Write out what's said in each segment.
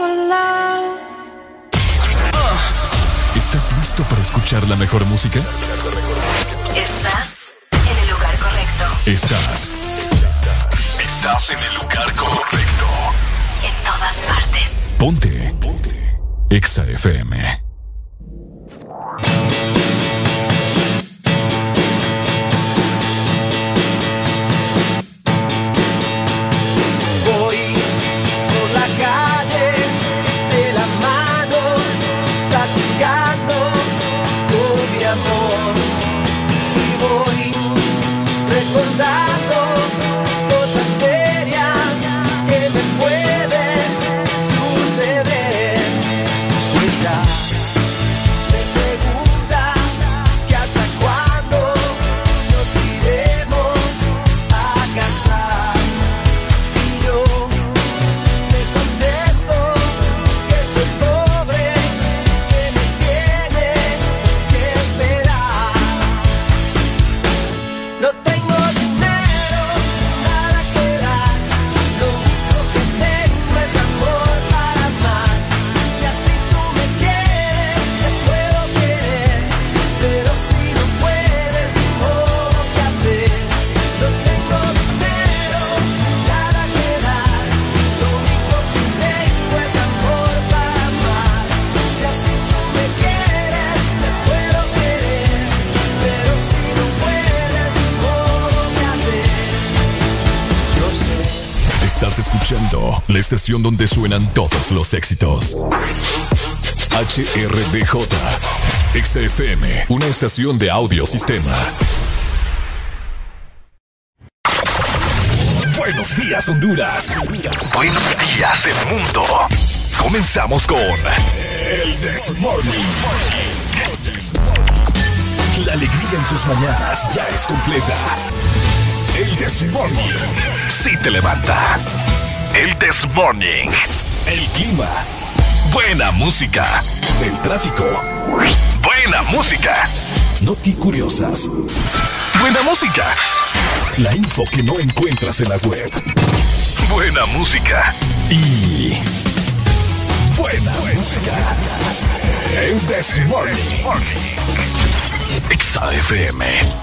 love. ¿Estás listo para escuchar la mejor música? Estás en el lugar correcto. Estás en el lugar correcto. En todas partes. Ponte. Exa FM. Escuchando la estación donde suenan todos los éxitos. HRDJ Exa FM, una estación de audio sistema. Buenos días, Honduras. Buenos días, el mundo. Comenzamos con el This Morning. La alegría en tus mañanas ya es completa. El This Morning sí te levanta. El This Morning. El clima. Buena música. El tráfico. Buena música. Noti curiosas. Buena música. La info que no encuentras en la web. Buena música. Y buena música. El This Morning. Exa FM.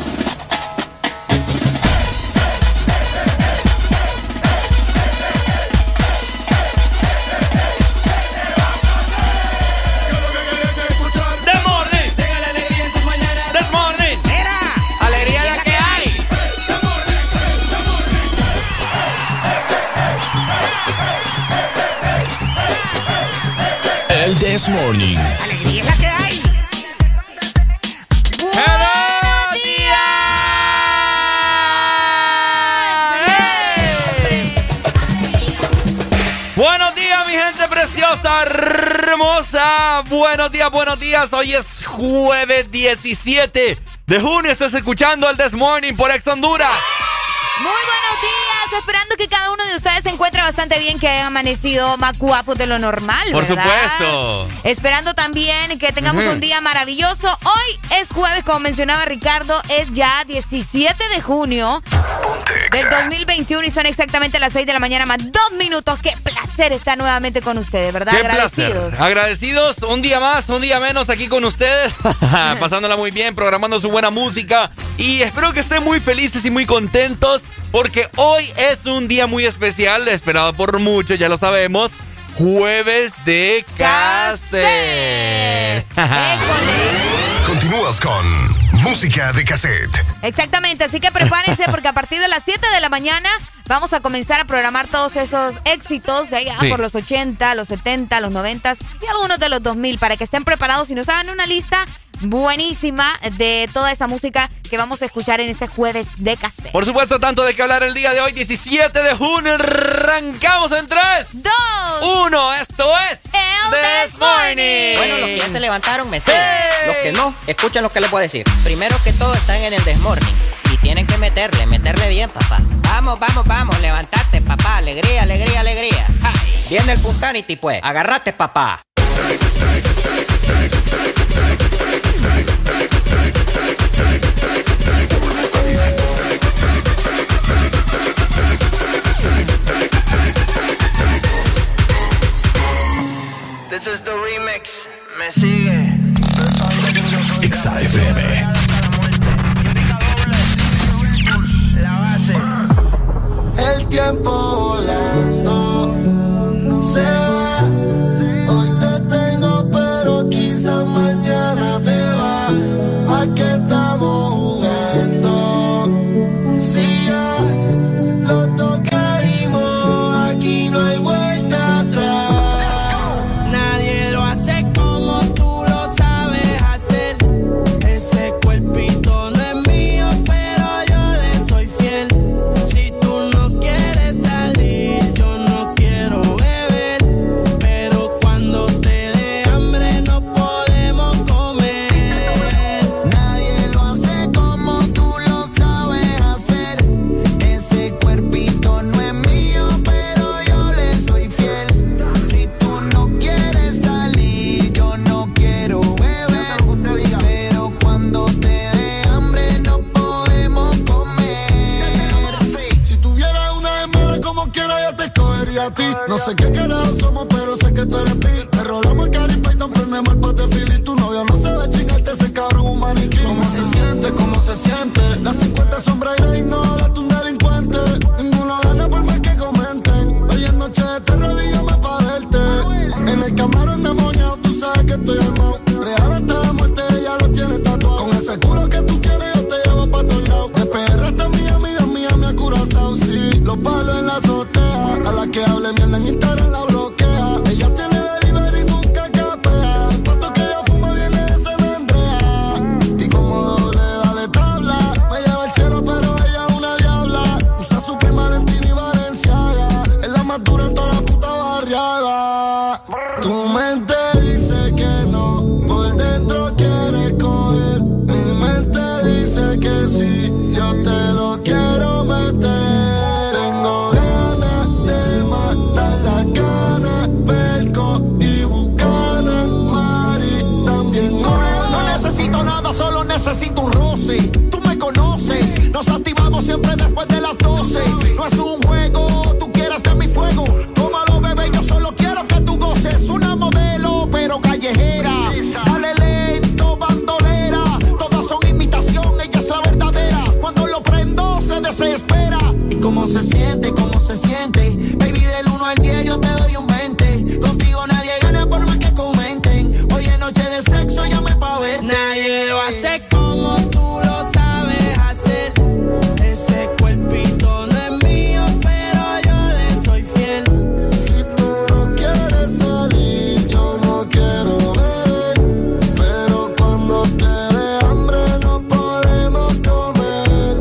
El This Morning. ¡Alegría es la que hay! ¡Buenos días! Buenos días, mi gente preciosa, hermosa. Buenos días. Hoy es jueves 17 de junio. Estás escuchando el This Morning por Ex Honduras. Muy buenos días, esperando que cada uno de ustedes se encuentre bastante bien, que hayan amanecido más guapos de lo normal, Por ¿verdad? supuesto. Esperando también que tengamos un día maravilloso. Hoy es jueves, como mencionaba Ricardo, es ya 17 de junio del 2021 y son exactamente las 6 de la mañana más 2 minutos. Qué placer estar nuevamente con ustedes, ¿verdad? Qué Agradecidos. placer. Agradecidos, un día más, un día menos aquí con ustedes, pasándola muy bien, programando su buena música y espero que estén muy felices y muy contentos porque hoy es un día muy especial, esperado por muchos, ya lo sabemos, jueves de cassette. Continúas con música de cassette. Exactamente, así que prepárense porque a partir de las 7 de la mañana vamos a comenzar a programar todos esos éxitos de allá por los 80, los 70, los 90 y algunos de los 2000 para que estén preparados y nos hagan una lista buenísima de toda esa música que vamos a escuchar en este jueves de cassette. Por supuesto, tanto de qué hablar el día de hoy, 17 de junio. Arrancamos en 3, 2, 1. Esto es el This Morning. Bueno, los que ya se levantaron me siguen. Los que no, escuchen lo que les voy a decir. Primero que todo, están en el This Morning y tienen que meterle bien, papá. Vamos, levantate, papá. Alegría. ¡Ja! Viene el Punsanity, pues. Agarrate, papá. This is the remix. Me sigue. Exa FM. La base. El tiempo volando se va. Hoy te tengo, pero quizás mañana te va. ¿A qué estamos jugando? Si ya los dos caímos, aquí no hay vuelta atrás. Nadie lo hace como tú lo sabes hacer. Ese cuerpito no es mío, pero yo le soy fiel. Si tú no quieres salir, yo no quiero beber. Pero cuando te dé hambre no podemos comer. Nadie lo hace como tú lo sabes hacer. Ese cuerpito no es mío, pero yo le soy fiel. Si tú no quieres salir, yo no quiero beber. Pero cuando te dé hambre no podemos comer. Si tuviera una hembra como quiera yo te escogería a ti. No sé qué carajo somos, pero sé que tú eres pi. Te rolamos el Cari Python, prendemos el patefil y tu novio no sabe chingarte ese cabrón un maniquí. ¿Cómo se siente? ¿Cómo se siente? Las 50 sombras y no, date un delincuente. Ninguno gana por más que comenten. Hoy es noche de terror y llama pa' verte. En el camarón demoniado, tú sabes que estoy armado. Real hasta la muerte, ella lo tiene tatuado. Con ese culo que tú tienes, yo te llevo pa' todos lados. De PR hasta Miami, de Miami a Curazao, sí. Los palos en la azotea. A la que hable mierda en Instagram la bloquea. Ella tiene delivery y nunca capea. El pato que ella fuma viene de San Andrea. Y como doble dale tabla. Me lleva al cielo pero ella es una diabla. Usa su prima Valentina y Valenciaga. Es la más dura en toda la puta barriada. Tu mente dice que no, por dentro quiere coger. Mi mente dice que sí, yo te lo quiero meter. Tengo ganas de matar las ganas, Perco y Buchanan, Mari también. No necesito nada, solo necesito un roce. Tú me conoces, nos activamos siempre después de las 12. No es un juego, tú quieres de mi fuego. Tómalo, bebé, yo solo quiero que tú goces. Una modelo, pero callejera. Dale lento, bandolera. Todas son imitación, ella es la verdadera. Cuando lo prendo, se desespera. ¿Y cómo se siente? ¿Cómo se siente? Baby, del 1 al 10 yo te doy un 20. Contigo nadie gana por más que comenten. Hoy es noche de sexo, llame pa' verte. Nadie lo hace como tú lo sabes hacer. Ese cuerpito no es mío, pero yo le soy fiel. Si tú no quieres salir, yo no quiero beber. Pero cuando te dé hambre no podemos comer.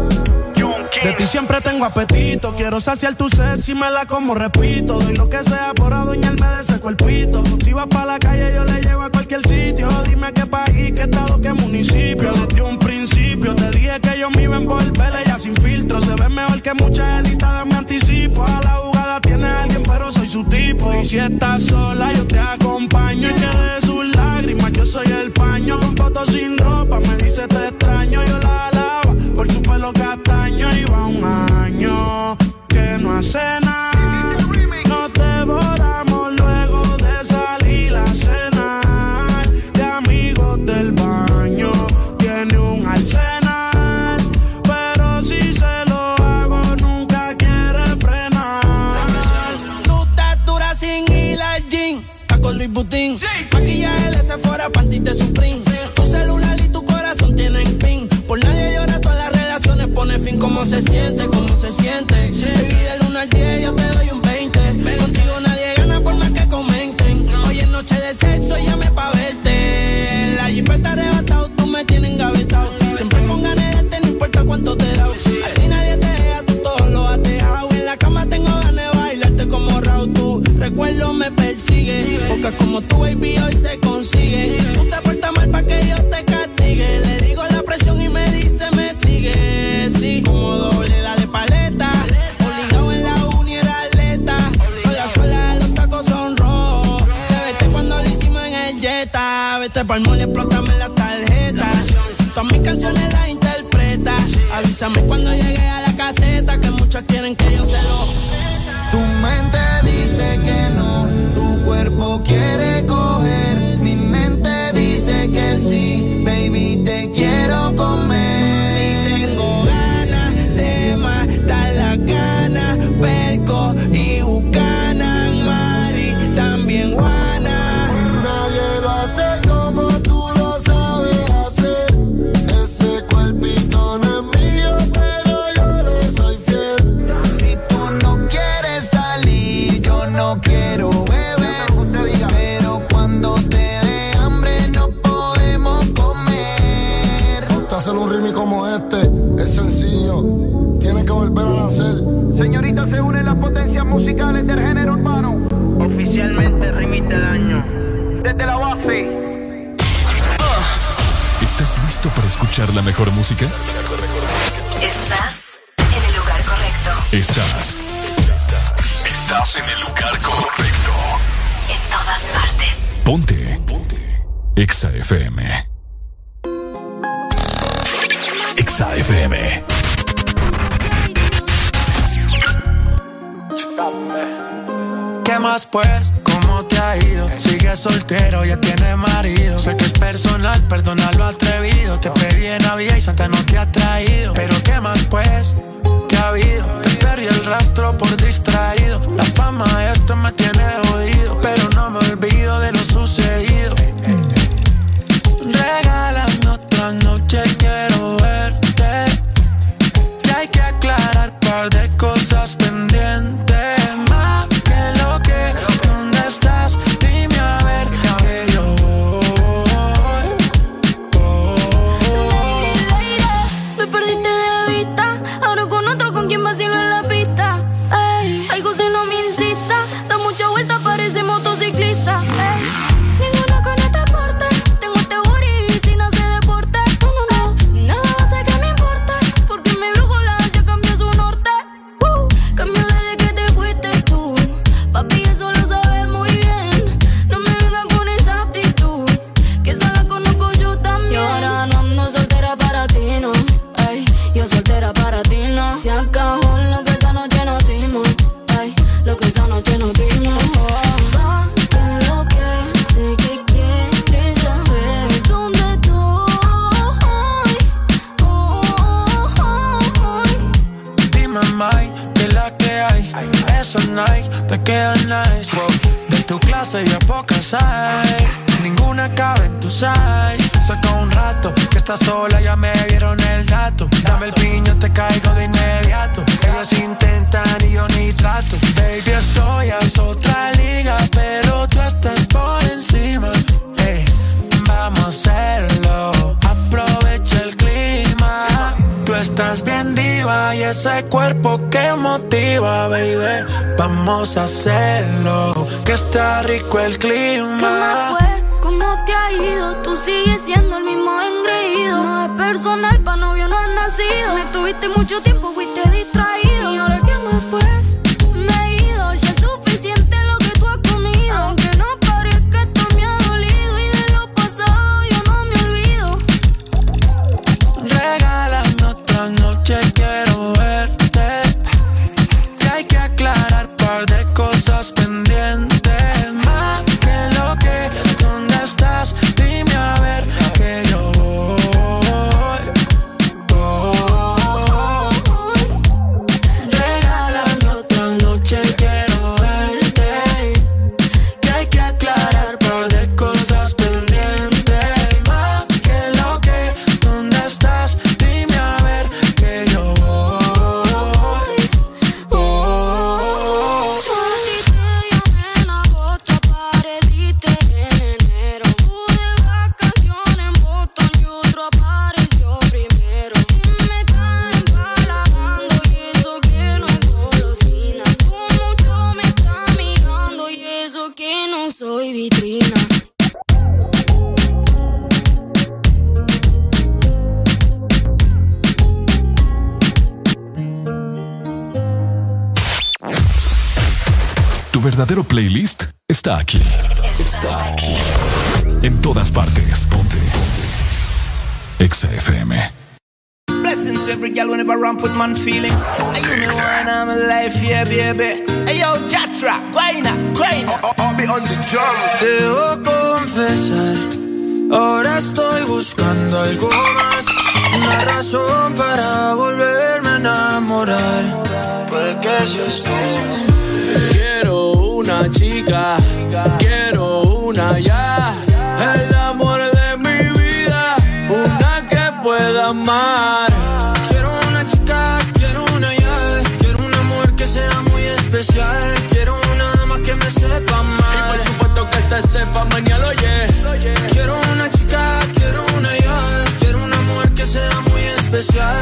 De ti siempre tengo apetito, quiero saciar tu sed si me la como, repito. Doy lo que sea por adueñarme de ese cuerpito. Si vas pa' la calle yo le llevo a cualquier sitio. Dime qué país, qué estado, qué municipio. Desde un principio te dije que yo me iba a envolver, ella sin filtro. Se ve mejor que muchas editadas, me anticipo. A la jugada tiene alguien pero soy su tipo. Y si estás sola yo te acompaño. Y que de sus lágrimas yo soy el paño. Con fotos sin ropa me dice te extraño. Yo la alaba por su pelo castaño. Y va un año que no hace nada. Nos devoramos luego de salir a cenar. De amigos del baño tiene un arsenal. Pero si se lo hago nunca quiere frenar. Tú estás dura sin ir al gym. Estás con Luis Butín. Maquillaje de Sephora, panty de Supreme. Tu celular y tu corazón tienen pin. Por nadie llora, todas las relaciones pone fin. ¿Cómo se siente? ¿Cómo se siente? Baby, del 1 al 10 yo te doy un 20. Contigo nadie gana por más que comenten. Hoy es noche de sexo, llame pa' verte. La jipeta arrebatado, tú me tienes engavetado. Siempre con ganas de darte, no importa cuánto te da. A ti nadie te deja, tú todo lo has dejado. En la cama tengo ganas de bailarte como Raúl. Tu recuerdo me persigue. Porque como tu baby hoy se consigue. Tú te portas mal pa' que Dios te castigue. Le digo la presión y me dice me sigue. Sí, como doble, dale paleta. Obligado en la uni era atleta. Con la suela de los tacos son rojos. Te vete cuando lo hicimos en el Jetta. Vete pa'l mall y explótame la tarjeta. Todas mis canciones las interpreta. Avísame cuando llegue a la caseta. Que muchos quieren que yo se lo meta. Tu mente dice que no, tu cuerpo quiere comer. este, es sencillo. Tiene que volver a nacer. Señorita, se unen las potencias musicales del género urbano. Oficialmente Remix del año. Desde la base. ¿Estás listo para escuchar la mejor música? Estás en el lugar correcto. Estás en el lugar correcto. En todas partes. Ponte. Exa FM. Exa FM. ¿Qué más pues? ¿Cómo te ha ido? Sigues soltero, ya tienes marido. Sé que es personal, perdona lo atrevido. Te pedí en Navidad y Santa no te ha traído. Pero ¿qué más pues? ¿Qué ha habido? Te perdí el rastro por distraído. La fama de esto me tiene jodido, pero no me olvido de lo sucedido. Regálame otra noche, quiero verte. Y hay que aclarar un par de cosas pendientes. Más que lo que, ¿dónde estás? Dime a ver que yo voy. Me perdiste de vista. Ahora con otro, con quien vacilo en la pista. Ey, algo se no me incita. Da mucha vuelta, parece motociclista. Ey, ninguna con este porte. Tengo este booty sin hacer deporte. No, no, no, nada va a hacer que me importe. Porque mi brújula ya cambió su norte. Cambió desde que te fuiste tú. Papi, eso lo sabes muy bien. No me vengas con esa actitud, que esa la conozco yo también. Y ahora no ando soltera para ti, no. Ey, yo soltera para ti, no. Se acabó lo que esa noche nos dimos. Ey, lo que esa noche nos dimos. Ponte lo que sé que quieres saber. ¿Dónde estoy? Dime, Mike, que la que hay. Esa Nike te queda nice. De tu clase ya pocas hay. Ninguna cabe en tu size. Saca un rato que estás sola, ya me dieron el dato. Dame el piño, te caigo de inmediato. Ellos intentan y yo ni trato. Baby, estoy a otra liga, pero tú estás por encima. Hey, vamos a hacerlo. Aprovecha el clima. Tú estás bien diva y ese cuerpo que motiva, baby. Vamos a hacerlo, que está rico el clima. ¿Qué más fue? ¿Cómo te ha ido? Tú sigues siendo el mismo engreído. No es personal, pa' novio no has nacido. Me tuviste mucho tiempo, fuiste distraído. ¿Y ahora qué más pues? Me he ido, ya es suficiente lo que tú has comido. Aunque no parezca, esto me ha dolido. Y de lo pasado yo no me olvido. Regálame otra noche, quiero verte. Y hay que aclarar un par de cosas pendientes. Más que lo que, ¿dónde estás? Dime a ver que yo voy. Regálame otra noche, quiero verte. Que hay que aclarar un par de cosas pendientes. Más que lo que, ¿dónde estás? Dime a ver que yo voy. Yo a ti te llamé en agosto, apareciste en enero. Pude vacaciones en Boston y otro apareció primero. Y me estás empalagando y eso que no es golosina. Tú mucho me estás mirando y eso que no soy vitrina. Tu verdadero playlist está aquí. Está aquí. En todas partes. Ponte. Exa FM. Blessings to every girl whenever I put man feelings. I you know when I'm alive, yeah, baby. Hey yo, Jatra, Guayna. I'll be on the drum. Debo confesar, ahora estoy buscando algo más. Una razón para volverme a enamorar. Puede que seas tú. Quiero una chica, quiero una ya. El amor de mi vida, una que pueda amar. Quiero una chica, quiero una ya. Quiero una mujer que sea muy especial. Quiero una dama que me sepa amar. Y por supuesto que se sepa mañana, oye. Quiero una chica, quiero una ya. Quiero una mujer que sea muy especial.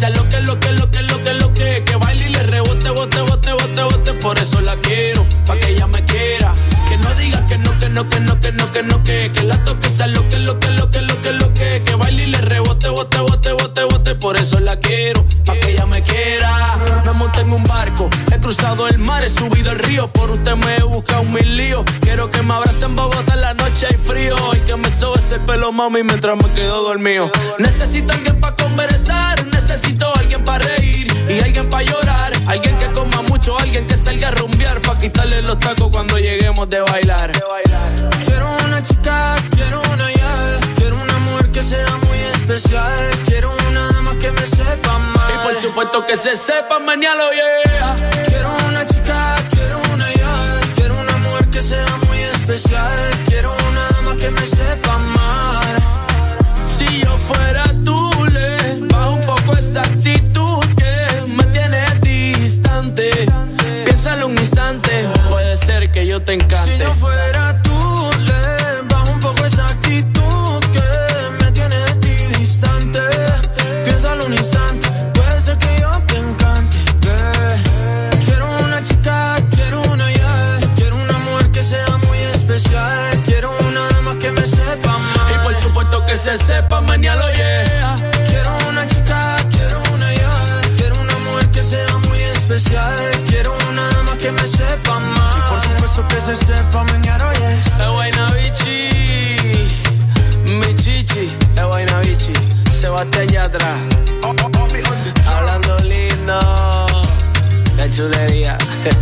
sea lo que baile y le rebote, bote, por eso la quiero, pa' que ella me quiera. Que no diga que no, que la toque sea lo que baile y le rebote, bote, por eso la quiero, pa' que ella me quiera. Me monté en un barco, he cruzado el mar, he subido el río, por usted me he buscado 1000 líos. Quiero que me abrace en Bogotá en la noche hay frío y que me sobe ese pelo, mami, mientras me quedo dormido. Necesito alguien pa' conversar, necesito alguien pa' reír y alguien pa' llorar, alguien que coma mucho, alguien que salga a rumbear, pa' quitarle los tacos cuando lleguemos de bailar. Quiero una chica, quiero una yal, quiero una mujer que sea muy especial, quiero una dama que me sepa mal. Y por supuesto que se sepa mañana, yeah. Quiero una chica, quiero una yal, quiero una mujer que sea muy especial, quiero una dama que me sepa mal. Si yo fuera tú, le bajo un poco esa actitud que me tiene distante. Piénsalo un instante, puede ser que yo te encante. Si yo fuera tú, le bajo un poco esa actitud que me tiene de ti distante. Piénsalo un instante, puede ser que yo te encante. Quiero una chica, quiero una yal, quiero una mujer que sea muy especial, quiero una dama que me sepa mal. Y por supuesto que se sepa mañana, yeah. Quiero una chica, quiero una yal, quiero una mujer que sea muy especial, quiero una dama que me sepa mal. Y por supuesto que se sepa mañana, yeah. Es Guaynabichi, mi chichi, es Guaynabichi, Sebastián Yatra, hablando lindo, qué chulería.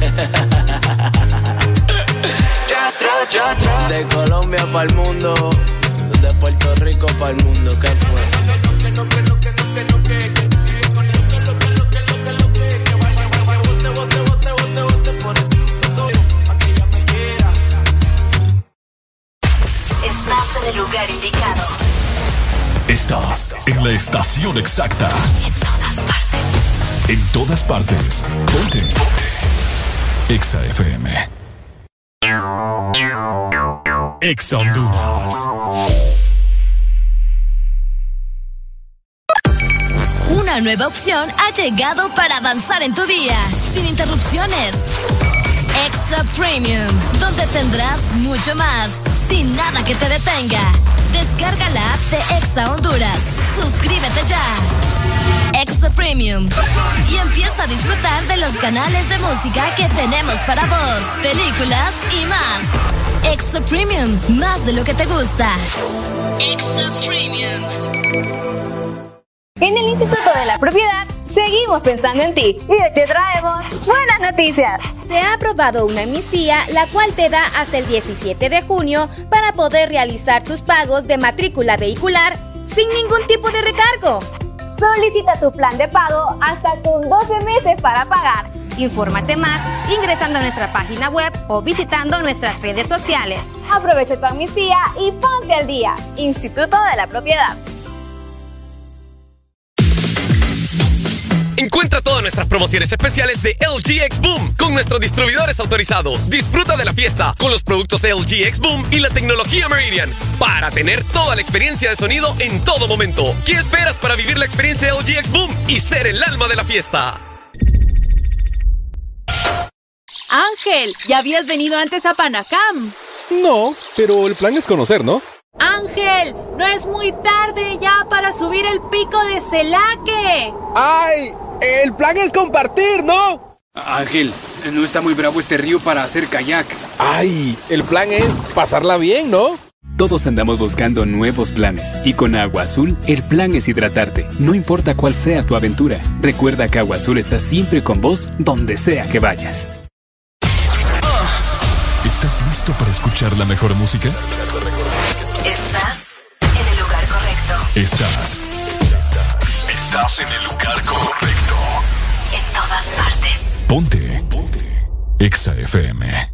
De Colombia pa'l mundo, de Puerto Rico pa'l mundo, ¿qué fue? Estás en el lugar indicado. Estás en la estación exacta. En todas partes. En todas partes. Ponte. Exa FM. Exa Honduras. Una nueva opción ha llegado para avanzar en tu día, sin interrupciones. Exa Premium, donde tendrás mucho más, sin nada que te detenga. Descarga la app de Exa Honduras. Suscríbete ya. Exa Premium. Y empieza a disfrutar de los canales de música que tenemos para vos, películas y más. Exa Premium, más de lo que te gusta. Exa Premium. En el Instituto de la Propiedad seguimos pensando en ti y hoy te traemos buenas noticias. Se ha aprobado una amnistía, la cual te da hasta el 17 de junio para poder realizar tus pagos de matrícula vehicular sin ningún tipo de recargo. Solicita tu plan de pago hasta con 12 meses para pagar. Infórmate más ingresando a nuestra página web o visitando nuestras redes sociales. Aprovecha tu amnistía y ponte al día. Instituto de la Propiedad. Encuentra todas nuestras promociones especiales de LG X Boom con nuestros distribuidores autorizados. Disfruta de la fiesta con los productos LG X Boom y la tecnología Meridian para tener toda la experiencia de sonido en todo momento. ¿Qué esperas para vivir la experiencia LG X Boom y ser el alma de la fiesta? Ángel, ¿ya habías venido antes a Panacam? No, pero el plan es conocer, ¿no? Ángel, no es muy tarde ya para subir el pico de Celaque. ¡Ay! El plan es compartir, ¿no? Ángel, no está muy bravo este río para hacer kayak. ¡Ay! El plan es pasarla bien, ¿no? Todos andamos buscando nuevos planes y con Agua Azul el plan es hidratarte, no importa cuál sea tu aventura. Recuerda que Agua Azul está siempre con vos donde sea que vayas. ¿Estás listo para escuchar la mejor música? Estás en el lugar correcto. Estás en el lugar correcto. En todas partes. Ponte. Exa FM.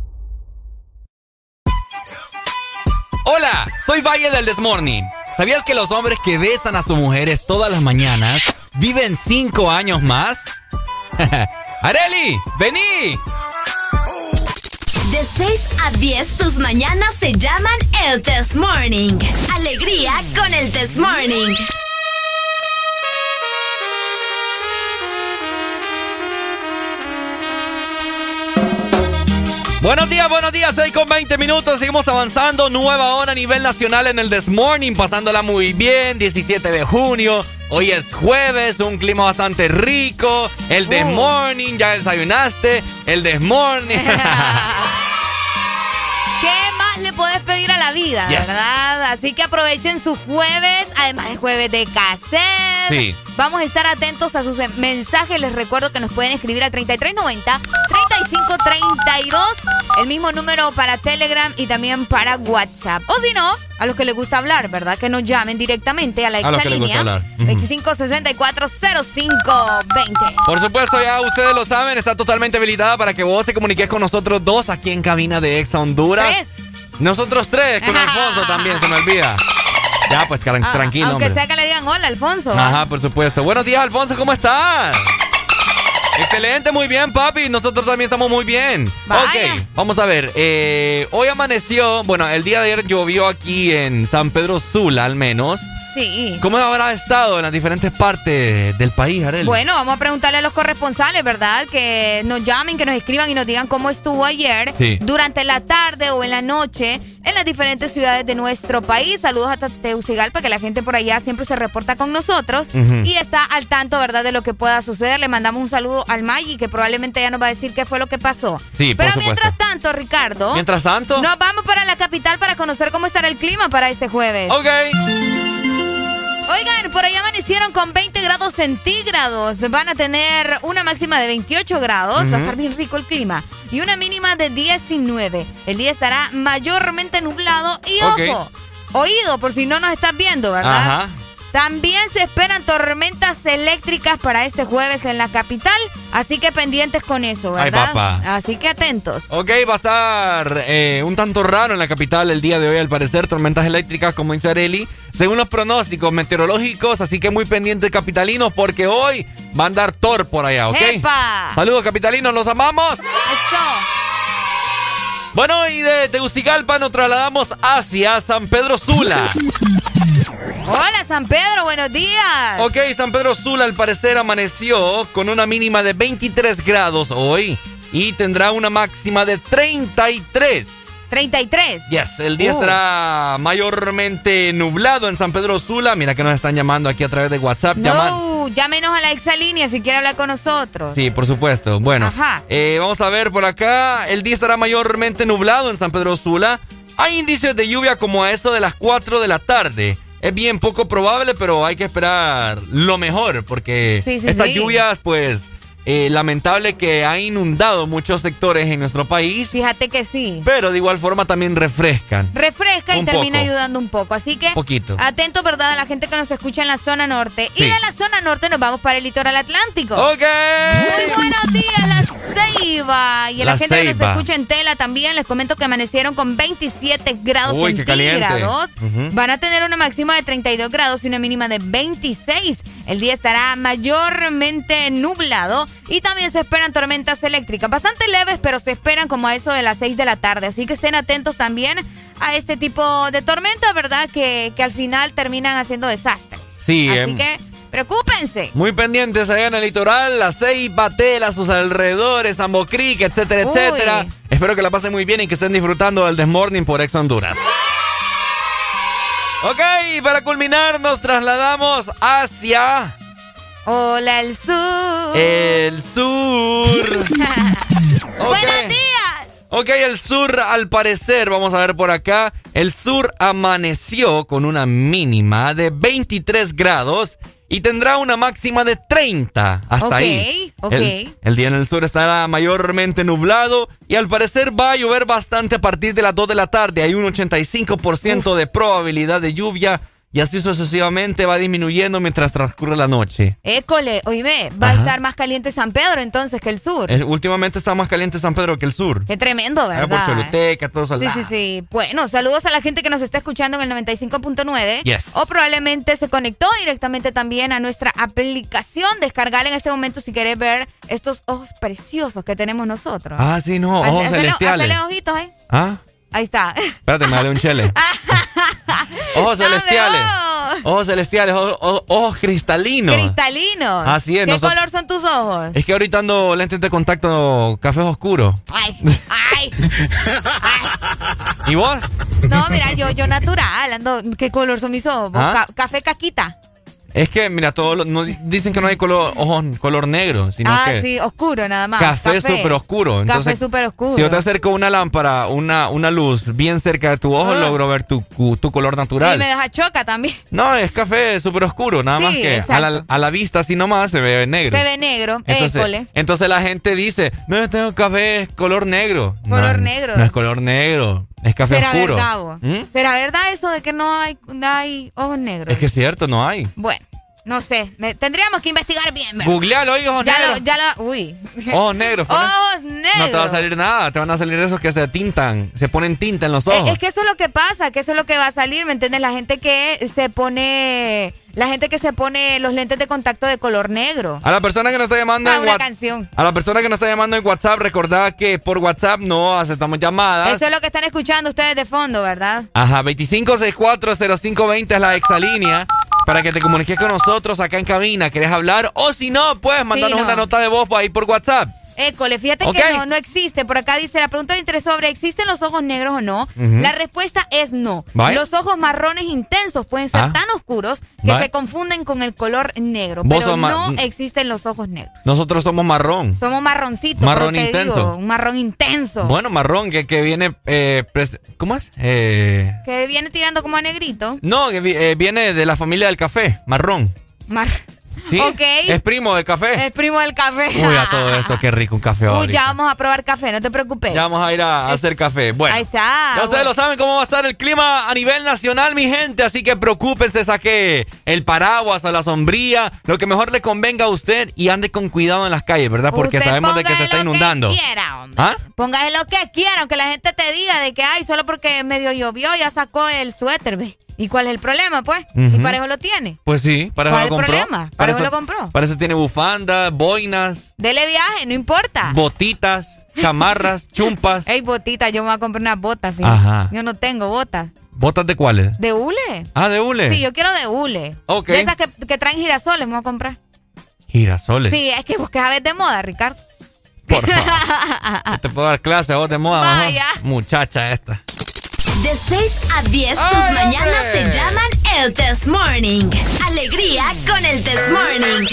Hola, soy Valle del Desmorning. ¿Sabías que los hombres que besan a sus mujeres todas las mañanas viven 5 años más? ¡Areli, vení! De 6 a 10, tus mañanas se llaman el This Morning. Alegría con el This Morning. Buenos días, 6:20. Seguimos avanzando, nueva hora a nivel nacional en el This Morning, pasándola muy bien, 17 de junio. Hoy es jueves, un clima bastante rico. El This Morning, ya desayunaste. El This Morning. ¿Qué más le podés pedir a la vida, verdad? Así que aprovechen su jueves, además es jueves de cassette. Sí. Vamos a estar atentos a sus mensajes. Les recuerdo que nos pueden escribir al 3390-3532. El mismo número para Telegram y también para WhatsApp. O si no, a los que les gusta hablar, ¿verdad? Que nos llamen directamente a la exalínea 25640520. Por supuesto, ya ustedes lo saben, está totalmente habilitada para que vos te comuniques con nosotros dos aquí en cabina de Exa Honduras. 3. Nosotros 3, con Alfonso también, se me olvida. Ya, pues tranquilo, aunque hombre. sea que le digan hola, Alfonso. Ajá, por supuesto. Buenos días, Alfonso, ¿cómo estás? Excelente, muy bien, papi. Nosotros también estamos muy bien. Vaya. Ok, vamos a ver. Hoy amaneció, bueno, el día de ayer llovió aquí en San Pedro Sula, al menos. Sí. ¿Cómo habrá estado en las diferentes partes del país, Arely? Bueno, vamos a preguntarle a los corresponsales, ¿verdad? Que nos llamen, que nos escriban y nos digan cómo estuvo ayer, durante la tarde o en la noche, en las diferentes ciudades de nuestro país. Saludos a Tegucigalpa, que la gente por allá siempre se reporta con nosotros y está al tanto, ¿verdad?, de lo que pueda suceder. Le mandamos un saludo al Maggi, que probablemente ya nos va a decir qué fue lo que pasó. Sí, pero por supuesto. mientras tanto, Ricardo. Mientras tanto, nos vamos para la capital para conocer cómo estará el clima para este jueves. Ok. Oigan, por allá amanecieron con 20 grados centígrados. Van a tener una máxima de 28 grados. Va a estar bien rico el clima. Y una mínima de 19. El día estará mayormente nublado. Y ojo, oído, por si no nos estás viendo, ¿verdad? Ajá. También se esperan tormentas eléctricas para este jueves en la capital. Así que pendientes con eso, ¿verdad? Ay, papá. Así que atentos. Ok, va a estar un tanto raro en la capital el día de hoy, al parecer. Tormentas eléctricas, como dice Arely, según los pronósticos meteorológicos. Así que muy pendientes, capitalinos, porque hoy va a andar Thor por allá, ¿ok? ¡Epa! Saludos, capitalinos, los amamos. Eso. Bueno, y de Tegucigalpa nos trasladamos hacia San Pedro Sula. Hola, San Pedro, buenos días. Ok, San Pedro Sula al parecer amaneció con una mínima de 23 grados hoy y tendrá una máxima de 33. 33. Yes, el día estará mayormente nublado en San Pedro Sula. Mira que nos están llamando aquí a través de WhatsApp. Llámenos a la exalínea si quiere hablar con nosotros. Sí, por supuesto. Bueno, vamos a ver por acá. El día estará mayormente nublado en San Pedro Sula. Hay indicios de lluvia como a eso de las 4 de la tarde. Es bien poco probable, pero hay que esperar lo mejor, porque estas lluvias, pues, lamentable que ha inundado muchos sectores en nuestro país. Fíjate que sí. Pero de igual forma también refrescan. Refresca y termina ayudando un poco. Así que, atento, ¿verdad?, a la gente que nos escucha en la zona norte. Sí. Y de la zona norte nos vamos para el litoral atlántico. ¡Ok! Muy buenos días, La Ceiba. Y a la gente que nos escucha en Tela también, les comento que amanecieron con 27 grados centígrados. Van a tener una máxima de 32 grados y una mínima de 26. El día estará mayormente nublado y también se esperan tormentas eléctricas. Bastante leves, pero se esperan como a eso de las 6 de la tarde. Así que estén atentos también a este tipo de tormentas, ¿verdad? Que al final terminan haciendo desastres. Sí. Así que preocúpense. Muy pendientes allá en el litoral, La Ceiba, Tela, sus alrededores, Sambo Creek, etcétera, etcétera. Espero que la pasen muy bien y que estén disfrutando del This Morning por Exa Honduras. Ok, para culminar nos trasladamos hacia... Hola, el sur. El sur. Buenos días. Ok, el sur al parecer, vamos a ver por acá. El sur amaneció con una mínima de 23 grados y tendrá una máxima de 30 hasta ahí. El día en el sur estará mayormente nublado y al parecer va a llover bastante a partir de las 2 de la tarde. Hay un 85% de probabilidad de lluvia y así sucesivamente va disminuyendo mientras transcurre la noche. École, oíme, va a estar más caliente San Pedro entonces que el sur. Últimamente está más caliente San Pedro que el sur. Qué tremendo, ¿verdad? Por Choluteca, todo eso. Sí. Bueno, saludos a la gente que nos está escuchando en el 95.9. Yes. O probablemente se conectó directamente también a nuestra aplicación. Descargar en este momento si querés ver estos ojos preciosos que tenemos nosotros. Ah, sí, no, ojos celestiales. Hazle ojitos ahí. ¿Ah? Ahí está. Espérate, me dale un chele. Ojos celestiales. Ojos celestiales, ojos cristalinos. Cristalinos. Así es. ¿Qué color son tus ojos? Es que ahorita ando lentes de contacto café oscuro. Ay. ¿Y vos? No, mira, yo natural, ando. ¿Qué color son mis ojos? Café caquita. Es que, mira, dicen que no hay color negro, sino que... sí, oscuro nada más. Café súper oscuro. Entonces, café súper oscuro. Si yo te acerco una lámpara, una luz bien cerca de tu ojo, logro ver tu color natural. Y me deja choca también. No, es café súper oscuro, nada más que a la vista así nomás se ve negro. Se ve negro, entonces la gente dice, no, yo tengo café color negro. Negro. No es color negro, es café oscuro. ¿Será verdad, ¿Será verdad eso de que no hay ojos negros? Es que es cierto, no hay. Bueno. No sé, tendríamos que investigar bien, ¿verdad? Googlealo, ojos negros. Uy. Ojos negros. Ojos negros. No te va a salir nada, te van a salir esos que se tintan, se ponen tinta en los ojos. Es que eso es lo que pasa, que eso es lo que va a salir, ¿me entiendes? La gente que se pone los lentes de contacto de color negro. A la persona que nos está llamando A la persona que nos está llamando en WhatsApp, recordad que por WhatsApp no aceptamos llamadas. Eso es lo que están escuchando ustedes de fondo, ¿verdad? Ajá, 25640520 es la exalínea. Para que te comuniques con nosotros acá en cabina. ¿Querés hablar? O si no, puedes mandarnos una nota de voz ahí por WhatsApp. École, fíjate que no existe. Por acá dice, la pregunta de interés sobre ¿existen los ojos negros o no? La respuesta es no. ¿Vale? Los ojos marrones intensos pueden ser tan oscuros que se confunden con el color negro. Pero no existen los ojos negros. Nosotros somos marrón. Somos marroncitos. Marrón intenso. Digo, un marrón intenso. Bueno, marrón que viene... ¿Cómo es? Que viene tirando como a negrito. No, que viene de la familia del café. Marrón. Sí, es primo del café. Es primo del café. Uy, a todo esto, qué rico un café ahora. Uy, ya vamos a probar café, no te preocupes. Ya vamos a ir a hacer café. Bueno, ahí está. Ya ustedes lo saben cómo va a estar el clima a nivel nacional, mi gente. Así que preocúpense, saque el paraguas o la sombría, lo que mejor le convenga a usted y ande con cuidado en las calles, ¿verdad? Porque sabemos de que se está inundando. Póngase lo que quiera, aunque la gente te diga de que solo porque medio llovió ya sacó el suéter, ¿ve? ¿Y cuál es el problema, pues? ¿Y para eso lo tiene? Pues sí, para eso lo compró. ¿Cuál es el problema? Para eso lo compró. Para eso tiene bufandas, boinas. Dele viaje, no importa. Botitas, chamarras, chumpas. Ey, botitas, yo me voy a comprar unas botas, fíjate. Ajá. Yo no tengo botas. ¿Botas de cuáles? De hule. Ah, de hule. Sí, yo quiero de hule. Ok. De esas que traen girasoles me voy a comprar. ¿Girasoles? Sí, es que vos que sabes de moda, Ricardo. Por favor. Yo te puedo dar clase a vos de moda, vaya. Muchacha esta. De 6 a 10, tus mañanas se llaman el This Morning. Alegría con el This Morning.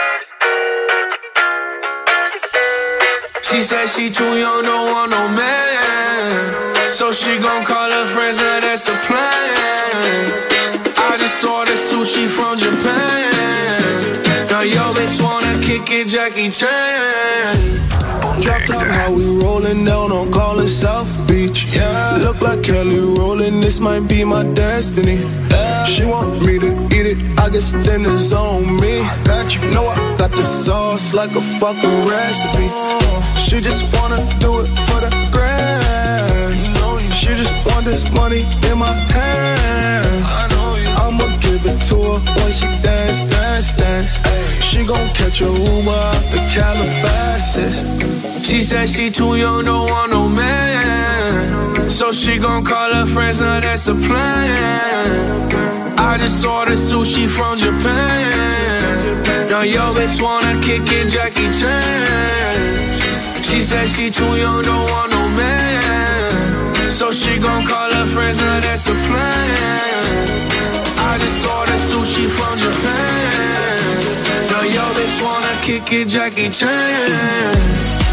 She said she too young, don't want no man. So she gon' call her friends, now that's a plan. I just ordered sushi from Japan. Now yo bitch wanna kick it, Jackie Chan. Drop top, how we rollin' down on call it South Beach. Yeah, look like Kelly rollin', this might be my destiny. She want me to eat it, I guess then it's on me. I got you, know I got the sauce like a fucking recipe. She just wanna do it for the grand. She just want this money in my hand. I'ma give it to her when she dance, dance, dance. She gon' catch a Uber out the Calabasas. She said she too young, don't want no man. So she gon' call her friends, now that's a plan. I just ordered sushi from Japan. Now yo bitch wanna kick it, Jackie Chan. She said she too young, don't want no man. So she gon' call her friends, now that's a plan. I just ordered sushi from Japan. Now yo bitch wanna kick it, Jackie Chan.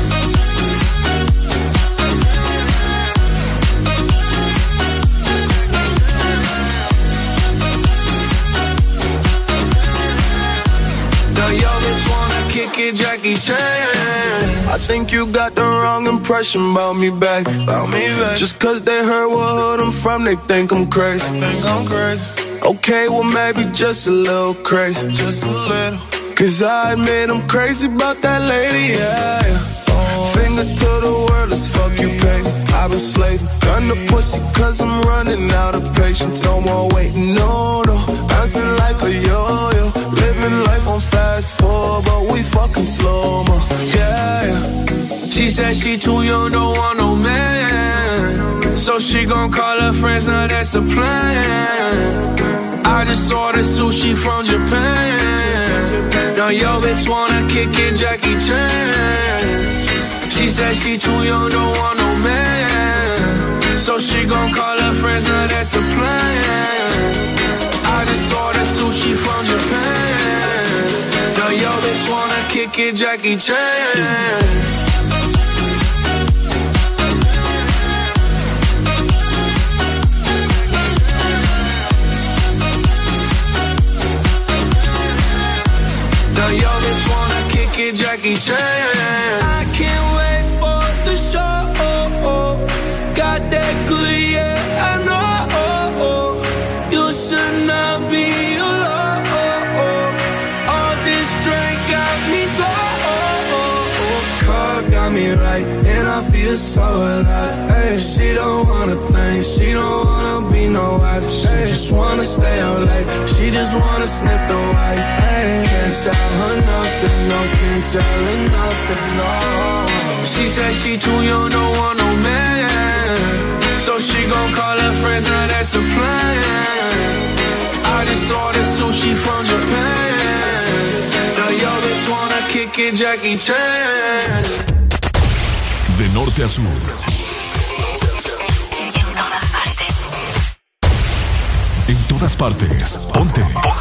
Kick it, Jackie Chan. I think you got the wrong impression about me back. Just cause they heard what hood I'm from, they think I'm crazy. Okay, well maybe just a little crazy. Cause I admit I'm crazy about that lady, yeah. Finger to the world, let's fuck you, baby. I've been slaving, gun the pussy cause I'm running out of patience. No more waiting, no, bouncing like a yo-yo. Living life on fast forward, but we fucking slow-mo, yeah. She said she too young, don't want no man. So she gon' call her friends, now that's a plan. I just ordered sushi from Japan. Now yo bitch wanna kick it, Jackie Chan. She said she too young, don't want no man. So she gon' call her friends, now that's a plan. I just ordered sushi from Japan. Now yo bitch wanna kick it, Jackie Chan. Yo, bitch wanna kick it, Jackie Chan. I can't wait for the show. Got that good, yeah, I know. You should not be alone. All this drink got me low. Car got me right, and I feel so alive. Hey, she don't wanna think, she don't wanna be no wife. She just wanna stay out late, she just wanna sniff the white. Hey, can't tell her nothing, no, can't tell her nothing, no. She said she too young, don't want no man. So she gon' call her friends, now that's a plan. I just ordered sushi from Japan. Now yo bitch wanna kick it, Jackie Chan. De norte a sur. En todas partes. Ponte.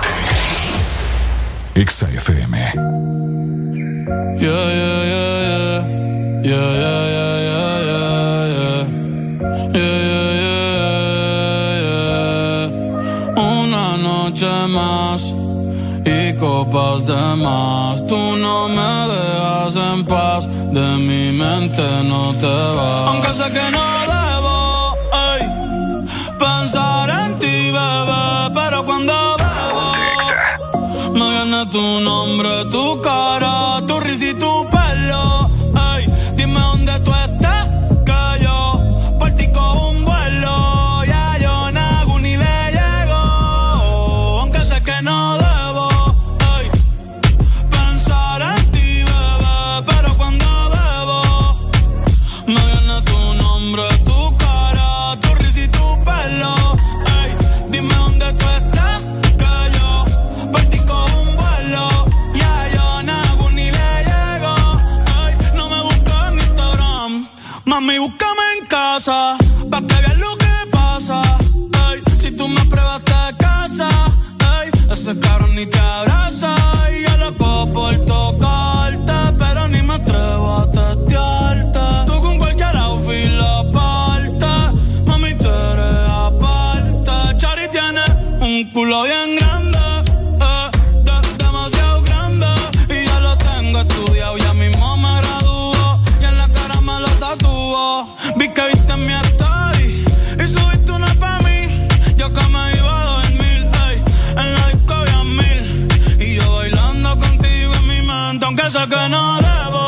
Exa FM. Yeah, yeah, yeah, yeah. Yeah, yeah, yeah, yeah, yeah, yeah. Yeah, yeah, yeah, yeah. Una noche más y copas de más. Tú no me dejas en paz, de mi mente no te vas. Aunque sé que no debo, ey, pensar en ti, bebé, pero cuando bebo me viene tu nombre, tu cara, tu risa y tu pelo. Ey, dime dónde tú estás, que yo por ti cojo un vuelo. Ya yo nago ni le llego, aunque sé que no debo, ey, pensar en ti, bebé, pero cuando bebo me viene tu nombre, tu cara, tu risa y tu pelo. Ey, dime dónde tú estás, que yo por ti cojo un vuelo. Ya yo nago ni le llego. Ey, no me busques en Instagram, mami, búscame en casa, pa' que veas lo que pasa. Ey, si tú me pruebas te casa, ey, ese cabrón ni te abraza. Y yo loco por tocarte, pero ni me atrevo a testearte. Tú con cualquier outfit la parte, mami, tú eres aparte. Chari tiene un culo bien grande, demasiado grande, y ya lo tengo estudiado, ya mismo me graduó, y en la cara me lo tatuó. Vi que viste mi story y subiste una pa' mí, yo que me iba a dormir, ey, en la disco había 1000, y yo bailando contigo en mi mente, aunque sé que no debo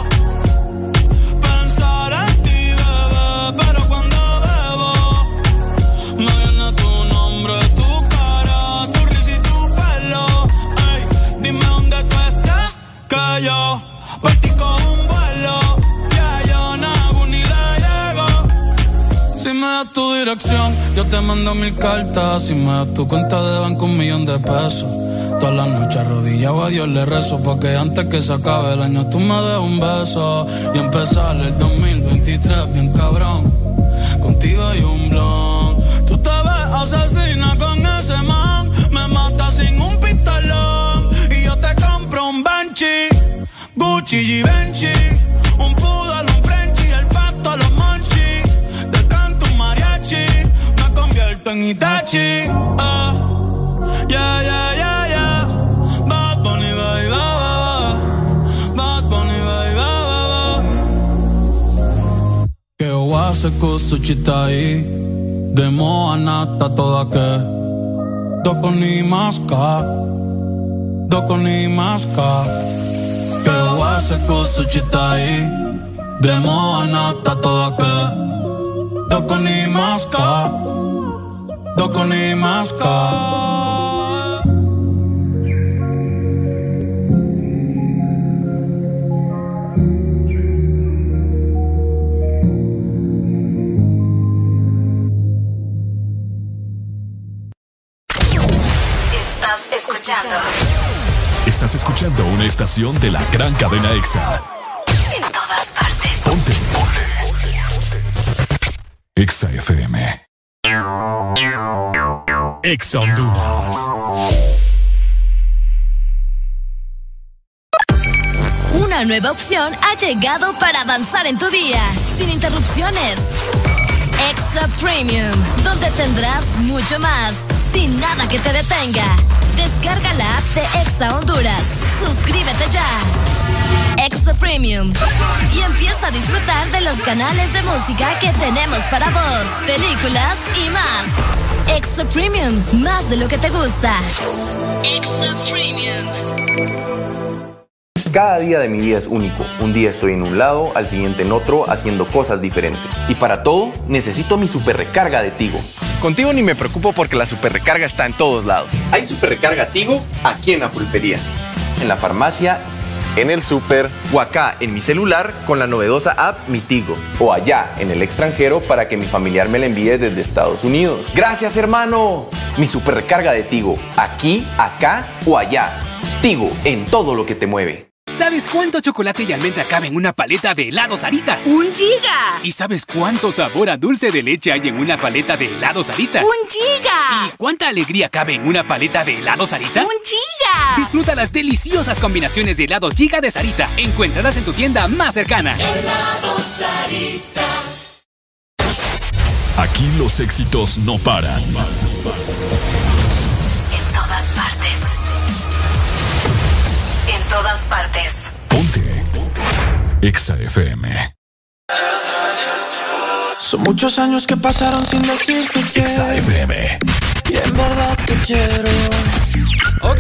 pensar en ti, bebé, pero cuando bebo me viene tu nombre, tu cara, tu risa y tu pelo. Ey, dime dónde tú estás, que yo por ti cojo un vuelo. Ya yo nago ni le llego. Si me das tu dirección, yo te mando 1000 cartas. Si me das tu cuenta de banco, 1,000,000 de pesos. Todas las noches arrodillado a Dios le rezo, porque antes que se acabe el año tú me des un beso y empezar el 2023 bien cabrón. Contigo hay un blon. Tú te ves asesina con ese man, me mata sin un pistolón. Y yo te compro un Banshee, Gucci y Givenchy, un poodle, un Frenchie, el pato, los monchis. Te canto un mariachi, me convierto en Itachi. Yeah, yeah, yeah, yeah. Bad Bunny, baby, Bad Bunny, baby, che ho a se cosa città demo nata toda che doko ni maska che ho a se cosa città demo nata toda che doko ni maska. Estás escuchando una estación de la gran cadena EXA. En todas partes. Ponte. EXA FM. EXA Honduras. Una nueva opción ha llegado para avanzar en tu día, sin interrupciones. Extra Premium, donde tendrás mucho más, sin nada que te detenga. Descarga la app de Extra Honduras. Suscríbete ya. Extra Premium. Y empieza a disfrutar de los canales de música que tenemos para vos, películas y más. Extra Premium, más de lo que te gusta. Extra Premium. Cada día de mi vida es único. Un día estoy en un lado, al siguiente en otro, haciendo cosas diferentes. Y para todo, necesito mi super recarga de Tigo. Contigo ni me preocupo porque la super recarga está en todos lados. Hay super recarga Tigo aquí en la pulpería, en la farmacia, en el súper o acá en mi celular con la novedosa app Mi Tigo. O allá en el extranjero para que mi familiar me la envíe desde Estados Unidos. ¡Gracias, hermano! Mi super recarga de Tigo, aquí, acá o allá. Tigo, en todo lo que te mueve. ¿Sabes cuánto chocolate y almendra cabe en una paleta de helado Sarita? ¡1 giga! ¿Y sabes cuánto sabor a dulce de leche hay en una paleta de helado Sarita? 1 giga! ¿Y cuánta alegría cabe en una paleta de helado Sarita? 1 giga! Disfruta las deliciosas combinaciones de helados Giga de Sarita. Encuéntralas en tu tienda más cercana. Helado Sarita. Aquí los éxitos no paran. En todas partes. En todas partes. Ponte. EXA FM. Son muchos años que pasaron sin decirte que EXA FM. Y en verdad te quiero. Ok,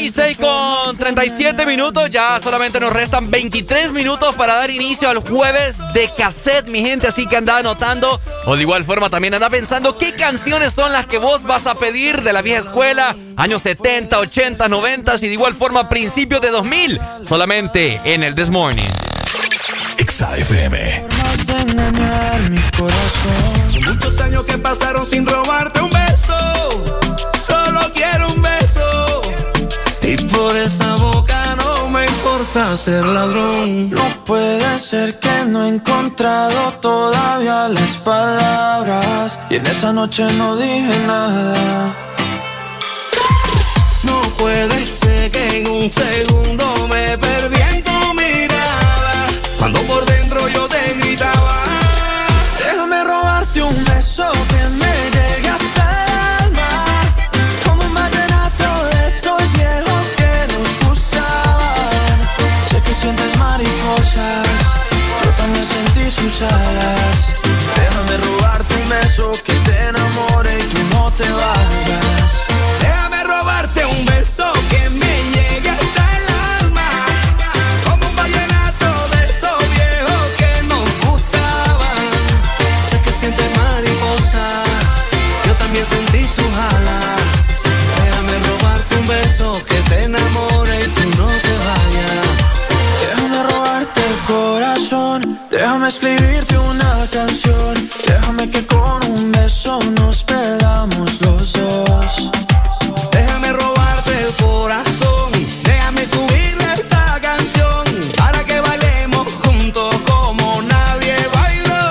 6:37, ya solamente nos restan 23 minutos para dar inicio al jueves de cassette, mi gente, así que anda anotando, o de igual forma también anda pensando qué canciones son las que vos vas a pedir de la vieja escuela, años 70, 80, 90 y de igual forma principios de 2000, solamente en el This Morning. EXA FM. Son muchos años que pasaron sin robarte un beso. Solo quiero un beso. Y por esa boca no me importa ser ladrón. No puede ser que no he encontrado todavía las palabras. Y en esa noche no dije nada. No puede ser que en un segundo me perdí en tu mirada. Cuando por dentro yo te gritaba. Déjame robarte un beso que me llegue hasta el alma. Como un vallenato de esos viejos que nos gustaban. Sé que sientes mariposas, yo también sentí sus alas. Déjame robarte un beso que te enamore y tú no te vayas. Déjame robarte un beso que me llegue hasta el alma. Como un vallenato de esos viejos que nos gustaban. Sé que sientes mariposas, yo también sentí sus alas. Déjame robarte un beso que te enamore y tú no te vayas. Déjame robarte el corazón, déjame escribirte una canción. Déjame que con un beso nos perdamos los dos. Déjame robarte el corazón, déjame subirle esta canción para que bailemos juntos como nadie bailó.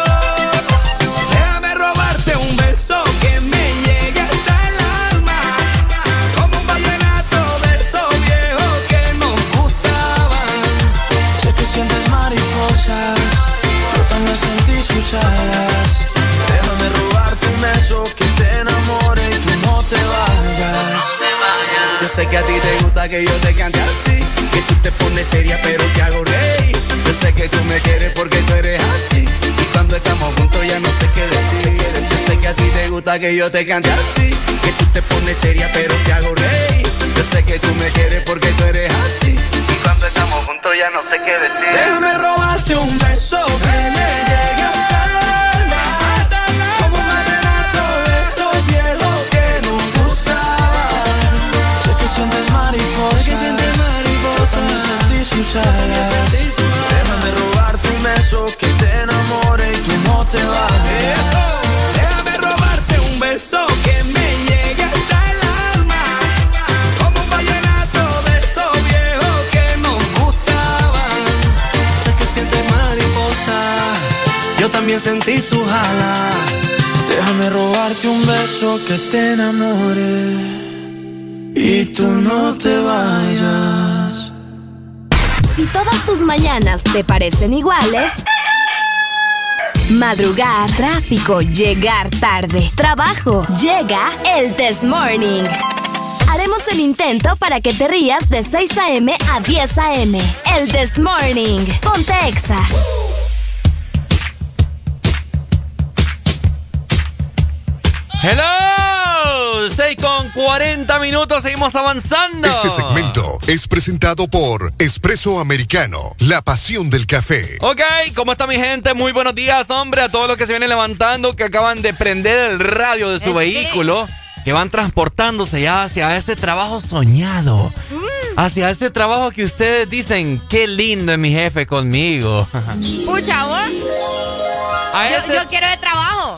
Déjame robarte un beso que me llegue hasta el alma, como un vallenato de esos viejos que nos gustaban. Sé que sientes mariposas, yo también sentí sus alas. Déjame robarte un beso que te enamore y tú no te vayas. Yo sé que a ti te gusta que yo te cante así, que tú te pones seria pero te hago reír. Yo sé que tú me quieres porque tú eres así, y cuando estamos juntos ya no sé qué decir. Yo sé que a ti te gusta que yo te cante así, que tú te pones seria pero te hago reír. Yo sé que tú me quieres porque tú eres así, y cuando estamos juntos ya no sé qué decir. Déjame robarte un beso que me llegue hasta el alma, como un vallenato de esos viejos que nos gustaban. Sé que sientes mariposas, también sentí sus alas. Déjame robarte un beso que te enamore y tú no te vayas. Déjame robarte un beso que me llegue hasta el alma, como un vallenato yo también sentí su jala. Déjame robarte un beso que te enamore y tú no te vayas. Si todas tus mañanas te parecen iguales, madrugar, tráfico, llegar tarde, trabajo, llega el This Morning. Haremos el intento para que te rías de 6 a.m. a 10 a.m. El This Morning. Ponte Exa. Hello, 6:40, seguimos avanzando. Este segmento es presentado por Espresso Americano, la pasión del café. Ok, ¿cómo está mi gente? Muy buenos días, hombre, a todos los que se vienen levantando, que acaban de prender el radio de su vehículo, que van transportándose ya hacia ese trabajo soñado, hacia ese trabajo que ustedes dicen, qué lindo es mi jefe conmigo. Pucha, vos. Yo quiero de trabajo.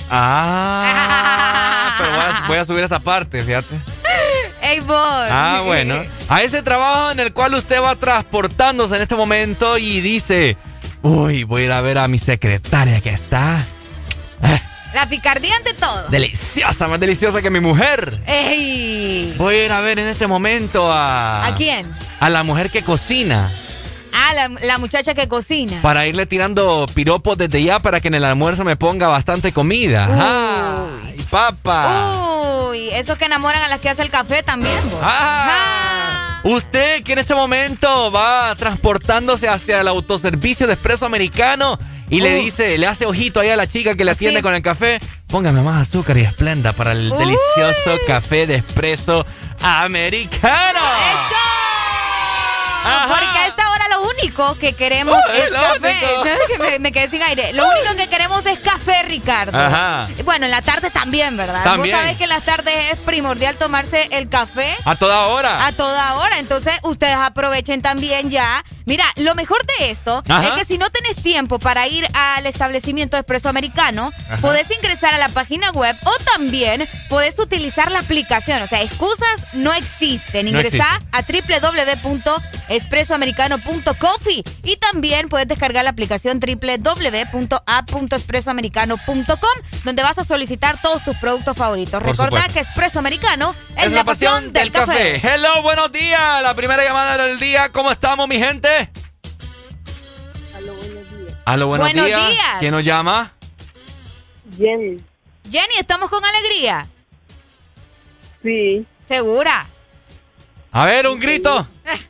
Pero voy a subir esta parte, fíjate. Ey, vos. Bueno. A ese trabajo en el cual usted va transportándose en este momento y dice, uy, voy a ir a ver a mi secretaria que está... La picardía ante todo. Deliciosa, más deliciosa que mi mujer. ¡Ey! Voy a ir a ver en este momento a... ¿A quién? A la mujer que cocina. La muchacha que cocina. Para irle tirando piropos desde ya para que en el almuerzo me ponga bastante comida. ¡Ay, papá! Uy, esos que enamoran a las que hace el café también, vos. Usted que en este momento va transportándose hacia el autoservicio de Espresso Americano y le dice, le hace ojito ahí a la chica que le atiende con el café, póngame más azúcar y esplenda para el delicioso café de Espresso Americano. ¡Eso! Porque a esta hora lo único que queremos es café. Que me quedé sin aire. Lo único que queremos es café, Ricardo. Bueno, en la tarde también, ¿verdad? También. Vos sabés que en las tardes es primordial tomarse el café. A toda hora. A toda hora. Entonces, ustedes aprovechen también ya. Mira, lo mejor de esto es que si no tenés tiempo para ir al establecimiento de Espresso Americano, podés ingresar a la página web o también podés utilizar la aplicación. O sea, excusas no existen. Ingresá a www.espressoamericano.coffee y también puedes descargar la aplicación www.app.espressoamericano.com, donde vas a solicitar todos tus productos favoritos. Recordá que Espresso Americano es la pasión del café. Hello, buenos días. La primera llamada del día. ¿Cómo estamos, mi gente? Aló, buenos días. Aló, buenos días. ¿Quién nos llama? Jenny. Jenny, ¿estamos con alegría? Sí. ¿Segura? A ver, un grito.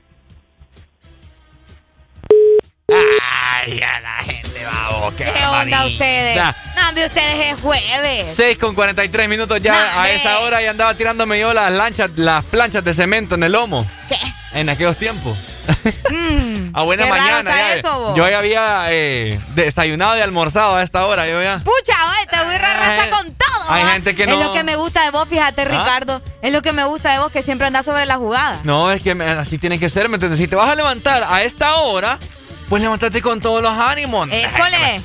Ay, a la gente, vamos. ¿Qué onda ustedes? No, de ustedes es jueves. 6:43 ya. A esa hora ya andaba tirándome yo las planchas de cemento en el lomo. ¿Qué? En aquellos tiempos. A buena qué mañana. Raro eso, yo ya había desayunado y almorzado a esta hora. Yo ya. Pucha, te voy a raza con todo. Hay gente que no. Es lo que me gusta de vos, fíjate, Ricardo. Es lo que me gusta de vos, que siempre andás sobre la jugada. No, es que así tiene que ser, ¿me entiendes? Si te vas a levantar a esta hora, pues levántate con todos los ánimos. ¡École!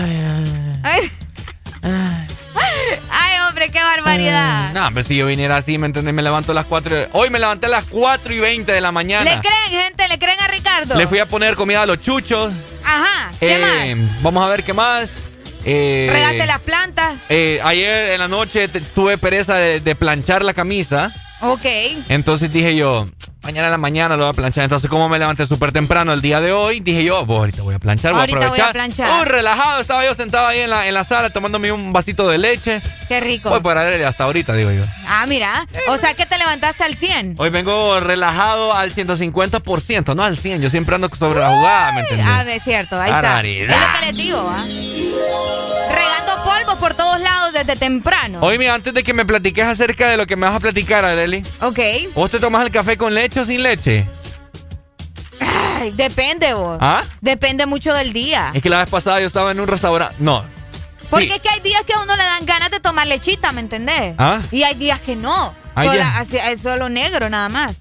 Ay, hombre, qué barbaridad. No, pero si yo viniera así, ¿me entiendes? Me levanto a las 4. Hoy me levanté a las 4:20 de la mañana. ¿Le creen, gente? ¿Le creen a Ricardo? Le fui a poner comida a los chuchos. Ajá. ¿Qué más? Vamos a ver qué más. Regaste las plantas. Ayer en la noche tuve pereza de planchar la camisa. Ok. Entonces dije yo, mañana en la mañana lo voy a planchar. Entonces, como me levanté súper temprano el día de hoy, dije yo, ahorita voy a planchar, voy a aprovechar. Relajado, estaba yo sentado ahí en la sala tomándome un vasito de leche. Qué rico. Voy para ver hasta ahorita, digo yo. Mira. O sea que te levantaste al 100. Hoy vengo relajado al 150%, no al 100. Yo siempre ando sobre la jugada, ¿me entiendes? Es cierto, ahí está. Es lo que les digo, regando polvo por todos lados desde temprano. Oye, antes de que me platiques acerca de lo que me vas a platicar, Adeli. Ok. ¿Vos te tomas el café con leche o sin leche? Ay, depende vos. Depende mucho del día. Es que la vez pasada yo estaba en un restaurante. No. Porque es que hay días que a uno le dan ganas de tomar lechita, ¿me entendés? Y hay días que no. Es solo negro nada más.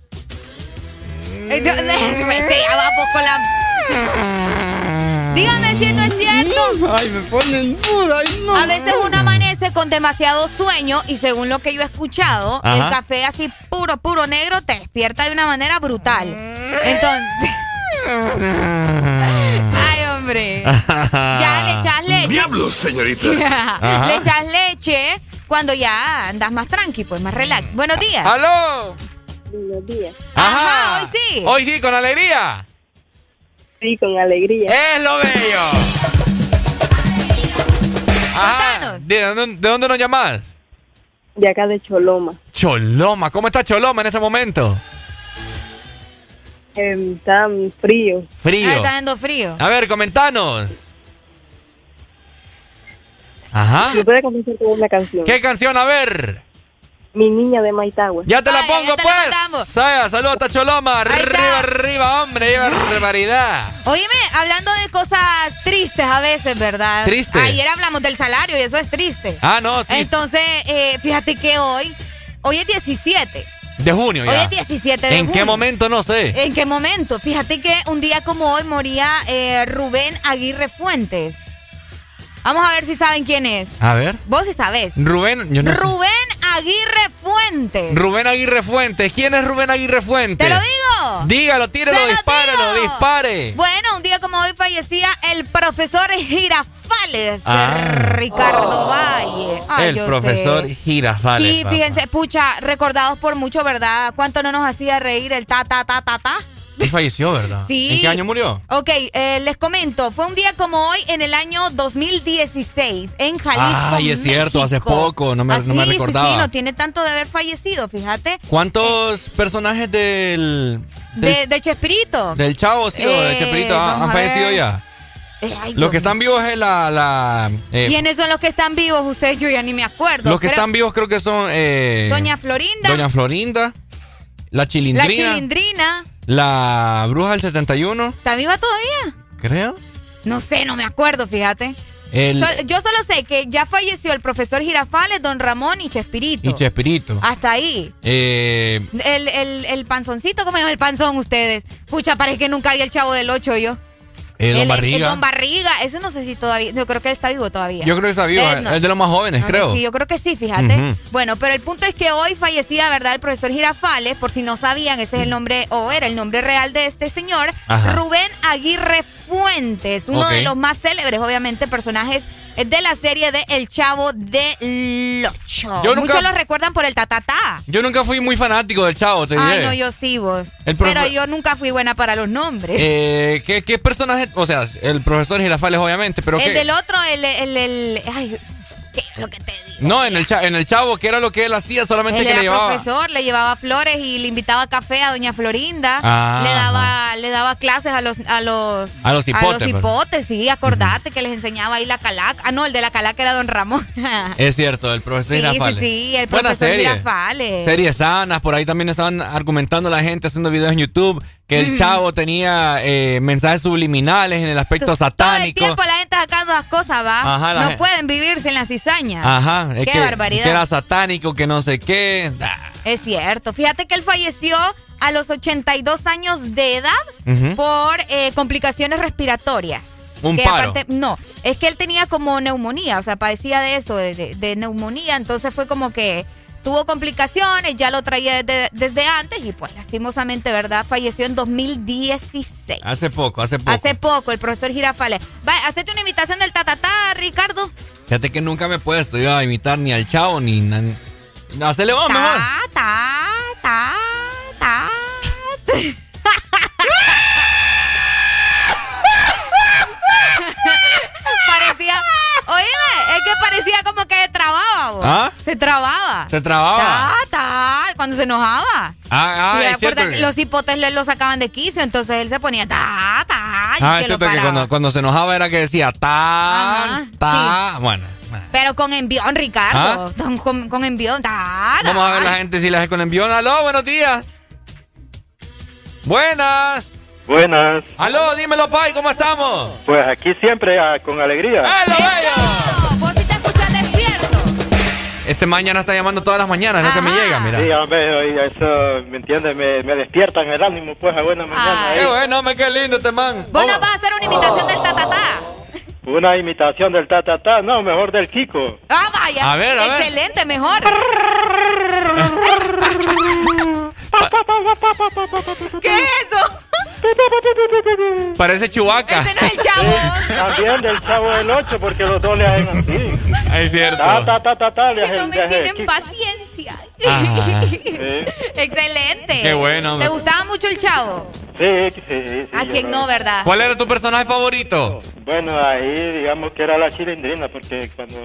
Dígame si no es cierto. Ay, me ponen duda. No. A veces uno amanece con demasiado sueño y según lo que yo he escuchado, el café así puro negro te despierta de una manera brutal. Entonces... Ay, hombre. Ya le echas leche. diablos, señorita? Le echas leche cuando ya andas más tranqui, pues más relax. Buenos días. ¡Aló! Buenos días. Ajá, hoy sí. Hoy sí, con alegría. Sí, con alegría. ¡Es lo bello! Ajá. ¿De dónde nos llamas? De acá de Choloma. Choloma. ¿Cómo está Choloma en este momento? Está frío. Frío. Está dando frío. A ver, comentanos. Ajá. ¿Me puede comenzar con una canción? ¿Qué canción? A ver. Mi niña de Maitagua. Ya te la pongo, pues. Saludos hasta Choloma. Arriba, hombre. ¡Qué barbaridad! Óyeme, hablando de cosas tristes a veces, ¿verdad? ¿Triste? Ayer hablamos del salario y eso es triste. Ah, no, sí. Entonces, fíjate que hoy es 17. De junio ya. Hoy es 17 de junio. ¿En qué momento? No sé. ¿En qué momento? Fíjate que un día como hoy moría Rubén Aguirre Fuentes. Vamos a ver si saben quién es. A ver. Vos sí sabés. Rubén, yo no sé. Rubén Aguirre Fuentes. Rubén Aguirre Fuentes. ¿Quién es Rubén Aguirre Fuentes? ¿Te lo digo? Dígalo, tírelo, dispare. Bueno, un día como hoy fallecía el profesor Girafales, Ricardo Valle. Ay, el profesor Girafales. Sí, fíjense, pucha, recordados por mucho, ¿verdad? ¿Cuánto no nos hacía reír el ta? Y falleció, ¿verdad? Sí. ¿En qué año murió? Ok, les comento. Fue un día como hoy en el año 2016 en Jalisco, Ay, es cierto, hace poco. No me recordaba. Sí, no tiene tanto de haber fallecido, fíjate. ¿Cuántos personajes de Chespirito? Del Chavo, sí, o de Chespirito han fallecido ya? Los que están vivos es ¿Quiénes son los que están vivos? Ustedes, yo ya ni me acuerdo. Los que están vivos creo que son... Doña Florinda. La Chilindrina. La Bruja del 71. ¿Está viva todavía? Creo. No sé, no me acuerdo, fíjate. Yo solo sé que ya falleció el profesor Girafales, Don Ramón y Chespirito. Hasta ahí. El panzoncito, ¿cómo se llama el panzón ustedes? Pucha, parece que nunca vi el Chavo del 8 yo. Don Barriga. El Don Barriga, ese no sé si todavía, yo creo que está vivo todavía. Yo creo que está vivo, es de los más jóvenes, creo. Sí, yo creo que sí, fíjate. Bueno, pero el punto es que hoy fallecía, ¿verdad? El profesor Girafales, por si no sabían, ese es el nombre, o era el nombre real de este señor, Rubén Aguirre Fuentes, uno de los más célebres, obviamente, personajes de la serie de El Chavo del Ocho. Muchos lo recuerdan por el tatatá. Yo nunca fui muy fanático del Chavo, te diré. Ay, no, yo sí, vos. Pero yo nunca fui buena para los nombres. ¿Qué personaje? O sea, el profesor Girafales, obviamente, pero el del otro, ay, ¿qué es lo que te digo? No, en el Chavo, ¿qué era lo que él hacía? Solamente que le llevaba... El profesor le llevaba flores y le invitaba café a doña Florinda. Le daba clases a los hipotes, sí, acordate que les enseñaba ahí la calaca. Ah, no, el de la calaca era don Ramón. Es cierto, el profesor Girafales. Sí, el profesor Girafales. Series sanas, por ahí también estaban argumentando la gente haciendo videos en YouTube que el Chavo tenía mensajes subliminales en el aspecto satánico. Todo el tiempo la gente sacando las cosas, ¿va? Ajá, no pueden vivir sin la cizaña. Ajá. Qué barbaridad. Que era satánico, que no sé qué. Es cierto. Fíjate que él falleció a los 82 años de edad por complicaciones respiratorias. Un paro. Aparte, no, es que él tenía como neumonía, o sea, padecía de eso, de neumonía, entonces fue como que tuvo complicaciones, ya lo traía desde antes y pues lastimosamente, ¿verdad? Falleció en 2016. Hace poco, el profesor Girafales. Va, hacete una imitación del tatatá, Ricardo. Fíjate que nunca me he puesto yo a imitar ni al Chavo ni... No, se le va mejor. Parecía... Oíme, es que parecía como que trababa, vos. ¿Ah? Se trababa. Cuando se enojaba. Es cierto. Los hipotes lo sacaban de quicio, entonces él se ponía es cierto que cuando se enojaba era que decía sí. Bueno. Pero con envión, Ricardo. Con envión. Vamos a ver la gente si la hace con envión. Aló, buenos días. Buenas. Aló, dímelo, Pai, ¿cómo estamos? Pues aquí siempre con alegría. ¡Eso! Vos sí te escuchas despierto. Este mañana está llamando todas las mañanas, no que me llega, mira. Sí, hombre, eso, ¿me entiendes? Me despiertan el ánimo, pues, a buena mañana. Qué bueno, qué lindo este man. ¿Vos nos vas a hacer una imitación del tatatá? Una imitación del tatatá, no, mejor del Kiko. Ah, vaya. A ver. Excelente, mejor. ¿Qué es eso? Parece Chewbacca. Ese no es el Chavo. También del Chavo del 8, porque los dos le hacen así. Es cierto. Le no me tienen paciencia. Excelente. Qué bueno. ¿Te gustaba mucho el Chavo? Sí. ¿A quién no, verdad? ¿Cuál era tu personaje favorito? Bueno, ahí digamos que era la Chilindrina, porque cuando...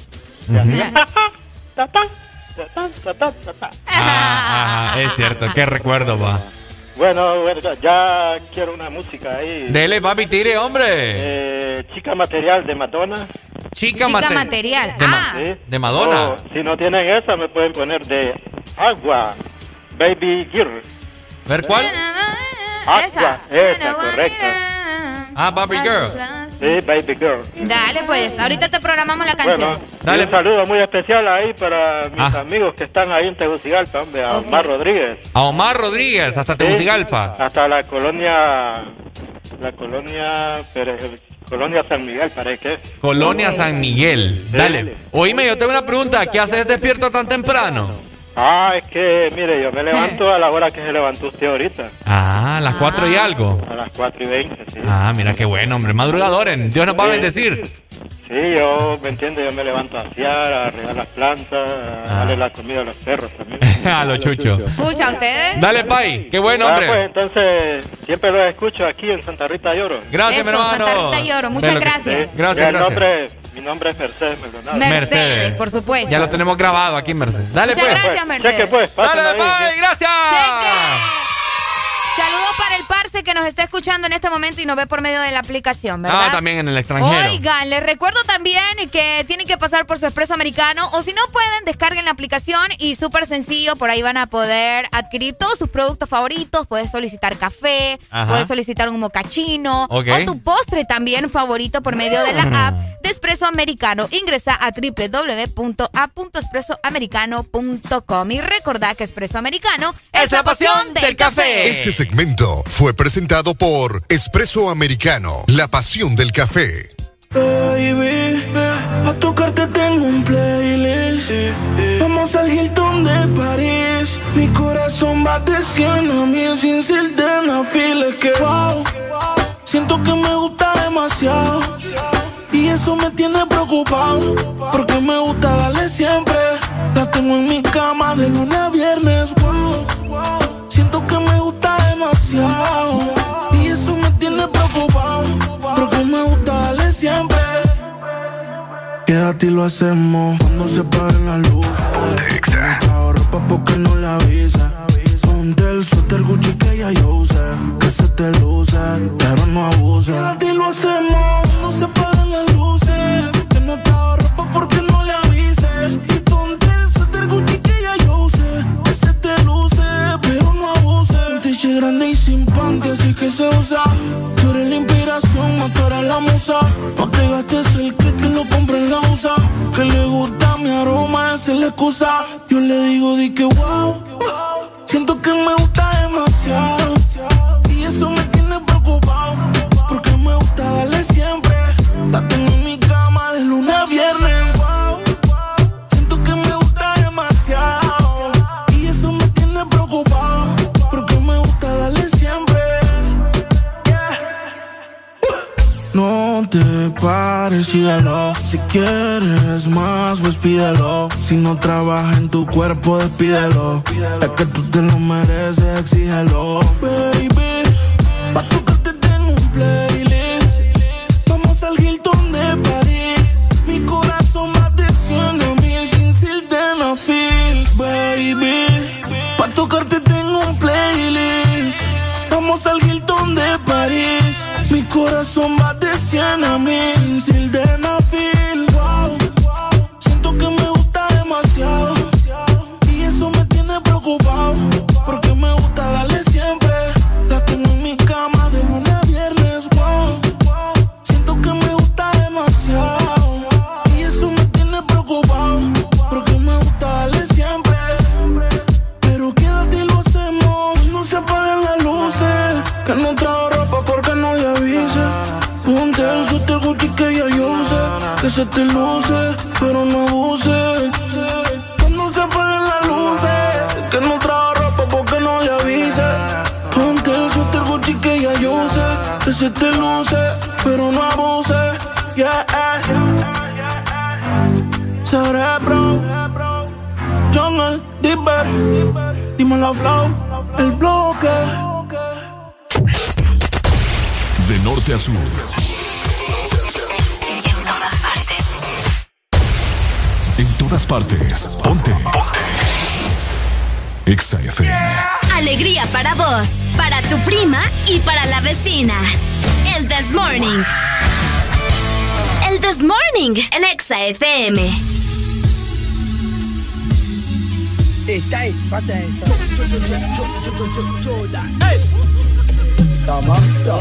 Es cierto, qué recuerdo, va. Bueno, ya quiero una música ahí. Dele, papi, tire, hombre. Chica Material de Madonna. Chica Material. De Madonna. O, si no tienen esa, me pueden poner de Agua, Baby Girl. ¿Ver cuál? Esa, correcto. Baby Girl. Sí, Baby Girl. Dale, pues, ahorita te programamos la canción. Bueno, dale. Un saludo muy especial ahí para mis amigos que están ahí en Tegucigalpa, hombre, a Omar Rodríguez. A Omar Rodríguez, hasta Tegucigalpa. Hasta la colonia San Miguel, parece que es. Colonia San Miguel. Dale. Oíme, yo tengo una pregunta. ¿Qué haces despierto tan temprano? Es que, mire, yo me levanto a la hora que se levantó usted ahorita. A las 4 y algo. A las 4:20, sí. Mira qué bueno, hombre. Madrugadores. Dios nos va a bendecir. Sí, yo, me entiende, yo me levanto a asear, a regar las plantas, a darle la comida a los perros también. A los chuchos. ¿Escucha ustedes? Dale, Pai. Qué bueno, hombre. Pues entonces, siempre los escucho aquí en Santa Rita de Oro. Gracias, mi hermano. Santa Rita de Oro. Muchas gracias. Gracias. Mi nombre es Mercedes Maldonado. Mercedes, por supuesto. Ya lo tenemos grabado aquí, Mercedes. Dale, muchas pues. Gracias, Mercedes. Cheque, pues. Dale, Pai. Gracias. Saludos para el parce que nos está escuchando en este momento y nos ve por medio de la aplicación, ¿verdad? También en el extranjero. Oigan, les recuerdo también que tienen que pasar por su Expreso Americano o si no pueden, descarguen la aplicación y súper sencillo, por ahí van a poder adquirir todos sus productos favoritos. Puedes solicitar café, puedes solicitar un mocachino o tu postre también favorito por medio de la app de Expreso Americano. Ingresa a www.a.expresoamericano.com y recordá que Expreso Americano es la pasión del café. Este segmento fue presentado por Expreso Americano, la pasión del café. Baby, a tocarte tengo un playlist. Vamos al Hilton de París. Mi corazón va de 100 a 1000 sin ser de una fila. Es que wow, siento que me gusta demasiado y eso me tiene preocupado, porque me gusta darle siempre. La tengo en mi cama de lunes a viernes. Wow, siento que me gusta demasiado y eso me tiene preocupado, porque me gusta darle siempre. Quédate y lo hacemos cuando se paren las luces. No trajo ropa porque no le avisa. Ponte el suéter Gucci que ya yo usé, que se te luce, pero no abuse. Quédate y lo hacemos cuando se paren las luces. Que no trajo ropa porque no le avise. Y ponte el suéter Gucci que ya yo usé, que se te luce, pero no abuse. Un t-shirt grande y sin panty, así que se usa. Tú eres la inspiración, no tú eres la musa. No te gastes el que lo compre en la USA. Que le gusta mi aroma, esa es la excusa. Yo le digo, di que wow, siento que me gusta demasiado y eso me tiene preocupado, porque me gusta darle siempre. La tengo en mi cama de lunes a viernes. Wow, siento que me gusta demasiado y eso me tiene preocupado, porque me gusta darle siempre. No te pares, síguelo. Si quieres más, pues pídelo. Si no trabaja en tu cuerpo, despídelo. Es que tú te lo mereces, exígelo. Baby, pa' tocarte tengo un playlist. Vamos al Hilton de París. Mi corazón va de 100 a 1000 sin sildenafil. Baby, pa' tocarte tengo un playlist. Vamos al Hilton de París. Mi corazón va de 100 a 1000 sin sildenafil. Wow, siento que me gusta demasiado y eso me tiene preocupado, porque me gusta darle siempre. La tengo en mi cama de lunes a viernes. Wow, siento que me gusta demasiado y eso me tiene preocupado, porque me gusta darle siempre. Pero quédate y lo hacemos. No se apagan las luces. Que no trajo ropa porque no le avise. Ponte el suéter Gucci que ya yo usé, que se te luce, pero no abuse. Cuando se apaguen las luces, que no trajo ropa porque no le avise. Ponte el suéter Gucci que ya yo se te luce, pero no abuse, yeah. Cerebro, Jungle, Dipper, dímelo flow, el bloque. De norte a sur. En todas partes. Ponte. Exa FM. Alegría para vos, para tu prima y para la vecina. El This Morning. El This Morning en Exa FM. Está ahí, pata esa. Come on, so.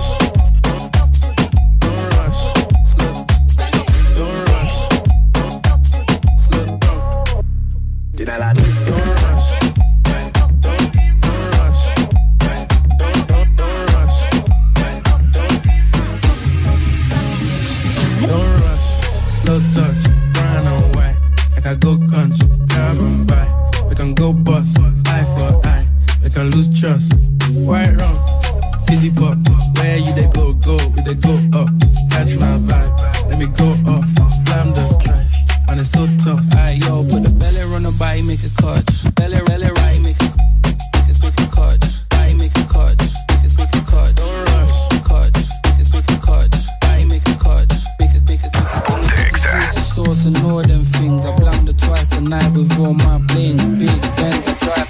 Slow touch, brown and white. Like I go country, grab and buy. We can go bust, eye for eye. We can lose trust. White rum, fizzy pop. Where you they go, we they go up. Catch my vibe, let me go off. Slam the knife, and it's so tough. Alright, yo, put the belly on the body, make a clutch. Belly, right, make a clutch. Body, make a clutch. Make a clutch. Don't rush. Clutch. Make a clutch. Body, make a clutch. Make a sauce and all them things. I blammed it twice a night with all my bling. Big Benz, I drive.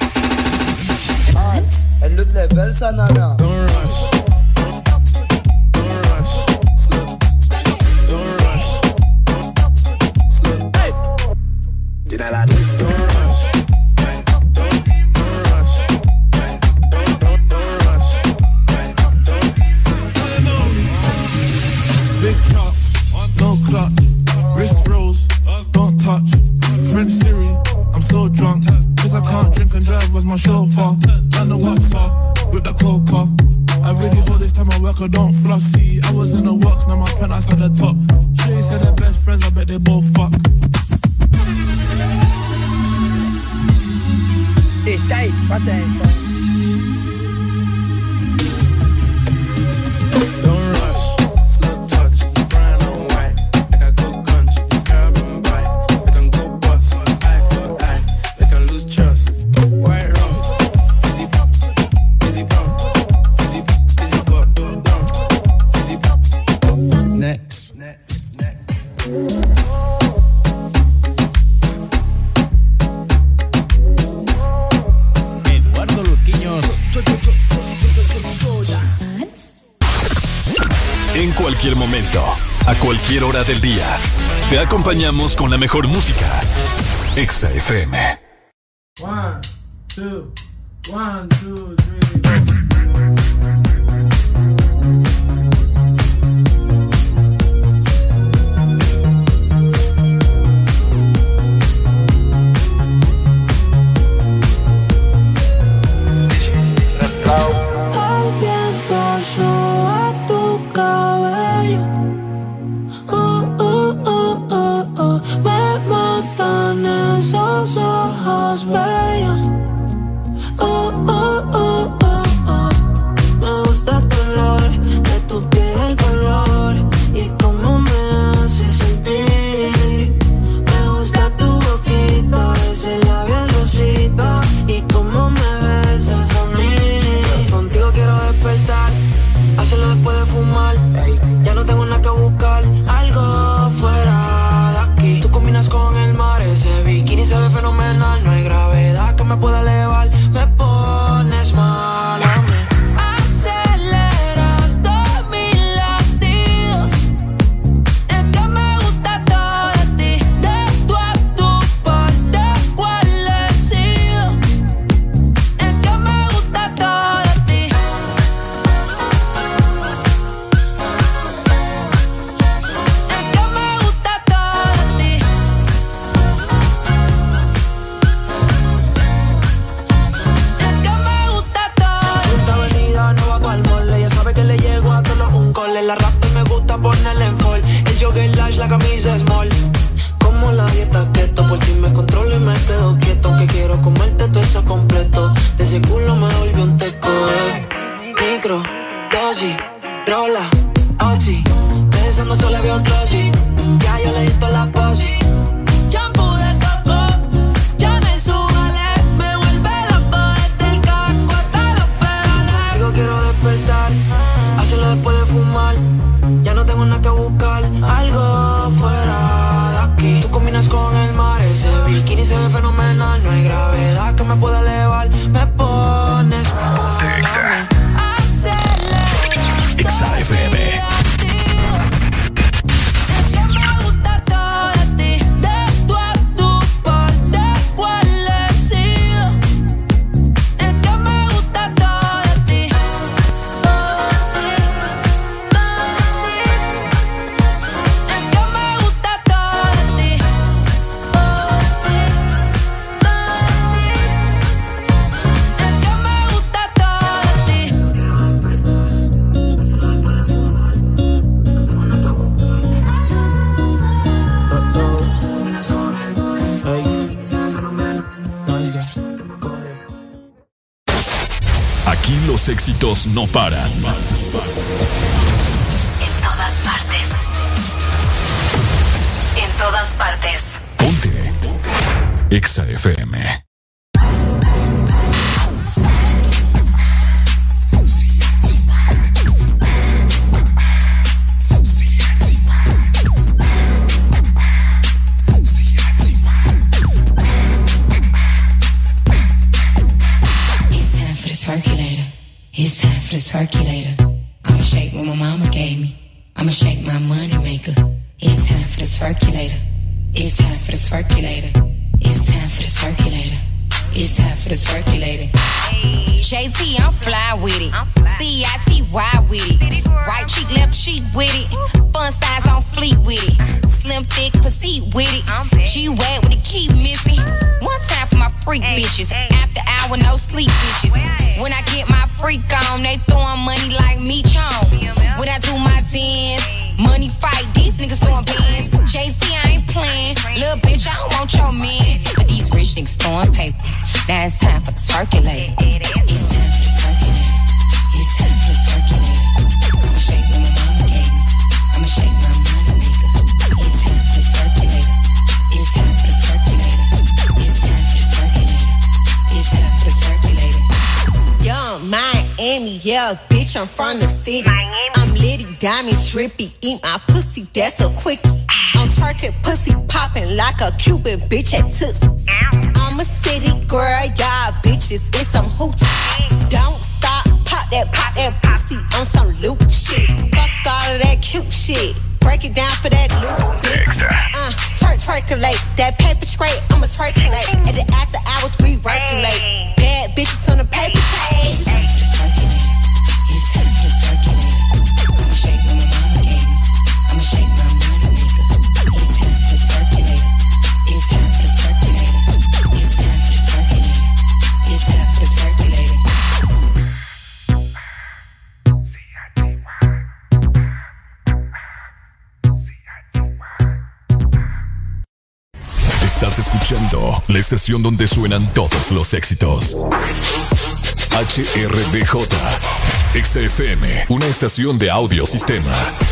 El look de Versa, nana. Don't rush. Don't rush. Slow. Don't rush. Slow. Hey. You know like this. Don't rush. Big chop, no clutch, wrist rose, don't touch. French Siri, I'm so drunk, cause I can't drink and drive, was my chauffeur. I know what for, with the coca. I really hold this time I work, I don't floss. See, I was in the work, now my penthouse at the top. Shay said they're best friends, I bet they both fuck. Está ahí, pata esa. Eduardo Luzquiños. En cualquier momento, a cualquier hora del día, te acompañamos con la mejor música. Exa FM. 1, 2, 1, 2, 3. Bellos. Rola, Oxy, pensando solo veo glossy. Ya yo le di toda la posi. Shampoo de coco, ya me subale. Me vuelve loco desde el carro hasta los pedales. Digo quiero despertar, hacerlo después de fumar. Ya no tengo nada que buscar, algo fuera de aquí. Tú combinas con el mar, ese bikini se ve fenomenal. No hay gravedad que me pueda elevar. Me pones Exa. Exa FM. Aquí los éxitos no paran. En todas partes. En todas partes. Ponte. Exa FM. It's time for the circulator. I'ma shake what my mama gave me. I'ma shake my money maker. It's time for the circulator. It's time for the circulator. It's time for the circulator. It's time for the circulator. JT, I'm fly with it. C-I-T-Y with it. Right cheek, left cheek with it. Fun size on fleek with it. Slim, thick, petite with it. G-Wag with the key missing. One time for my freak bitches. After hour, no sleep bitches. When I get my freak on, they throwing money like me chon. When I do my tens, money fight, these niggas throwing pins. JC, I ain't playing. Little bitch, I don't want your man. But these rich niggas throwing paper. Now it's time for the circulator. It's time for the circulator. It's time for the circulator. I'ma shake what my mama gave me. I'ma shake my money maker. It's time for the circulator. It's time for the circulator. It's time for the circulator. It's time for the circulator. Young Miami, yeah, bitch, I'm from the city. I'm litty, diamond, trippy, eat my pussy, that's a quickie. I'm twerking, pussy popping like a Cuban bitch at Tootsie. I'm a city girl, y'all bitches, it's some hoochie. Don't stop, pop that pussy on some loot shit. Fuck all of that cute shit. Break it down for that loot, bitch. Twerkulate, that paper straight, I'ma twerkulate. At the after hours, we working late. Bad bitches on the paper chase. It's time for the circulator. I'ma shake what my mama gave me. I'ma shake my money maker. It's time for the circulator. It's time for the circulator. It's time for the circulator. It's time for the circulator. Estás escuchando la estación donde suenan todos los éxitos. HRDJ, Exa FM, una estación de audio sistema.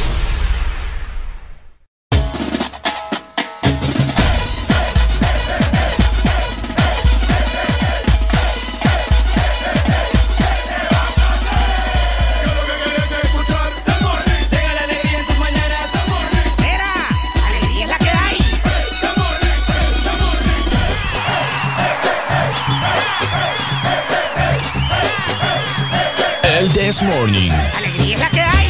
El This Morning. Alegría es la que hay.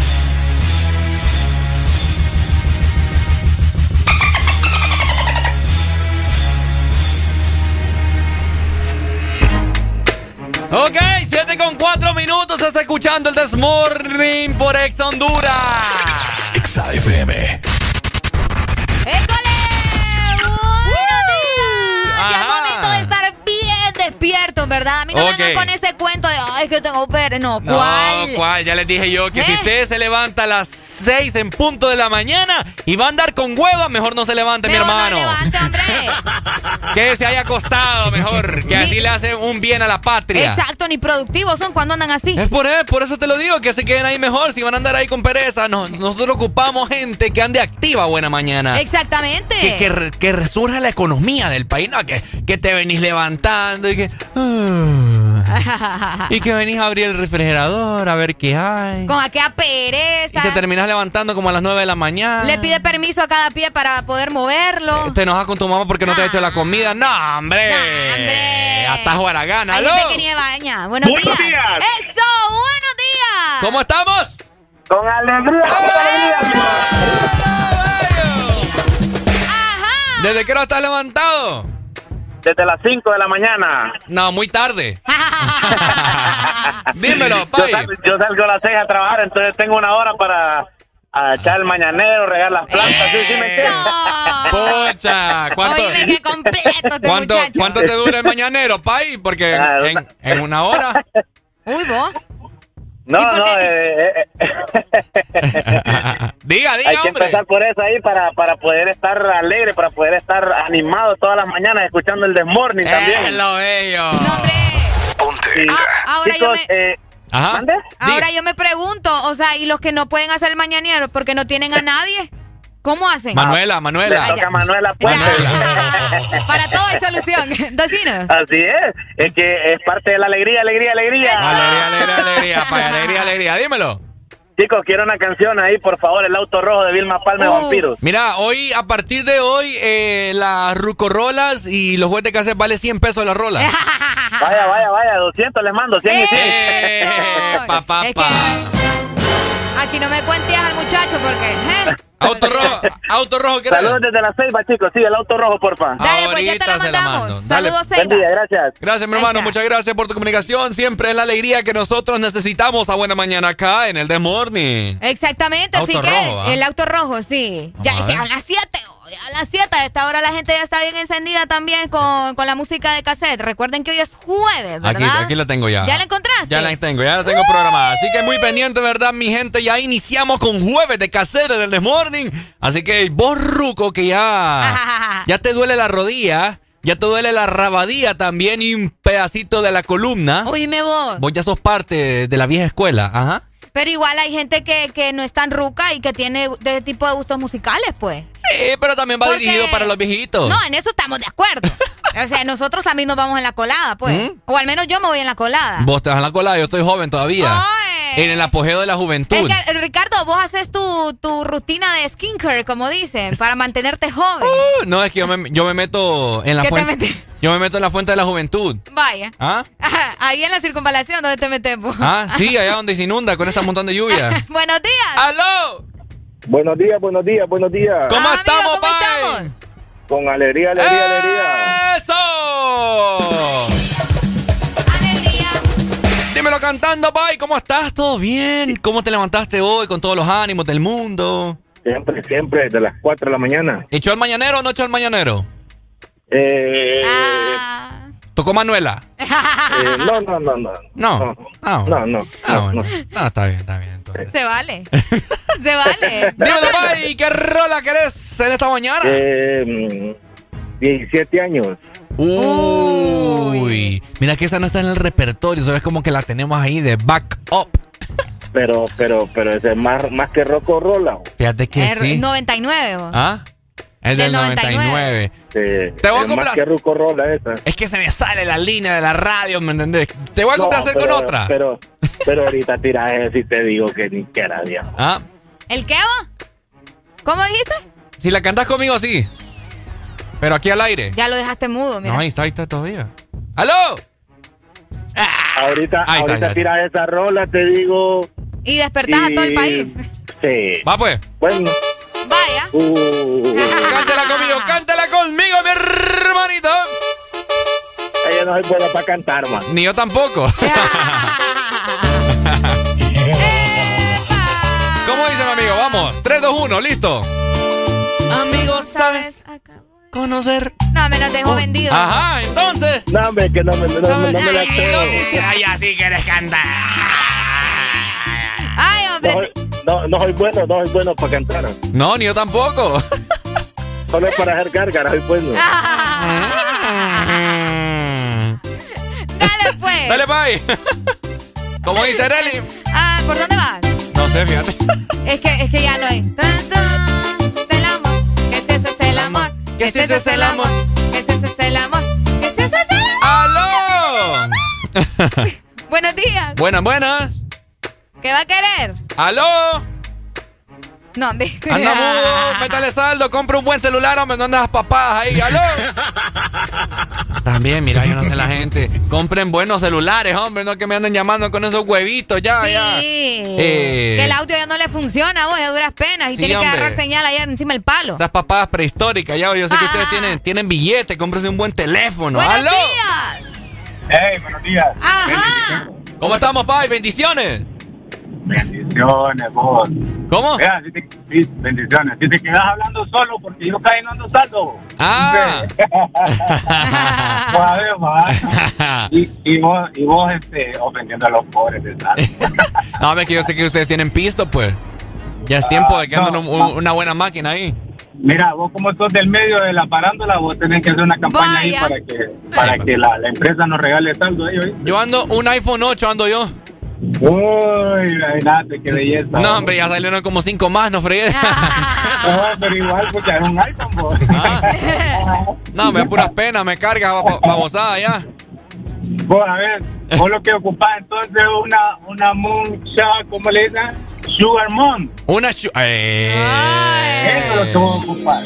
Ok, 7:04. Está escuchando el This Morning por Exa Honduras. Exa FM. ¡École! ¡Buenos días! Ya es momento de estar bien despiertos, ¿verdad? A mí no vengan con ese cuento de, ay, que tengo pereza. No, ¿cuál? No, ¿cuál? Ya les dije yo que si usted se levanta a las 6 en punto de la mañana y va a andar con hueva, mejor no se levante, mi hermano. No levante, hombre. Que se haya acostado mejor, que así le hace un bien a la patria. Exacto, ni productivos son cuando andan así. Es por eso te lo digo, que se queden ahí mejor. Si van a andar ahí con pereza, nosotros ocupamos gente que ande activa buena mañana. Exactamente. Que resurja la economía del país, no que te venís levantando y que... y que venís a abrir el refrigerador a ver qué hay. Con aquella pereza. Y te terminas levantando como a las 9 de la mañana. Le pide permiso a cada pie para poder moverlo. Te enojas con tu mamá porque no te ha hecho la comida. ¡No, hombre! Hasta jugar a gana. Hay gente que ni baña. Buenos días. ¡Eso! ¡Buenos días! ¿Cómo estamos? Con alegría. Ajá. ¿Desde qué hora estás levantado? Desde las 5 de la mañana. No, muy tarde. Dímelo, Pai. Yo salgo a las 6 a trabajar, entonces tengo una hora para echar el mañanero, regar las plantas. ¿Sí me entiendes? Pocha, Oye, qué completo ¿Cuánto te dura el mañanero, Pai? Porque en una hora. Uy, vos. No. Diga, Hay que hombre. empezar por eso ahí para poder estar alegre, para poder estar animado todas las mañanas escuchando el Desmorning también. Es lo bello. No, hombre. Ahora Chicos, Ajá. Ahora yo me pregunto, o sea, ¿y los que no pueden hacer el mañanero porque no tienen a nadie? ¿Cómo hacen? Manuela. Le toca a Manuela Puente. Para todo hay solución. Docinos. Así es que es parte de la alegría. Alegría, Pai, alegría. Dímelo. Chicos, quiero una canción ahí, por favor, El Auto Rojo de Vilma Palma de Vampiros. Mira, a partir de hoy, las rucorolas y los juguetes de cassette vale 100 pesos la rola. Vaya, 200 les mando, 100 y 100. Aquí no me cuentes al muchacho porque... Auto rojo, ¿qué Saludos desde la Ceiba, chicos. Sí, el auto rojo, porfa. Dale, pues ya te la mandamos. Saludos, Ceiba. Buen día, gracias. Gracias, mi hermano. Muchas gracias por tu comunicación. Siempre es la alegría que nosotros necesitamos a buena mañana acá en el The Morning. Exactamente, así que el auto rojo, sí. Ya es que a las 7. A las 7 a esta hora la gente ya está bien encendida también con la música de cassette. Recuerden que hoy es jueves, ¿verdad? Aquí la tengo ya. ¿Ya la encontraste? Ya la tengo programada. Así que muy pendiente, ¿verdad, mi gente? Ya iniciamos con jueves de cassette del The Morning. Así que vos, ruco, que ya te duele la rodilla, ya te duele la rabadía también y un pedacito de la columna. Oíme vos. Vos ya sos parte de la vieja escuela, ajá. Pero igual hay gente que no es tan ruca y que tiene de ese tipo de gustos musicales, pues. Sí, pero también va dirigido para los viejitos. No, en eso estamos de acuerdo. O sea, nosotros también nos vamos en la colada, pues. O al menos yo me voy en la colada. Vos te vas en la colada, yo estoy joven todavía. En el apogeo de la juventud. Es que, Ricardo, vos haces tu rutina de skincare, como dicen, para mantenerte joven. No, es que yo me meto en la fuente. Yo me meto en la fuente de la juventud. Vaya. ¿Ah? Ahí en la circunvalación donde te metemos. Sí, allá donde se inunda con esta montón de lluvia. Buenos días. ¡Aló! Buenos días. ¿Cómo estamos, Pai? Con alegría. ¡Eso! ¡Alegría! Dímelo cantando, Pai. ¿Cómo estás? ¿Todo bien? ¿Cómo te levantaste hoy con todos los ánimos del mundo? Siempre, desde las 4 de la mañana. ¿Echó el mañanero o no echó el mañanero? ¿Tocó Manuela? No. No, está bien. Entonces. Se vale. Se vale. Dímelo, Pai, ¿qué rola querés en esta mañana? 17 años. Uy, mira que esa no está en el repertorio, ¿sabes? Como que la tenemos ahí de backup. Pero ese es más que rock o rola. Fíjate que sí. 99. ¿Ah? Es del 99. Sí, te voy a complacer. Más que rock o rola esa. Es que se me sale la línea de la radio, ¿me entendés? Te voy a complacer con otra. Pero ahorita tiras eso y te digo que ni que era, Dios. ¿El qué vos? ¿Cómo dijiste? Si la cantás conmigo, sí. Pero aquí al aire. Ya lo dejaste mudo, mira. No, ahí está todavía. ¡Aló! Ahorita tiras esa rola, te digo. Y despertás a todo el país. Sí. Va pues. Bueno. Vaya. Cántala conmigo, mi hermanito. Ella no soy buena para cantar, man. Ni yo tampoco. ¿Cómo dicen, amigo? Vamos. 3, 2, 1, listo. Amigos, ¿sabes? Conocer. No, me nos dejó vendido. Ajá, entonces. No, hombre, que no me la creo. Ay, así quieres cantar. Ay, hombre. no soy bueno para cantar. No, ni yo tampoco. Solo es para hacer gárgaras, soy bueno. Dale, pues. Dale, bye. ¿Cómo dice Arely? ¿Por dónde vas? No sé, fíjate. Es que ya no hay. El amor. ¿Qué si eso es el amor? ¿Qué si eso es el amor? ¿Qué si eso es el amor? ¿Qué si eso es el amor? ¡Aló! Buenos días. Buenas. ¿Qué va a querer? ¡Aló! No, hombre. Anda mudo, métale saldo, compra un buen celular, hombre, no andas papadas ahí, ¡aló! También, mira, yo no sé la gente. Compren buenos celulares, hombre, no que me anden llamando con esos huevitos, ya. Que el audio ya no le funciona, vos, a duras penas, y sí, tiene que hombre. agarrar señal allá encima del palo. Esas papadas prehistóricas, ya, yo sé que ustedes tienen billetes, cómprense un buen teléfono. ¡Buenos ¡aló! días! ¡Hey, buenos días! ¡Ajá! ¿Cómo estamos, Pai? ¡Bendiciones! Bendiciones, vos. ¿Cómo? Vea, bendiciones. Si te quedas hablando solo, porque yo casi no ando saldo. ¡Ah! y vos ofendiendo a los pobres de saldo. No, hombre, que yo sé que ustedes tienen pisto, pues. Ya es tiempo de que anden una buena máquina ahí. Mira, vos como sos del medio de la parándula, vos tenés que hacer una campaña ahí para que la empresa nos regale saldo ahí. Yo ando un iPhone 8, ando yo. Uy, imagínate, qué belleza. No, hombre, ya salieron como 5 más, no fregué. No, pero igual, porque es un iPhone, vos. No, me da puras penas, me carga babosada ya. Vos, a ver, vos lo que ocupás entonces una mucha, ¿cómo le dicen? Sugar Mom. Eso es lo que vos ocupás.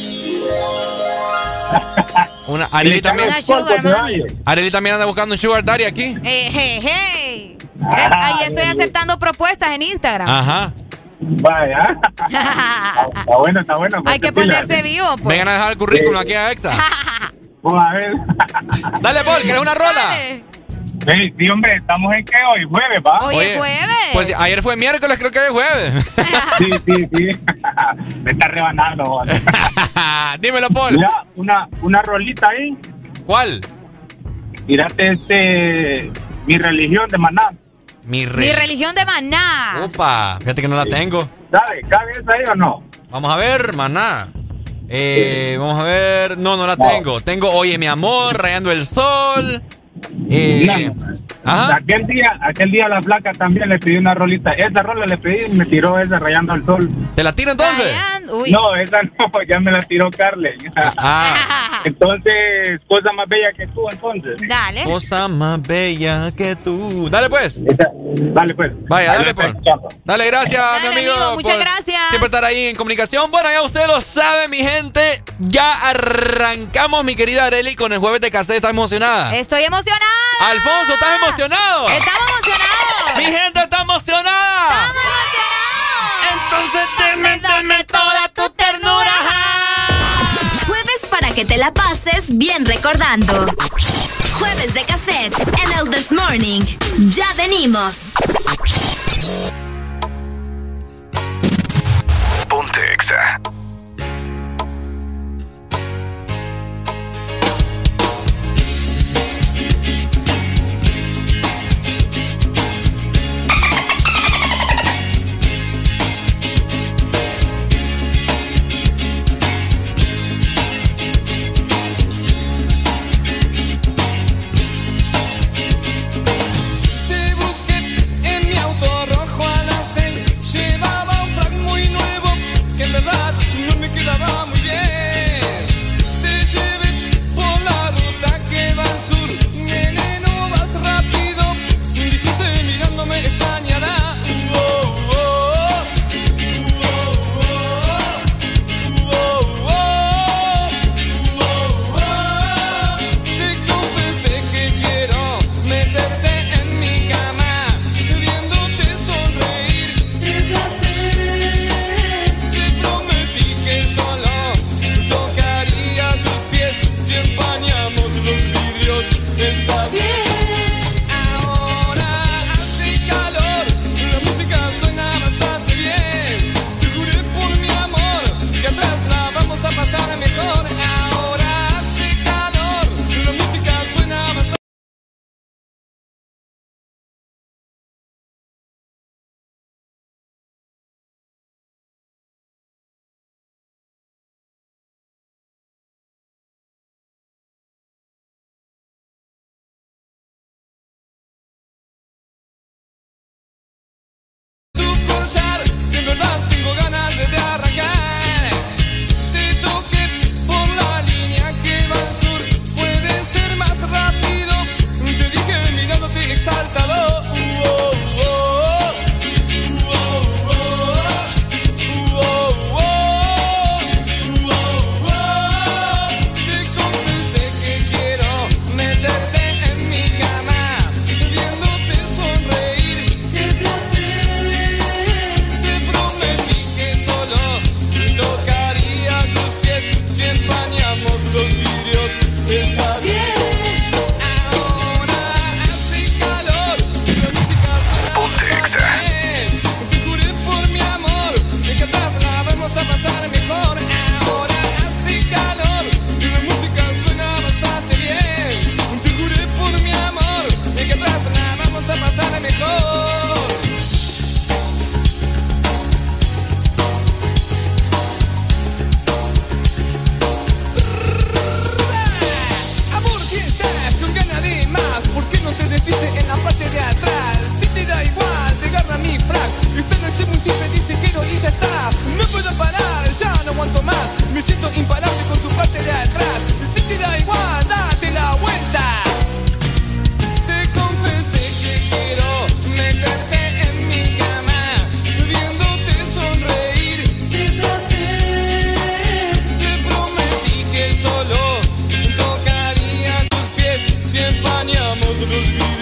Arely también anda buscando un Sugar Daddy aquí. Hey. Ahí estoy aceptando propuestas en Instagram. Ajá. Vaya. Está bueno. Hay que ponerse vivo, pues. Vengan a dejar el currículum aquí a Exa. Vamos a ver. Dale, Paul, ¿querés una rola? Sí, hombre, ¿estamos en qué hoy? ¿Jueves, va? Hoy es jueves. Pues ayer fue miércoles, creo que es jueves. Sí. Me está rebanando. Dímelo, Paul. Mira, una rolita ahí. ¿Cuál? Mírate Mi Religión de Maná. Mi Religión de Maná. Opa, fíjate que no la tengo. ¿Sabe? ¿Cabe esa ahí o no? Vamos a ver, Maná. Vamos a ver. No la tengo. Tengo Oye mi amor, Rayando el Sol. Ajá. Aquel día la flaca también le pidió una rolita. Esa rola le pedí y me tiró esa Rayando el Sol. ¿Te la tira entonces? No, esa no, ya me la tiró Carle. Entonces, Cosa Más Bella que Tú, entonces. Dale. Cosa Más Bella que Tú. Dale pues. Dale pues. Vaya, dale pues. Dale, gracias, mi amigo. Muchas gracias. Siempre estar ahí en comunicación. Bueno, ya usted lo sabe, mi gente. Ya arrancamos, mi querida Arely, con el jueves de cassette. ¿Estás emocionada? Estoy emocionada. Alfonso, ¿estás emocionado? Estamos emocionados. Mi gente está emocionada. Estamos emocionados. Entonces dame toda tu ternura. Jueves para que te la pases bien recordando. Jueves de cassette en el This Morning. Ya venimos. Ponte Exa. Te busqué en mi auto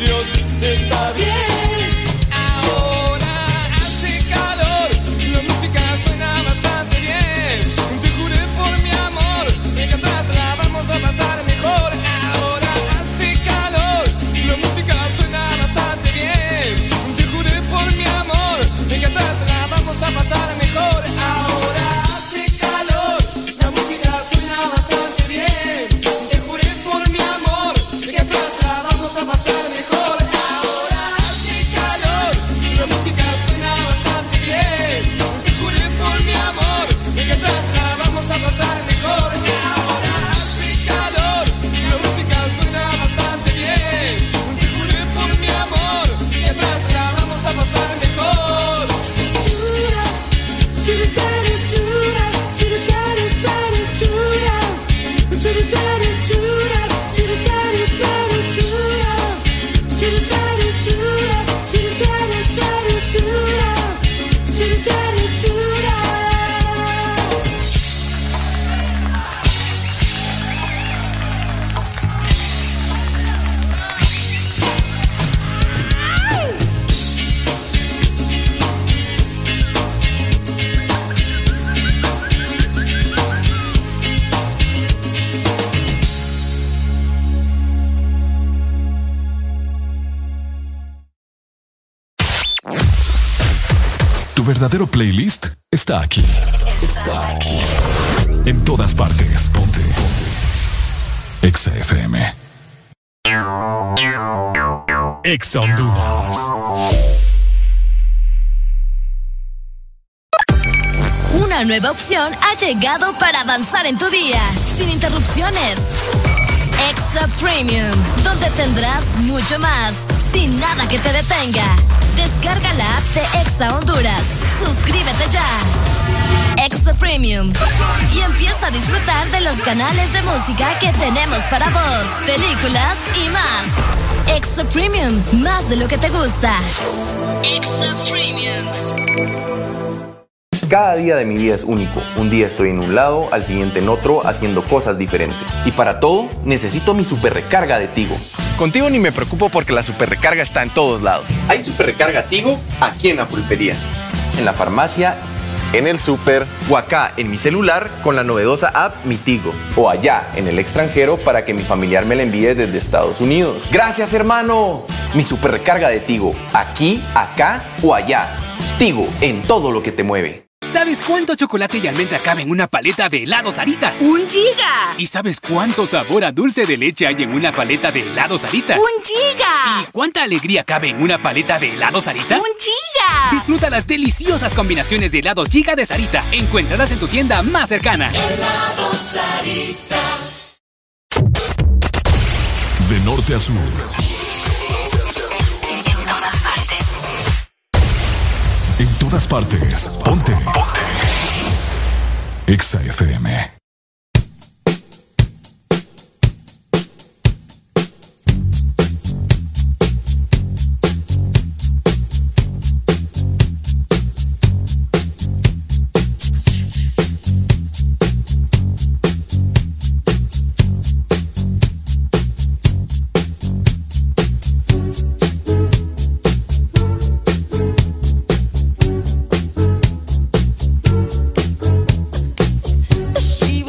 vidrios está bien. Ahora hace calor, la música suena bastante bien. Te juré por mi amor que atrás la vamos a pasar mejor. Ahora hace calor, la música suena bastante bien. Te juré por mi amor que atrás la vamos a pasar mejor. Ahora hace calor, la música suena bastante bien. Te juré por mi amor que atrás la vamos a pasar mejor. Ahora hace calor, la música suena bastante bien. Te juré por mi amor que atrás la vamos a pasar mejor. Ahora hace calor, la música suena bastante bien. Te juré por mi amor que atrás la vamos a pasar mejor. Tu verdadero playlist está aquí. Está aquí. En todas partes. Ponte. Exa FM. Exa Honduras. Una nueva opción ha llegado para avanzar en tu día, sin interrupciones. Exa Premium, donde tendrás mucho más, sin nada que te detenga. Descarga la app de Exa Honduras. Suscríbete ya. Exa Premium. Y empieza a disfrutar de los canales de música que tenemos para vos, películas y más. Exa Premium, más de lo que te gusta. Exa Premium. Cada día de mi vida es único. Un día estoy en un lado, al siguiente en otro, haciendo cosas diferentes. Y para todo, necesito mi super recarga de Tigo. Contigo ni me preocupo porque la super recarga está en todos lados. Hay super recarga Tigo aquí en la pulpería, en la farmacia, en el súper o acá en mi celular con la novedosa app Mi Tigo. O allá en el extranjero para que mi familiar me la envíe desde Estados Unidos. ¡Gracias, hermano! Mi super recarga de Tigo, aquí, acá o allá. Tigo, en todo lo que te mueve. ¿Sabes cuánto chocolate y almendra cabe en una paleta de helado Sarita? ¡1 giga! ¿Y sabes cuánto sabor a dulce de leche hay en una paleta de helado Sarita? 1 giga! ¿Y cuánta alegría cabe en una paleta de helado Sarita? 1 giga! Disfruta las deliciosas combinaciones de helados Giga de Sarita. Encuéntralas en tu tienda más cercana. Helado Sarita. De norte a sur. En todas partes. Ponte. Exa FM. She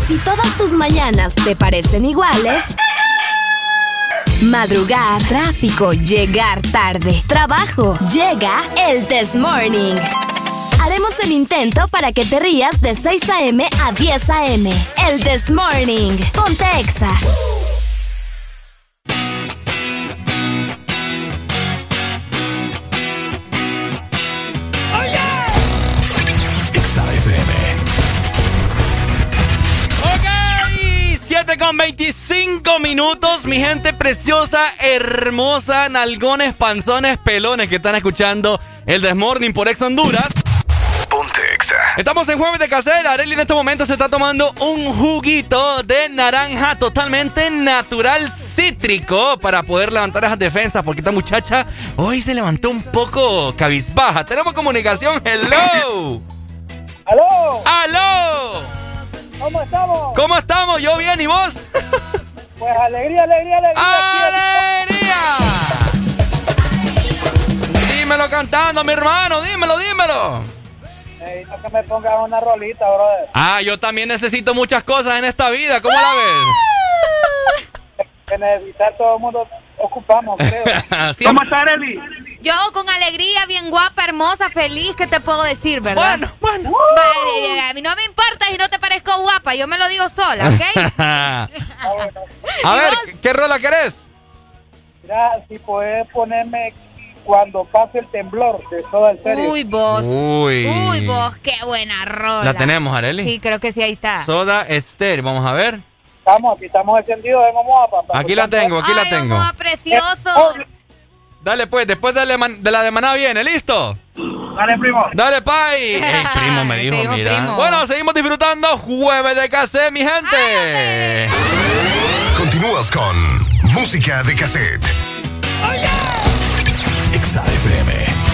Si todas tus mañanas te parecen iguales, madrugar, tráfico, llegar tarde, trabajo, llega el This Morning. Haremos el intento para que te rías de 6 a.m. a 10 a.m. El This Morning. Ponte Exa. Exa FM. Ok, 7:25 minutos, mi gente preciosa, hermosa, nalgones, panzones, pelones que están escuchando el This Morning por Exa Honduras. Ponte Exa. Estamos en Jueves de Casera. Arely en este momento se está tomando un juguito de naranja totalmente natural, cítrico, para poder levantar esas defensas, porque esta muchacha hoy se levantó un poco cabizbaja. Tenemos comunicación. ¡Hello! ¡Aló! ¡Aló! ¿Cómo estamos? ¿Cómo estamos? ¿Yo bien y vos? Pues alegría, alegría, alegría. ¡Alegría! Dímelo cantando, mi hermano, dímelo. Necesito que me pongas una rolita, brother. Ah, yo también necesito muchas cosas en esta vida, ¿cómo la ves? Que necesitar todo el mundo ocupamos, creo. ¿Cómo está, Arely? Yo con alegría, bien guapa, hermosa, feliz, ¿qué te puedo decir, verdad? Bueno. A mí no me importa si no te parezco guapa, yo me lo digo sola, ¿ok? A ver, ¿qué rola querés? Mira, si puedes ponerme Cuando pase el temblor de Soda Stereo. Uy, vos, qué buena rola. ¿La tenemos, Arely? Sí, creo que sí, ahí está. Soda Stereo, vamos a ver. Aquí estamos encendidos en Omoa, papá. Aquí la tengo. Omoa, precioso. Dale, pues, después de la de Maná viene, ¿listo? Dale, primo. Dale, pai. El primo me dijo, mira. Primo. Bueno, seguimos disfrutando Jueves de Cassette, mi gente. Continúas con Música de Cassette. Exa FM.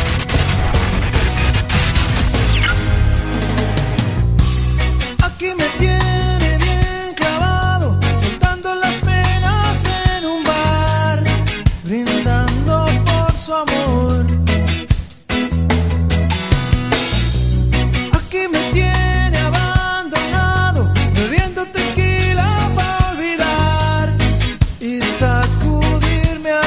Aquí me tiene bien clavado, soltando las penas en un bar, brindando por su amor. Aquí me tiene abandonado, bebiendo tequila para olvidar y sacudirme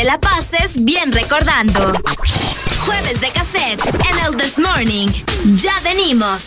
la pases bien recordando. Jueves de cassette en el This Morning. Ya venimos.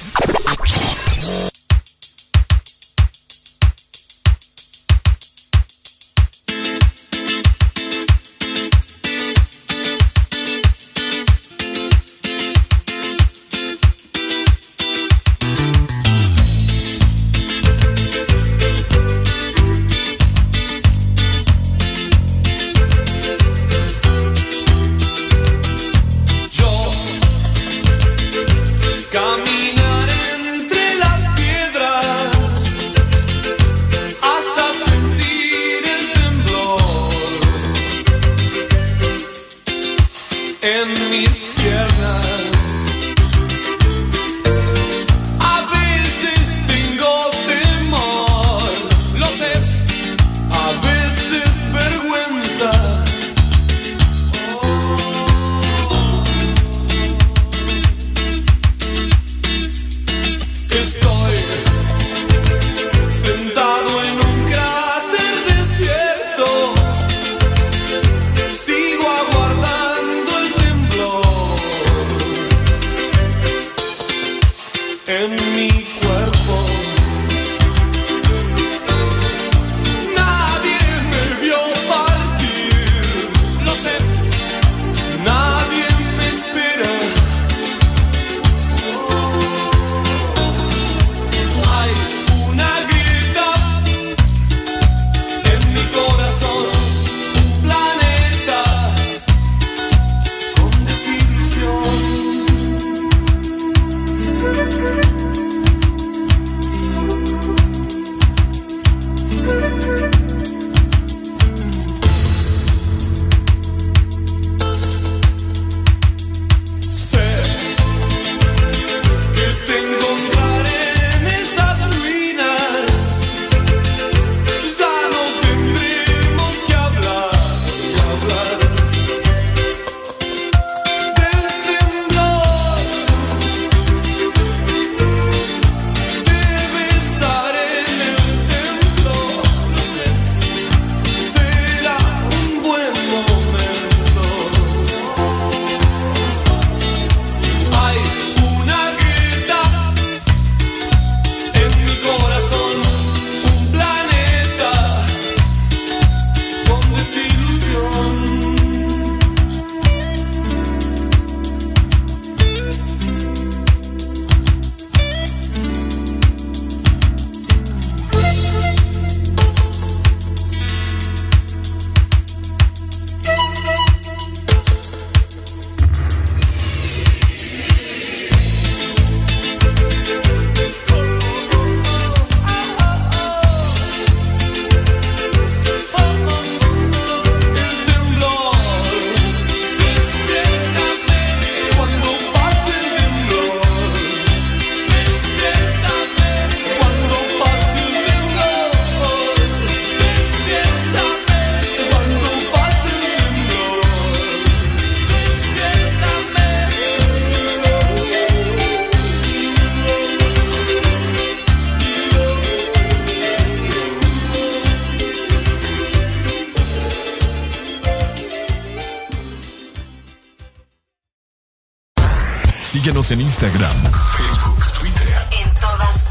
Síguenos en Instagram, Facebook, Twitter. En todas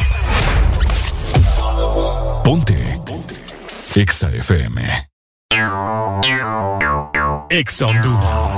partes. Ponte. Exa FM. Exa Honduras.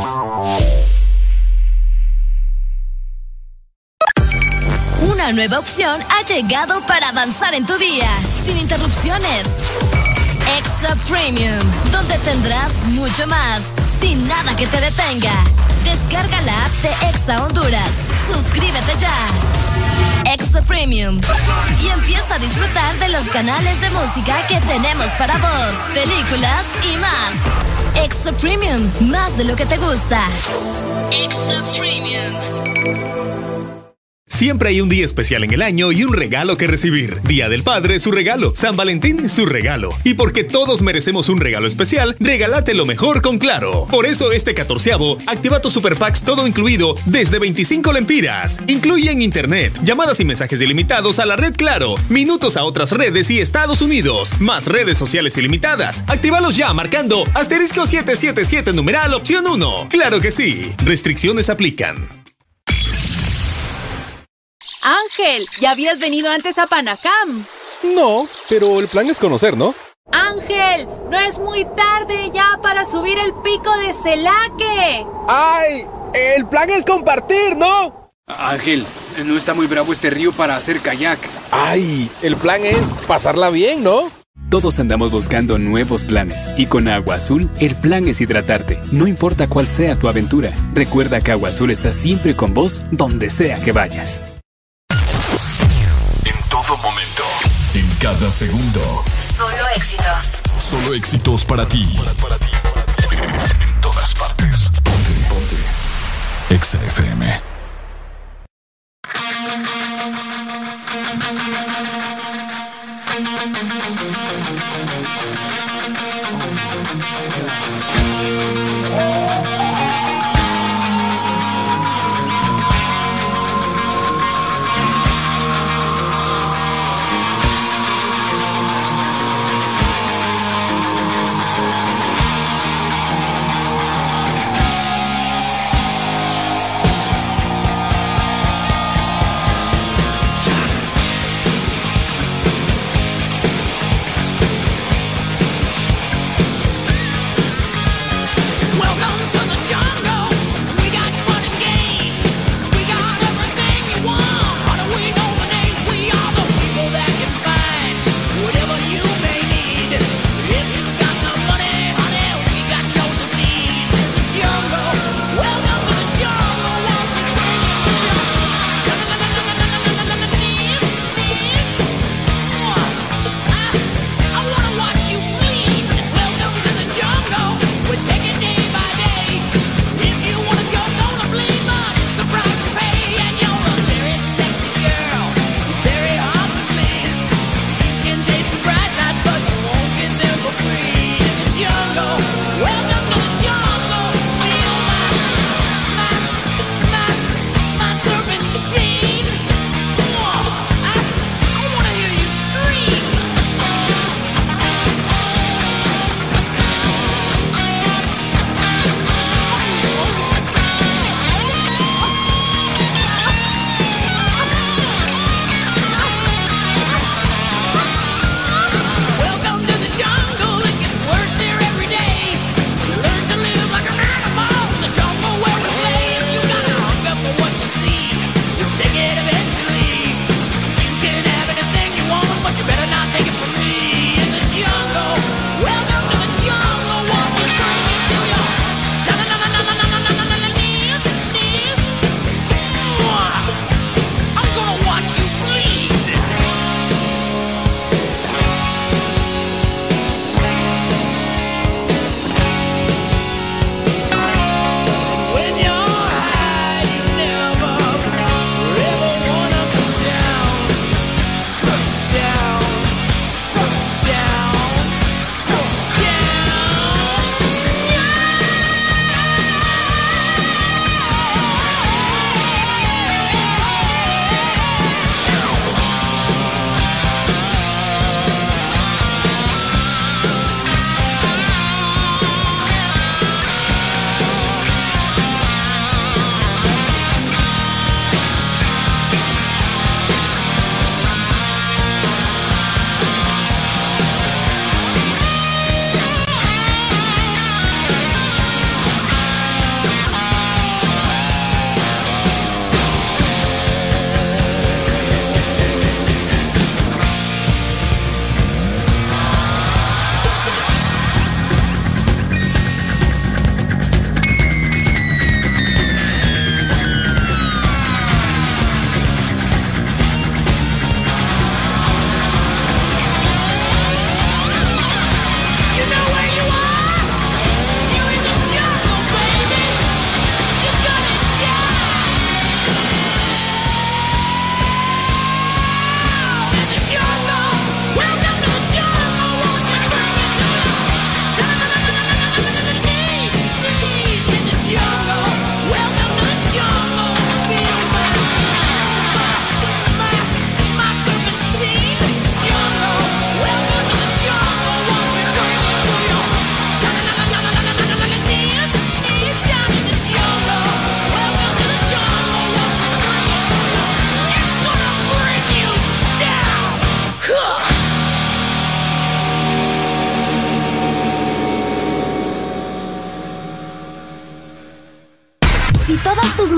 Una nueva opción ha llegado para avanzar en tu día, sin interrupciones. Exa Premium, donde tendrás mucho más, sin nada que te detenga. Descarga la app de Exa Honduras. Suscríbete ya. Exa Premium. Y empieza a disfrutar de los canales de música que tenemos para vos, películas y más. Exa Premium, más de lo que te gusta. Exa Premium. Siempre hay un día especial en el año y un regalo que recibir. Día del Padre, su regalo. San Valentín, su regalo. Y porque todos merecemos un regalo especial, regálate lo mejor con Claro. Por eso este 14avo, activa tu Super Packs todo incluido desde 25 lempiras. Incluyen internet, llamadas y mensajes ilimitados a la red Claro, minutos a otras redes y Estados Unidos, más redes sociales ilimitadas. Actívalos ya marcando *777 numeral opción 1. Claro que sí. Restricciones aplican. Ángel, ¿ya habías venido antes a Panacam? No, pero el plan es conocer, ¿no? Ángel, no es muy tarde ya para subir el pico de Celaque. ¡Ay! El plan es compartir, ¿no? Ángel, no está muy bravo este río para hacer kayak. ¡Ay! El plan es pasarla bien, ¿no? Todos andamos buscando nuevos planes y con Agua Azul el plan es hidratarte, no importa cuál sea tu aventura. Recuerda que Agua Azul está siempre con vos donde sea que vayas. En todo momento, en cada segundo. Solo éxitos. Solo éxitos para ti. En todas partes. Ponte. Exa FM. Welcome to the jungle.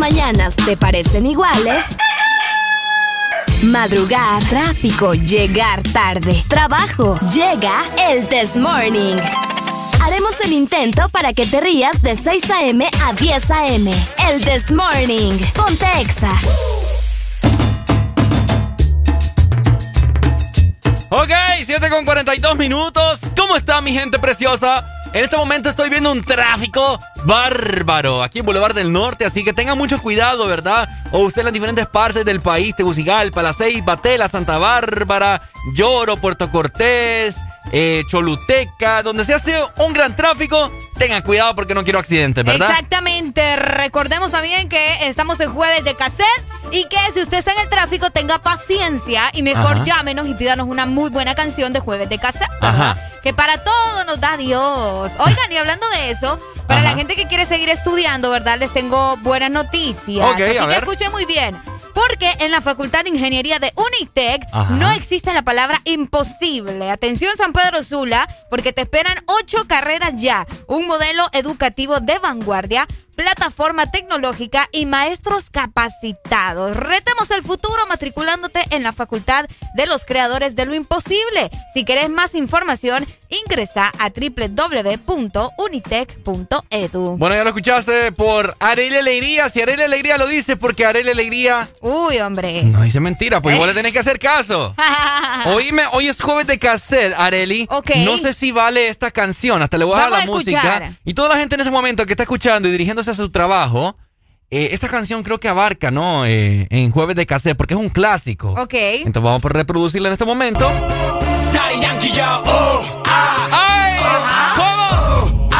mañanas te parecen iguales, madrugar, tráfico, llegar tarde, trabajo, llega el This Morning. Haremos el intento para que te rías de 6 a.m. a 10 a.m. El This Morning. Ponte Exa. Ok, 7:42. ¿Cómo está mi gente preciosa? En este momento estoy viendo un tráfico bárbaro aquí en Boulevard del Norte, así que tengan mucho cuidado, ¿verdad? O usted en las diferentes partes del país, Tegucigalpa, La Ceiba, Tela, Santa Bárbara, Lloro, Puerto Cortés, Choluteca, donde se hace un gran tráfico, tengan cuidado porque no quiero accidentes, ¿verdad? Exactamente. Recordemos también que estamos en jueves de cassette y que si usted está en el tráfico tenga paciencia y mejor llámenos y pídanos una muy buena canción de jueves de cassette, ¿verdad? Que para todo nos da Dios. Oigan, y hablando de eso, para la gente que quiere seguir estudiando, ¿verdad? Les tengo buenas noticias. Así que escuchen muy bien. Porque en la Facultad de Ingeniería de Unitec no existe la palabra imposible. Atención, San Pedro Sula, porque te esperan 8 carreras ya. Un modelo educativo de vanguardia, plataforma tecnológica y maestros capacitados. Retemos el futuro matriculándote en la Facultad de los Creadores de lo Imposible. Si querés más información, ingresa a www.unitec.edu. Bueno, ya lo escuchaste por Arely Alegría. Si Arely Alegría lo dice, porque Arely Alegría... Uy, hombre. No dice mentira, pues igual le tenés que hacer caso. Oíme, hoy es jueves de cassette, Arely. No sé si vale esta canción. Hasta le voy a dar la música. Y toda la gente en ese momento que está escuchando y dirigiéndose a su trabajo, esta canción creo que abarca, ¿no? En jueves de cassette, porque es un clásico. Entonces vamos a reproducirla en este momento. Daddy Yankee, yo, ¡ay! ¿Cómo?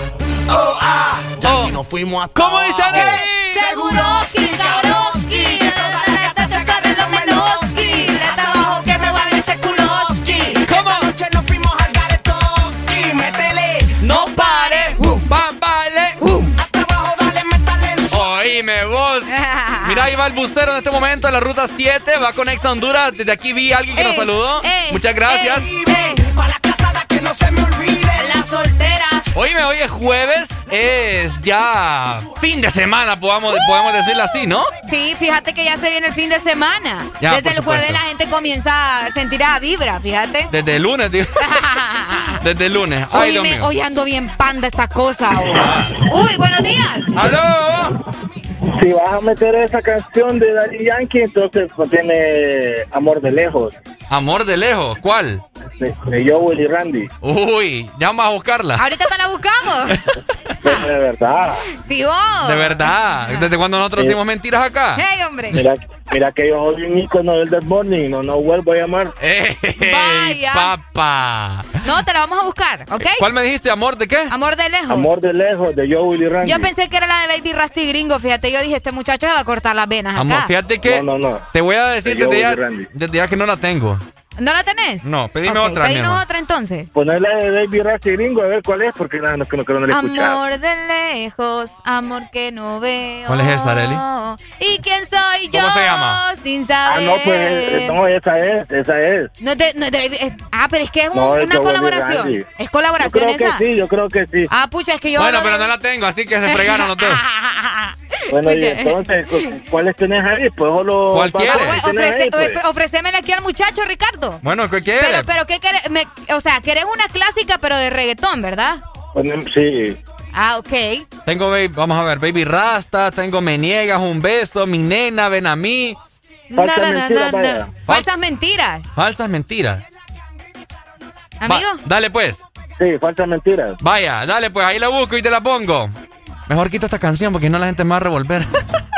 Yankee, nos fuimos a ¿cómo dice Arely? Seguroski, Cabroski, la se agarre los Menoski, la trabajo que me vale ese Kuloski. ¿Cómo? Esta noche nos fuimos al Garetoski, métele, no pare, ¡pam, baile! a trabajo, dale, métale. Oíme vos. Mira, ahí va el bucero en este momento en la ruta 7, va con Exa Honduras. Desde aquí vi a alguien que nos saludó. Muchas gracias. Para la casada que no se me olvide, la soltera. Oíme, hoy es jueves, es ya fin de semana, podemos decirlo así, ¿no? Sí, fíjate que ya se viene el fin de semana. Ya, desde el jueves la gente comienza a sentir esa vibra, fíjate. Desde el lunes, tío. Desde el lunes. Ay, Dios mío. Hoy ando bien panda esta cosa. Uy, buenos días. ¡Aló! Si vas a meter esa canción de Daddy Yankee, entonces pues tiene Amor de Lejos. ¿Amor de lejos? ¿Cuál? De Joel y Randy. Uy, ya vamos a buscarla. Ahorita te la buscamos. De verdad. Sí, vos. De verdad. ¿Desde cuando nosotros decimos mentiras acá? Hey, hombre. Mira que yo soy un ícono del This Morning, no vuelvo a llamar. Vaya. Papá. No, te la vamos a buscar, ¿ok? ¿Cuál me dijiste? ¿Amor de qué? Amor de lejos. Amor de Lejos, de Joel y Randy. Yo pensé que era la de Baby Rasty Gringo, fíjate. Yo dije, este muchacho se va a cortar las venas acá. Amor, fíjate que No. te voy a decir desde ya que no la tengo. ¿No la tenés? No, pedime otra. Pedimos otra entonces. Poner la de Baby Rasty Gringo, a ver cuál es, porque no la he escuchado. Amor de lejos, amor que no veo. ¿Cuál es esa, Arely? ¿Y quién soy yo? ¿Cómo se llama? Sin saber. No, pues, no, esa es. Pero es que es No, es una Joel y colaboración. Randy. ¿Es colaboración esa? Yo creo que sí. Pucha, es que yo... Bueno, pero no la tengo, así que se fregaron los dos. Bueno, y entonces, ¿cuáles tenés ahí? Pues solo... ¿Cuál quieres? Ofrecémele aquí al muchacho, Ricardo. Bueno, ¿qué quieres? Pero ¿qué querés? O sea, querés una clásica, pero de reggaetón, ¿verdad? Bueno, sí. Ok. Tengo, vamos a ver, Baby Rasta, tengo Me Niegas, Un Beso, Mi Nena, Ven a Mí. Falsas mentiras. Falsas mentiras. ¿Amigo? Dale pues. Sí, falsas mentiras. Vaya, dale pues, ahí la busco y te la pongo. Mejor quita esta canción porque no la gente me va a revolver.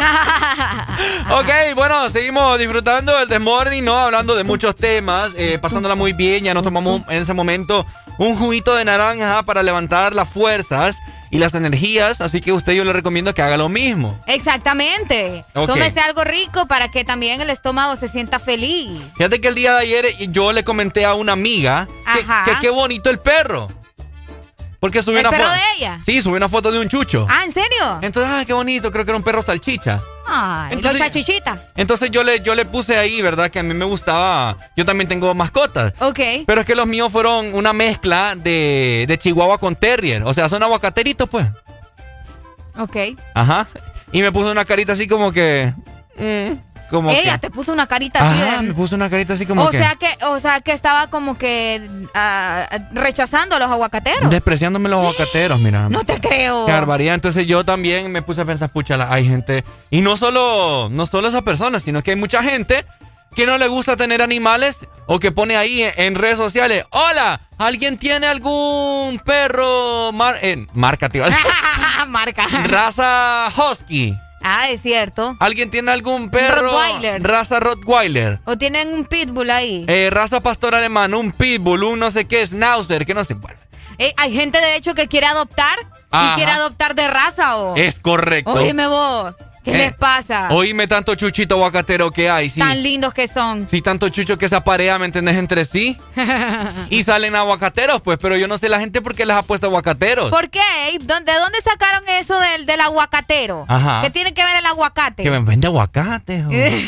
Ok, bueno, seguimos disfrutando del This Morning, ¿no? Hablando de muchos temas, pasándola muy bien. Ya nos tomamos en ese momento un juguito de naranja para levantar las fuerzas y las energías. Así que yo le recomiendo que haga lo mismo. Exactamente. Okay. Tómese algo rico para que también el estómago se sienta feliz. Fíjate que el día de ayer yo le comenté a una amiga que qué bonito el perro. Porque subí una foto. ¿El perro de ella? Sí, subí una foto de un chucho. ¿En serio? Entonces, qué bonito, creo que era un perro salchicha. Ay, entonces, los chachichitas. Entonces yo le puse ahí, ¿verdad? Que a mí me gustaba. Yo también tengo mascotas. Ok. Pero es que los míos fueron una mezcla de Chihuahua con Terrier. O sea, son aguacateritos, pues. Ok. Ajá. Y me puso una carita así como que... como ella que... te puso una carita así. Ajá, me puso una carita así como o sea que estaba como que rechazando a los aguacateros. Despreciándome los aguacateros, mira. No te creo. Qué barbaridad. Entonces yo también me puse a pensar, pucha, hay gente... Y no solo esas personas, sino que hay mucha gente que no le gusta tener animales o que pone ahí en redes sociales, hola, ¿alguien tiene algún perro marca, tío? Marca. Raza Husky. Ah, es cierto. ¿Alguien tiene algún perro? Rottweiler. Raza Rottweiler. ¿O tienen un pitbull ahí? Raza pastor alemán, un pitbull, un no sé qué, schnauzer, que no sé. Bueno. Hay gente, de hecho, que quiere adoptar. Ajá. Y quiere adoptar de raza, ¿o? Es correcto. Óyeme vos. ¿Qué les pasa? Oíme tanto chuchito aguacatero que hay, sí. Tan lindos que son. Sí, tanto chucho que se aparea, ¿me entendés? Entre sí. Y salen aguacateros, pues, pero yo no sé la gente por qué les ha puesto aguacateros. ¿Por qué? ¿De dónde sacaron eso del aguacatero? Ajá. ¿Qué tiene que ver el aguacate? Que me vende aguacate.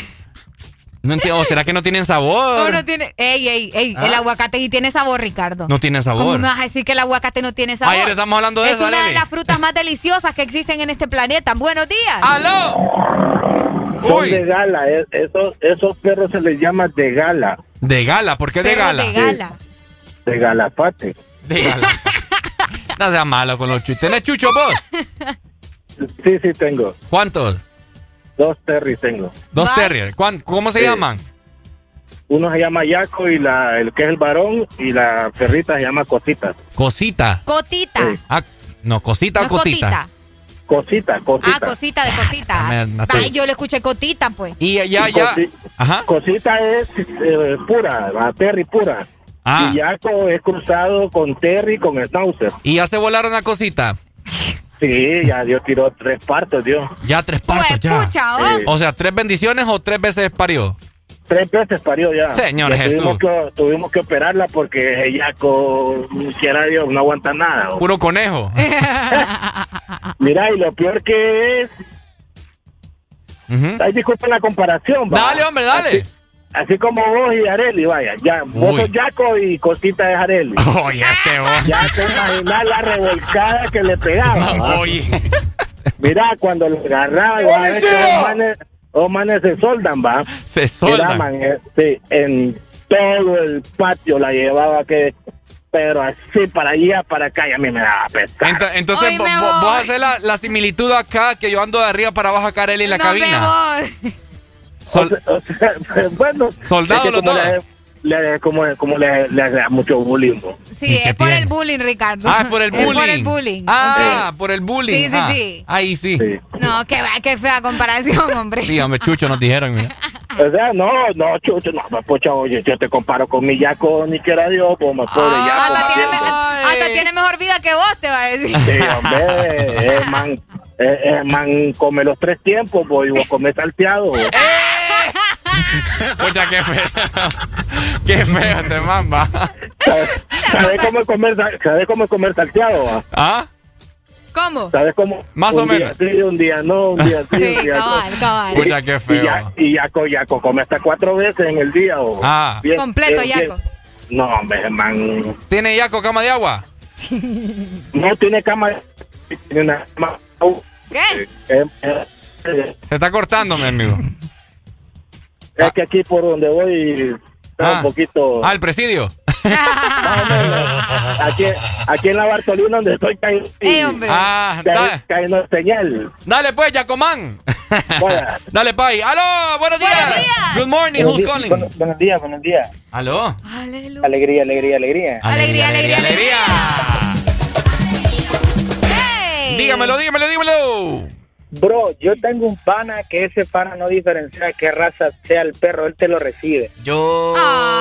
No entiendo, ¿o será que no tienen sabor? No tiene... Ey, el aguacate sí tiene sabor, Ricardo. No tiene sabor. ¿Cómo me vas a decir que el aguacate no tiene sabor? Ayer estamos hablando de eso, Es una Leli. de las frutas más deliciosas que existen en este planeta. Buenos días. ¡Aló! Son de gala, esos perros se les llama de gala. ¿De gala? ¿Por qué de gala? De gala. De galapate. De gala. No seas malo con los chuchos. ¿Tenés chucho vos? Sí, tengo. ¿Cuántos? 2 terriers tengo. 2 terriers. ¿Cómo se llaman? Uno se llama Yaco y el que es el varón, y la perrita se llama Cosita. ¿Cosita? Cotita. Sí. No, ¿Cosita o Cotita? Cosita. Ah, Cosita de Cosita. Ay, yo le escuché Cotita, pues. Y ya. Ajá. Cosita es pura, la Terry pura. Ah. Y Yaco es cruzado con Terry con Schnauzer. ¿Y ya se volaron a Cosita? Sí, ya Dios tiró 3 partos, Dios. Ya 3 partos, ya. Pucha, Sí. O sea, 3 bendiciones o 3 veces parió. 3 veces parió ya. Señor ya Jesús. Tuvimos que operarla porque el Yaco, quiera Dios, no aguanta nada. Puro conejo. Mira, y lo peor que es... Ay, disculpen la comparación, ¿va? Dale, hombre, dale. Así como vos y Areli, vaya. Ya, vos sos Yaco y Cosita es Areli. Oye, vos. Ya te imaginas la revolcada que le pegaba. ¿va? Oye. Mira, cuando lo agarraba, los manes se soldan, va. Se soldan. Mira, man, sí, en todo el patio la llevaba pero así para allá, para acá, y a mí me daba pescar. Entonces, vos haces la similitud acá, que yo ando de arriba para abajo acá en la cabina. Bueno, soldado es que los dos. como le hace mucho bullying. ¿no? Sí, es por el bullying, Ricardo. Ah, es por el bullying. Es por el bullying. Ah, Okay. por el bullying. Sí. Ahí sí. No, qué fea comparación, hombre. Sí, hombre, Chucho nos dijeron, mira. O sea, no, Chucho, no, pocha, oye, yo te comparo con mi Yaco, ni quiera Dios, como pobre Yaco. Hasta tiene mejor vida que vos, te va a decir. Sí, hombre, man come los 3 tiempos, y vos comes salteado. Pucha, qué feo. Qué feo este man, va. ¿Sabes cómo comer salteado, va? ¿Ah? ¿Cómo? ¿Sabes cómo? Más o menos. Un día no, un día sí, sí, un día cabal. Pucha, qué feo. Y Yaco come hasta 4 veces en el día. Bien, completo, Yaco. No, hombre, man. ¿Tiene Yaco cama de agua? No tiene cama. Tiene una cama. ¿Qué? Se está cortando, mi amigo. Es que aquí por donde voy está un poquito... ¿El presidio? No, aquí en la Bartolina donde estoy cayendo. Cayendo señal. Dale pues, Yacomán. Dale, Pai. ¡Aló! ¡Buenos días! Good morning, who's calling? Buenos días. ¿Aló? Aleluya. Alegría. Alegría. Hey. Dígamelo. Bro, yo tengo un pana que ese pana no diferencia qué raza sea el perro, él te lo recibe. Yo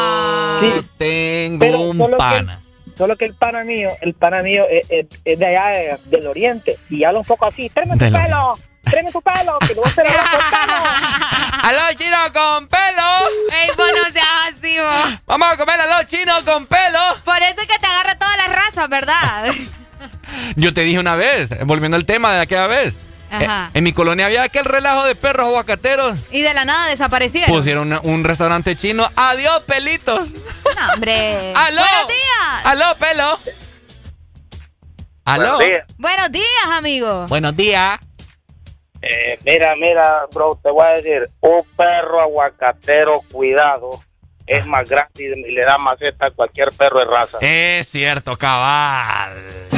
tengo un pana. Solo que el pana mío es de allá del oriente y habla un poco así. Tráeme tu pelo, que no va a ser ahora con pelo. ¡Aló, chino con pelo! ¡Ey, vos no seas así, vos! ¡Vamos a comer aló, chino con pelo! Por eso es que te agarra todas las razas, ¿verdad? Yo te dije una vez, volviendo al tema de aquella vez. Ajá. En mi colonia había aquel relajo de perros aguacateros. Y de la nada desaparecieron. Pusieron un restaurante chino. ¡Adiós, pelitos! No, hombre. ¡Aló! ¡Buenos días! ¡Aló, pelo! ¡Aló! Buenos días, amigo. Buenos días. Mira, bro, te voy a decir, un perro aguacatero, cuidado, es más grande y le da maceta a cualquier perro de raza. Es cierto, cabal.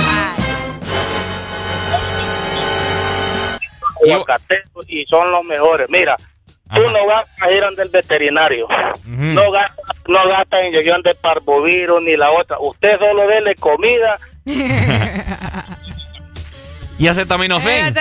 Aguacateros y son los mejores. Mira, tú no vas a ir ante el veterinario. No gasta en inyección de parvovirus ni la otra. Usted solo dele comida. Y acetaminofén.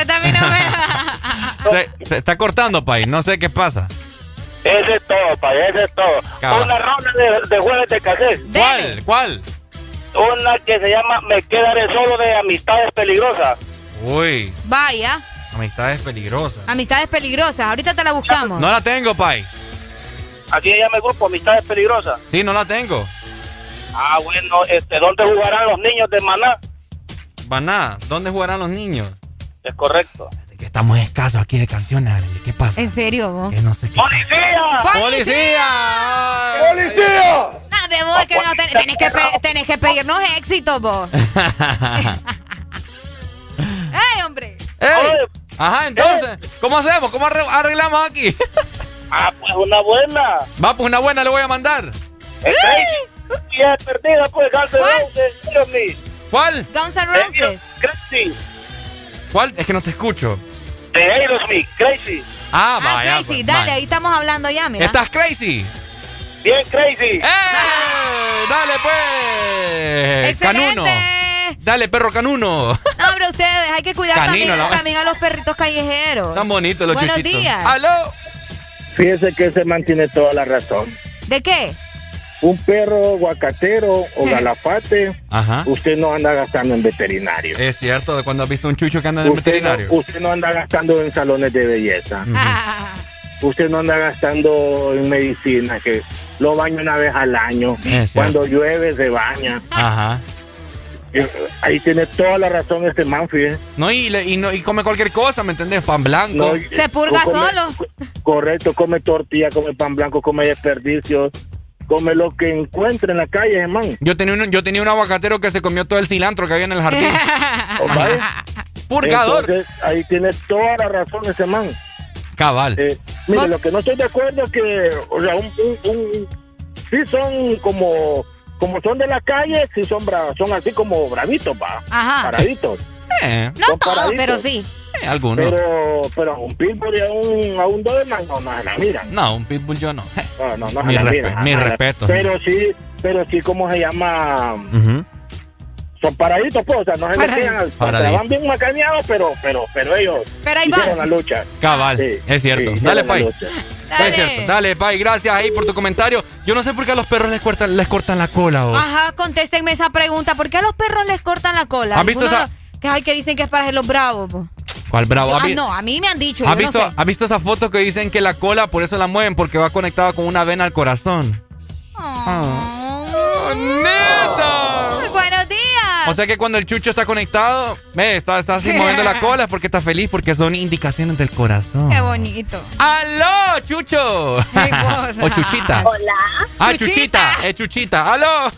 Se está cortando, país. No sé qué pasa. Ese es todo, país. Ese es todo. Cabal. Una ronda de jueves de cassette. ¿Cuál? Una que se llama Me quedaré solo de Amistades Peligrosas. Uy. Vaya. Amistades peligrosas. Amistades peligrosas. Ahorita te la buscamos. No la tengo, pai. Aquí se llama el grupo Amistades Peligrosas. Sí, no la tengo. Ah, bueno, ¿dónde jugarán los niños de Maná? Maná, ¿dónde jugarán los niños? Es correcto. Que estamos escasos aquí de canciones, Arely. ¿Qué pasa? ¿En serio, vos? Que no sé qué. ¡Policía! ¡Policía! ¡Policía! No, de vos, que no tenés que pedirnos éxito, vos. ¡Ey, hombre! ¡Ey! Ajá, entonces, ¿cómo hacemos? ¿Cómo arreglamos aquí? Pues una buena. Va, pues una buena le voy a mandar. Y es perdida, pues, Guns N' Roses. ¿Cuál? Guns N' Roses. Crazy. ¿Cuál? Es que no te escucho. De Aerosmith, Crazy. Vaya. Crazy, pues, dale, vaya. ahí estamos hablando ya, mira. ¿Estás crazy? Bien, Crazy. Dale, pues. ¡Excelente! Canuno. Dale, perro canuno. No, pero ustedes, hay que cuidar Canino, también a los perritos callejeros. Tan bonitos los Buenos chuchitos. días. ¡Aló! Fíjese que se mantiene toda la razón. ¿De qué? Un perro guacatero o galafate, Ajá. usted no anda gastando en veterinario. Es cierto, de cuando has visto un chucho que anda en el veterinario. Usted no anda gastando en salones de belleza. Usted no anda gastando en medicina, que lo baña una vez al año. Cuando llueve se baña. Ajá. Ahí tiene toda la razón este man, fíjese. No, y come cualquier cosa, ¿me entendés? Pan blanco. Se purga solo. Correcto, come tortilla, come pan blanco, come desperdicios. Come lo que encuentre en la calle, hermano. Yo tenía un aguacatero que se comió todo el cilantro que había en el jardín. Purgador. Entonces, ahí tiene toda la razón ese man. Cabal. Mire, lo que no estoy de acuerdo es que, o sea, sí son como son de la calle, sí son son así como bravitos, Ajá. paraditos. No todos, pero sí. Algunos. Pero un pitbull y a un doberman no se la miran. No, un pitbull yo no. No se la miran. Mi respeto. Pero sí, ¿cómo se llama? Son paraditos, pues, o sea, no se metían, van bien macaneados, pero ellos hicieron la lucha. Cabal, sí, es cierto. Sí, dale, Pai. Dale. Es cierto. Dale, Pai, gracias ahí por tu comentario. Yo no sé por qué a los perros les cortan la cola. ¿O? Ajá, contéstenme esa pregunta. ¿Por qué a los perros les cortan la cola? ¿Has visto esa? Que dicen que es para los bravos, po. ¿Cuál bravo? No, a mí me han dicho. ¿Has visto esa foto que dicen que la cola por eso la mueven? Porque va conectada con una vena al corazón. ¡Neta! ¡Buenos días! O sea que cuando el chucho está conectado, está así moviendo la cola, es porque está feliz, porque son indicaciones del corazón. ¡Qué bonito! ¡Aló, Chucho! O Chuchita. Hola. Chuchita. Chuchita. ¡Aló!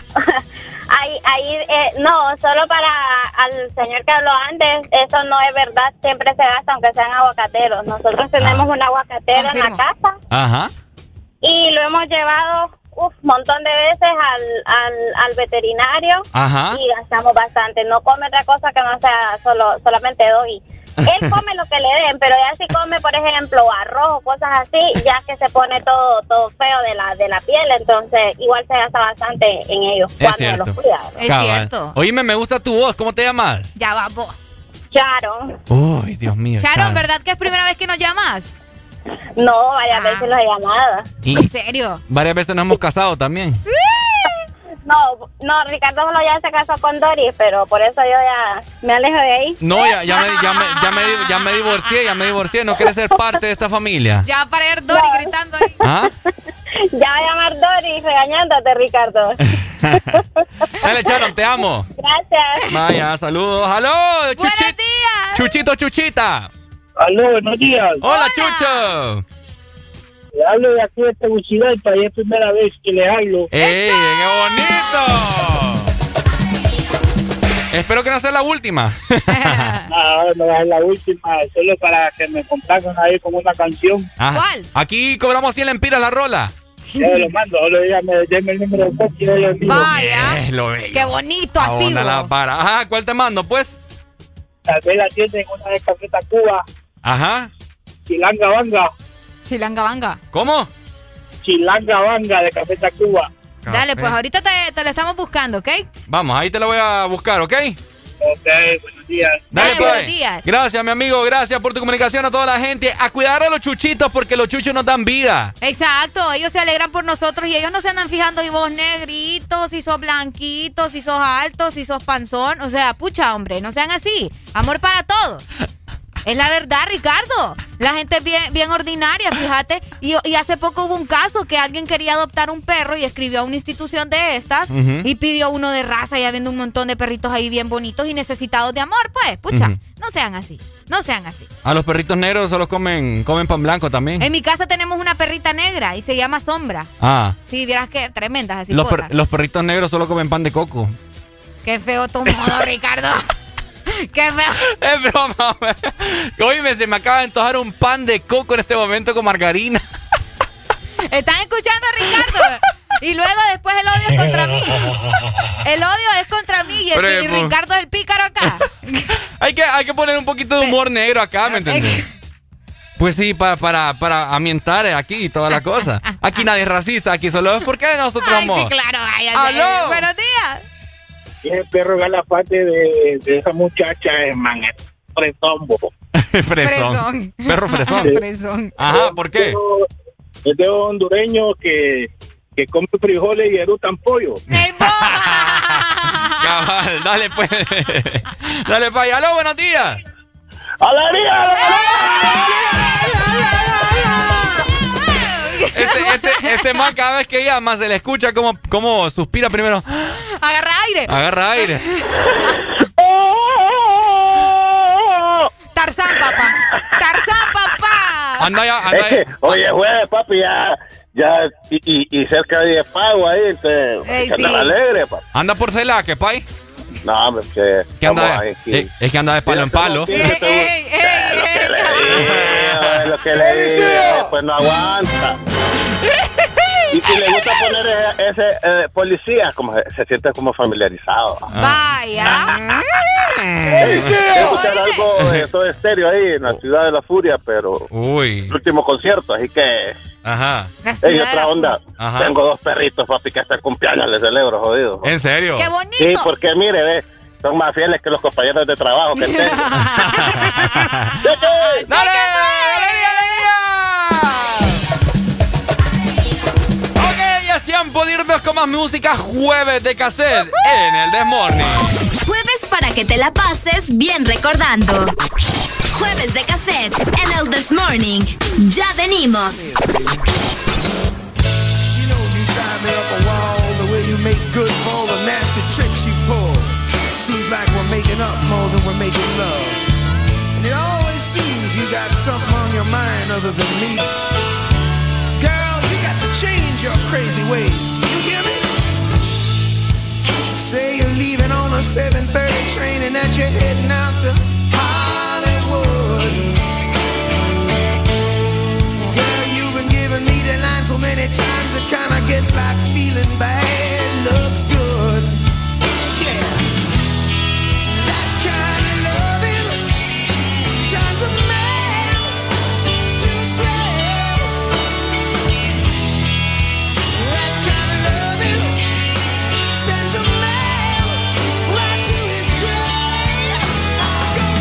No, solo para al señor que habló antes, eso no es verdad, siempre se gasta aunque sean aguacateros. Nosotros tenemos un aguacatero en la casa. Ajá. Y lo hemos llevado un montón de veces al veterinario. Ajá. Y gastamos bastante. No come otra cosa que no sea solamente doggy. Él come lo que le den, pero ya si come, por ejemplo, arroz o cosas así, ya que se pone todo feo de la piel, entonces igual se gasta bastante en ellos cuando los cuida. Es cierto. Oíme, me gusta tu voz, ¿cómo te llamas? Ya va, vos. Sharon. Uy, Dios mío. Sharon, ¿verdad que es primera vez que nos llamas? No, varias veces los he llamado. ¿En serio? Varias veces nos hemos casado también. No, Ricardo solo ya se casó con Doris, pero por eso yo ya me alejo de ahí. No, ya me divorcié, no quiere ser parte de esta familia. Ya va a aparecer Doris gritando ahí. ¿Ah? Ya va a llamar Doris regañándote, Ricardo. Dale, Sharon, te amo. Gracias. Vaya, saludos. ¡Aló! ¡Buenos días! Chuchito, Chuchita. Aló, buenos días. Hola, Chucho. Le hablo de aquí de Tegucigalpa y es primera vez que le hablo. ¡Ey, qué bonito! Espero que no sea la última. No es la última, solo para que me complazcan ahí con una canción. ¿Cuál? Aquí cobramos 100 lempiras la rola. Yo lo mando, solo déme el número de coche y yo lo envío. Vaya. Lo bello. Qué bonito, así. Abona la vara. Ajá, ¿cuál te mando, pues? Tal vez la tienen una de Café Tacuba. Ajá. Chilanga Banga. Chilanga Banga. ¿Cómo? Chilanga Banga de Café Tacuba. Dale, pues ahorita te la estamos buscando, ¿ok? Vamos, ahí te la voy a buscar, ¿ok? Ok, buenos días. Dale, pues. Buenos días. Gracias, mi amigo. Gracias por tu comunicación a toda la gente. A cuidar a los chuchitos porque los chuchos nos dan vida. Exacto. Ellos se alegran por nosotros y ellos no se andan fijando si vos negrito, si sos blanquito, si sos alto, si sos panzón. O sea, pucha, hombre, no sean así. Amor para todos. Es la verdad, Ricardo. La gente es bien ordinaria, fíjate. Y hace poco hubo un caso que alguien quería adoptar un perro y escribió a una institución de estas y pidió uno de raza y habiendo un montón de perritos ahí bien bonitos y necesitados de amor, pues. Pucha, no sean así. No sean así. A los perritos negros solo comen pan blanco también. En mi casa tenemos una perrita negra y se llama Sombra. Ah. Sí, vieras que tremendas así. Los perritos negros solo comen pan de coco. Qué feo tu modo, Ricardo. ¡Qué feo! Es broma. Oíme, se me acaba de antojar un pan de coco en este momento con margarina. ¿Están escuchando a Ricardo? Y luego después el odio es contra mí. El odio es contra mí y Ricardo es el pícaro acá. Hay que poner un poquito de humor negro acá, ¿me entiendes? Pues sí, para ambientar aquí y toda la cosa. Aquí nadie es racista, aquí solo es porque nosotros somos. Sí, claro. ¡Aló! ¡Buenos días! Y el perro galafate de esa muchacha es fresón. Fresón. Perro fresón. Sí. Fresón. Ajá, ¿por qué? Es de hondureño que come frijoles y erutan pollo. Cabal, dale pues. Dale pues. ¡Aló, buenos días! ¡Alegría! Este man cada vez que llama se le escucha como suspira primero. Agarra aire. Tarzán, papá. Anda ya. Oye, jueves, papi, ya y cerca de pago ahí, entonces, sí. Alegre, papi. Anda por Celaque, pay. No, hombre, que anda, es que anda de palo en palo. Lo que le dije, pues no aguanta. Y le gusta poner ese policía, como se siente como familiarizado. Vaya. Escuchar algo de todo estéreo ahí en la Ciudad de la Furia, pero el último concierto, así que ajá. En otra onda. Ajá. Tengo 2 perritos, papi, que hasta cumpleaños les celebro, jodido. ¿En serio? ¡Qué bonito! Sí, porque mire, ve, son más fieles que los compañeros de trabajo que tengo. ¡Dale! Tiempo de irnos con más música. Jueves de cassette en el This Morning. Jueves para que te la pases bien recordando. Jueves de cassette en el This Morning. Ya venimos. You know you drive me up a wall the way you make good for all the nasty tricks you pull. Seems like we're making up more than we're making love. And it always seems you got something on your mind other than me. Girl, you got to change your crazy ways. You hear me? Say you're leaving on a 7:30 train and that you're heading out to Hollywood. Girl, you've been giving me the line so many times it kinda gets like feeling bad looks good. Yeah. That kind of loving turns a man to a slave. That kind of loving sends a man right to his grave. I'm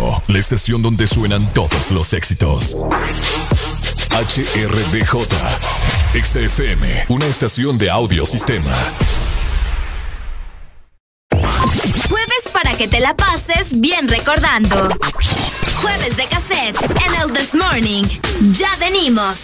Radio, la estación donde suenan todos los éxitos. HRDJ, XFM, una estación de audiosistema. Jueves para que te la pases bien recordando. Jueves de cassette en el This Morning. Ya venimos.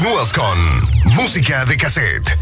Continúas con Música de Cassette.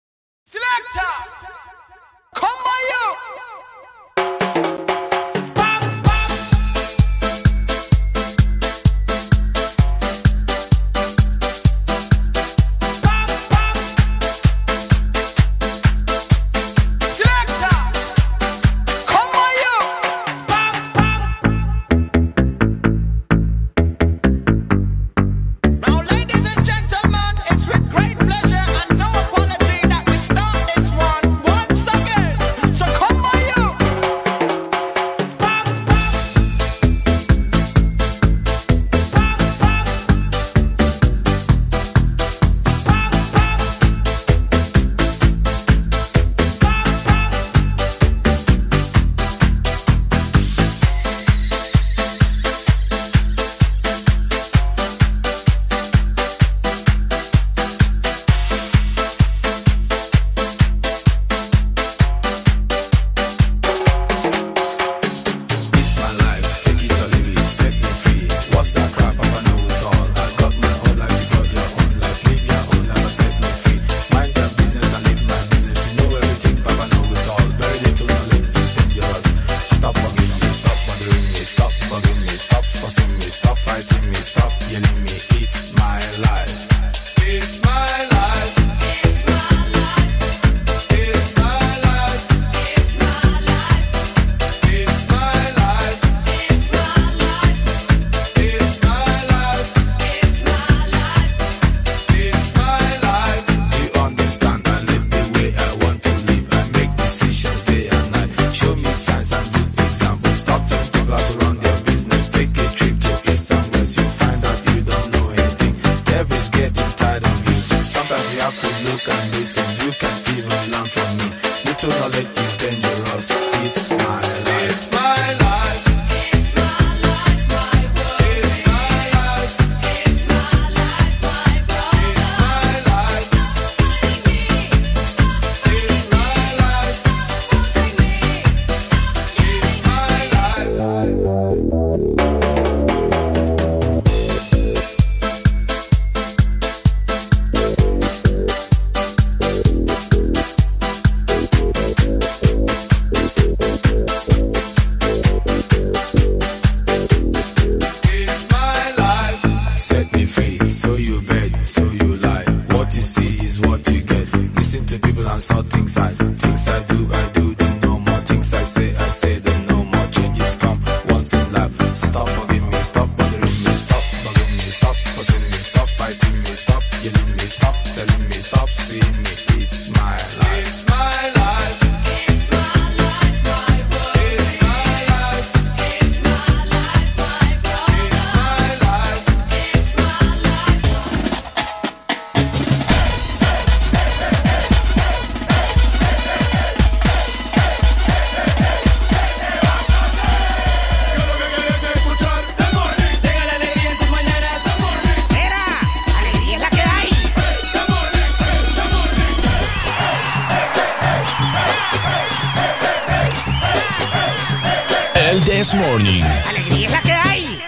This Morning. ¡Alegría es la que hay!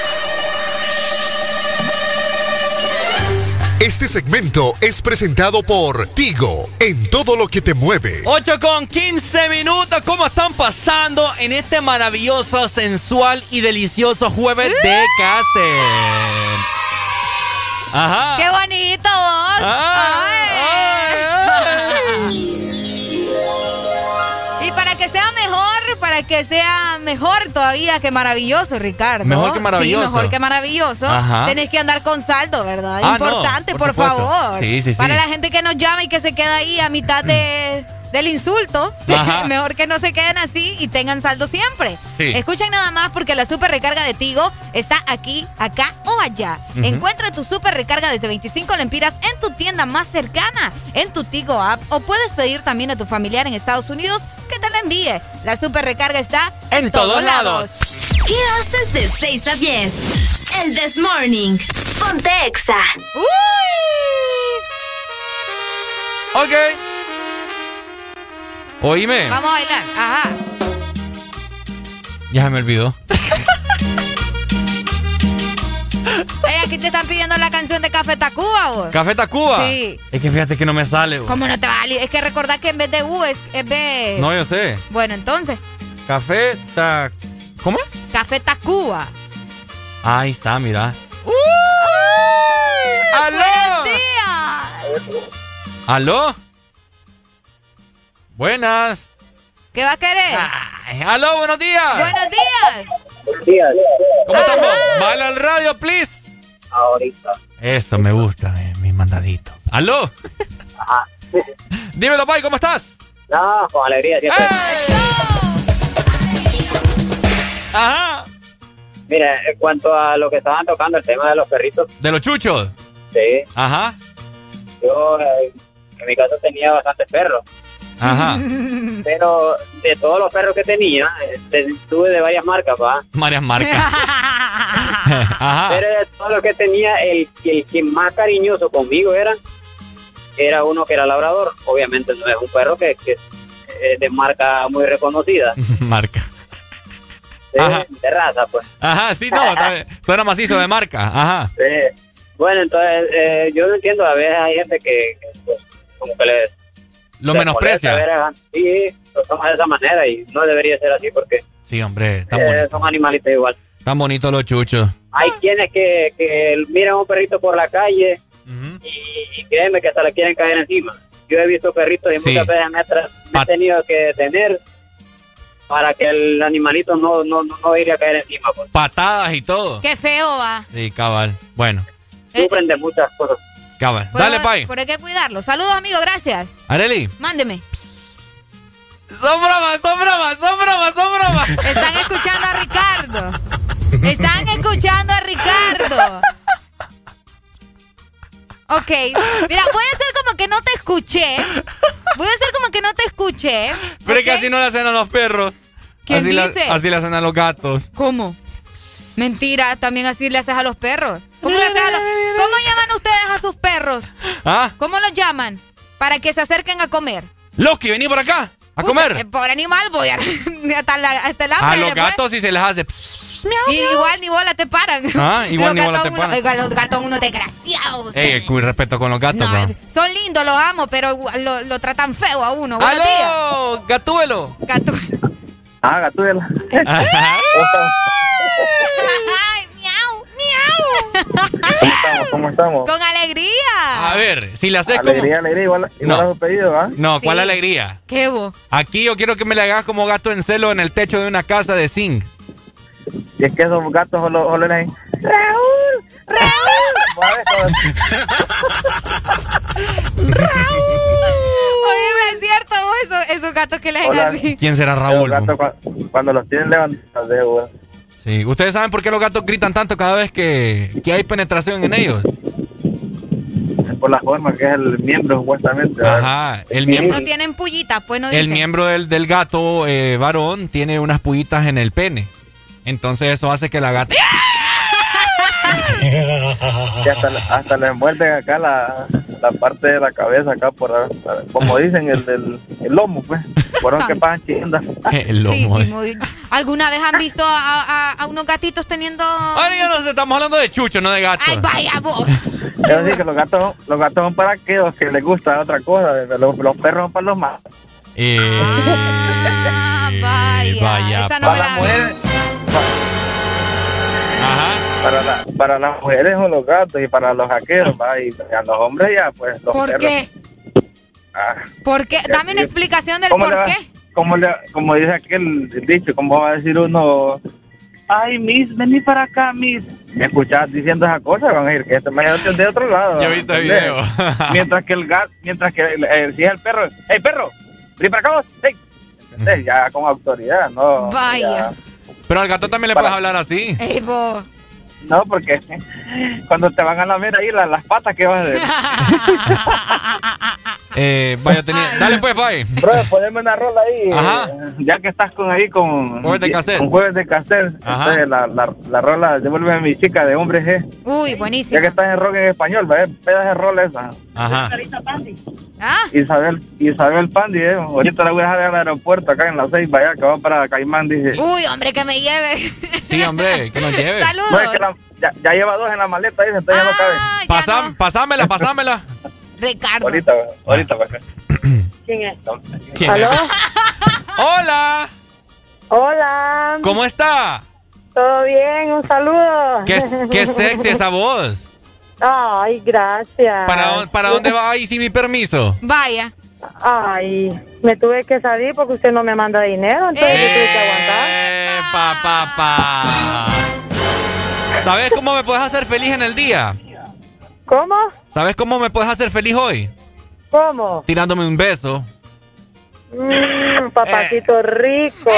Este segmento es presentado por Tigo, en todo lo que te mueve. 8:15. ¿Cómo están pasando en este maravilloso, sensual y delicioso jueves de Cassette? Ajá. ¡Qué bonito vos! Ay. Y para que sea mejor todavía que maravilloso, Ricardo. Mejor que maravilloso. Sí, mejor que maravilloso. Ajá. Tenés que andar con saldo, ¿verdad? Importante, no, por favor. Sí. Para la gente que nos llama y que se queda ahí a mitad del insulto, mejor que no se queden así y tengan saldo siempre. Sí. Escuchen nada más porque la super recarga de Tigo está aquí, acá o allá. Encuentra tu super recarga desde 25 lempiras en tu tienda más cercana, en tu Tigo app, o puedes pedir también a tu familiar en Estados Unidos que te la envíe. La super recarga está en todos lados. ¿Qué haces de 6 a 10? El This Morning. Ponte Exa. ¡Uy! Ok. Oíme. Vamos a bailar. Ajá. Ya se me olvidó. Ella aquí te están pidiendo la canción de Café Tacuba, vos. ¿Café Tacuba? Sí. Es que fíjate que no me sale, vos. ¿Cómo no te va a salir? Es que recordad que en vez de U es B. No, yo sé. Bueno, entonces. Café ¿Cómo? Café Tacuba. Ahí está, mira. ¡Aló! ¡Buenos días! ¿Aló? Buenas. ¿Qué va a querer? Ay, ¡aló, buenos días! ¡Buenos días! Buenos días. ¿Cómo estamos? ¡Vale al radio, please! Ahorita. Eso me gusta, mi mandadito. ¿Aló? Ajá. Dímelo, Pai, ¿cómo estás? No, con alegría siempre. Ajá. Mira, en cuanto a lo que estaban tocando, el tema de los perritos. ¿De los chuchos? Sí. Ajá. Yo en mi casa tenía bastantes perros. Ajá. Pero de todos los perros que tenía, tuve de varias marcas, ¿va? Varias marcas. Ajá. Pero de todos los que tenía, el que más cariñoso conmigo era uno que era labrador. Obviamente no es un perro que es de marca muy reconocida. Marca. De raza, pues. Ajá, sí, no, suena macizo de marca. Ajá. Sí. Bueno, entonces yo no entiendo, a veces hay gente que pues, como que lo menosprecia. Sí, lo toma de esa manera y no debería ser así porque sí, hombre, son animalitos igual. Tan bonitos los chuchos. Hay quienes que miran a un perrito por la calle y créeme que hasta le quieren caer encima. Yo he visto perritos y muchas veces me he tenido que detener para que el animalito no iría a caer encima. Pues. Patadas y todo. Qué feo va. Sí, cabal. Bueno. Sufren de muchas cosas. Cabal. Pues, dale, Pai. Pero hay que cuidarlo. Saludos, amigo, gracias. Arely. Mándeme. Son bromas. Están escuchando a Ricardo. Están escuchando a Ricardo. Ok. Mira, voy a hacer como que no te escuché. Pero es que así no le hacen a los perros. ¿Quién dice? Así le hacen a los gatos. ¿Cómo? Mentira, también así le haces a los perros. ¿Cómo llaman ustedes a sus perros? ¿Ah? ¿Cómo los llaman? Para que se acerquen a comer. Loki, vení por acá. A comer. Pobre animal, voy hasta el hambre. A los gatos sí se les hace. Y igual ni bola te paran. Igual ni bola te paran. Oiga, los gatos unos desgraciados. Con respeto con los gatos, no. Son lindos, los amo, pero lo tratan feo a uno. ¡Aló! Días. Gatúbelo. Gatúbelo. Ay, miau. ¿Cómo estamos? Con alegría. A ver, si le haces alegría, igual a su pedido, ¿ah? No, ¿cuál alegría? ¿Qué vos? Aquí yo quiero que me le hagas como gato en celo en el techo de una casa de zinc. Y es que esos gatos solo le dicen ¡Raúl! Oye, es cierto esos gatos que le hacen así. ¿Quién será Raúl? Los gatos cuando los tienen levantados de güey. Sí, ¿ustedes saben por qué los gatos gritan tanto cada vez que hay penetración en ellos? Por la forma que es el miembro, supuestamente. Ajá, el miembro. No tienen pullitas, pues no dicen. El miembro del gato varón tiene unas pullitas en el pene. Entonces eso hace que la gata... Y hasta le envuelven acá la parte de la cabeza acá como dicen el lomo, pues, por donde pasan chillas. El lomo. Sí, ¿alguna vez han visto a unos gatitos teniendo...? Ahora ya nos estamos hablando de chucho, no de gatos. Ay, vaya vos. Es decir, que los gatos son para aquellos que les gusta otra cosa, los perros son para los más. Vaya. Esa no para las mujeres. Ajá. Para las mujeres son los gatos y para los vaqueros, y a los hombres ya, pues los ¿por perros. Qué? ¿Por qué? Dame una explicación del por qué. Como dice aquel dicho, ¿cómo va a decir uno? Ay, Miss, vení para acá, Miss. ¿Me escuchás diciendo esa cosa? Van a decir que este me de otro lado. Yo he visto el video. Mientras que si es el perro, ¡hey, perro! ¡Vení para acá vos! ¡Hey! Ya con autoridad, ¿no? Vaya. Ya. Pero al gato también le puedes hablar así. ¡Ey, vos! No, porque cuando te van a lamer ahí las patas, ¿qué vas a hacer? Vaya, dale pues, bye. Bro, poneme una rola ahí. Ajá. Ya que estás con Jueves de cassette. Con Jueves de cassette. Entonces, la rola, devuélveme a mi chica de Hombre G. Uy, buenísimo. Ya que estás en rock en español, pedazo de rola esa. Ajá. Isabel Pandi, ahorita la voy a dejar al aeropuerto acá en la 6, vaya, que va para Caimán, dije. Uy, hombre, que me lleve. Sí, hombre, que nos lleve. Saludos. No, es que ya lleva 2 en la maleta, dice, entonces ya no cabe. Pasámela. Ricardo. Ahorita. ¿Quién es? ¿Aló? Hola. Hola. ¿Cómo está? ¿Todo bien? Un saludo. Qué sexy esa voz. Ay, gracias. ¿Para dónde va ahí sin mi permiso? Vaya. Ay, me tuve que salir porque usted no me manda dinero, entonces yo tuve que aguantar. Papá. ¿Sabes cómo me puedes hacer feliz en el día? ¿Cómo? ¿Sabes cómo me puedes hacer feliz hoy? ¿Cómo? Tirándome un beso. Papacito rico.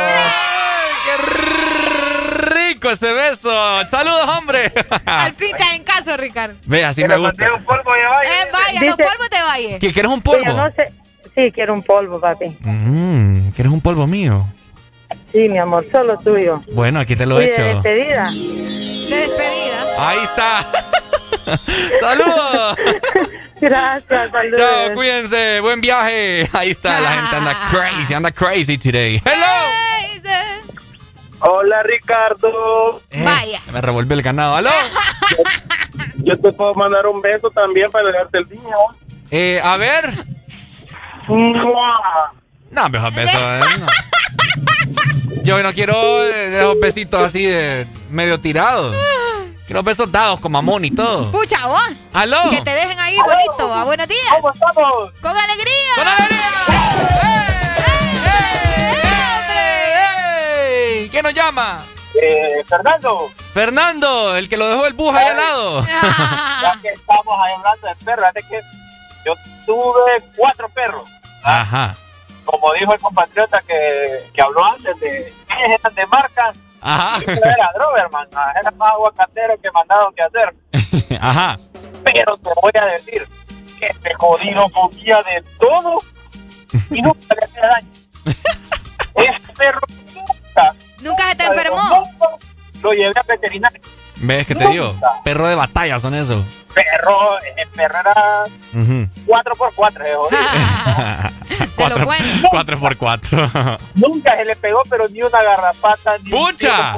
¡Qué rico ese beso! ¡Saludos, hombre! Al fin estás en casa, Ricardo. Ve, así me gusta. Un polvo de Valle. Vaya, los polvos de Valle. ¿Quieres un polvo? Yo no sé. Sí, quiero un polvo, papi. ¿Quieres un polvo mío? Sí, mi amor, solo tuyo. Bueno, aquí te lo he hecho. ¿De despedida? De despedida. Ahí está. ¡Saludos! Gracias, saludos. Chao, cuídense. Buen viaje. Ahí está, la gente anda crazy today. ¡Hello! Hola, Ricardo. Vaya. Me revuelve el ganado. ¿Aló? Yo te puedo mandar un beso también para darte el día. A ver. No, mejor beso. No. Yo no quiero esos besitos así de medio tirados. Quiero besos dados con mamón y todo. Pucha, vos. ¿Aló? Que te dejen ahí bonito. A buenos días. ¿Cómo estamos? ¡Con alegría! ¡Con alegría! ¡Ey! ¿Quién nos llama? Fernando. Fernando, el que lo dejó el bus ahí al lado. Ya que estamos ahí hablando de perros, fíjate que yo tuve 4 perros. Ajá. Como dijo el compatriota que habló antes, ellos eran de marcas. Ajá. Yo era Droberman, era más aguacatero que mandado que hacer. Ajá. Pero te voy a decir que este jodido comía de todo y nunca le hacía daño. Ese perro nunca se te enfermó. Lo llevé a veterinario. ¿Ves que te digo? Perro de batalla son esos. El perro era 4x4, 4x4. Nunca se le pegó, pero ni una garrapata, ni ¡pucha!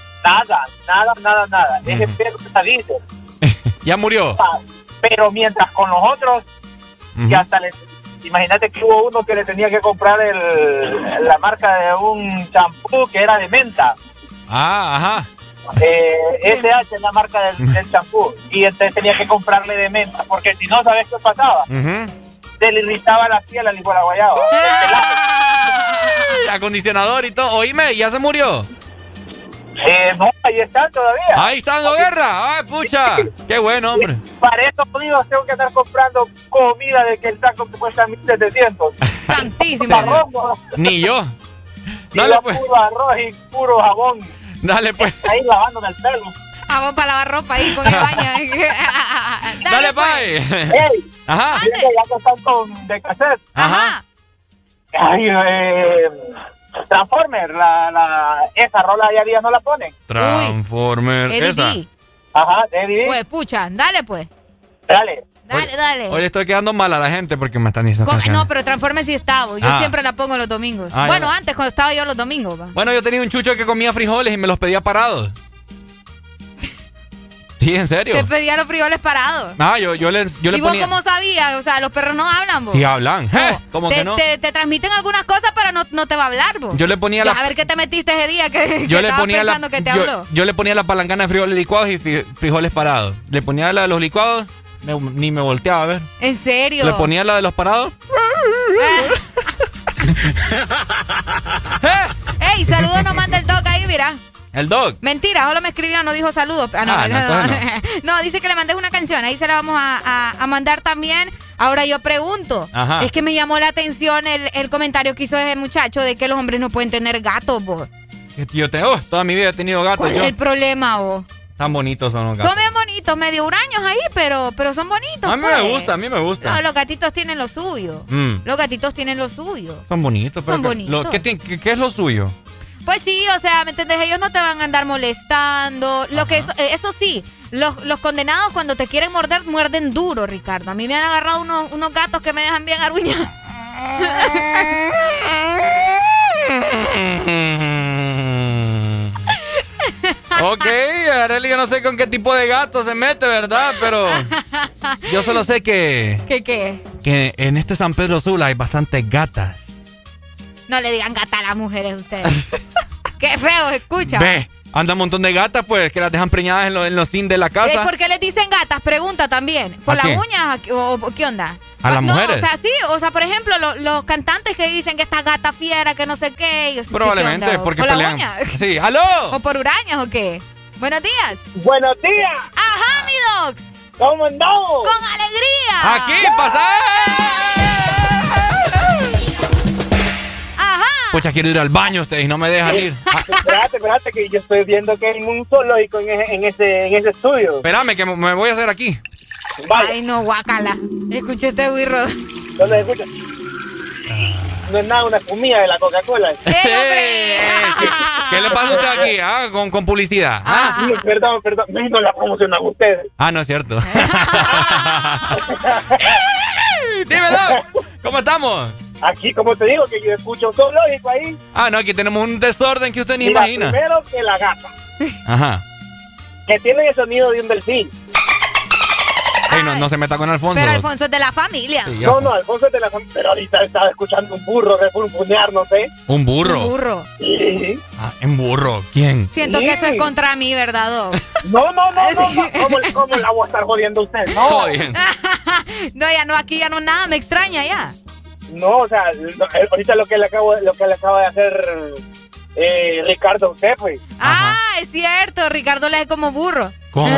Nada. Ese perro está listo. ¿Ya murió? Pero mientras con los otros, que hasta imagínate que hubo uno que le tenía que comprar la marca de un champú que era de menta. Ajá. SH es la marca del champú. Y entonces tenía que comprarle de menta, porque si no, ¿sabes qué pasaba? Se le irritaba la piel al hijo de la guayaba. Acondicionador y todo. Oíme, ¿ya se murió? No, ahí están todavía. Ahí está dando guerra. Ay, pucha. Qué bueno, hombre. Para eso, amigos, tengo que andar comprando comida de que el taco que cuesta 1,700. Santísimo. Ni yo. Dale, pues. Puro arroz y puro jabón. Dale, pues. Ahí lavándome el pelo. Jabón para lavar ropa ahí con el baño. Dale, bye. Ey. Ajá. Ya que están con de cassette. Ajá. Ay, Transformer, esa rola de día no la ponen. Transformer, esa. Ajá, Eddie. Pues pucha, dale pues. Dale. Hoy estoy quedando mal a la gente porque me están diciendo canciones. No, pero Transformer sí estaba. Yo siempre la pongo los domingos. Bueno, antes cuando estaba yo los domingos. Bueno, yo tenía un chucho que comía frijoles y me los pedía parados. Sí, ¿en serio? Te pedía los frijoles parados. Yo le ponía... ¿Y vos cómo sabías? O sea, los perros no hablan, vos. Sí hablan. ¿Cómo que no? Te transmiten algunas cosas, pero no te va a hablar, vos. Yo le ponía A ver qué te metiste ese día que estabas pensando que te habló. Yo le ponía la palangana de frijoles licuados y frijoles parados. Le ponía la de los licuados, ni me volteaba a ver. ¿En serio? Le ponía la de los parados. ¡Ey, saludos nos manda el toque ahí, mira! El dog. Mentira, solo me escribió, no dijo saludos. No, dice que le mandes una canción, ahí se la vamos a mandar también. Ahora yo pregunto, es que me llamó la atención el comentario que hizo ese muchacho de que los hombres no pueden tener gatos, vos. Toda mi vida he tenido gatos. ¿Cuál es el problema, vos? Tan bonitos son los gatos. Son bien bonitos, medio huraños ahí, pero son bonitos. A mí me gusta. No, los gatitos tienen lo suyo. Los gatitos tienen lo suyo. Son bonitos. Son bonitos. ¿Qué es lo suyo? Pues sí, o sea, ¿me entendés? Ellos no te van a andar molestando. Eso sí, los condenados cuando te quieren morder, muerden duro, Ricardo. A mí me han agarrado unos gatos que me dejan bien aruñados. Ok, Arely, yo no sé con qué tipo de gato se mete, ¿verdad? Pero yo solo sé que... ¿Qué? Que en este San Pedro Sula hay bastantes gatas. No le digan gata a las mujeres ustedes. Qué feo, escucha. Ve, anda un montón de gatas, pues, que las dejan preñadas en los zinc de la casa. ¿Por qué les dicen gatas? Pregunta también. ¿Por las uñas o qué onda? ¿A las mujeres? O sea, sí, o sea, por ejemplo, los cantantes que dicen que esta gata fiera, que no sé qué. Y, probablemente, ¿qué onda? porque ¿Por pelean. las uñas? Sí, ¿aló? ¿O por urañas o qué? Buenos días. Buenos días. Ajá, mi doc. ¿Cómo andamos? Con alegría. Aquí, pasa. Pucha, quiero ir al baño ustedes y no me dejan ir. Espérate, que yo estoy viendo que hay un zoológico en ese estudio. Espérame, que me voy a hacer aquí. Vale. Ay, no, guácala. Escuché este birro. ¿Dónde escuchas? No es nada una comida de la Coca-Cola. ¿Qué le pasa a usted aquí? Con publicidad. Perdón. No la promocionan ustedes. No es cierto. Dime, Doc, ¿cómo estamos? Aquí, como te digo, que yo escucho un zoológico ahí. No, aquí tenemos un desorden que usted ni imagina. Primero que la gata. Ajá. Que tiene el sonido de un delfín. Ey, no se meta con Alfonso. Pero Alfonso es de la familia. Sí, no, Alfonso es de la familia. Pero ahorita estaba escuchando un burro refunfunear, no sé. ¿Un burro? Un burro. Sí. ¿Un burro? ¿Quién? Siento que eso es contra mí, ¿verdad, Doc? No. ¿Cómo la voy a estar jodiendo a usted? No. Jodiendo. No, aquí ya no nada, me extraña ya. No, o sea, ahorita lo que le acaba de hacer Ricardo a usted, pues. Es cierto, Ricardo le hace como burro. ¿Cómo?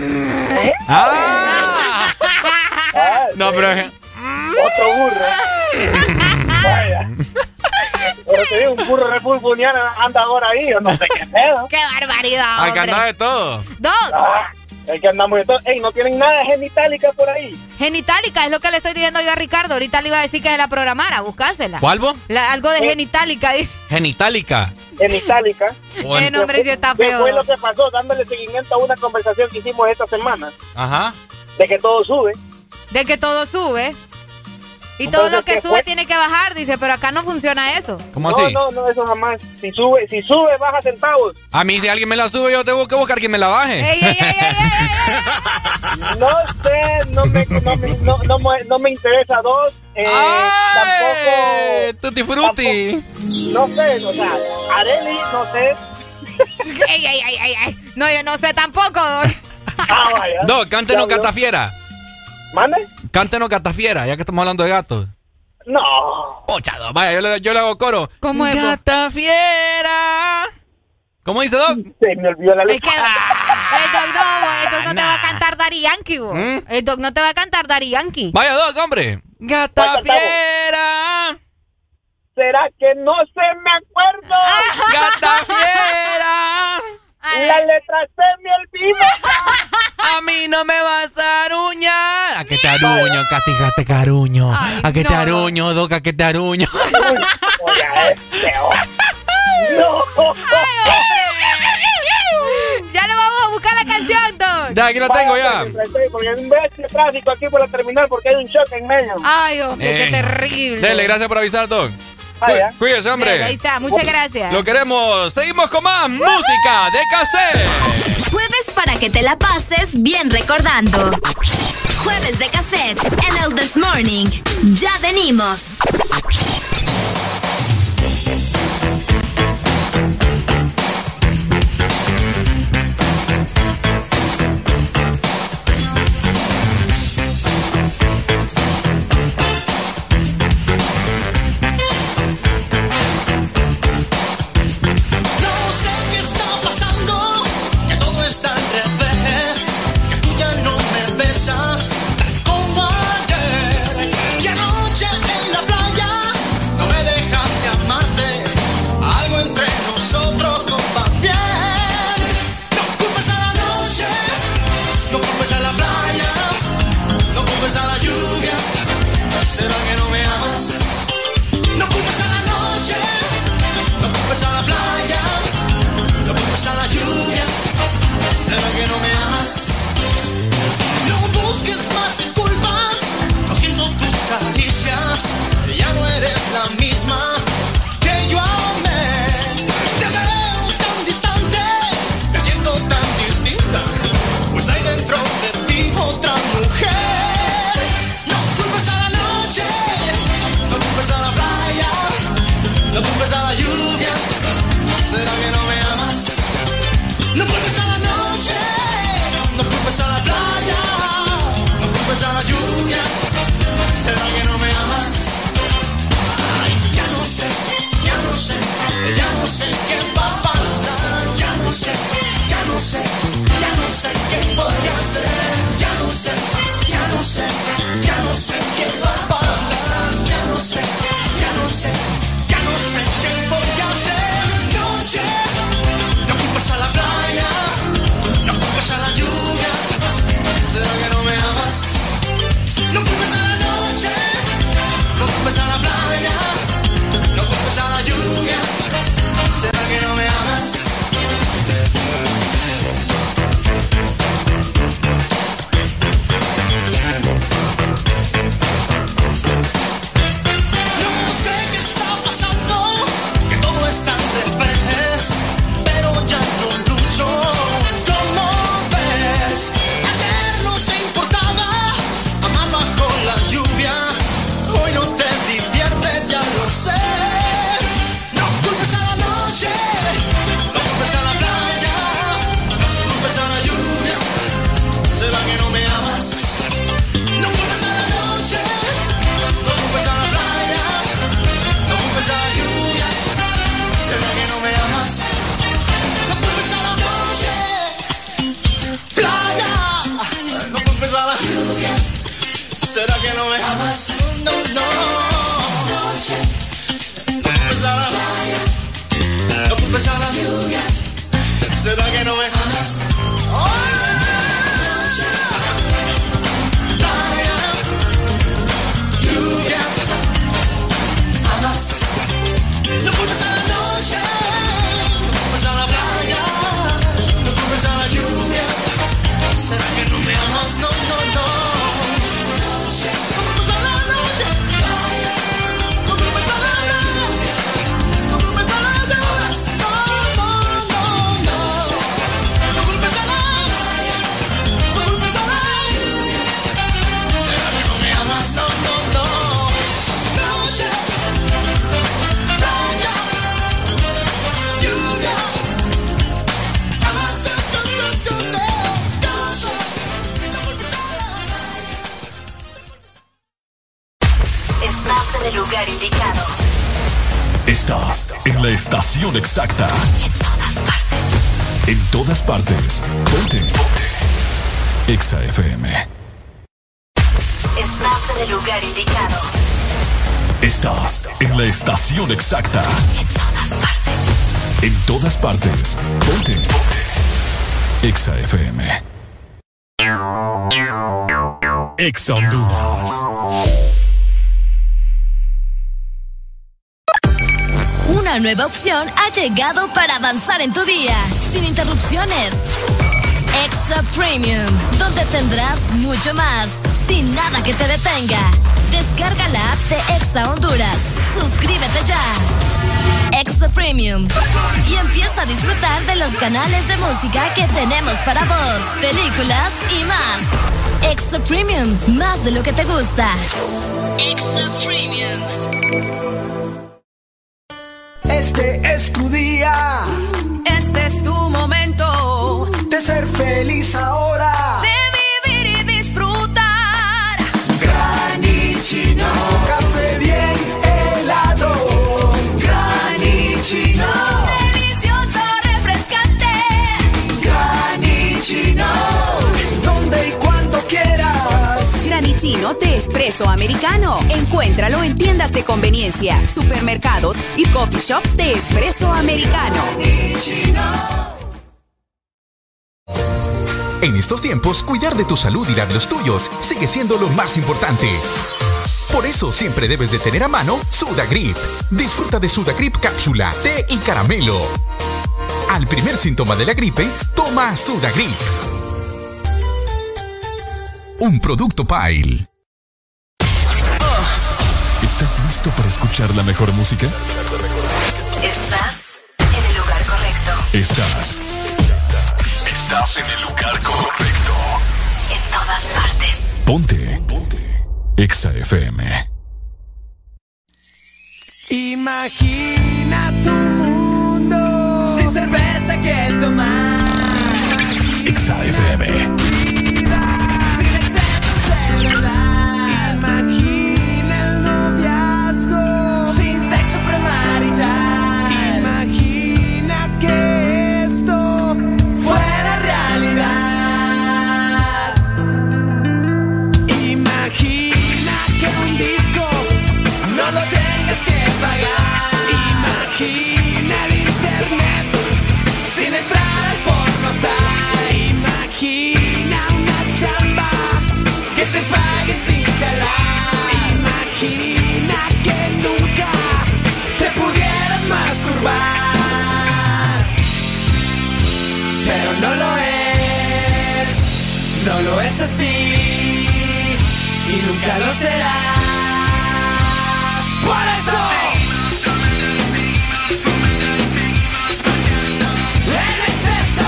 No, pero... Otro burro. Vaya. Pero te digo, un burro refunfunear anda ahora ahí, yo no sé qué pedo. ¡Qué barbaridad, hay que andar de todo. Hay que andar de todo. Ey, ¿no tienen nada de Genitalica por ahí? Genitalica, es lo que le estoy diciendo yo a Ricardo. Ahorita le iba a decir que se la programara, buscásela. ¿Cuál vos? Algo de Genitalica, dice. Genitalica. El nombre sí está feo. ¿Qué fue lo que pasó? Dándole seguimiento a una conversación que hicimos esta semana. Ajá. De que todo sube. Y todo lo que sube tiene que bajar, dice, pero acá no funciona eso. ¿Cómo así? No, eso jamás. Si sube, baja centavos. A mí, si alguien me la sube, yo tengo que buscar quien me la baje. ¡Ey! No sé, no me interesa dos. Tampoco. Tutti frutti. No sé, o sea, Arely, no sé. ¡Ey! No, yo no sé tampoco, Doc. Vaya. Doc, cántenos Gatafiera. ¿Mande? Cántenos Gatafiera, ya que estamos hablando de gatos. No. Chado, vaya, yo le hago coro. ¿Cómo es? Gatafiera. ¿Cómo dice, Doc? Se me olvidó la letra. Es que el Doc no te va a cantar Daddy Yankee, vos. El Doc no te va a cantar Daddy Yankee. Vaya, Doc, hombre. Gatafiera. ¿Será que no se me acuerdo? Gatafiera. La letra se me olvida. A mí no me vas a aruñar. ¿A qué te aruño? Castigate, caruño. ¿A qué te aruño, Doc? ¿A qué te aruño? No. Ya le vamos a buscar la canción, Doc. Ya, aquí la tengo ya. Porque hay un bestia tráfico aquí por la terminal porque hay un shock en medio. Ay, hombre, qué terrible. Dele, gracias por avisar, Doc. Cuídese, hombre. Ahí está, muchas gracias. Lo queremos. Seguimos con más música de cassette. Jueves para que te la pases bien recordando. Jueves de cassette en el This Morning. Ya venimos. Como ayer, que anoche en la playa ¿Será que no me amas? No, no. No culpes a la playa. No culpes a la lluvia. ¿Será que no me amas? Playa, lluvia. Amas. No culpes a la noche. No culpes a la playa. No culpes a la lluvia. ¿Será que no me amas? No, no, no. En el lugar indicado. Estás en la estación exacta. En todas partes. En todas partes. Ponte. Exa FM. Estás en el lugar indicado. Estás en la estación exacta. En todas partes. En todas partes. Ponte. Exa FM. Exa Honduras. Una nueva opción ha llegado para avanzar en tu día, sin interrupciones. Exa Premium, donde tendrás mucho más, sin nada que te detenga. Descarga la app de Exa Honduras. Suscríbete ya. Exa Premium. Y empieza a disfrutar de los canales de música que tenemos para vos, películas y más. Exa Premium, más de lo que te gusta. Exa Premium. Este es tu día. Este es tu momento de ser feliz ahora. De vivir y disfrutar. Granichino. Café bien helado. Granichino. Delicioso, refrescante. Granichino. Donde y cuando quieras. Granichino de espresso americano. Encuéntralo en tiendas de conveniencia, supermercados y coffee shops de espresso americano. En estos tiempos, cuidar de tu salud y la de los tuyos sigue siendo lo más importante. Por eso siempre debes de tener a mano Sudagrip. Disfruta de Sudagrip cápsula, té y caramelo. Al primer síntoma de la gripe, toma Sudagrip. Un producto Pile. ¿Estás listo para escuchar la mejor música? Estás en el lugar correcto. Estás en el lugar correcto. En todas partes. Ponte. Exa FM. Imagina tu mundo sin cerveza que tomar. Exa FM. Imagina el noviazgo sin sexo premarital. Imagina que esto fuera realidad. Imagina que un disco no lo tengas que pagar. Imagina el internet sin entrar al pornosite. Imagina una chamba que te pague sin jalar. Imagina que nunca te pudieras masturbar. Pero no lo es, no lo es así y nunca lo será. Por eso en exceso.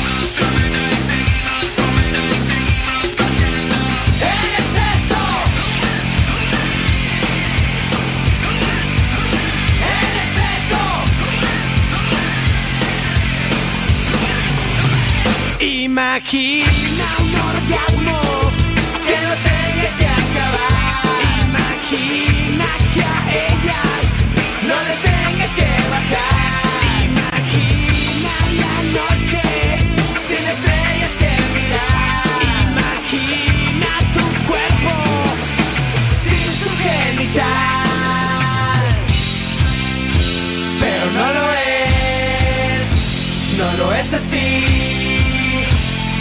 Imagina un orgasmo que no tenga que acabar. Imagina que a ellas no le tenga que bajar. Imagina la noche sin estrellas que mirar. Imagina tu cuerpo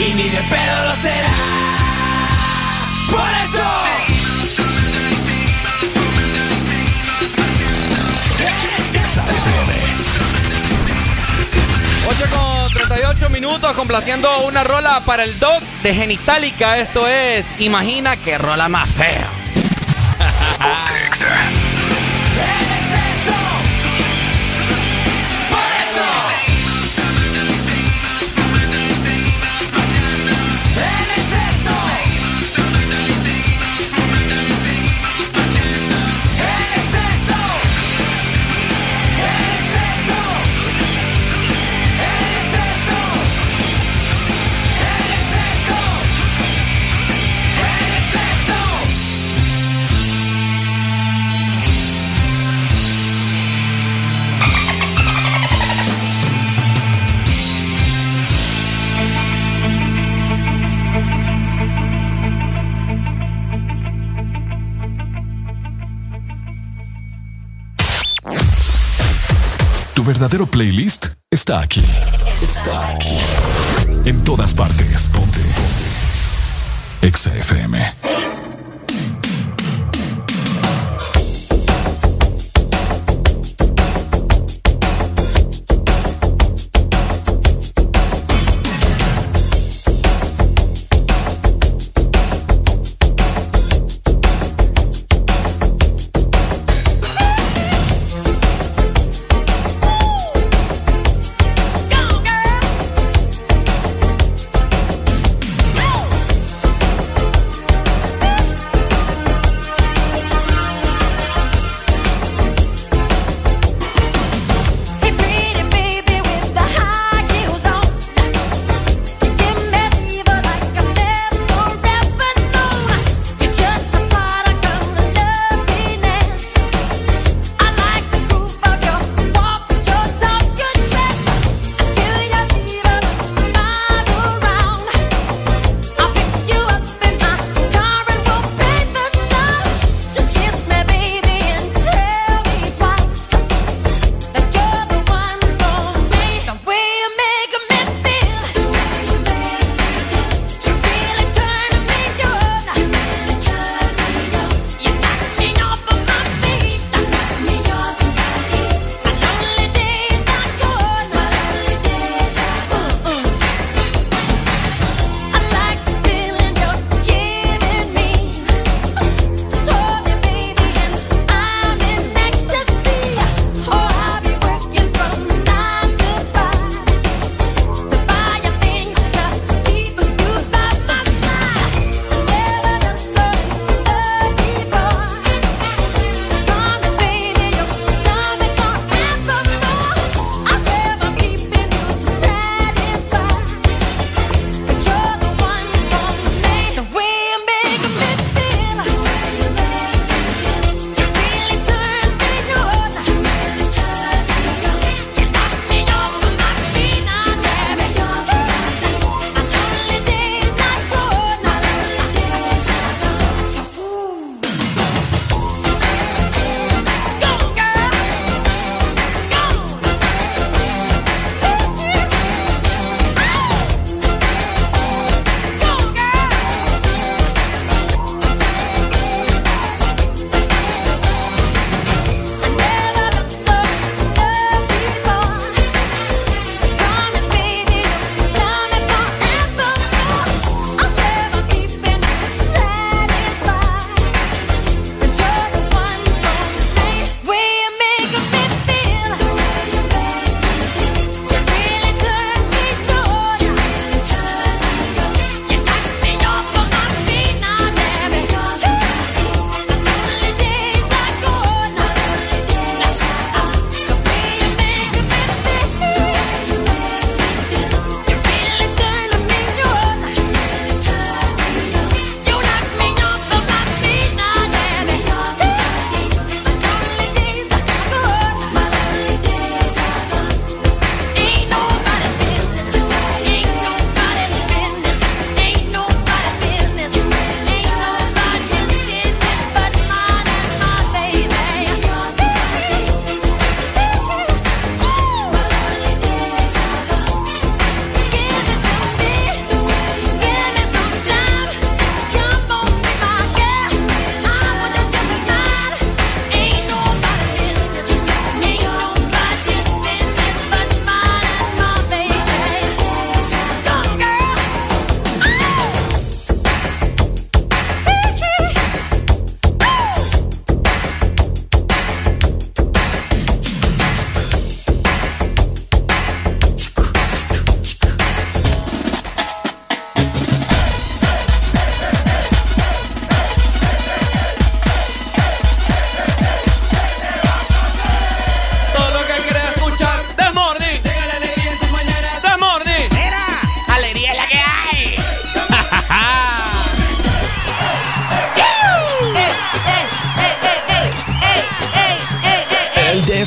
y ni de pedo lo será. Por eso 8:38, complaciendo una rola para el Doc de Genitalica. Esto es Imagina qué rola más fea. Tu verdadero playlist está aquí. Está aquí. En todas partes. Ponte. Exa FM.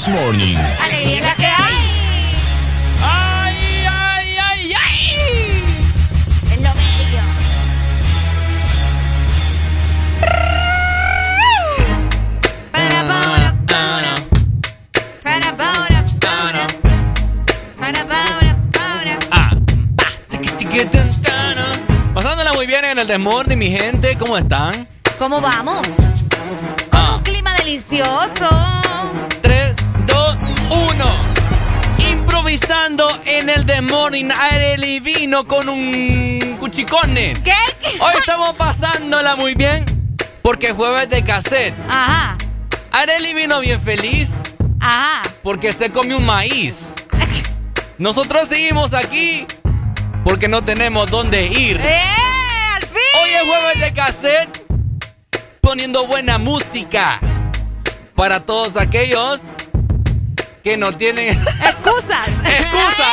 This Morning. ¡Alegría que hay! ¡Ay, ay, ay, ay! Es lo bello. Pasándola muy bien en el This Morning, mi gente. ¿Cómo están? ¿Cómo vamos? Con un clima delicioso. 3, 2, 1. Improvisando en el This Morning, Arely vino con un cuchicone. ¿Qué? Hoy estamos pasándola muy bien porque es jueves de cassette. Ajá. Arely vino bien feliz. Ajá. Porque se comió un maíz. Nosotros seguimos aquí porque no tenemos dónde ir. ¡Al fin! Hoy es jueves de cassette, poniendo buena música para todos aquellos que no tienen excusas. ¡Excusa!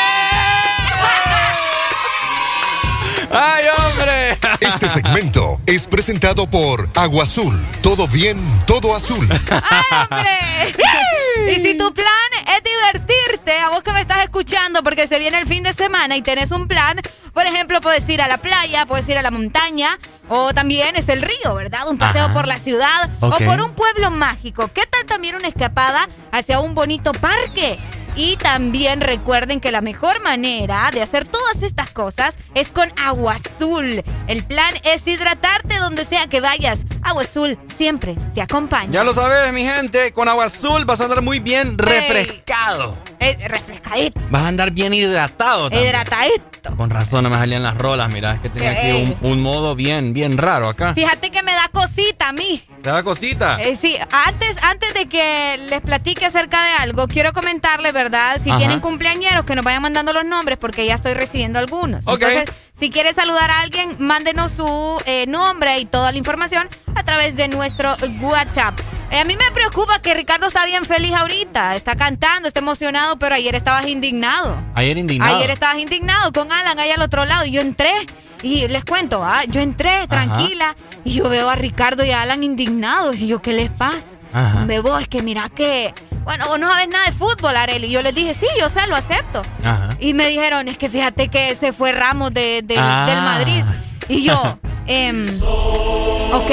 ¡Ay, hombre! Este segmento es presentado por Agua Azul. Todo bien, todo azul. ¡Ay, hombre! Y si tu plan es divertirte, a vos que me estás escuchando, porque se viene el fin de semana y tenés un plan, por ejemplo, puedes ir a la playa, puedes ir a la montaña, o también es el río, ¿verdad? Un paseo por la ciudad, okay, o por un pueblo mágico. ¿Qué tal también una escapada hacia un bonito parque? Y también recuerden que la mejor manera de hacer todas estas cosas es con Agua Azul. El plan es hidratarte donde sea que vayas. Agua Azul siempre te acompaña. Ya lo sabes, mi gente, con Agua Azul vas a andar muy bien refrescado. Refrescadito. Vas a andar bien hidratado también. Hidratadito. Con razón no me salían las rolas, mira, es que tenía aquí un modo bien raro acá. Fíjate que me da cosita a mí. ¿Te da cosita? Sí, antes de que les platique acerca de algo, quiero comentarles, ¿verdad? Si tienen cumpleañeros, que nos vayan mandando los nombres, porque ya estoy recibiendo algunos. Okay. Entonces, si quieres saludar a alguien, mándenos su nombre y toda la información a través de nuestro WhatsApp. A mí me preocupa que Ricardo está bien feliz ahorita, está cantando, está emocionado, pero ayer estabas indignado. Ayer estabas indignado con Alan ahí al otro lado y yo entré. Y les cuento, yo entré tranquila y yo veo a Ricardo y a Alan indignados. Y yo, ¿qué les pasa? Bebo, es que mira que... Bueno, vos no sabes nada de fútbol, Arely. Y yo les dije, sí, yo sé, lo acepto. Y me dijeron, es que fíjate que se fue Ramos del Madrid. Y yo, ok.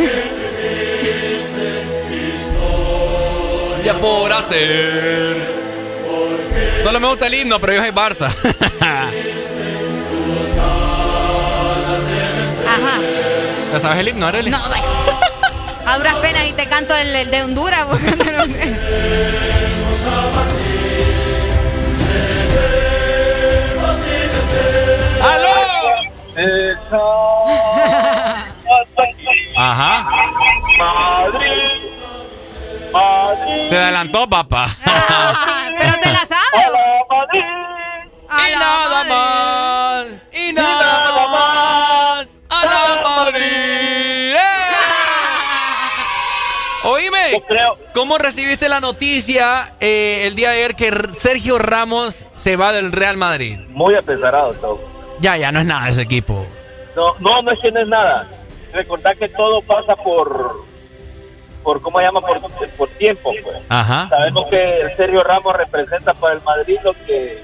Ya por hacer. Solo me gusta el himno, pero yo soy Barça. Ajá. ¿Ya sabes el himno, Arely? No, a duras penas y te canto el de Honduras. ¡Aló! Ajá. Madrid. Se adelantó, papá. Pero se la sabe. Y nada más. Y nada más. A la Madrid. Oíme, ¿cómo recibiste la noticia el día de ayer que Sergio Ramos se va del Real Madrid? Muy apesarado todo. Ya no es nada ese equipo. No es que no es nada. Recordad que todo pasa por ¿cómo se llama? Por tiempo, pues. Ajá. Sabemos que el Sergio Ramos representa para el Madrid lo que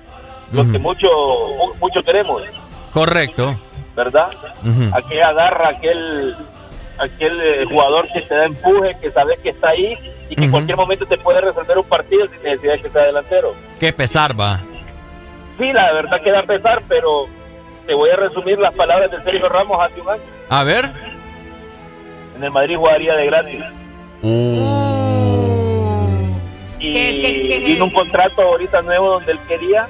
mucho queremos. Correcto. ¿Verdad? Aquella garra, aquel jugador que te da empuje, que sabes que está ahí y que en cualquier momento te puede resolver un partido sin necesidad de que sea delantero. Qué pesar, va. Sí, la verdad que da pesar, pero te voy a resumir las palabras de Sergio Ramos hace un año. A ver. En el Madrid jugaría de gratis. Y vino un contrato ahorita nuevo donde él quería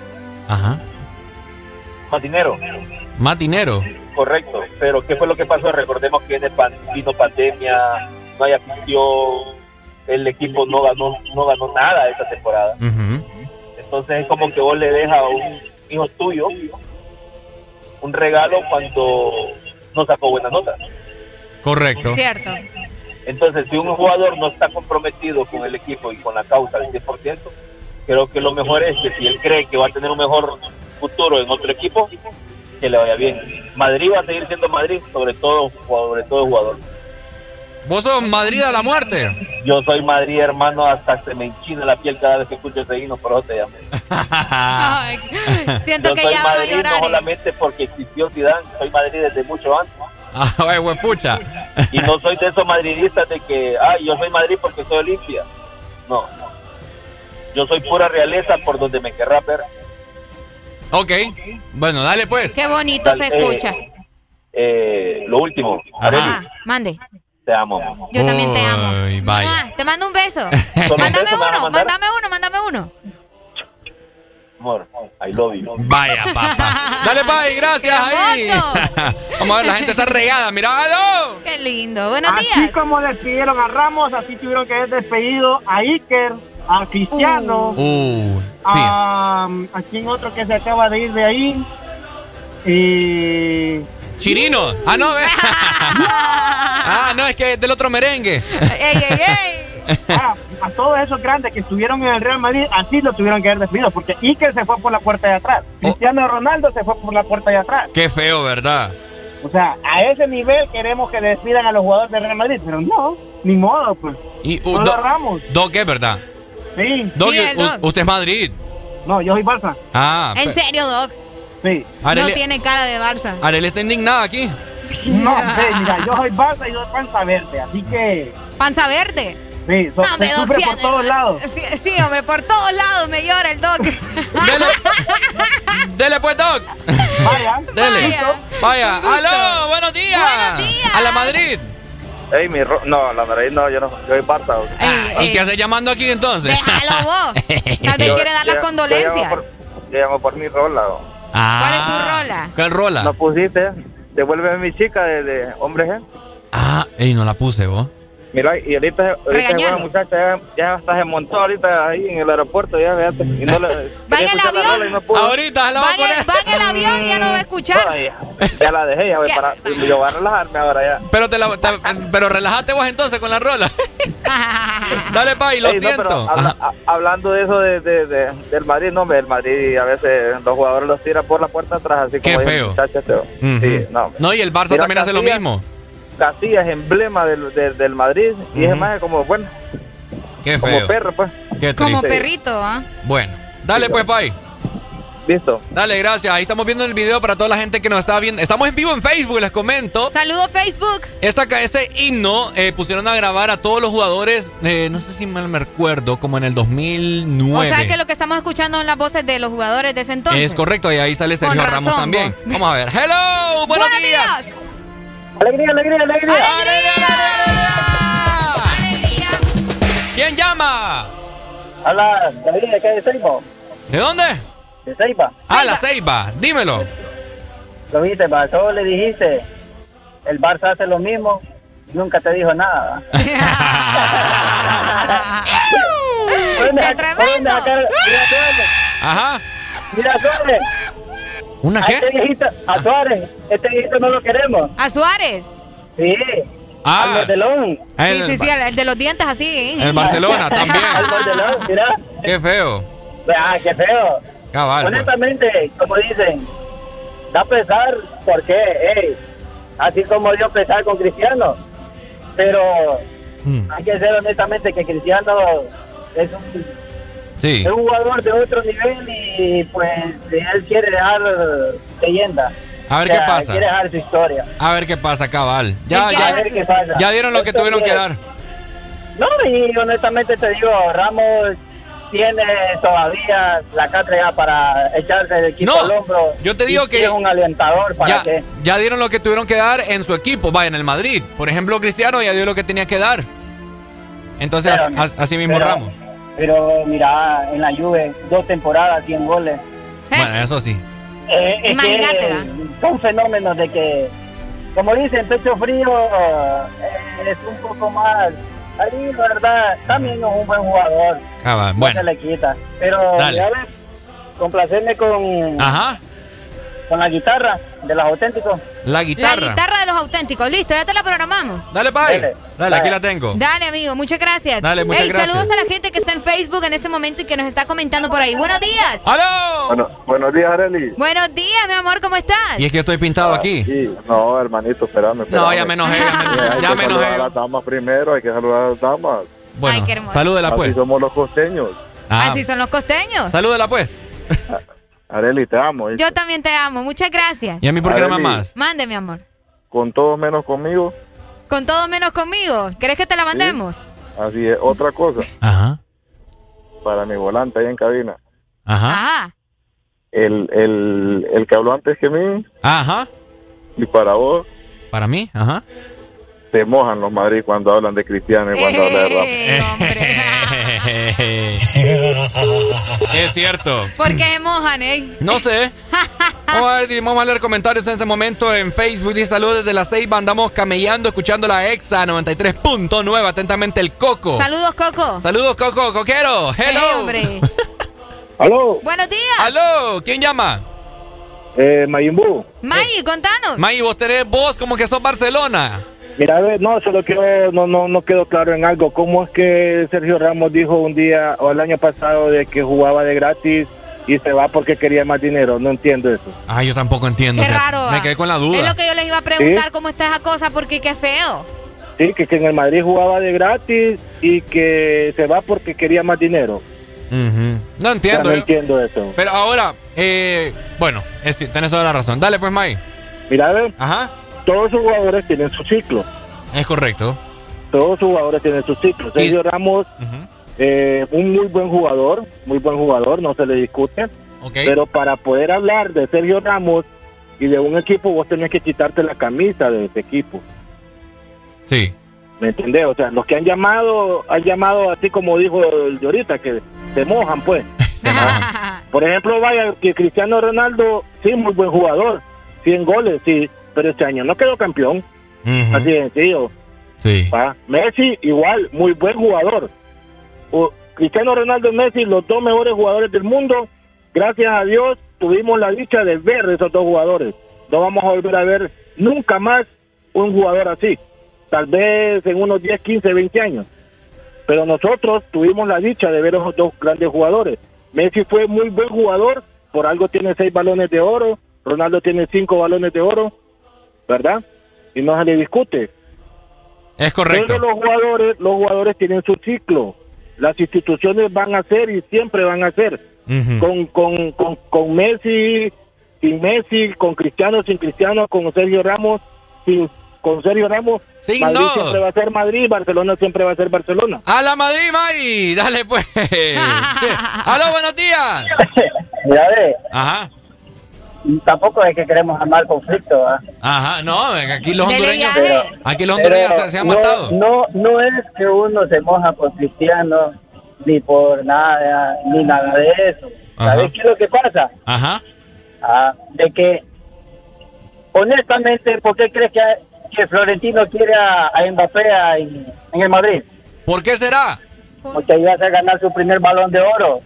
más dinero. Correcto, pero ¿qué fue lo que pasó? Recordemos que vino pandemia, no hay afición, el equipo no ganó nada esta temporada. Entonces es como que vos le dejas a un hijo tuyo un regalo cuando no sacó buena nota. Correcto. Cierto. Entonces, si un jugador no está comprometido con el equipo y con la causa del 100%, creo que lo mejor es que si él cree que va a tener un mejor futuro en otro equipo, que le vaya bien. Madrid va a seguir siendo Madrid, sobre todo jugador. ¿Vos sos Madrid a la muerte? Yo soy Madrid, hermano, hasta se me enchina la piel cada vez que escucho ese himno, por eso te llamé. Ay, siento que ya Madrid, va a llorar. no solamente porque existió Zidane, soy Madrid desde mucho antes. Ay, huepucha. Y no soy de esos madridistas de que, yo soy Madrid porque soy Olimpia. No. Yo soy pura realeza por donde me querrá ver. Ok. Bueno, dale pues. Qué bonito se escucha. Lo último. Ajá, mande. Te amo. Yo también te amo. Ay, vaya. Te mando un beso. Mándame uno. Amor, I love you. Vaya, papá. Dale, bye, gracias ahí. Vamos a ver, la gente está regada, míralo. Qué lindo. Buenos días. Así como despidieron a Ramos, así tuvieron que haber despedido a Iker, a Cristiano, sí. a quien otro que se acaba de ir de ahí. Chirino. Ah, no, ve. No, es que es del otro merengue. A todos esos grandes que estuvieron en el Real Madrid, así lo tuvieron que haber despedido, porque Iker se fue por la puerta de atrás, Cristiano Ronaldo se fue por la puerta de atrás. Qué feo, ¿verdad? O sea, a ese nivel queremos que despidan a los jugadores del Real Madrid, pero no, ni modo, pues. Y no lo Ramos. Doc, ¿es verdad? Sí. Doc, usted es Madrid. No, yo soy Barça. ¿En serio, Doc? Sí. No tiene cara de Barça. Arely está indignada aquí. No, mira, yo soy Barça y yo soy panza verde, así que... ¿Panza verde? Sí, se sufre por todos lados. Sí, hombre, por todos lados me llora el Doc. Dele pues, Doc. Vaya. Dele. Vaya. ¡Aló! ¡Buenos días! ¡Buenos días! ¡A la Madrid! No, la Madrid no, yo soy Barça. ¿Y qué hace llamando aquí entonces? Déjalo vos. Tal vez quiere dar las condolencias. Yo llamo por mi rola. ¿Cuál es tu rola? ¿Cuál rola? No pusiste. Devuélveme mi chica de Hombre G. No la puse vos. Mira, y ahorita la muchacha ya hasta se montó ahorita ahí en el aeropuerto, ya fíjate. Y no le, va en el avión. No ahorita la va a poner. Va en el avión y ya no va a escuchar. Ya la dejé, ya voy yo voy a relajarme ahora ya. Pero relájate vos entonces con la rola. Dale, pa, y lo siento. Hablando de eso del Madrid, no, el Madrid a veces los jugadores los tiran por la puerta atrás, así como qué feo. Sí, no, y el Barça también hace lo mismo. Casillas es emblema del Madrid y es más como, bueno, qué feo. Como perro, pues. Qué como perrito, ¿ah? Bueno, dale pues, Pai. Listo. Dale, gracias. Ahí estamos viendo el video para toda la gente que nos está viendo. Estamos en vivo en Facebook, les comento. Saludos, Facebook. Este himno pusieron a grabar a todos los jugadores, no sé si mal me recuerdo, como en el 2009. O sea que lo que estamos escuchando son las voces de los jugadores de ese entonces. Es correcto, y ahí sale Sergio Ramos también. Vamos a ver. ¡Hello! ¡Buenos días! ¡Alegría, alegría, alegría! ¡Alegría! ¿Quién llama? Hola, David, ¿de qué de Ceiba? ¿De dónde? De Ceiba. La Ceiba, dímelo. Lo viste, solo le dijiste, el Barça hace lo mismo, nunca te dijo nada. ¡Qué tremendo! Ajá. Mira, Suárez. ¿Una qué? A Suárez. Este viejito no lo queremos. ¿A Suárez? Sí. Al Barcelona. Sí, el de los dientes así. El Barcelona también. Al Barcelona, mira. Qué feo. Qué feo. Cabal. Honestamente, como dicen, da pesar porque, así como dio pesar con Cristiano, pero hay que ser honestamente que Cristiano es un jugador de otro nivel y pues él quiere dejar leyenda. A ver qué pasa. Quiere dejar su historia. A ver qué pasa, cabal. Ya dieron lo que tuvieron que dar. No, y honestamente te digo, Ramos tiene todavía la cátedra para echarse el equipo al hombro. Yo te digo que es un alentador para que ya dieron lo que tuvieron que dar en su equipo, vaya, en el Madrid. Por ejemplo, Cristiano ya dio lo que tenía que dar. Entonces, así mismo Ramos. Pero mira, en la Juve, 2 temporadas, 100 goles. Bueno, eso sí. Imagínate, son fenómenos de que, como dicen, pecho frío es un poco más. Ahí, la verdad, también es un buen jugador. Bueno. No se le quita. Pero, ya ves, complacerme con. Ajá. con la guitarra de los auténticos. La guitarra de los auténticos. Listo, ya te la programamos. Dale, Pai. Dale, aquí la tengo. Dale, amigo, muchas gracias. Dale, muchas gracias. Saludos a la gente que está en Facebook en este momento y que nos está comentando por ahí. Buenos días. ¡Aló! Buenos días, Arely. Buenos días, mi amor, ¿cómo estás? Y es que estoy pintado aquí. Sí, no, hermanito, espérame. No, ya me enojé. Ya me enojé. Hay que saludar a las damas primero, hay que saludar a las damas. Bueno, ay, qué hermoso. Salúdela pues. Así somos los costeños. Así son los costeños. Salúdela pues. Arely, te amo. Yo también te amo, muchas gracias. ¿Y a mí por qué no me amas? Mande, mi amor. Con todo menos conmigo. Con todo menos conmigo. ¿Querés que te la mandemos? Sí. Así es. Otra cosa. Ajá. Para mi volante ahí en cabina. Ajá. El que habló antes que mí. Ajá. Y para vos. Para mí, ajá. Se mojan los Madrid cuando hablan de Cristiano y cuando hablan de Rafa. Es cierto. ¿Por qué se mojan, No sé. Vamos a leer comentarios en este momento en Facebook. Y saludos desde la Ceiba. Andamos camellando, escuchando la Exa 93.9. Atentamente el Coco. Saludos, Coco. Saludos, Coco. Coquero. Hello. Hombre. Aló. Buenos días. Aló. ¿Quién llama? Mayimbu. May, contanos. May, vos tenés voz como que sos Barcelona. Mira, a ver, no, solo quiero, no quedó claro en algo. ¿Cómo es que Sergio Ramos dijo un día o el año pasado de que jugaba de gratis y se va porque quería más dinero? No entiendo eso. Ah, yo tampoco entiendo. Qué raro. Me quedé con la duda. Es lo que yo les iba a preguntar, ¿cómo está esa cosa? Porque qué feo. Sí, que en el Madrid jugaba de gratis y que se va porque quería más dinero. No entiendo. No entiendo eso. Pero ahora, bueno, tenés toda la razón. Dale pues, May. Mira, a ver. Ajá. Todos los jugadores tienen su ciclo. Es correcto. Todos los jugadores tienen su ciclo. Sergio Ramos, un muy buen jugador, no se le discute. Okay. Pero para poder hablar de Sergio Ramos y de un equipo, vos tenés que quitarte la camisa de ese equipo. Sí. ¿Me entendés? O sea, los que han llamado así como dijo el de ahorita, que se mojan, pues. Por ejemplo, vaya, que Cristiano Ronaldo, sí, muy buen jugador, 100 goles, sí, pero este año no quedó campeón. Así de sencillo. Sí. Messi, igual, muy buen jugador. Cristiano Ronaldo y Messi, los dos mejores jugadores del mundo. Gracias a Dios, tuvimos la dicha de ver esos dos jugadores. No vamos a volver a ver nunca más un jugador así. Tal vez en unos 10, 15, 20 años. Pero nosotros tuvimos la dicha de ver esos dos grandes jugadores. Messi fue muy buen jugador, por algo tiene 6 balones de oro, Ronaldo tiene 5 balones de oro, ¿verdad? Y no se le discute. Es correcto. Pero los jugadores tienen su ciclo. Las instituciones van a ser y siempre van a ser. Con Messi, sin Messi, con Cristiano, sin Cristiano, con Sergio Ramos, con Sergio Ramos, sí, Madrid no. siempre va a ser Madrid, Barcelona siempre va a ser Barcelona. ¡A la Madrid, May! Dale pues. ¡Aló, buenos días! Mira, ve. Ajá. Tampoco es que queremos armar conflicto, ¿eh? Ajá, no, aquí los hondureños, se han matado. No es que uno se moja por Cristiano, ni por nada, ni nada de eso. ¿Sabes qué es lo que pasa? Ajá. De que, honestamente, ¿por qué crees que Florentino quiere a Mbappé en el Madrid? ¿Por qué será? Porque ahí va a ganar su primer Balón de Oro.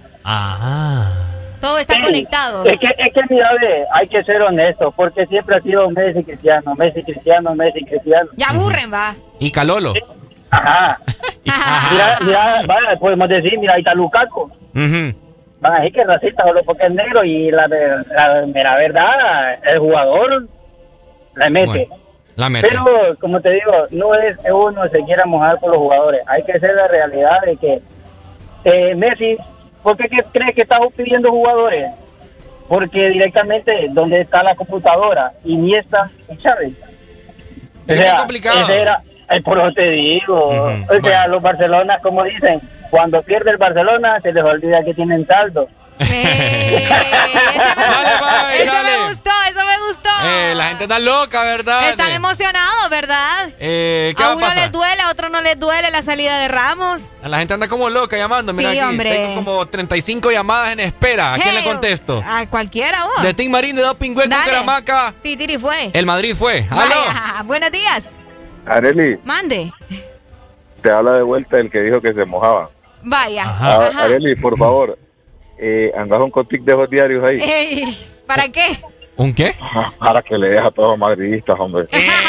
Todo está conectado. Es que mira, hay que ser honestos, porque siempre ha sido Messi Cristiano. Ya aburren, va. Y Calolo. Ajá. Mira, podemos decir, mira, ahí está Lukaku. Van a decir que es racista solo porque es negro, y la mera verdad, el jugador la mete. Bueno, la mete. Pero, como te digo, no es que uno se quiera mojar por los jugadores. Hay que ser la realidad de que Messi, ¿por qué crees que estás pidiendo jugadores? Porque directamente donde está la computadora, Iniesta y Chávez. Es complicado. Ese era, por eso te digo. Los Barcelona, como dicen, cuando pierde el Barcelona se les olvida que tienen saldo. Eso me gustó. La gente está loca, ¿verdad? Están emocionados, ¿verdad? A uno les duele, a otro no les duele la salida de Ramos. La gente anda como loca llamando. Mira, sí, aquí hombre. tengo como 35 llamadas en espera. ¿A quién le contesto? A cualquiera, vos. De Tim Marín, de Doping con Caramaca. Titiri fue. El Madrid fue. ¡Aló! Buenos días. Arely. Mande. Te habla de vuelta el que dijo que se mojaba. Vaya. Arely, por favor. Andás un cotic de esos diarios ahí. Ey, ¿para qué? ¿Un qué? Para que le deje a todos los madridistas, hombre. Lo que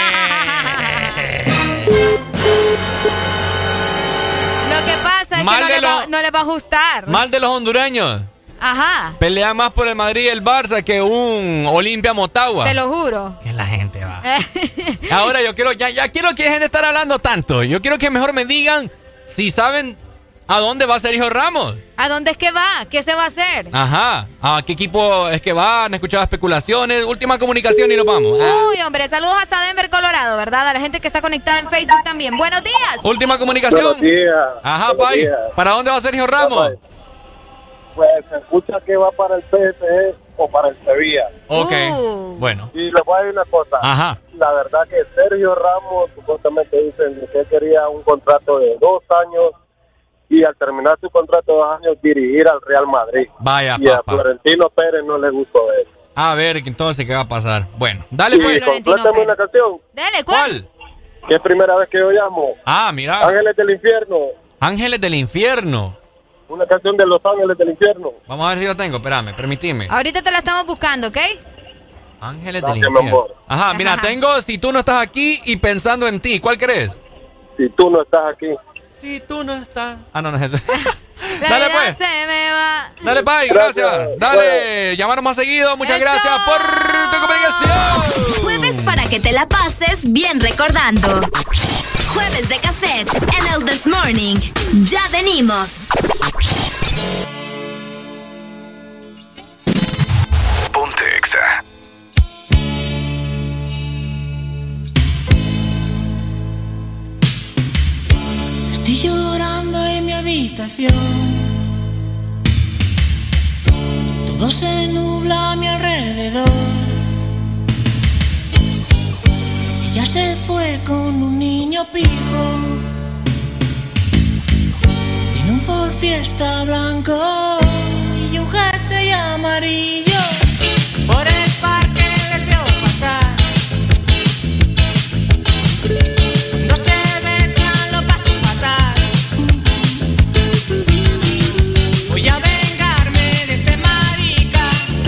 pasa es que no le va a ajustar. Mal de los hondureños. Ajá. Pelea más por el Madrid y el Barça que un Olimpia Motagua. Te lo juro. Que la gente va. Ahora yo quiero, ya quiero que dejen de estar hablando tanto. Yo quiero que mejor me digan si saben a dónde va Sergio Ramos. ¿A dónde es que va? ¿Qué se va a hacer? Ajá. ¿A qué equipo es que va? Han escuchado especulaciones. Última comunicación y nos vamos. Uy, hombre, saludos hasta Denver, Colorado, ¿verdad? A la gente que está conectada en Facebook también. Buenos días. Última comunicación. Buenos días. Ajá, Pai. ¿Para dónde va Sergio Ramos? Pues se escucha que va para el PSG o para el Sevilla. Ok, bueno. Y les voy a decir una cosa. Ajá. La verdad que Sergio Ramos supuestamente dicen que él quería un contrato de 2 años y al terminar su contrato de 2 años dirigir al Real Madrid. Vaya, y a Florentino Pérez no le gustó eso. A ver, entonces, ¿qué va a pasar? Bueno, dale pues. Complétame una canción. Dale, ¿cuál? Que es primera vez que yo llamo. Ah, mira. Ángeles del Infierno. Ángeles del Infierno. Una canción de Los Ángeles del Infierno. Vamos a ver si la tengo, espérame, permitime. Ahorita te la estamos buscando, ¿ok? Ángeles del Infierno. Ajá, mira, tengo Si tú no estás aquí y Pensando en ti. ¿Cuál crees? Si tú no estás aquí. Si tú no estás... Ah, no es eso. Dale pues. Se me va. Dale, Pai, gracias. Dale, llámanos más seguido. Muchas gracias por tu comunicación. Jueves para que te la pases bien recordando. Jueves de cassette en el This Morning. Ya venimos. Ponte Exa. Estoy llorando en mi habitación. Todo se nubla a mi alrededor. Ella se fue con un niño pijo. Tiene un Ford Fiesta blanco y un jersey amarillo. Por el parque les veo pasar. Cuando se besan lo paso fatal. Voy a vengarme de ese marica.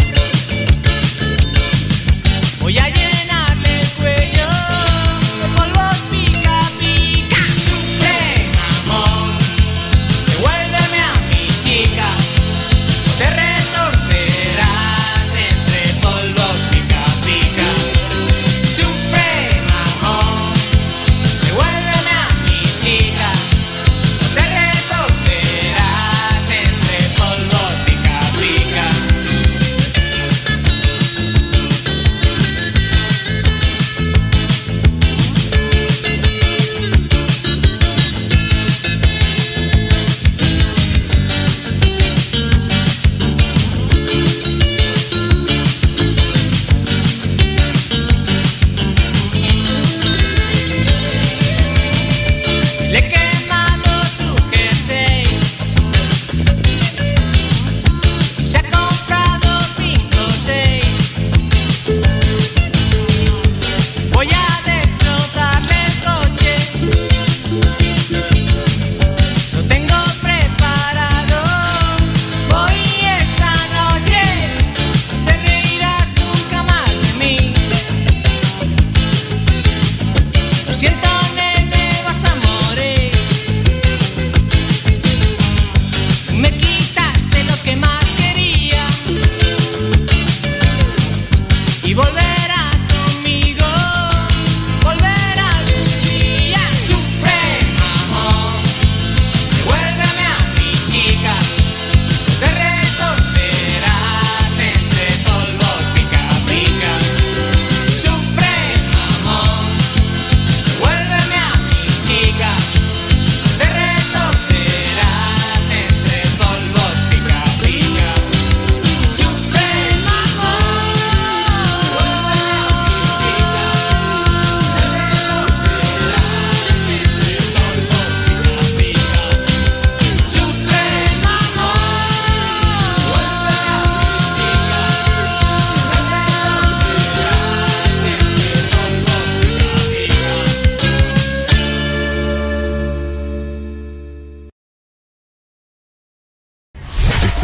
Voy a llenarle el cuello de polvos pica pica. Sufre, amor, devuélveme a mi chica. Te retorcerás.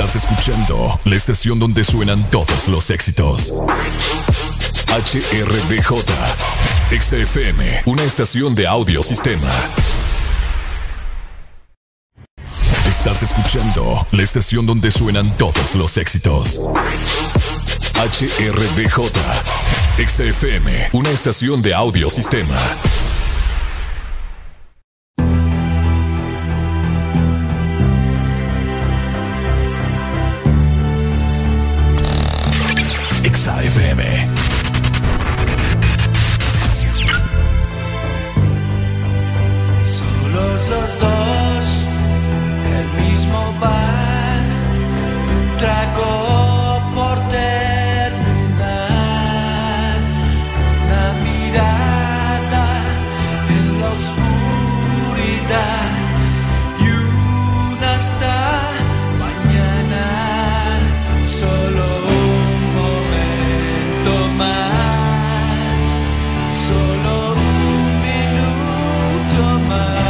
Estás escuchando la estación donde suenan todos los éxitos. HRDJ, XFM, una estación de audiosistema. Estás escuchando la estación donde suenan todos los éxitos. HRDJ, XFM, una estación de audiosistema. XFM. Solos los dos, el mismo bar, un trago por terminar, una mirada en la oscuridad y una hasta mañana, solo un momento más, solo un minuto más.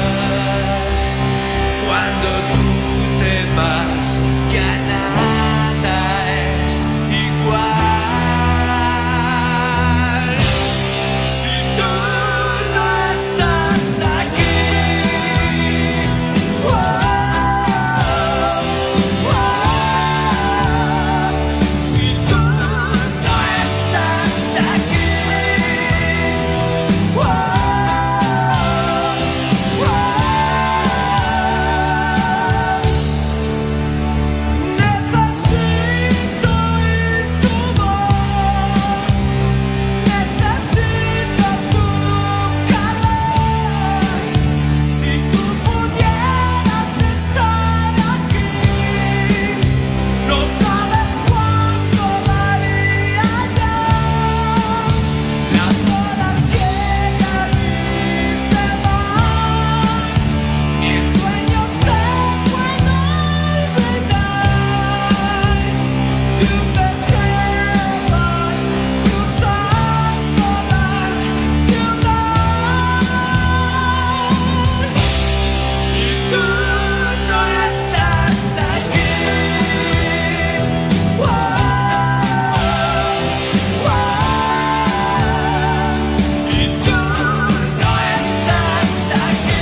Cuando tú te vas, ya nada es igual. Si tú no estás aquí, si tú no estás aquí, necesito oír tu voz, necesito tu calor. Si tú pudieras estar aquí, no sabes cuánto daría yo. Las horas llegan y se van, mis sueños te puedo olvidar, y un deseo va cruzando la ciudad. Y tú no estás aquí, y tú no estás aquí.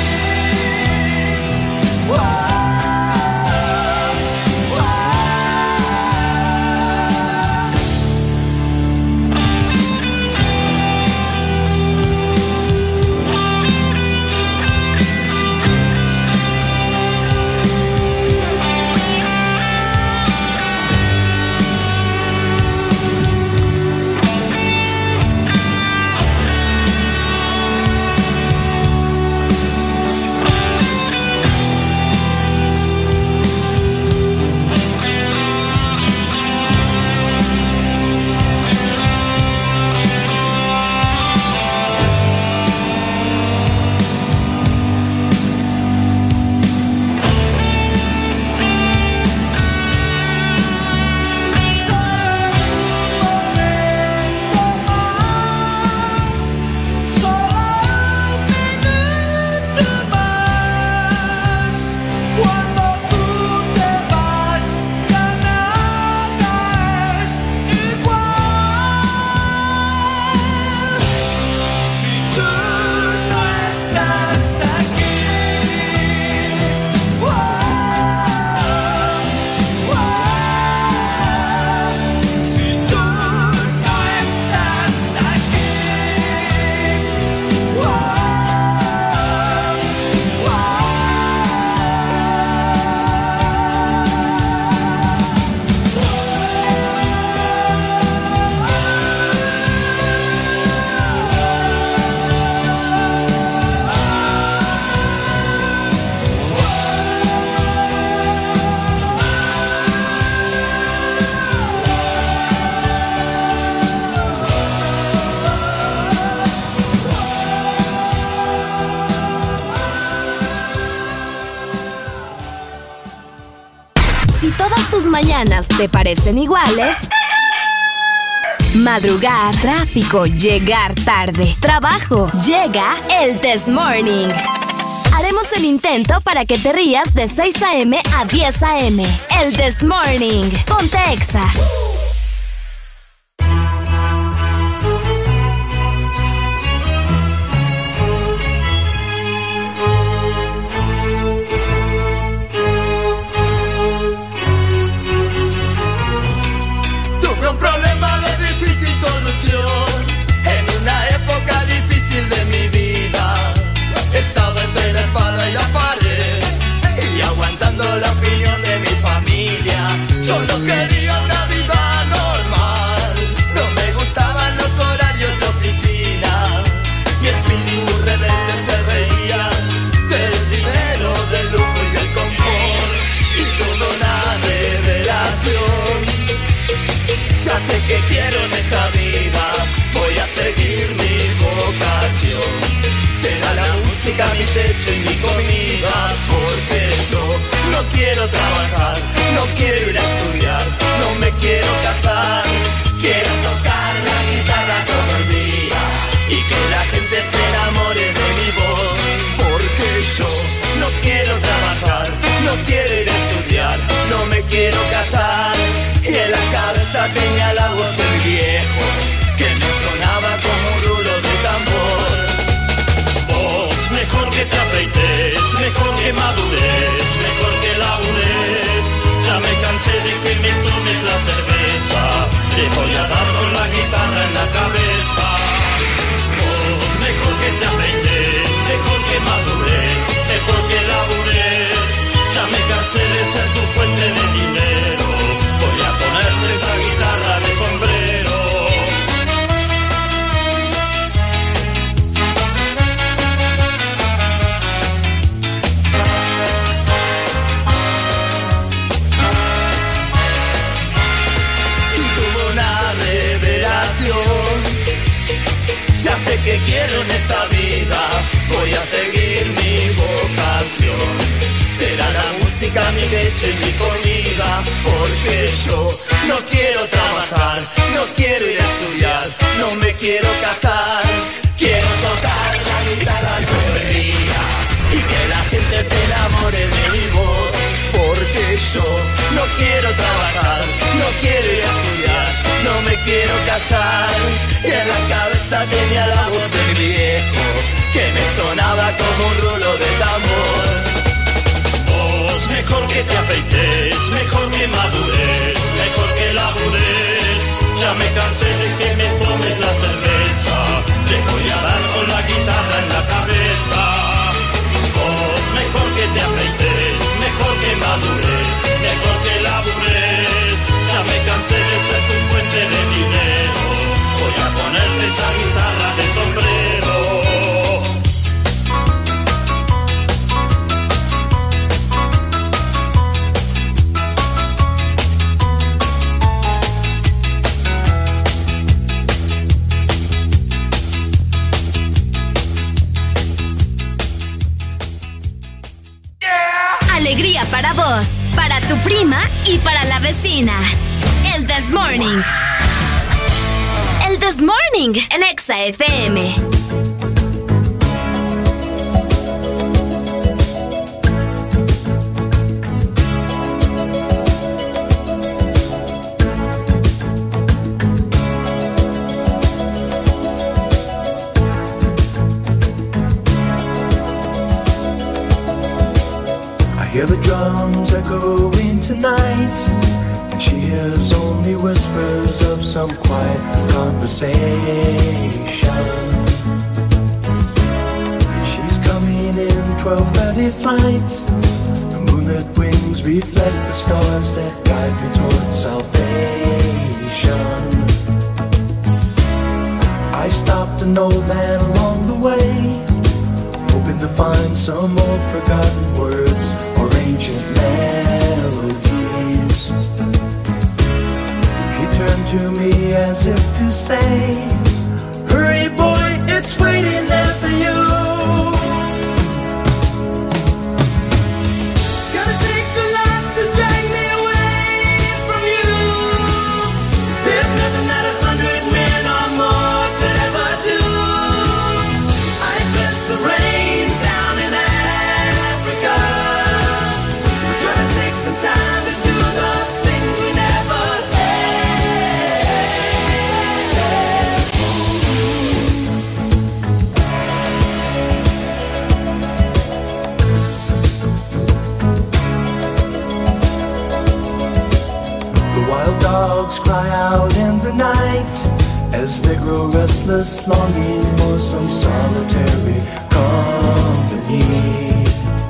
Cuando tú te vas, ya nada es igual. Si tú no estás aquí, si tú no estás aquí, Si todas tus mañanas te parecen iguales, madrugar, tráfico, llegar tarde, trabajo, llega el This Morning. Haremos el intento para que te rías de 6 a.m. a 10 a.m. El This Morning. Ponte Exa. Tuve un problema de difícil solución en una época difícil de mi vida. Estaba entre la espada y la pared y aguantando la opinión de mi familia. Solo quería una vida normal, no me gustaban los horarios de oficina. Mi espíritu rebelde se reía del dinero, del lujo y el confort, y tuve una revelación. Ya sé que quiero en esta vida, voy a seguir mi vocación. Será la música mi techo y mi comida, porque yo no quiero trabajar, no quiero ir a estudiar, no me quiero casar. Quiero tocar la guitarra todo el día y que la gente se enamore de mi voz, porque yo no quiero trabajar, no quiero ir a estudiar, no me quiero casar. Y en la cabeza tenía la voz del viejo que me sonaba como un rulo de tambor. Vos, mejor que te afeites, mejor que madures, mejor que labures. Ya me cansé de que me tomes la cerveza, te voy a dar con la guitarra en la cabeza. Vos, mejor que te afeites, mejor que madures, mejor que labures. Ya me cansé de ser tu fuente de dinero, voy a ponerte esa guitarra de sombrero. Y tuve una revelación. Ya sé que quiero en esta vida, voy a seguir mi vocación. Será la música mi leche y mi comida, porque yo no quiero trabajar, no quiero ir a estudiar, no me quiero casar. Quiero tocar la guitarra todo el día y que la gente se enamore de mi voz, porque yo no quiero trabajar, no quiero ir a estudiar, no me quiero casar. Y en la cabeza tenía la voz del viejo que me sonaba como un rulo de tambor. Mejor que te afeites, mejor que madures, mejor que labures. Ya me cansé de que me tomes la cerveza, te voy a dar con la guitarra en la cabeza. Vos, mejor que te afeites, mejor que madures, mejor que labures. Ya me cansé de ser tu fuente de dinero, voy a ponerte esa guitarra de sombrero. Alegría para vos, para tu prima y para la vecina. El This Morning. El This Morning en Exa FM. Hear the drums echoing tonight, and she hears only whispers of some quiet conversation. She's coming in 12:30 flight. The moonlit wings reflect the stars that guide me towards salvation. I stopped an old man along the way, hoping to find some old forgotten words or ancient melodies. He turned to me as if to say, hurry boy, it's waiting there for you. Gonna take a lot to drag me away from you. There's nothing that 100 men or more could ever do. I press the reins down and dogs cry out in the night as they grow restless, longing for some solitary company.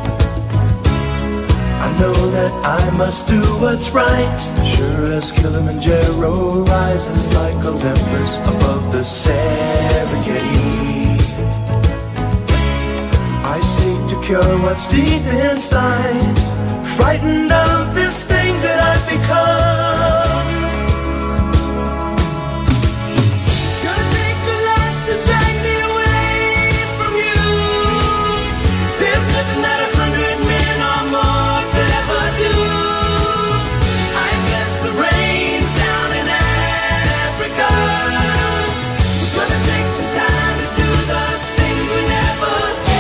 I know that I must do what's right, sure as Kilimanjaro rises like Olympus above the Serengeti. I seek to cure what's deep inside, frightened of this thing that I've become. Gonna take a lot to drag me away from you. There's nothing that 100 men or more could ever do. I guess the rain's down in Africa. We're gonna take some time to do the things we never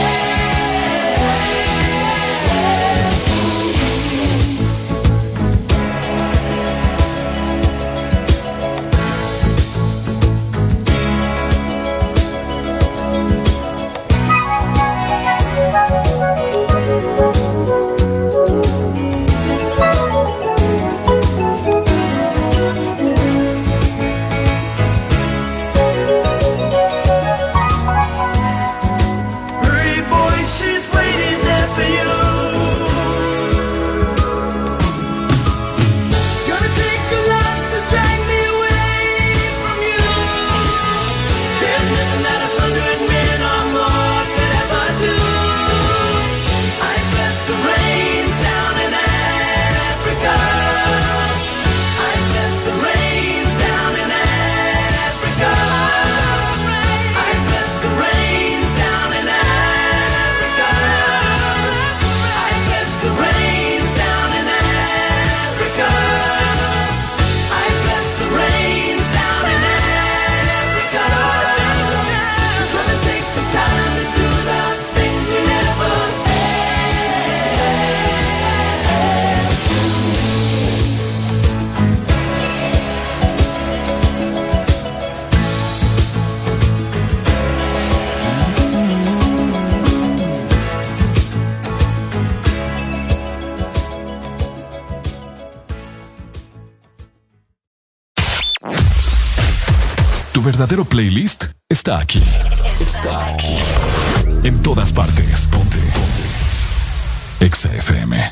verdadero playlist está aquí. Está aquí. En todas partes. Ponte. Exa FM.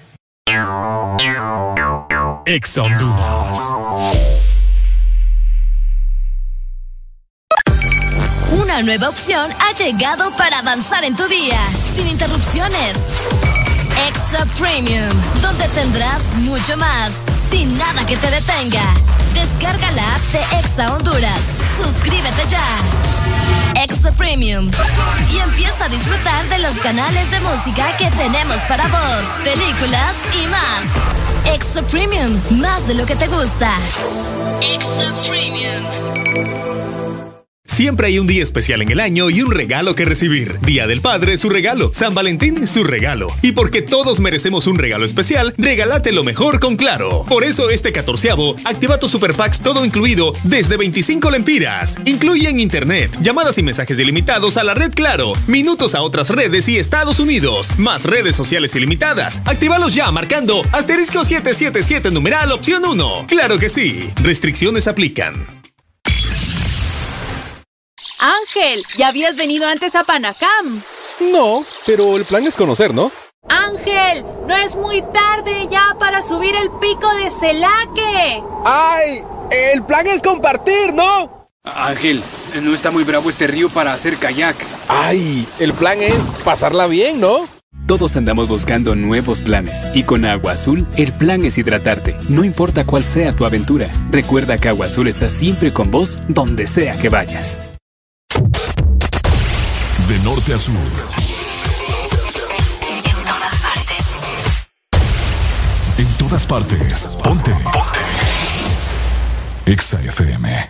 Exa Honduras. Una nueva opción ha llegado para avanzar en tu día, sin interrupciones. Exa Premium, donde tendrás mucho más, sin nada que te detenga. Descarga la app de Exa Honduras. Suscríbete ya. Exa Premium. Y empieza a disfrutar de los canales de música que tenemos para vos, películas y más. Exa Premium, más de lo que te gusta. Exa Premium. Siempre hay un día especial en el año y un regalo que recibir. Día del Padre, su regalo. San Valentín, su regalo. Y porque todos merecemos un regalo especial, regálate lo mejor con Claro. Por eso este 14avo, activa tu Super Packs todo incluido desde 25 lempiras. Incluyen internet, llamadas y mensajes ilimitados a la red Claro, minutos a otras redes y Estados Unidos, más redes sociales ilimitadas. Actívalos ya marcando asterisco 777 numeral opción 1. Claro que sí. Restricciones aplican. Ángel, ¿ya habías venido antes a Panacam? No, pero el plan es conocer, ¿no? Ángel, no es muy tarde ya para subir el pico de Celaque. ¡Ay! El plan es compartir, ¿no? Ángel, no está muy bravo este río para hacer kayak. ¡Ay! El plan es pasarla bien, ¿no? Todos andamos buscando nuevos planes y con Agua Azul el plan es hidratarte, no importa cuál sea tu aventura. Recuerda que Agua Azul está siempre con vos donde sea que vayas. De norte a sur. En todas partes. Ponte. Exa FM.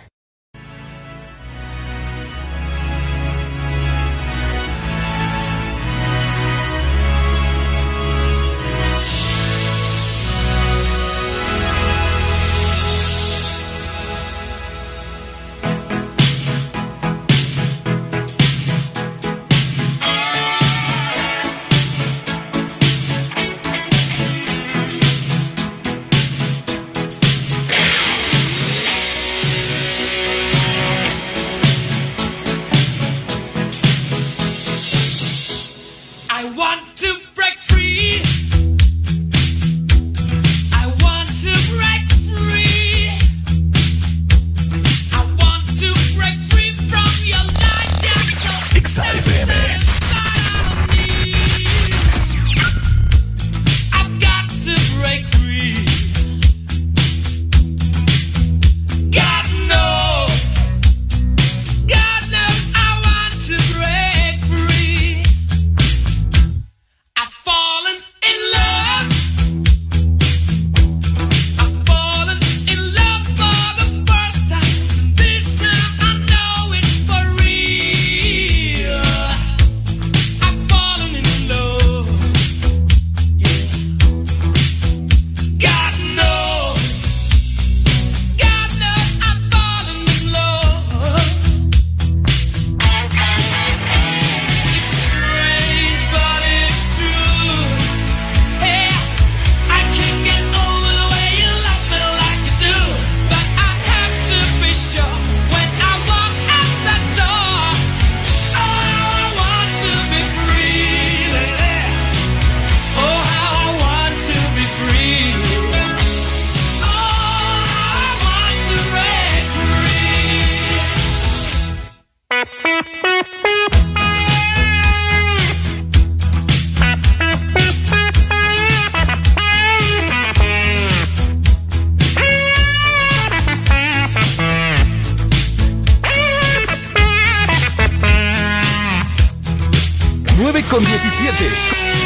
9:17.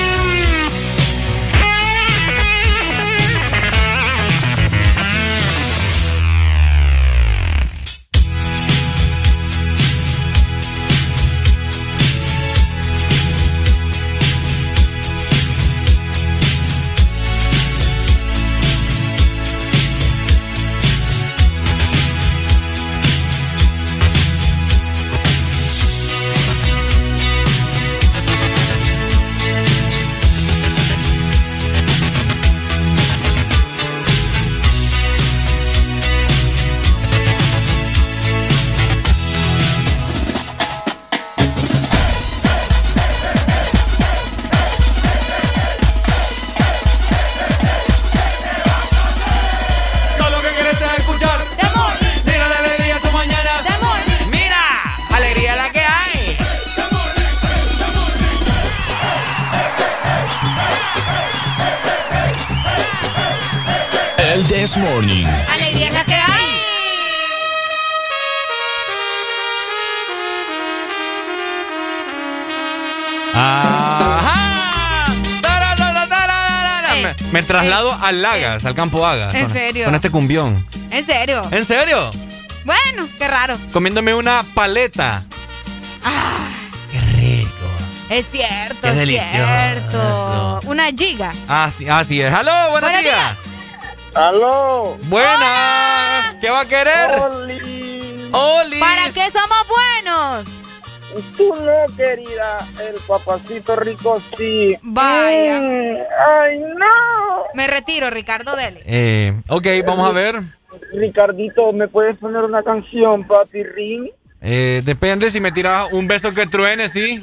This Morning. Alegría es la que hay. Ajá. Me traslado a Lagas, al campo Haga. ¿En serio? Con este cumbión. ¿En serio? ¿En serio? Bueno, qué raro. Comiéndome una paleta. Qué rico. Es cierto, Qué es delicioso. cierto. Una giga. Así es. ¡Aló! ¡Buenos días! ¡Aló! ¡Buenas! ¿Qué va a querer? ¡Oli! ¿Para qué somos buenos? Tú no, querida. El papacito rico sí. Vaya. ¡Ay, no! Me retiro, Ricardo, dele. Ok, vamos a ver. Ricardito, ¿me puedes poner una canción, papi Ring? Depende si me tiras un beso que truene, sí.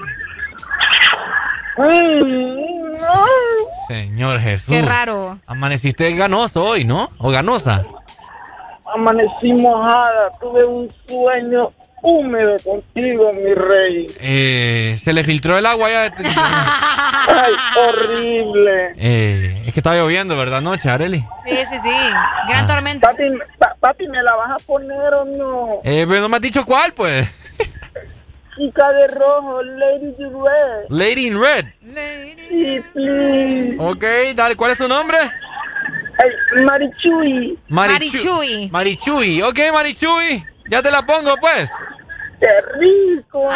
No. Señor Jesús. Qué raro. Amaneciste ganoso hoy, ¿no? ¿O ganosa? Amanecí mojada. Tuve un sueño húmedo contigo, mi rey. Se le filtró el agua ya. Ay, horrible. Es que estaba lloviendo, ¿verdad, anoche, Arely? Sí. Gran tormenta. Papi, ¿me la vas a poner o no? Pero no me has dicho cuál, pues. Chica de rojo, Lady in Red. Lady in Red. Sí, please. Ok, dale, ¿cuál es tu nombre? Marichuy. Marichuy. Ok, Marichuy. Ya te la pongo, pues. ¡Qué rico!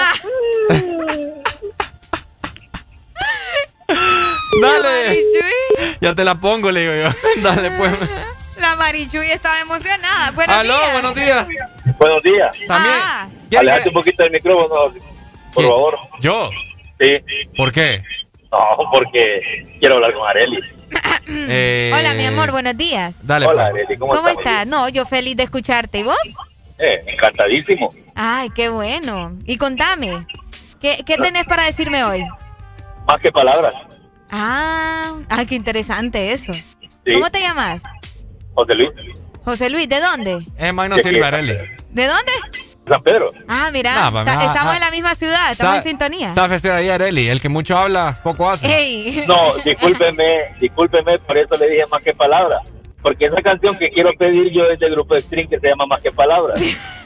Dale. Marichuy. Ya te la pongo, le digo yo. Dale, pues. La Marichuy estaba emocionada. Buenos días. Buenos días. Buenos días. También. Alejate un poquito del micrófono, por favor. ¿Yo? Sí. ¿Por qué? No, porque quiero hablar con Arely. Hola, mi amor, buenos días. Dale, hola, pues. Arely, ¿Cómo estás? No, yo feliz de escucharte. ¿Y vos? Encantadísimo. Ay, qué bueno. Y contame, ¿qué tenés para decirme hoy? Más que palabras. Qué interesante eso. Sí. ¿Cómo te llamas? José Luis. José Luis, ¿de dónde? Es Magno Silva, Arely. ¿De dónde? San Pedro. Mira, estamos en la misma ciudad, estamos en sintonía. Sáfese de ahí, Arely. El que mucho habla, poco hace. Ey. No, discúlpeme, por eso le dije más que palabras. Porque esa canción que quiero pedir yo es del grupo de String que se llama Más que Palabras.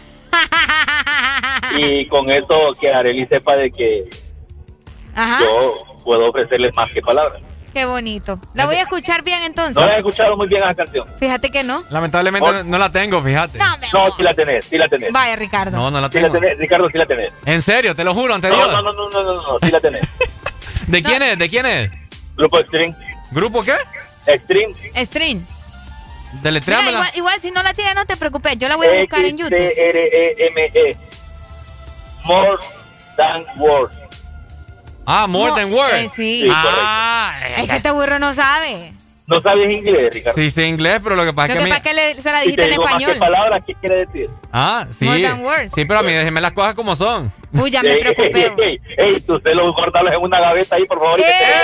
Y con eso que Arely sepa de que yo puedo ofrecerle más que palabras. Qué bonito. La voy a escuchar bien entonces. ¿No la has escuchado muy bien esa canción? Fíjate que no. Lamentablemente no la tengo, fíjate. No, sí la tenés. Vaya, Ricardo. No la tengo. Sí la tenés, Ricardo, sí la tenés. En serio, te lo juro, ante Dios. No, sí la tenés. ¿De quién es? ¿De quién es? Grupo String. ¿Grupo qué? String. Deletréamela. Mira, igual si no la tienes, no te preocupes. Yo la voy a buscar en YouTube. XTREME. More Than Words. More Than Words. Sí. Es que este burro no sabe. ¿No sabes inglés, Ricardo? Sí, sé inglés, pero lo que pasa es que se la dijiste en español. ¿Qué palabras qué quiere decir? Sí. More Than Words. Sí, pero a mí déjeme las cosas como son. Uy, ya me preocupé. Ey, tú se los guardalos en una gaveta ahí, por favor.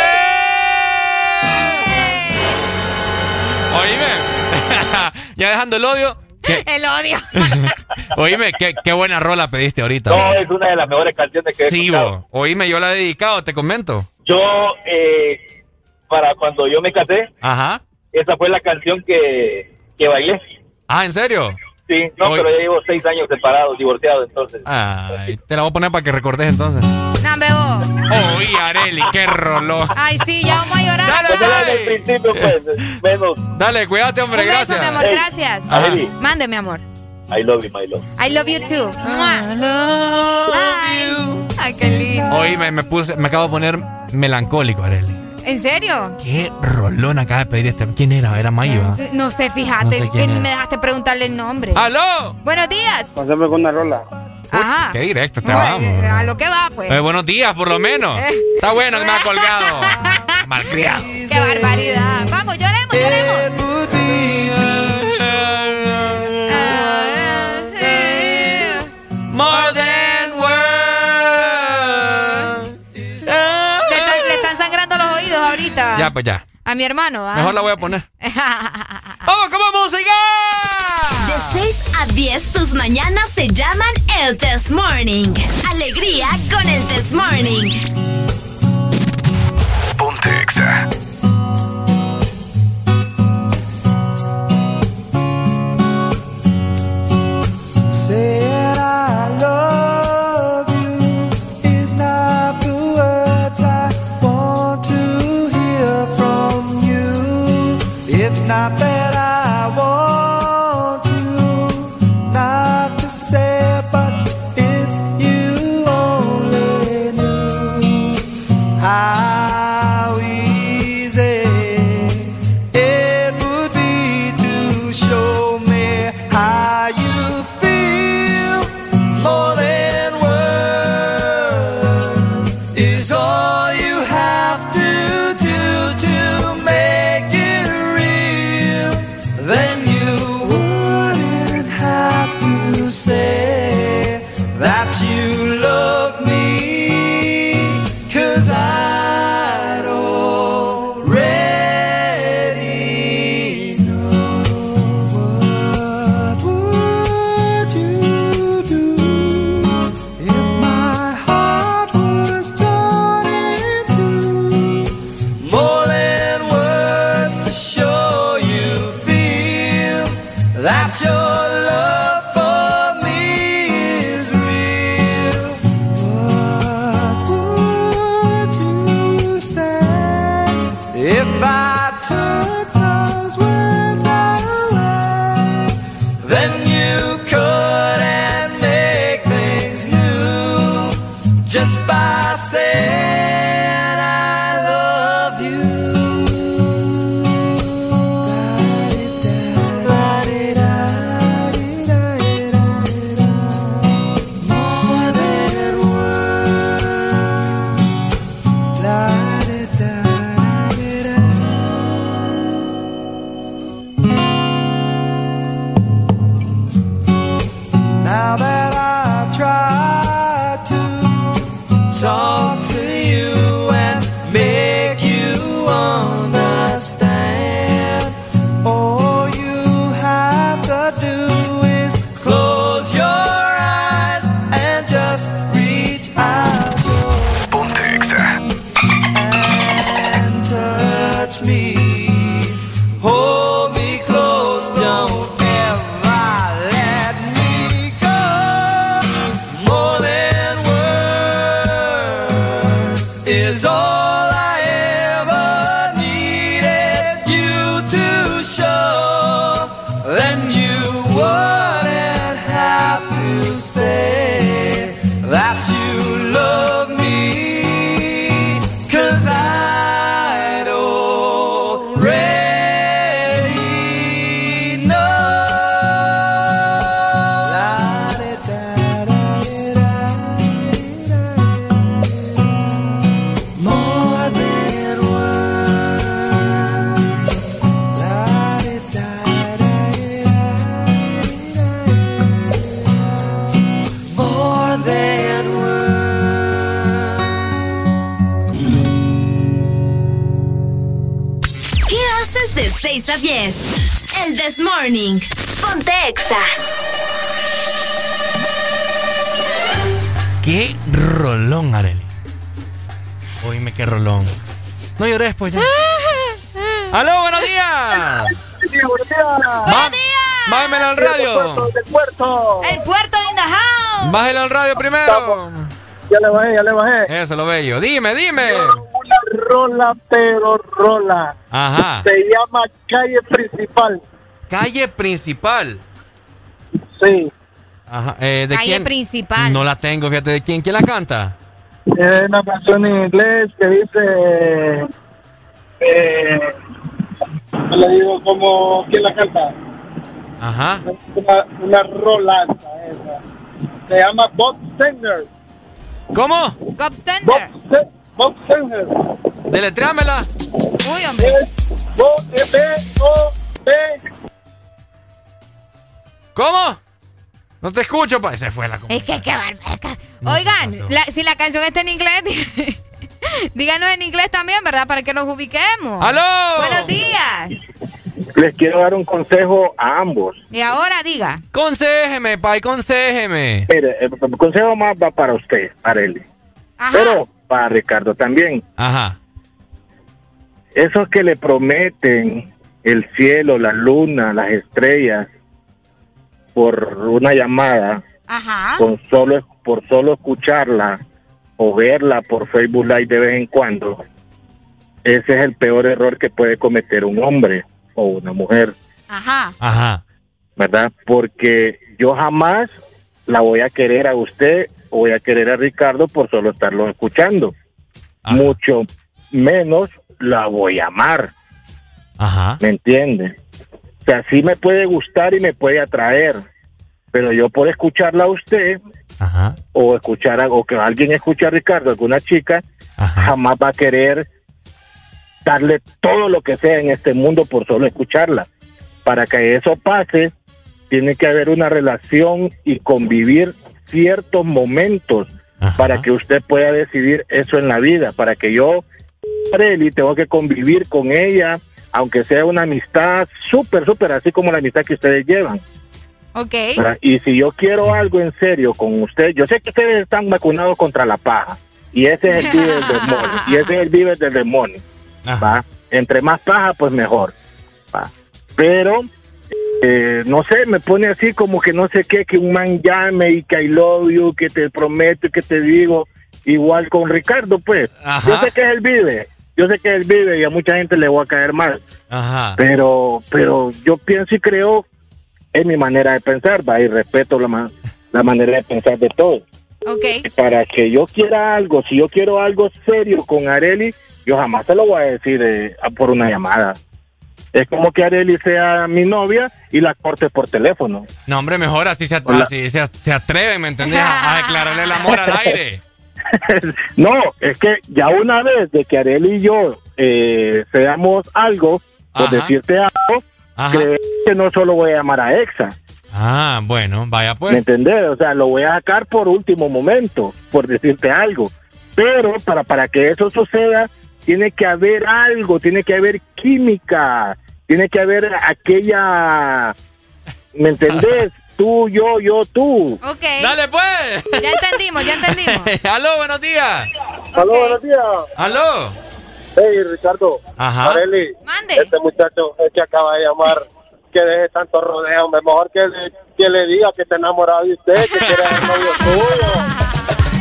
Oíme. Ya dejando el odio. El odio. Oíme, qué buena rola pediste ahorita. No, es una de las mejores canciones que he escuchado. Oíme, yo la he dedicado, te comento. Yo, para cuando yo me casé, esa fue la canción que bailé. ¿En serio? Sí, pero ya llevo 6 años separados, divorciados, entonces. Te la voy a poner para que recordes entonces. No, bebo. Uy, Arely, qué rolón. Ay, sí, ya vamos a llorar. Dale, al principio, pues, menos. Dale, cuídate, hombre, Un beso, gracias. mi amor, gracias. Arely. Mande, mi amor. I love you, my love. I love you too. I love you. Ay, qué lindo. Hoy me acabo de poner melancólico, Arely. ¿En serio? Qué rolón acaba de pedir este. ¿Quién era? Era Mayo. No sé, fíjate, No sé que ni era. me dejaste preguntarle el nombre. ¡Aló! Buenos días. Pásame con una rola. Ajá. Qué directo te Bueno, vamos. a lo que va, pues. Buenos días, por lo menos. Está bueno que me ha colgado. Malcriado. Qué barbaridad. Vamos, lloremos, lloremos. More than words. Le están sangrando los oídos ahorita. Ya, pues ya. A mi hermano, ¿ah? Mejor la voy a poner. ¡Vamos con música! De 6 a 10, tus mañanas se llaman el This Morning. Alegría con el This Morning. Ponte Exa. Said I love you is not the words I want to hear from you. It's not that I want you not to say, but if you only knew how easy it would be to show me how you feel. More than words is all you have to do to make it real. Then you wouldn't have to say that you love me, 'cause I'd already know. What would you do if my heart was torn in two? More than words to show you feel that your love for me is real. What would you say if I took those words away? Then you couldn't make things new just by saying I love you. More than now that I've tried to talk to you and make you understand, all you have to do is close your eyes and just reach out Ponte Exa. and touch me. Hold me close, don't ever let me go. More than words is all I ever needed you to show. Then you wouldn't have to say that you love me, 'cause I'd already know. More than words. More than ¿Qué haces de 6 a 10? El This Morning. Ponte Exa. Qué rolón, Arely. Oíme, qué rolón. No llores, pues ya. ¡Aló, buenos días! Buenos días. Bájemelo al radio. Del puerto. El puerto in the house. Bájelo al radio primero. Ya le bajé. Eso, lo bello. Dime. Una rola, pero rola. Ajá. Se llama Calle Principal. Calle Principal. Sí. Ajá. ¿De Calle quién? Principal. No la tengo, fíjate. ¿De quién? ¿Quién la canta? Es una canción en inglés que dice... le digo como... ¿Quién la canta? Ajá. Una rolaza esa. Se llama Bob Singer. ¿Cómo? Bob Singer. Bob Singer. Deletréamela. Uy, hombre. B-O-B. ¿Cómo? No te escucho, pa. Se fue la Es que qué barbeca. Oigan, si la canción está en inglés, díganos en inglés también, ¿verdad? Para que nos ubiquemos. ¡Aló! Buenos días. Les quiero dar un consejo a ambos. Y ahora diga. Conséjeme, pai, conséjeme. Mire, el consejo más va para usted, Arely. Ajá. Pero para Ricardo también. Ajá. Esos que le prometen el cielo, la luna, las estrellas por una llamada, Ajá. por solo escucharla o verla por Facebook Live de vez en cuando, ese es el peor error que puede cometer un hombre o una mujer. Ajá. Ajá. ¿Verdad? Porque yo jamás la voy a querer a usted o voy a querer a Ricardo por solo estarlo escuchando. Ajá. Mucho menos la voy a amar. Ajá. ¿Me entiende? O sea, sí me puede gustar y me puede atraer, pero yo por escucharla a usted, ajá, o que alguien escuche a Ricardo, alguna chica, ajá, jamás va a querer darle todo lo que sea en este mundo por solo escucharla. Para que eso pase, tiene que haber una relación y convivir ciertos momentos, ajá, para que usted pueda decidir eso en la vida. Para que yo, Arely, tengo que convivir con ella, aunque sea una amistad súper, así como la amistad que ustedes llevan. Ok. Y si yo quiero algo en serio con usted, yo sé que ustedes están vacunados contra la paja, y ese es el vive del demonio, y ese es el vive del demonio, ¿va? Entre más paja, pues mejor, ¿va? Pero, no sé, me pone así como que no sé qué, que un man llame y que I love you, que te prometo, que te digo, igual con Ricardo, pues. Ajá. Yo sé que él vive y a mucha gente le voy a caer mal. Ajá. Pero yo pienso y creo en mi manera de pensar, va, y respeto la manera de pensar de todos. Okay. Para que yo quiera algo, si yo quiero algo serio con Arely, yo jamás se lo voy a decir por una llamada. Es como que Arely sea mi novia y la corte por teléfono. No, hombre, mejor así se atreve, ¿me entendés? A declararle el amor al aire. No, es que ya una vez de que Arely y yo seamos algo, por decirte algo, creo que no solo voy a llamar a Exa. Ah, bueno, vaya pues. ¿Me entendés? O sea, lo voy a sacar por último momento, por decirte algo. Pero para que eso suceda, tiene que haber algo, tiene que haber química, tiene que haber aquella, ¿me entendés? Tú, yo, tú. Ok. Dale pues. Ya entendimos. Aló, buenos días. Aló, buenos días. Aló. Hey, Ricardo. Ajá. Arely, mande. Este muchacho es que acaba de llamar, que deje tanto rodeo, mejor que le diga que está enamorado de usted, que quiere ser novio tuyo.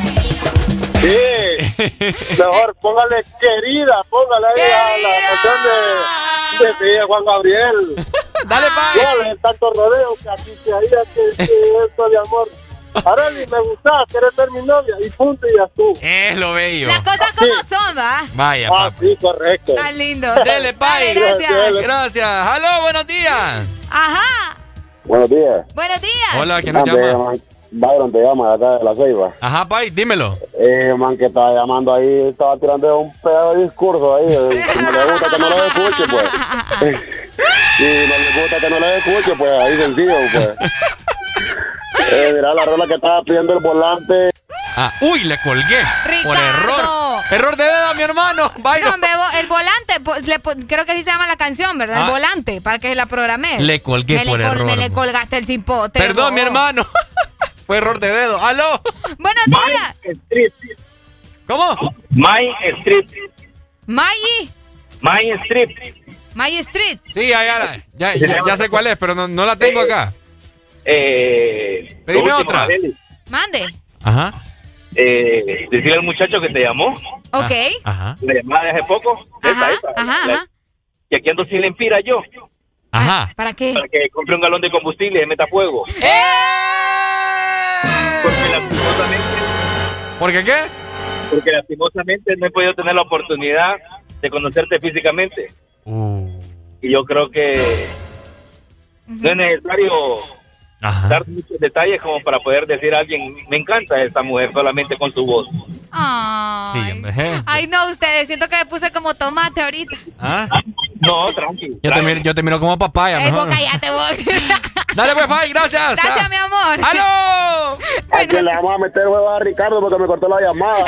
Sí, mejor póngale querida, póngale ahí la canción de Juan Gabriel. Dale, pa. No, deje tanto rodeo, que aquí se haya que esto de amor. Arely, me gusta, quieres ser mi novia, y punto, y ya tú. Es lo bello. Las cosas como son, ¿va? Vaya, papá. Sí, correcto. Tan lindo. Dele, pai. Gracias. Aló, buenos días. Ajá. Buenos días. Buenos días. Hola, ¿quién nos llama? Byron te llama de acá de La Ceiba. Ajá, pai, dímelo. Man, que estaba llamando ahí, estaba tirando un pedazo de discurso ahí. Si no le gusta que no lo escuche, pues. Si no le gusta que no lo escuche, pues ahí sencillo, pues. Mira la rola que estaba pidiendo el volante. Uy, le colgué. Ricardo. Por error. Error de dedo, mi hermano. Byron. No, el volante, creo que así se llama la canción, ¿verdad? El volante, para que la programé. Le colgué por error. Me le colgaste el cipote. Perdón, mi hermano. Fue error de dedo. ¡Aló! Buenos días. Street. ¿Cómo? My Street. My Street. Sí, ya sé cuál es, pero no la tengo acá. Dime otra. Mande. Ajá. decirle al muchacho que te llamó. Ok. La llamada de hace poco. Esa. Y aquí ando sin empira yo. Ajá. ¿Para qué? Para que compre un galón de combustible y le meta fuego. Porque lastimosamente... ¿Por qué qué? Porque lastimosamente no he podido tener la oportunidad de conocerte físicamente. Y yo creo que no es necesario dar muchos detalles como para poder decir a alguien, me encanta esta mujer solamente con su voz. Ay, sí, hombre. Ay, no, ustedes, siento que me puse como tomate ahorita. No, tranquilo. Yo te miro como papaya. Vos cállate, vos. Dale, pues, Fai, gracias. Gracias, mi amor. ¡Aló! Es que le vamos a meter huevo a Ricardo porque me cortó la llamada.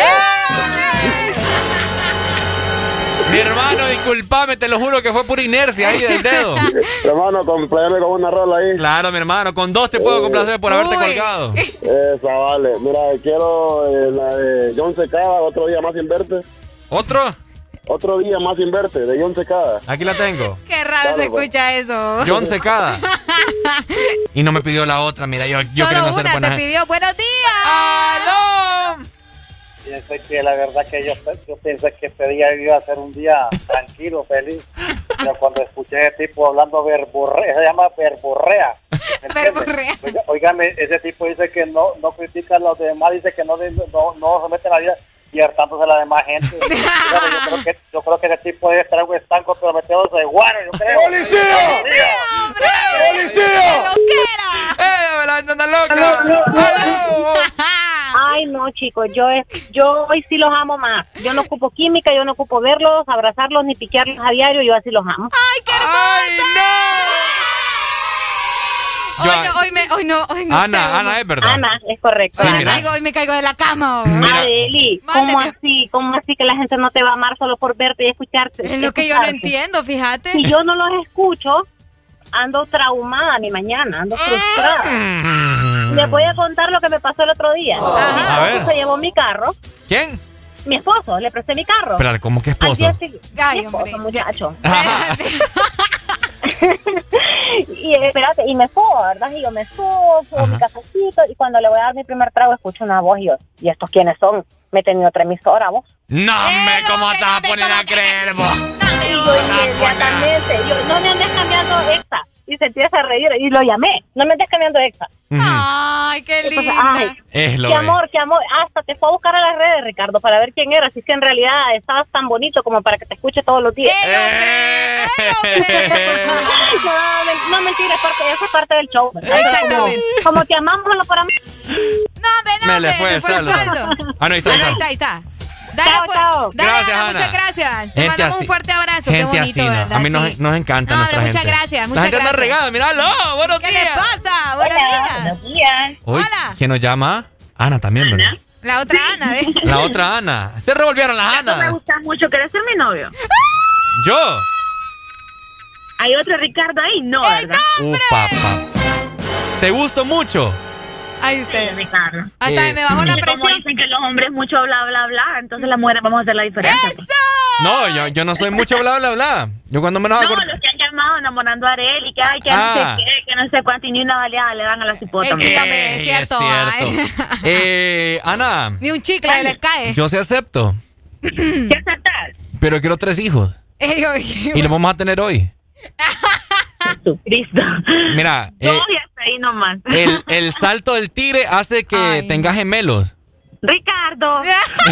Mi hermano, disculpame, te lo juro que fue pura inercia ahí del dedo. Hermano, compléame con una rola ahí. Claro, mi hermano, con 2 te puedo complacer por haberte colgado. Esa, vale. Mira, quiero la de John Secada, Otro Día Más Sin Verte. ¿Otro? Otro Día Más Sin Verte, de John Secada. Aquí la tengo. Qué raro se escucha eso. John Secada. Y no me pidió la otra, mira, yo creo no ser buena. Solo una te pidió, buenos días. ¡Aló! Pienso que la verdad que yo pensé que este día iba a ser un día tranquilo, feliz. Pero cuando escuché a ese tipo hablando verborrea, se llama verborrea. Oígame, ese tipo dice que no critica a los demás, dice que no se mete en la vida y hartándose a la demás gente. Yo creo que ese tipo debe estar algo estanco, pero metiéndose de guaro, yo creo. ¡Policía! ¡Policía! ¡Me la anda loca! Ay, no, chicos, yo hoy sí los amo más. Yo no ocupo química, yo no ocupo verlos, abrazarlos, ni piquearlos a diario, yo así los amo. ¡Ay, qué hermosa! Hoy no. Ana, es verdad. Ana, es correcto. Sí, hoy me caigo de la cama. Adeli, ¿cómo así que la gente no te va a amar solo por verte y escucharte? Es lo que yo no entiendo, fíjate. Si yo no los escucho, ando traumada mi mañana, ando frustrada. Les voy a contar lo que me pasó el otro día. Mi esposo se llevó mi carro. ¿Quién? Mi esposo, le presté mi carro. Espera, ¿cómo que esposo? Mi esposo, muchacho. Y espérate, y me subo, ¿verdad? Y yo me subo mi cafecito, y cuando le voy a dar mi primer trago escucho una voz y yo, ¿y estos quiénes son? Me tenía otra emisora, vos. No, ¿cómo te vas a poner a creer, vos? Y yo inmediatamente, no me andes cambiando exa. Y se empieza a reír y lo llamé. No me andes cambiando exa. Ay, qué linda. Entonces, qué amor. Hasta te fue a buscar a las redes, Ricardo, para ver quién era. Así que en realidad estabas tan bonito como para que te escuche todos los días. No, mentira, esa es parte del show. Exactamente. Como te amamos, no para mí. No, me le fue el saldo. Ahí está. Dale, chao. Dale, gracias, Ana, Ana. Muchas gracias. Te mandamos un fuerte abrazo. Qué bonito, así, ¿verdad? A mí nos encanta nuestra gente. Muchas gracias. La gente anda regada, míralo. Buenos días. ¿Qué les pasa? Buenos días. Hola. ¿Quién nos llama? Ana también, ¿verdad? La otra Ana, ¿eh? La otra Ana. Se revolvieron las Ana. Me gusta mucho. ¿Querés ser mi novio? ¿Yo? ¿Hay otro Ricardo ahí? No, ¿verdad? Papá. ¿Te gusto mucho? Ahí usted. Ricardo. Hasta me bajó la presión. Como dicen que los hombres mucho bla, bla, bla, entonces las mujeres vamos a hacer la diferencia. ¡Eso! No, yo no soy mucho bla, bla, bla. Yo cuando me los que han llamado enamorando a Arel y que hay que no sé qué, que no sé cuánto y ni una baleada le dan a la cipota. Es cierto. Ana. Ni un chicle le cae. Yo sí acepto. ¿Qué aceptar? Pero quiero 3 hijos. Y los vamos a tener hoy. Jesucristo. Mira, ahí nomás. El salto del tigre hace que tengas gemelos. Ricardo.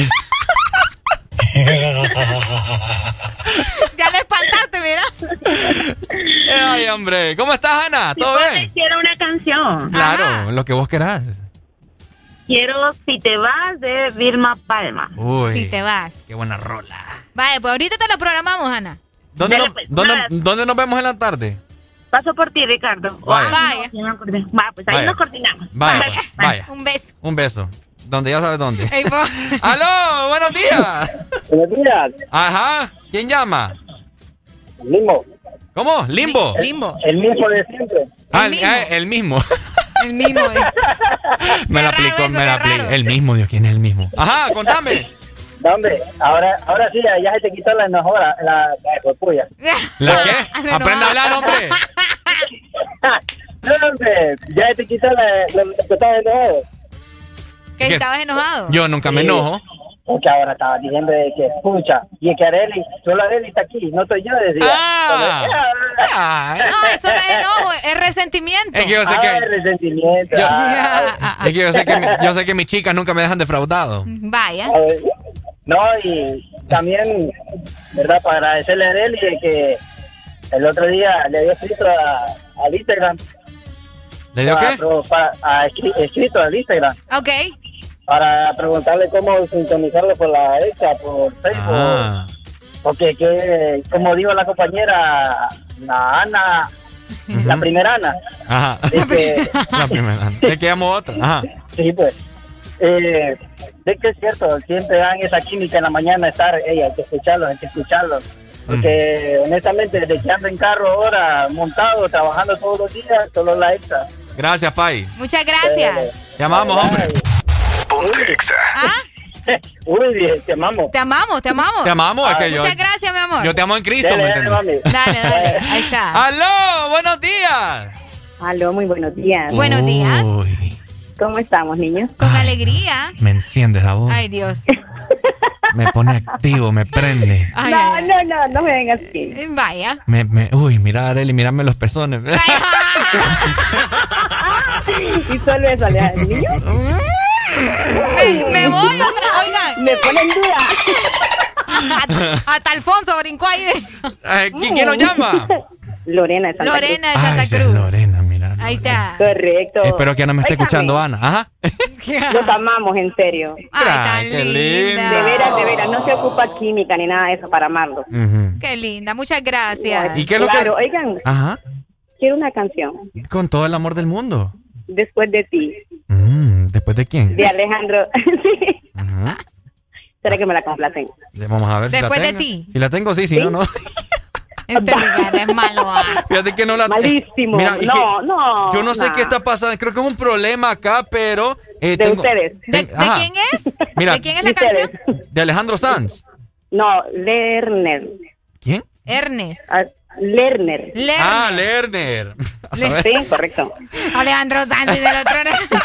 Ya le espantaste, mira. Ay, hombre. ¿Cómo estás, Ana? ¿Todo bien? Quiero una canción. Claro, lo que vos querás. Quiero Si te vas de Vilma Palma. Uy. Si te vas. Qué buena rola. Vale, pues ahorita te lo programamos, Ana. ¿Dónde nos vemos en la tarde? Paso por ti, Ricardo. Vaya. Pues ahí nos coordinamos. Vaya. Un beso. Un beso. Donde ya sabes dónde. ¡Aló! ¡Buenos días! Buenos días. Ajá. ¿Quién llama? Limbo. ¿Cómo? ¿Limbo? Limbo. El mismo de siempre. El mismo. El mismo. Me la aplicó. El mismo, Dios, ¿quién es el mismo? Ajá, contame. ¿Dónde? Ahora sí, ya se te quitó la enojora, la puya. ¿La qué? Aprende a hablar, hombre. No, hombre, ya se te quitó la que estaba enojado. ¿Que estabas enojado? Yo nunca me enojo. Porque ahora estaba diciendo de que, escucha, y es que solo Arely está aquí, no estoy yo, decía. No, eso no es enojo, es resentimiento. Es que yo sé es resentimiento. Es que yo sé que mis chicas nunca me dejan defraudado. Vaya. No, y también, ¿verdad? Para agradecerle a Arely de que el otro día le había escrito al Instagram. ¿Le dio qué? Escrito al Instagram. Ok. Para preguntarle cómo sintonizarlo por la Exa, por Facebook. Porque, como dijo la compañera, la Ana, la primera Ana. Ajá. La primera Ana. Es que llamo otra. Ajá. Sí, pues. De que es cierto, siempre dan esa química en la mañana, hay que escucharlos. Porque, honestamente, desde que ando en carro ahora, montado, trabajando todos los días, solo la Exa. Gracias, Pai. Muchas gracias. Llamamos, hombre. Ponte Exa. Uy, bien, te amamos. Te amamos. Te amamos, es que Muchas gracias, mi amor. Yo te amo en Cristo, ¿me entiendes? Dale, ahí está. ¡Aló! ¡Buenos días! Aló, muy buenos días. Buenos días. ¿Cómo estamos, niños? Con alegría. Me enciendes la voz. Ay, Dios. Me pone activo, me prende. No me vengas así. Vaya. Uy, mira, Arely, mírame los pezones. Y solo eso, niño. Me voy otra, oigan. Me ponen duda. Hasta Alfonso brincó ahí. ¿Quién nos llama? Lorena de Santa Cruz. Lorena, mira. Ahí está. Correcto. Espero que ya no me esté escuchando Ana. Ajá. Los amamos, en serio. Ay, qué linda. De veras, no se ocupa química ni nada de eso para amarlo. Qué linda, muchas gracias. ¿Y qué es lo que? Oigan. Ajá. Quiero una canción. Con todo el amor del mundo. Después de ti. ¿Después de quién? De Alejandro. Sí. ¿Será que me la complacen? Vamos a ver si la tengo. Después de ti. Si la tengo, sí, si no, no. Este lugar es malo. Fíjate que no la... Malísimo. Mira, no. Yo no sé qué está pasando. Creo que es un problema acá, pero... de ustedes. ¿De quién es? Mira, ¿De quién es la canción? De Alejandro Sanz. No, Lerner. ¿Quién? Ernest. Lerner. Lerner. Sí, correcto. Alejandro Sanz y del otro.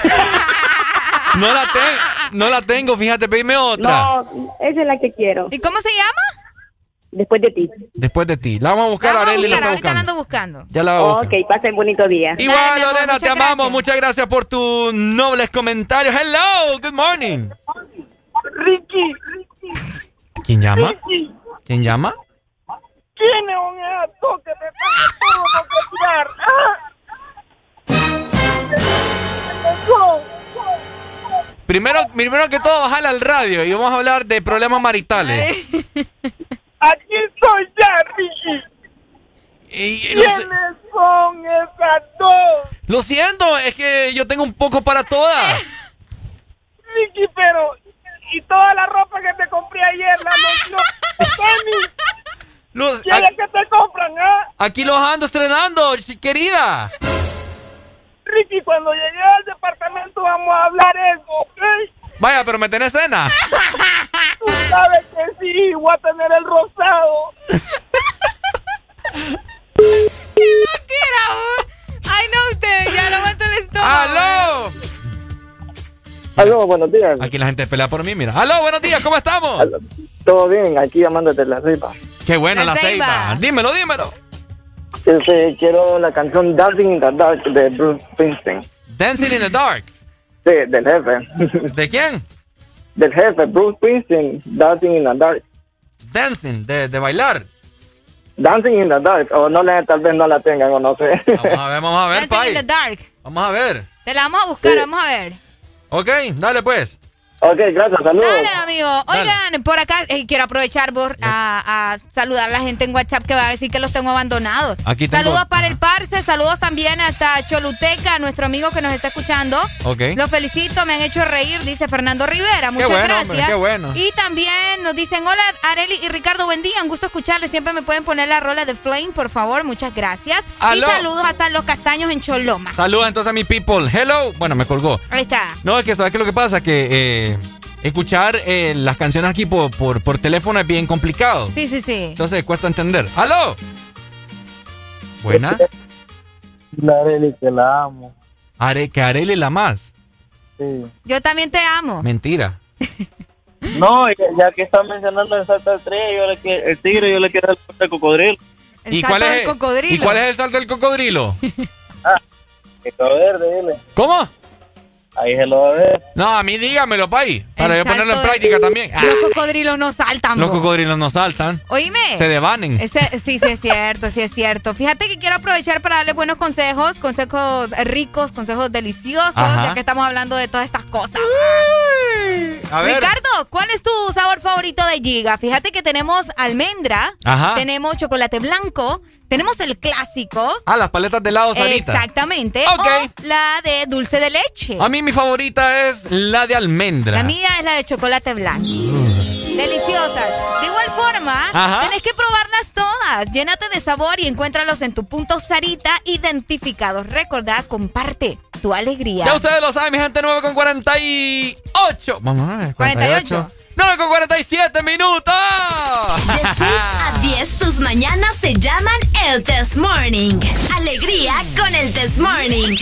No la tengo, fíjate, pedime otra. No, esa es la que quiero. ¿Y cómo se llama? Después de ti. Después de ti. La vamos a buscar, Arely. La está ahorita la ando buscando. Ya la vamos a buscar. Ok, pasen bonito día. Igual, Dale, mi amor, Lorena, te amamos. gracias. Muchas gracias por tus nobles comentarios. Hello, good morning. Ricky. ¿Quién llama? Ricky. ¿Quién llama? ¿Quién es un gato que te está todo coquetear? Primero que todo, bájale al radio y vamos a hablar de problemas maritales. Aquí estoy ya, Ricky. ¿Quiénes son esas dos? Lo siento, es que yo tengo un poco para todas. Ricky, pero... ¿Y toda la ropa que te compré ayer? Los tenis. ¿Quieres que te compran, Aquí los ando estrenando, querida. Ricky, cuando llegué al departamento vamos a hablar eso, ¿ok? Vaya, pero me tenés cena. Tú sabes que sí, voy a tener el rosado. ¡Qué loquera! Ay, no, usted, ya no aguanto el estómago. ¡Aló! Aló, buenos días. Aquí la gente pelea por mí, mira. Aló, buenos días, ¿cómo estamos? Aló. Todo bien, aquí llamándote La Ceiba. Qué bueno, La Ceiba. Dímelo. Quiero la canción Dancing in the Dark de Bruce Springsteen. Dancing in the Dark. Sí, del jefe. ¿De quién? Del jefe, Bruce Springsteen, Dancing in the Dark. Dancing, de bailar. Dancing in the Dark, o no tal vez no la tengan, o no sé. Vamos a ver, Dancing in the Dark. Vamos a ver. Te la vamos a buscar, vamos a ver. Ok, dale pues. Ok, gracias, saludos. Dale, amigo. Oigan, por acá quiero aprovechar a saludar a la gente en WhatsApp que va a decir que los tengo abandonados. Aquí tengo... Saludos para el Parce, saludos también hasta Choluteca, nuestro amigo que nos está escuchando. Ok. Los felicito, me han hecho reír, dice Fernando Rivera. Muchas gracias. Hombre, qué bueno. Y también nos dicen, hola Arely y Ricardo, buen día, un gusto escucharles. Siempre me pueden poner la rola de Flame, por favor, muchas gracias. ¿Aló? Y saludos hasta Los Castaños en Choloma. Saludos entonces a mi people. Hello. Bueno, me colgó. Ahí está. No, es que ¿sabes qué es lo que pasa? Que escuchar las canciones aquí por teléfono es bien complicado. Sí. Entonces cuesta entender. ¡Aló! ¿Buena? La Arely, que la amo. Que Arely la más. Sí. Yo también te amo. Mentira. No, ya que están mencionando el salto del tigre, yo le quiero dar el salto del cocodrilo. ¿Y cuál es cocodrilo? ¿Y cuál es el salto del cocodrilo? Pico verde, dile. ¿Cómo? Ahí se lo va a ver. No, a mí dígamelo, pay. Para yo ponerlo en práctica también. Los cocodrilos no saltan. Los cocodrilos no saltan. Oíme. Se devanen. Sí es cierto. Fíjate que quiero aprovechar para darle buenos consejos ricos, consejos deliciosos, ya que estamos hablando de todas estas cosas. A ver. Ricardo, ¿cuál es tu sabor favorito de Giga? Fíjate que tenemos almendra, tenemos chocolate blanco, tenemos el clásico. Las paletas de helado Sarita. Exactamente. Okay. O la de dulce de leche. A mí mi favorita es la de almendra. La mía es la de chocolate blanco. Deliciosas. De igual forma, tenés que probarlas todas. Llénate de sabor y encuéntralos en tu punto Sarita identificados. Recordá, comparte tu alegría. Ya ustedes lo saben, mi gente. 9:48. Vamos a ver. 48. 9:47 minutos. De 6 a 10, tus mañanas se llaman el This Morning. Alegría con el This Morning.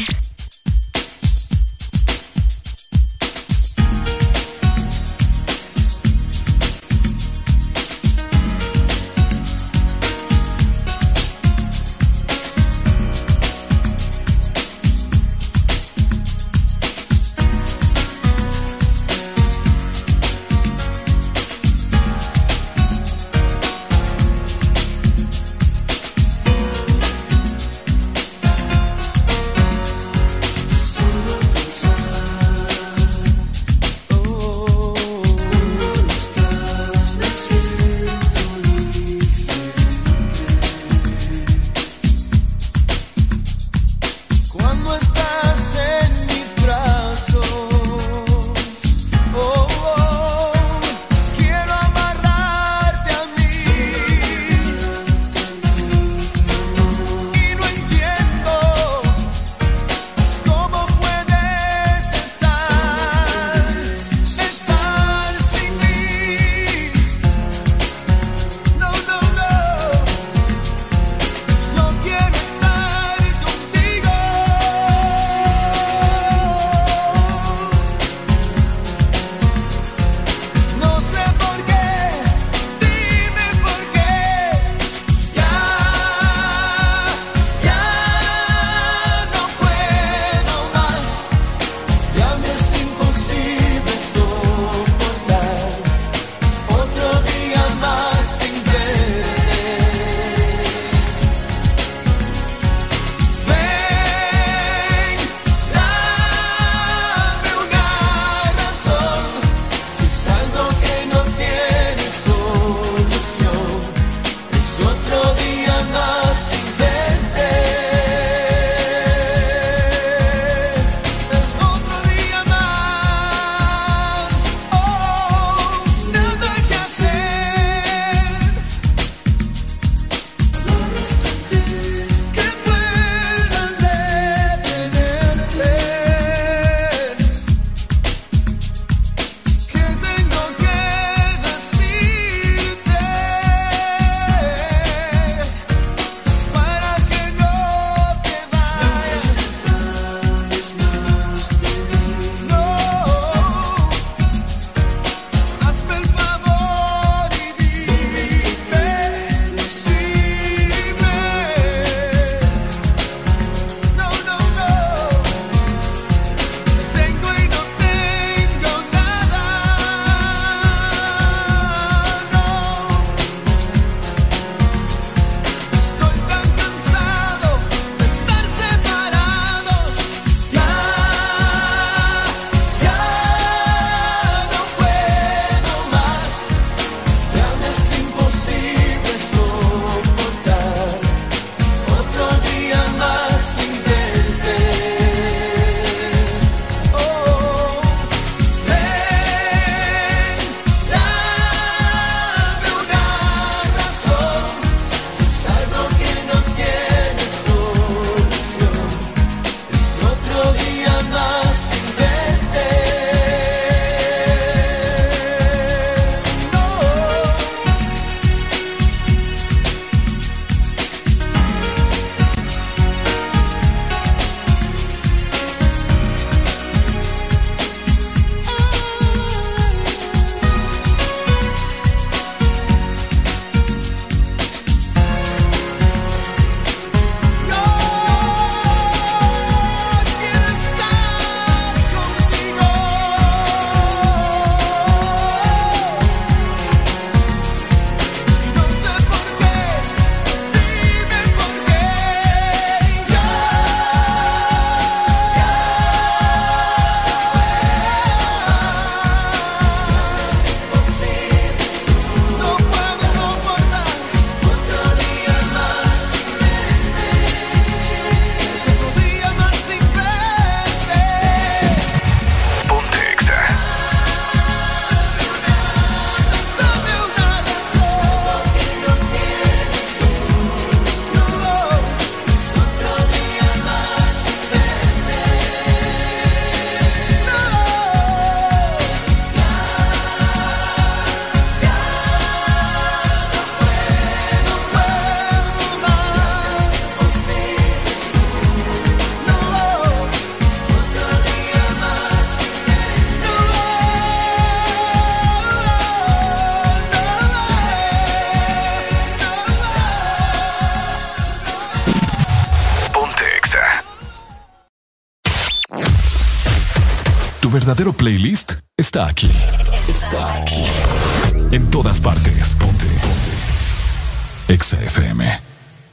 verdadero playlist está aquí. Está aquí. En todas partes. Ponte. Exa FM.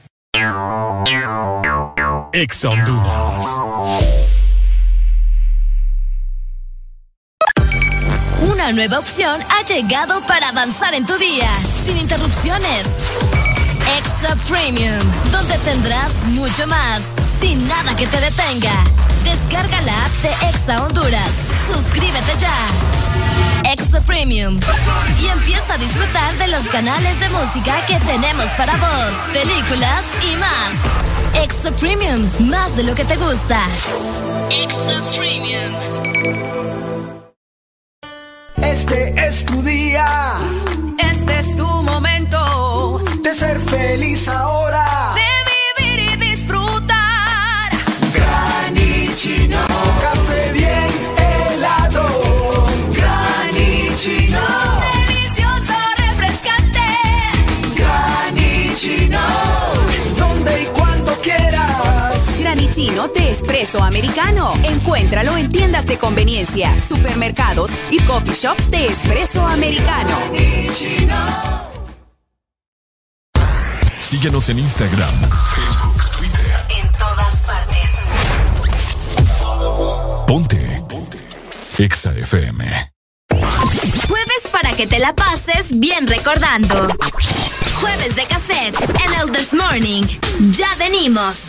Exa Honduras. Una nueva opción ha llegado para avanzar en tu día, sin interrupciones. Exa Premium, donde tendrás mucho más, sin nada que te detenga. Descarga la app de Exa Honduras. Suscríbete ya. Exa Premium. Y empieza a disfrutar de los canales de música que tenemos para vos, películas y más. Exa Premium, más de lo que te gusta. Exa Premium. Este es tu día. Este es tu momento de ser feliz ahora. De vivir y disfrutar. Granichino. Café bien helado. Granichino. Delicioso, refrescante. Granichino. Donde y cuando quieras. Granichino de espresso americano. Encuéntralo en tiendas de conveniencia, supermercados y coffee shops de espresso americano. Síguenos en Instagram, Facebook, Twitter. En todas partes. Ponte. Exa FM. Jueves para que te la pases bien recordando. Jueves de cassette en el This Morning. Ya venimos.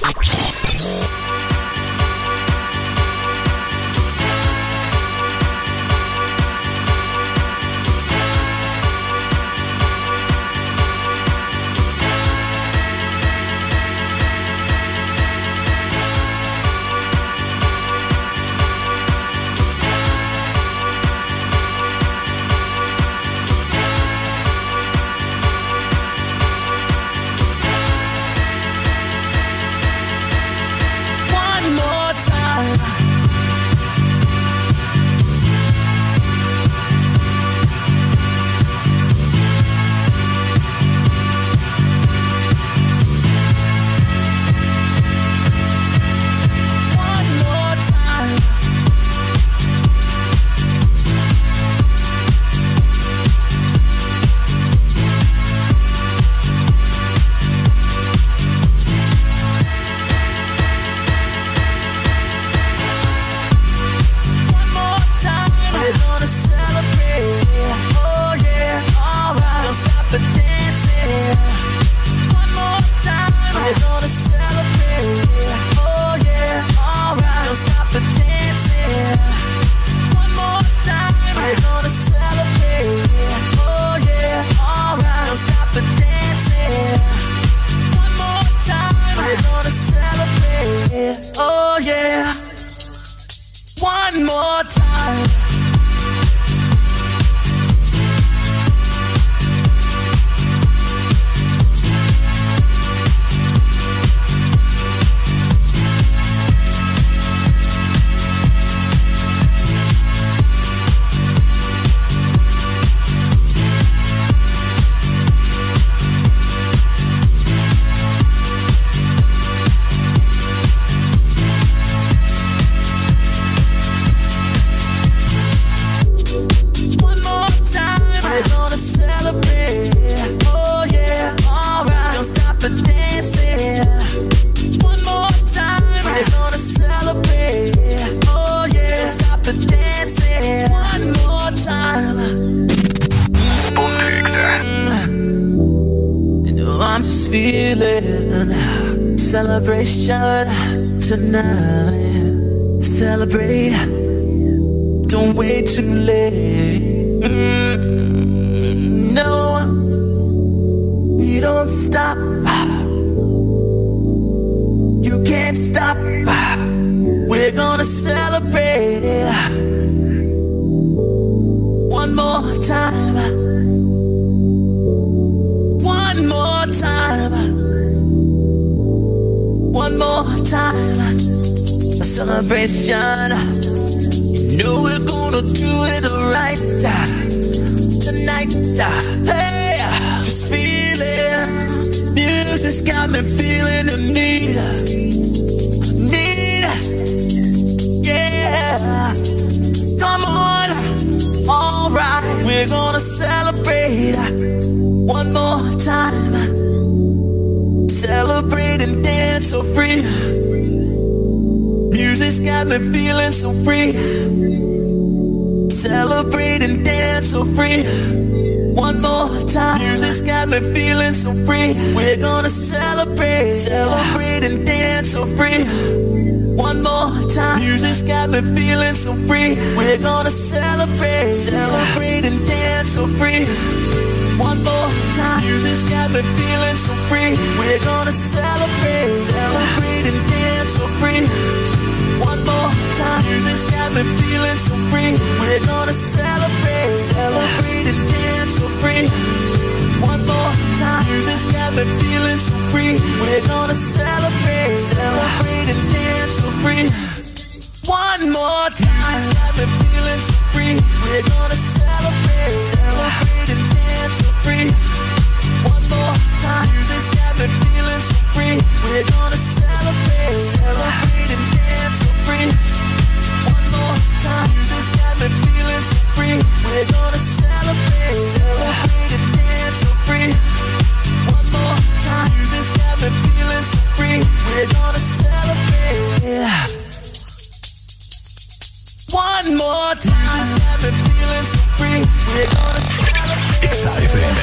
Oh yeah, one more time. Feeling celebration tonight. Celebrate, don't wait too late. No, we don't stop. You can't stop. We're gonna celebrate one more time. One more time. One more time, a celebration. You know we're gonna do it right tonight. Hey, just feel it. Music's got me feeling the need. Yeah. We're gonna celebrate one more time. Celebrate and dance so free. Music's got me feeling so free. Celebrate and dance so free. One more time. Music's got me feeling so free. We're gonna celebrate, celebrate and dance so free. One more time. Music's got me feeling so free. We're gonna celebrate, celebrate and dance so free. One more time. Music's got me feeling so free. We're gonna celebrate, celebrate and dance so free. One more time. Music's got me feeling so free. We're gonna celebrate, celebrate and dance so free. One more time. Music's got me feeling so free. We're gonna celebrate, celebrate and dance so free. One more time. Music's got me feeling so free. We're gonna celebrate, celebrate and dance so free. One more time. Music's got me feeling so free. We're gonna celebrate, celebrate and dance so free. One more time. Music's got me feeling so free. We're gonna celebrate, celebrate and dance so free. One more time. Music's got me feeling so free. We're gonna celebrate. One more time. Music's got me feeling so free. We're gonna celebrate. XFM.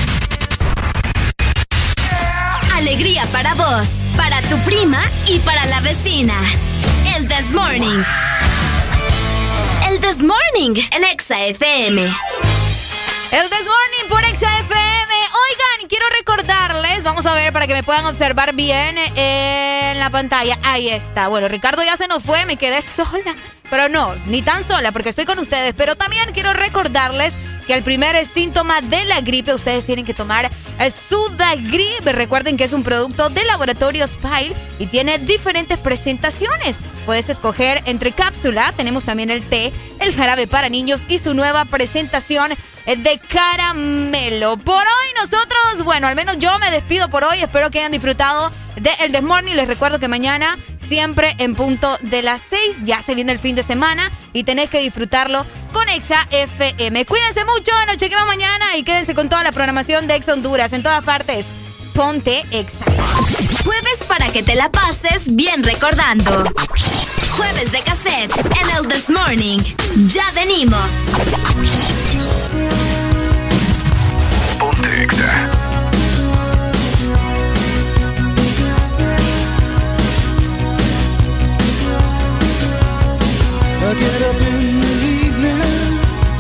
Alegría para vos, para tu prima y para la vecina. El This Morning. El This Morning, el Exa FM. El This Morning por Exa FM. Oigan, quiero recordarles, vamos a ver para que me puedan observar bien en la pantalla. Ahí está. Bueno, Ricardo ya se nos fue, me quedé sola. Pero no, ni tan sola porque estoy con ustedes. Pero también quiero recordarles que el primer síntoma de la gripe, ustedes tienen que tomar Sudagrip. Recuerden que es un producto de Laboratorios Pile y tiene diferentes presentaciones. Puedes escoger entre cápsula, tenemos también el té, el jarabe para niños y su nueva presentación de caramelo. Por hoy nosotros, bueno, al menos yo me despido por hoy. Espero que hayan disfrutado de El This Morning. Les recuerdo que mañana, siempre en punto de las 6, ya se viene el fin de semana y tenés que disfrutarlo con Exa FM. Cuídense mucho, nos chequemos mañana y quédense con toda la programación de Exa Honduras en todas partes. Ponte Exa. Jueves para que te la pases bien recordando. Jueves de cassette en El This Morning. Ya venimos. Ponte Exa. I get up in the evening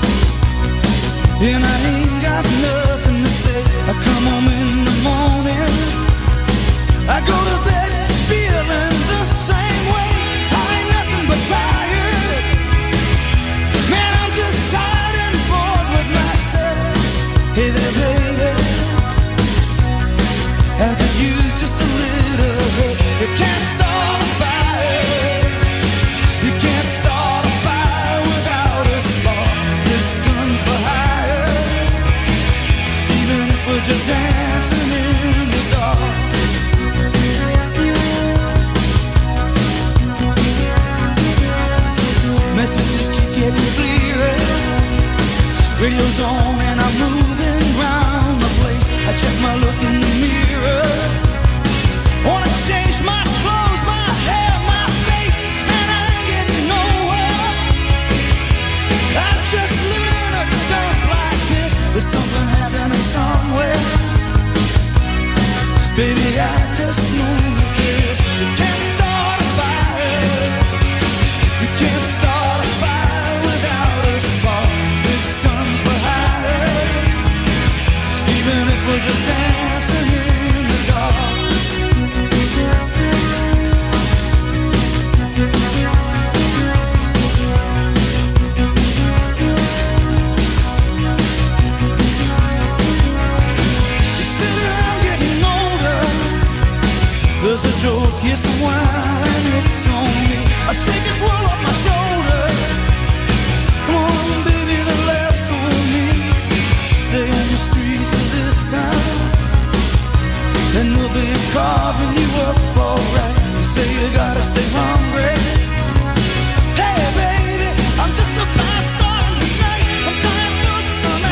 and I ain't got nothing to say. I come home in the morning, I go to bed feeling the same way. I ain't nothing but tired, man, I'm just tired and bored with myself. Hey there baby, I could use just a little help. You can't start a fire, you can't start a fire without a spark. This gun's for hire, even if we're just dancing in the dark. Messages keep getting clearer, radio's on and I'm moving round the place. I check my look in the mirror, wanna change my clothes, my hair, my face, and I ain't getting nowhere. I'm just living in a dump like this. There's something happening somewhere, baby, I just know that there is. You can't start a fire, you can't start a fire without a spark. This comes for hire, even if we're just dancing in the dark. You sit around getting older, there's a joke, yes, a while, and it's on me. I shake this world off my shoulders. Come on, baby, the laughs on me. Stay on the streets of this town, and they'll be carving you up alright. You say you gotta stay hungry. Hey, baby, I'm just a fast star in the night. I'm dying for some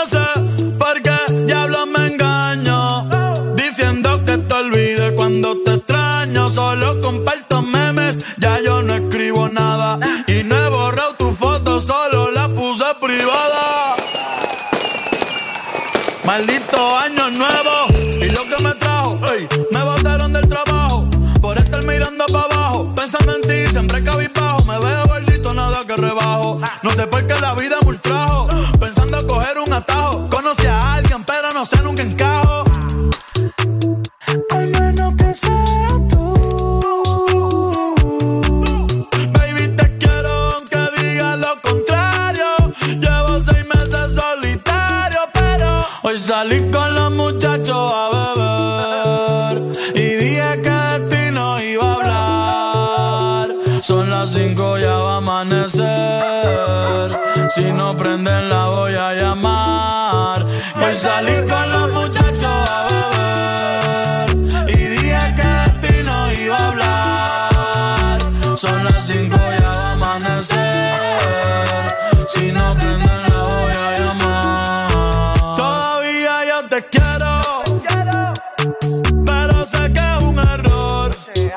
no sé por qué diablos me engaño, diciendo que te olvide cuando te extraño. Solo comparto memes, ya yo no escribo nada, y no he borrado tu foto, solo la puse privada. Maldito año nuevo, y lo que me trajo, ey, me botaron del trabajo, por estar mirando para abajo, pensando en ti, siempre cabizbajo. Me veo gordito, nada que rebajo, no sé por qué la vida me ultrajo, pensando coger un atajo. Conocí a alguien, pero no sé, nunca encajo. Al menos que sea tú, baby, te quiero aunque digas lo contrario. Llevo 6 meses solitario, pero hoy salí con los muchachos a beber y dije que de ti no iba a hablar. Son las 5, ya va a amanecer, si no prenden la voy a llamar. Hoy salí con los muchachos a beber y dije que de ti no iba a hablar. Son las 5, ya va a amanecer, si no prenden la voy a llamar. Todavía yo te quiero, pero sé que es un error,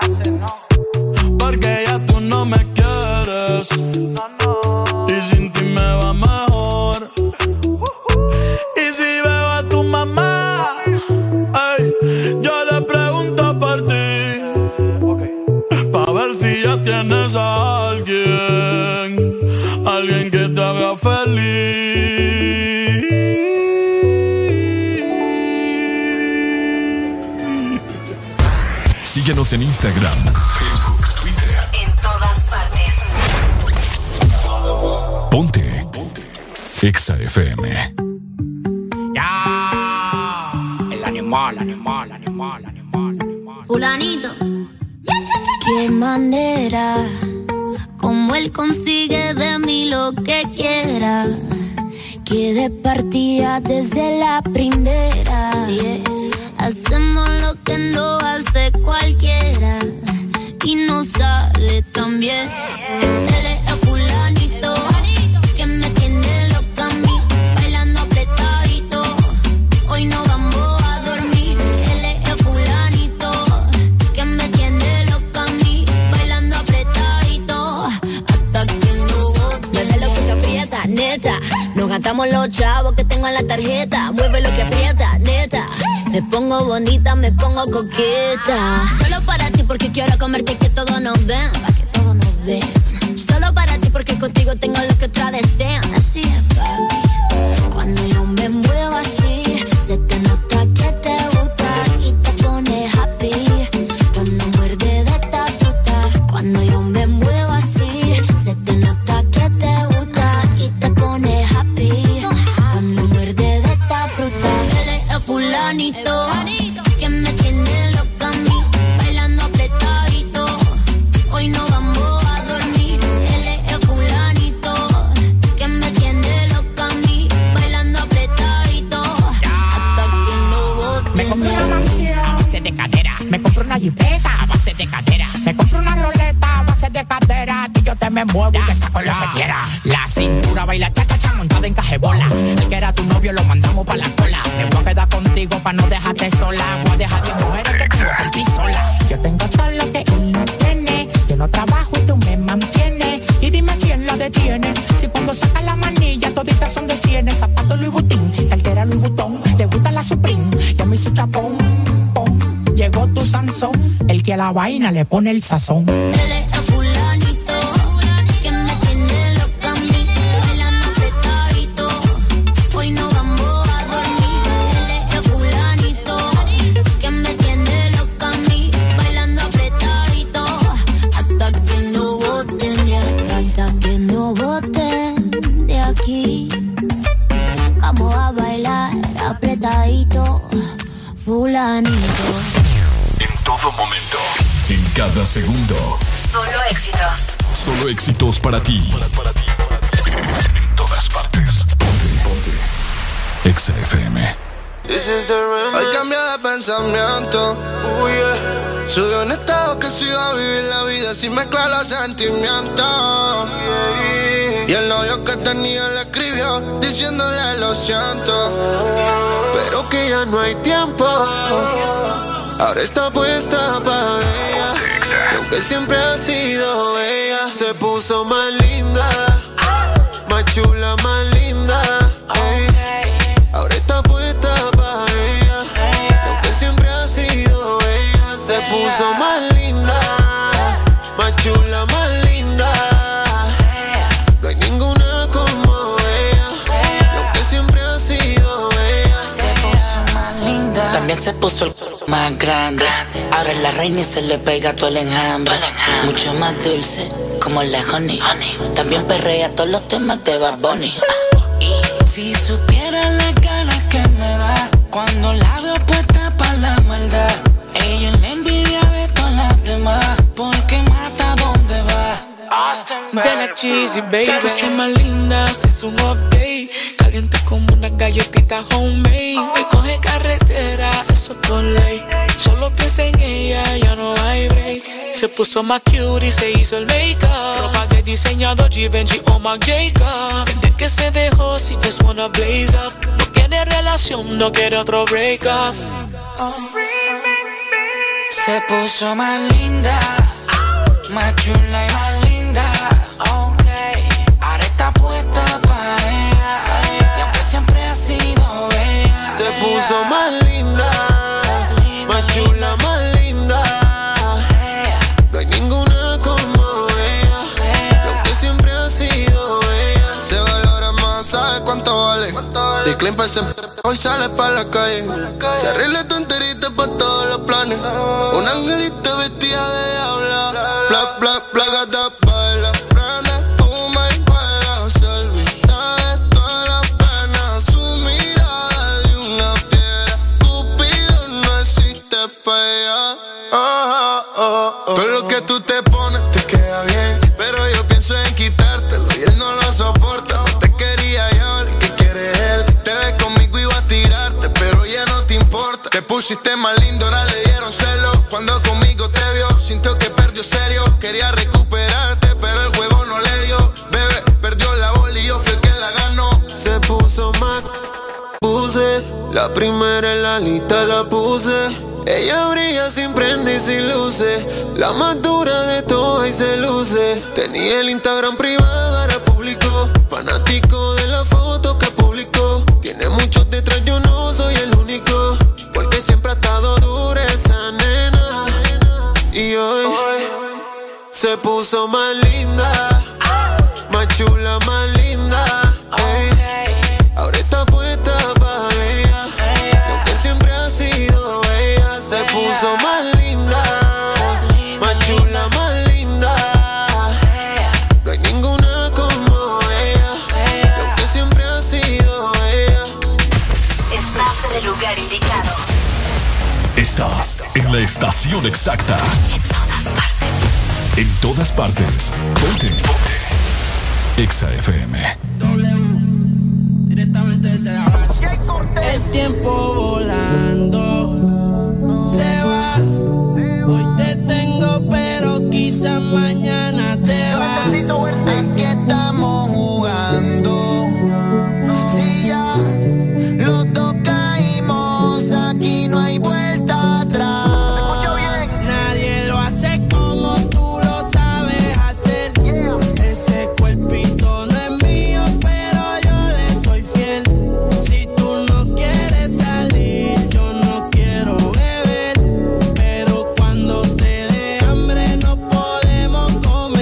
porque ya tú no me quieres y sin ti me va mejor. Y si veo a tu mamá, ey, yo le pregunto por ti, pa' ver si ya tienes a alguien que te haga feliz. Síguenos en Instagram, Facebook, Twitter. En todas partes. Ponte Exa FM. El animal. Fulanito. Qué manera, como él consigue de mí lo que quiera. Que de partida desde la primera. Así es. Hacemos lo que no hace cualquiera y no sale tan bien. Él es el fulanito que me tiene loca a mí, bailando apretadito. Hoy no vamos a dormir. Él es el fulanito que me tiene loca a mí, bailando apretadito, hasta que no bote. Mueve lo que te aprieta, neta. Nos gastamos los chavos que tengo en la tarjeta. Mueve lo que aprieta, neta. Me pongo bonita, me pongo coqueta. Solo para ti porque quiero comerte, que todos nos ven. Pa' que todos nos ven. Solo para ti porque contigo tengo lo que otras desean. Así es, papi. Cuando yo me muevo así, se te nota que te gusta y te pone happy. Cuando muerde de esta fruta. Cuando yo me muevo así, se te nota que te gusta y te pone happy. Cuando muerde de esta fruta. Él es el fulanito que me tiene loca a mí, bailando apretadito. Hoy no vamos a dormir. Él es el fulanito que me tiene loca a mí, bailando apretadito, hasta que no bote. Me compré una mansión a base de cadera. Me compré una jipeta a base de cadera. Me compré una roleta a base de cadera. Y yo te me muevo y te saco lo que quiera. La cintura baila cha-cha-cha montada en cajebola. El que era tu novio lo mandamos pa' la cola. Me voy a quedar contigo pa' no dejarte sola. Voy a dejar 10 mujeres que tengo por ti sola. Yo tengo todo lo que él no tiene. Yo no trabajo y tú me mantienes. Y dime quién la detiene. Si cuando saca la manilla toditas son de 100. Zapatos Louis Vuitton, cartera Louis Vuitton. Te gusta la Supreme, ya me hizo chapón, pom. Llegó tu Sansón, el que a la vaina le pone el sazón. Él es el fulanito que me tiene loca a mí, bailando apretadito. Hoy no vamos a dormir. Él es el fulanito que me tiene loca a mí, bailando apretadito, hasta que no boten de aquí. Hasta que no boten de aquí. Vamos a bailar apretadito, fulanito. En todo momento, en cada segundo. Solo éxitos. Solo éxitos para ti. En todas partes. Ponte. Exa FM. Hoy cambié de pensamiento. Subí un estado que si iba a vivir la vida sin mezclar los sentimientos. Y el novio que tenía le escribió diciéndole lo siento, pero que ya no hay tiempo. Ahora está puesta pa' ella, y aunque siempre ha sido ella, se puso más linda, más chula, más linda. Ahora está puesta pa' ella, y aunque siempre ha sido ella, se puso más linda, más chula, más linda. No hay ninguna como ella, y aunque siempre ha sido ella, se puso más linda. También se puso el más grande. Ahora es la reina y se le pega todo el enjambre. Mucho más dulce, como la honey. También perrea todos los temas de Bad Bunny. Si supiera las ganas que me da cuando la veo puesta pa' la maldad. Ella es la envidia de todas las demás, porque mata donde va. De la cheesy, baby. Se puso más linda, se hizo un update. Caliente como una galletita homemade. Me coge carretera, eso es por ley. Solo piensa en ella, ya no hay break. Se puso más cute y se hizo el make-up. Ropa de diseñador Givenchy o Marc Jacob. Desde que se dejó, she just wanna blaze up. No quiere relación, no quiere otro break-up. Se puso más linda, más chula y más linda. Ahora está puesta pa' ella, y aunque siempre ha sido ella, se puso más linda, más chula, más linda. No hay ninguna como ella, y aunque siempre ha sido ella, se valora más, ¿sabes cuánto vale? Declan pa' ese hoy sale pa' la calle. Se arregla tu enterita pa' todos los planes. Un angelito vestida de diabla. Bla, bla, bla, gata, baila, prende, fuma y baila. Se olvida de todas las penas. Su mirada de una fiera. Cupido no existe pa' ella. Todo lo que tú te pones te queda bien, pero yo pienso en quitártelo y él no lo soporta. No te quería yo, el que quiere él. Te ves conmigo y va a tirarte, pero ya no te importa. Te pusiste más lindo, ahora le dieron celos. Cuando conmigo te vio, sintió que perdió serio. Quería recuperarte, pero el juego no le dio. Bebé, perdió la bola y yo fui el que la ganó. Se puso más, puse la primera en la lista, la puse. Ella brilla sin prende y sin luces, la más dura de todas y se luce. Tenía el Instagram privado, ahora público, fanático de la foto que publicó. Tiene muchos detrás, yo no soy el único, porque siempre ha estado dura esa nena. Y hoy se puso más linda, más chula, más linda. Ahora está puesta pa' ella, y aunque siempre ha sido ella, se puso más linda, más chula, más linda. No hay ninguna como ella, y aunque siempre ha sido ella. Estás en el lugar indicado. Estás en la estación exacta. En todas partes. En todas partes. Ponte. Exa FM. El tiempo volando se va. Hoy te tengo, pero quizás mañana te vas. ¿A qué estamos jugando? Si ya los dos caímos, aquí no hay vuelta atrás. Nadie lo hace como tú lo sabes hacer. Ese cuerpito no es mío, pero yo le soy fiel. Si tú no quieres salir, yo no quiero beber. Pero cuando te dé hambre no podemos comer.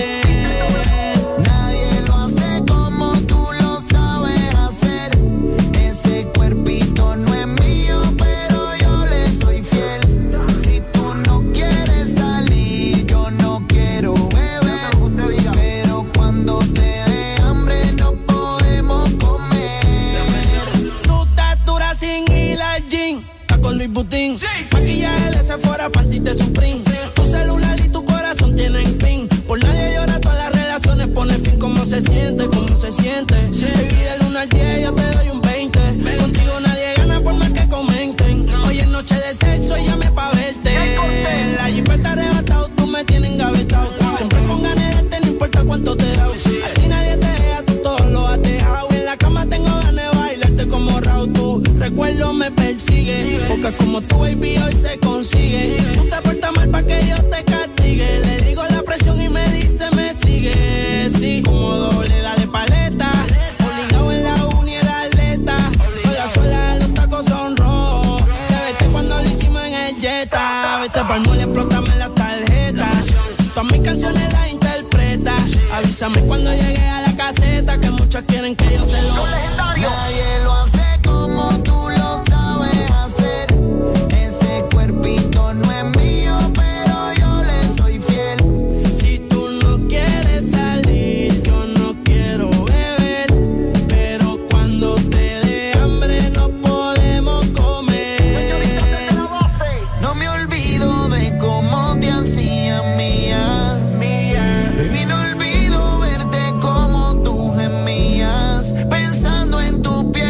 me persigue. Porque como tu baby hoy se consigue. Tú te portas mal pa' que Dios te castigue. Le digo la presión y me dice me sigue. Sí, como doble, dale paleta. Obligado en la uni era atleta. Con la suela los tacos son rojos. Te vete cuando lo hicimos en el Jetta. Vete pa'l mole, explótame la tarjeta. Todas mis canciones las interpreta. Avísame cuando llegue a la caseta. Que muchos quieren que yo se lo... Nadie lo hace como tú lo sabes hacer. Ese cuerpito no es mío, pero yo le soy fiel. Si tú no quieres salir, yo no quiero beber. Pero cuando te dé hambre no podemos comer. No me olvido de cómo te hacía mía. Baby, no olvido verte como tú gemías. Pensando en tu piel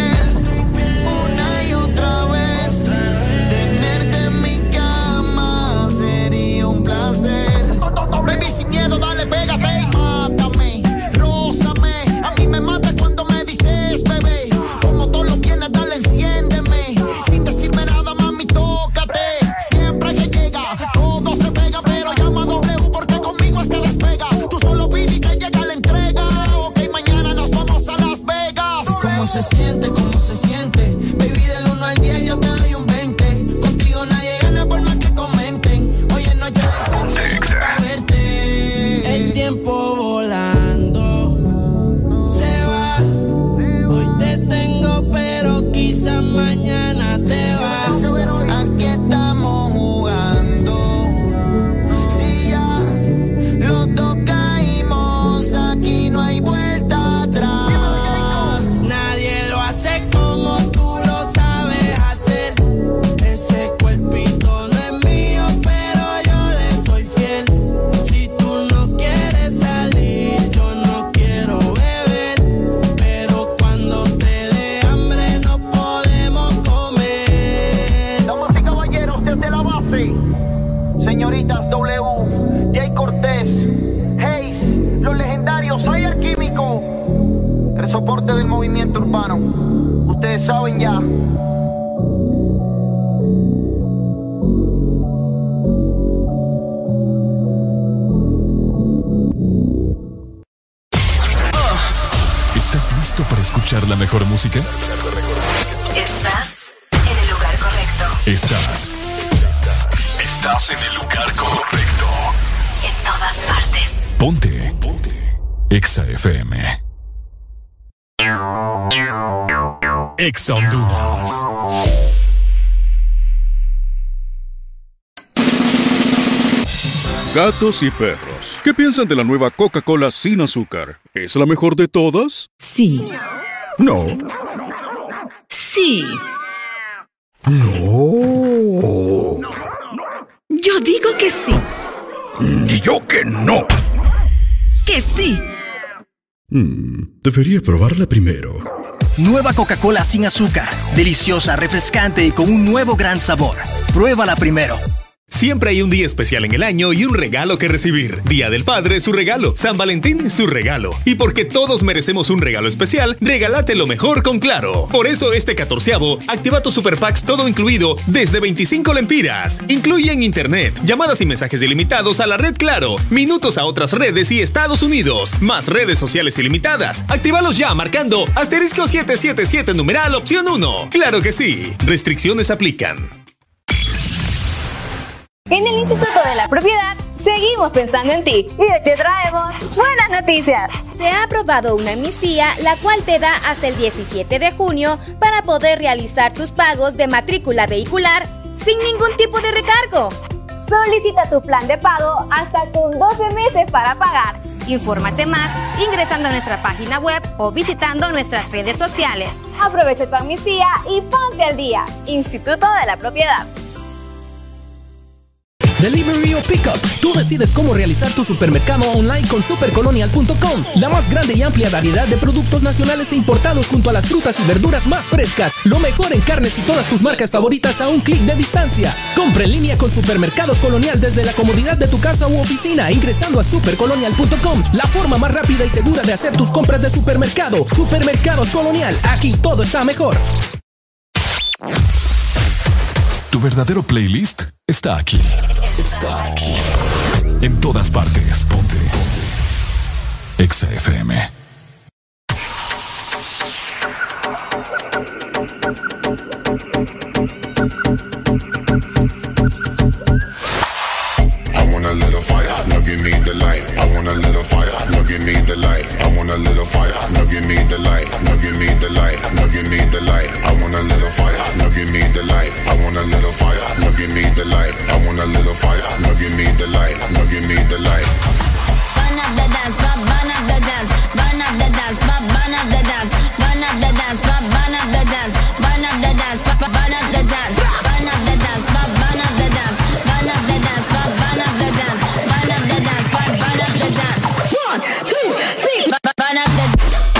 una y otra vez. Tenerte en mi cama sería un placer. Baby, sin miedo, dale, pégate y mátame. Rózame, a mí me mata cuando me dices, bebé. Como todos los viernes, dale, enciéndeme. Sin decirme nada, mami, tócate. Siempre que llega, todo se pega. Pero llama a W porque conmigo es que despega. Tú solo pide y que llega la entrega. Ok, mañana nos vamos a Las Vegas. ¿Cómo se siente? ¿Cómo se siente? Baby, del 1 al 10 yo te doy un 20. Contigo nadie gana por más que comenten. Hoy es noche de sexo para verte. El tiempo volando se va. Hoy te tengo, pero quizás mañana te vas. Aquí estamos jugando. Si ya los dos caímos, aquí no hay vuelta atrás. Nadie lo hace como tú lo sabes hacer. Ese cuerpito no es mío, pero yo le soy fiel. Si tú no quieres salir, yo no quiero beber. Pero cuando te dé hambre no podemos comer. Damas y caballeros, desde la base, señoritas W, Jay Cortés, Hayes, los legendarios, Ayer Químico, el soporte del movimiento urbano. Ustedes saben ya. ¿Estás listo para escuchar la mejor música? Estás en el lugar correcto. Estás en el lugar correcto. En todas partes. Ponte. Exa FM. Exa Honduras. Gatos y perros, ¿qué piensan de la nueva Coca-Cola sin azúcar? ¿Es la mejor de todas? Sí. No. Sí. No. Yo digo que sí. Y yo que no. Que sí. Debería probarla primero. Nueva Coca-Cola sin azúcar. Deliciosa, refrescante y con un nuevo gran sabor. Pruébala primero. Siempre hay un día especial en el año y un regalo que recibir. Día del Padre, su regalo. San Valentín, su regalo. Y porque todos merecemos un regalo especial, regálate lo mejor con Claro. Por eso este 14avo, activa tu Super Packs todo incluido desde 25 lempiras. Incluyen internet, llamadas y mensajes ilimitados a la red Claro, minutos a otras redes y Estados Unidos, más redes sociales ilimitadas. Actívalos ya marcando asterisco 777 numeral opción 1. Claro que sí. Restricciones aplican. En el Instituto de la Propiedad seguimos pensando en ti y hoy te traemos buenas noticias. Se ha aprobado una amnistía la cual te da hasta el 17 de junio para poder realizar tus pagos de matrícula vehicular sin ningún tipo de recargo. Solicita tu plan de pago hasta con 12 meses para pagar. Infórmate más ingresando a nuestra página web o visitando nuestras redes sociales. Aprovecha tu amnistía y ponte al día. Instituto de la Propiedad. Delivery o Pickup. Tú decides cómo realizar tu supermercado online con supercolonial.com. La más grande y amplia variedad de productos nacionales e importados junto a las frutas y verduras más frescas. Lo mejor en carnes y todas tus marcas favoritas a un clic de distancia. Compra en línea con Supermercados Colonial desde la comodidad de tu casa u oficina ingresando a supercolonial.com. La forma más rápida y segura de hacer tus compras de supermercado. Supermercados Colonial. Aquí todo está mejor. verdadero playlist está aquí. Está aquí. En todas partes. Ponte. Exa FM. I want a little fire, now give me the light. I want a little fire, now give me the light. I want a little fire, now give me the light. Now give me the light, now give me the light. I want a little fire, now give me the light. I want a little fire, now give me the light. I want a little fire, now give me the light. Now give me the light. Burn up the dance, burn up the dance, burn up the dance, burn up the dance, burn up the dance, burn up the dance, burn up the dance, burn up the dance, burn up the dance, burn up the dance, burn up the dance, burn up the dance, burn up the dance, burn up the dance. 1, 2, 3, burn up the.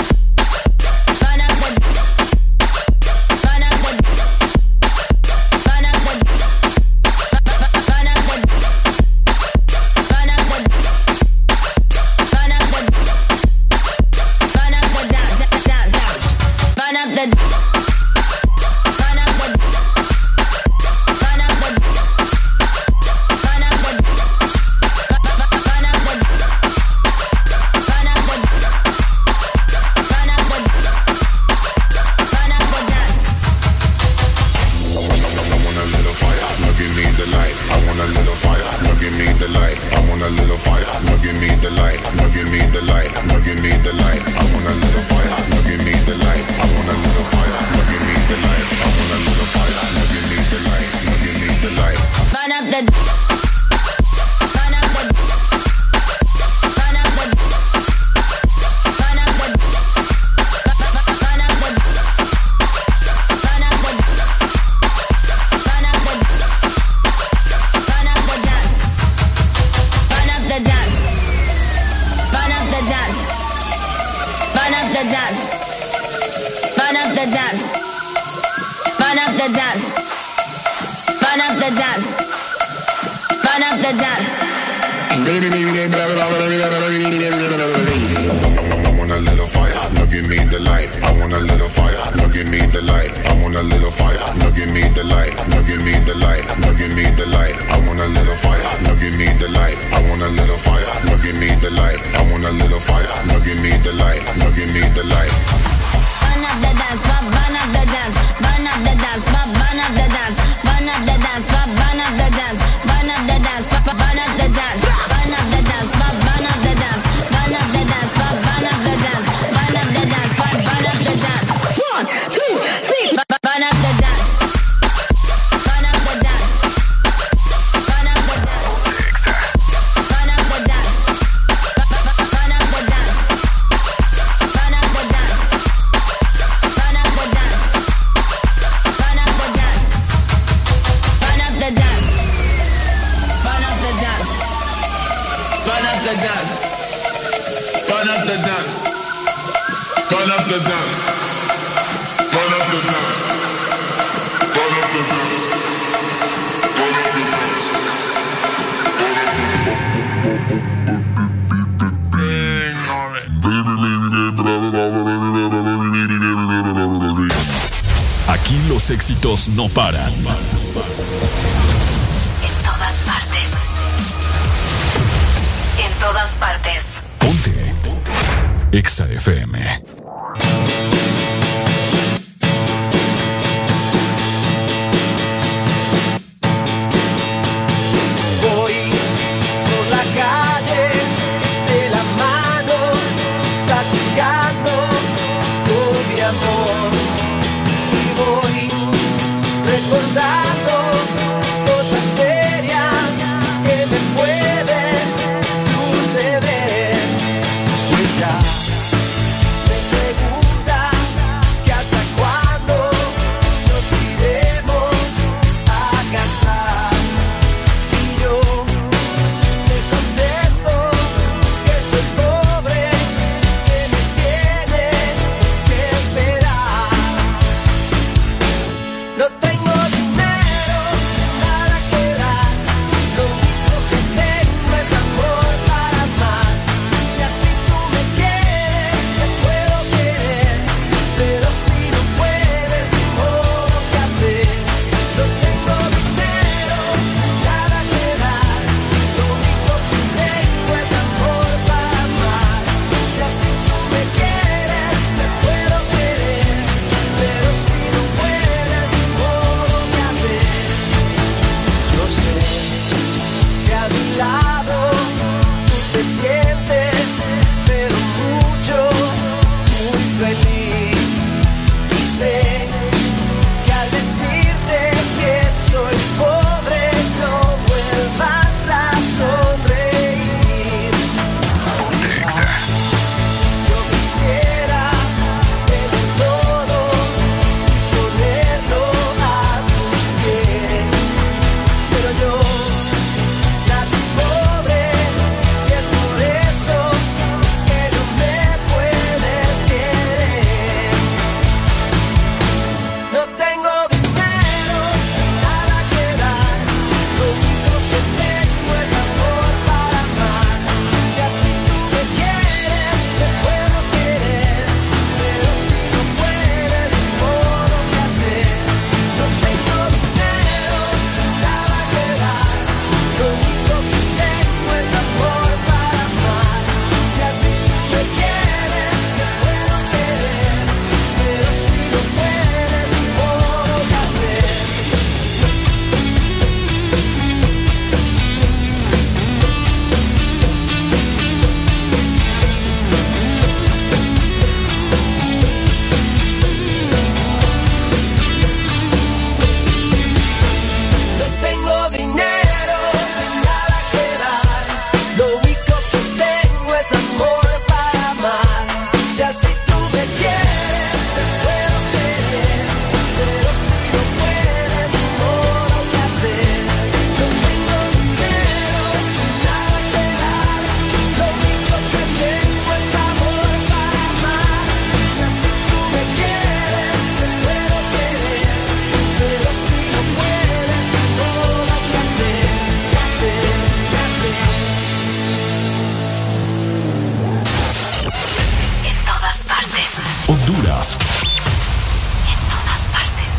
Aquí los éxitos no paran. En todas partes. En todas partes. Ponte. Exa FM. Suceder, pues ya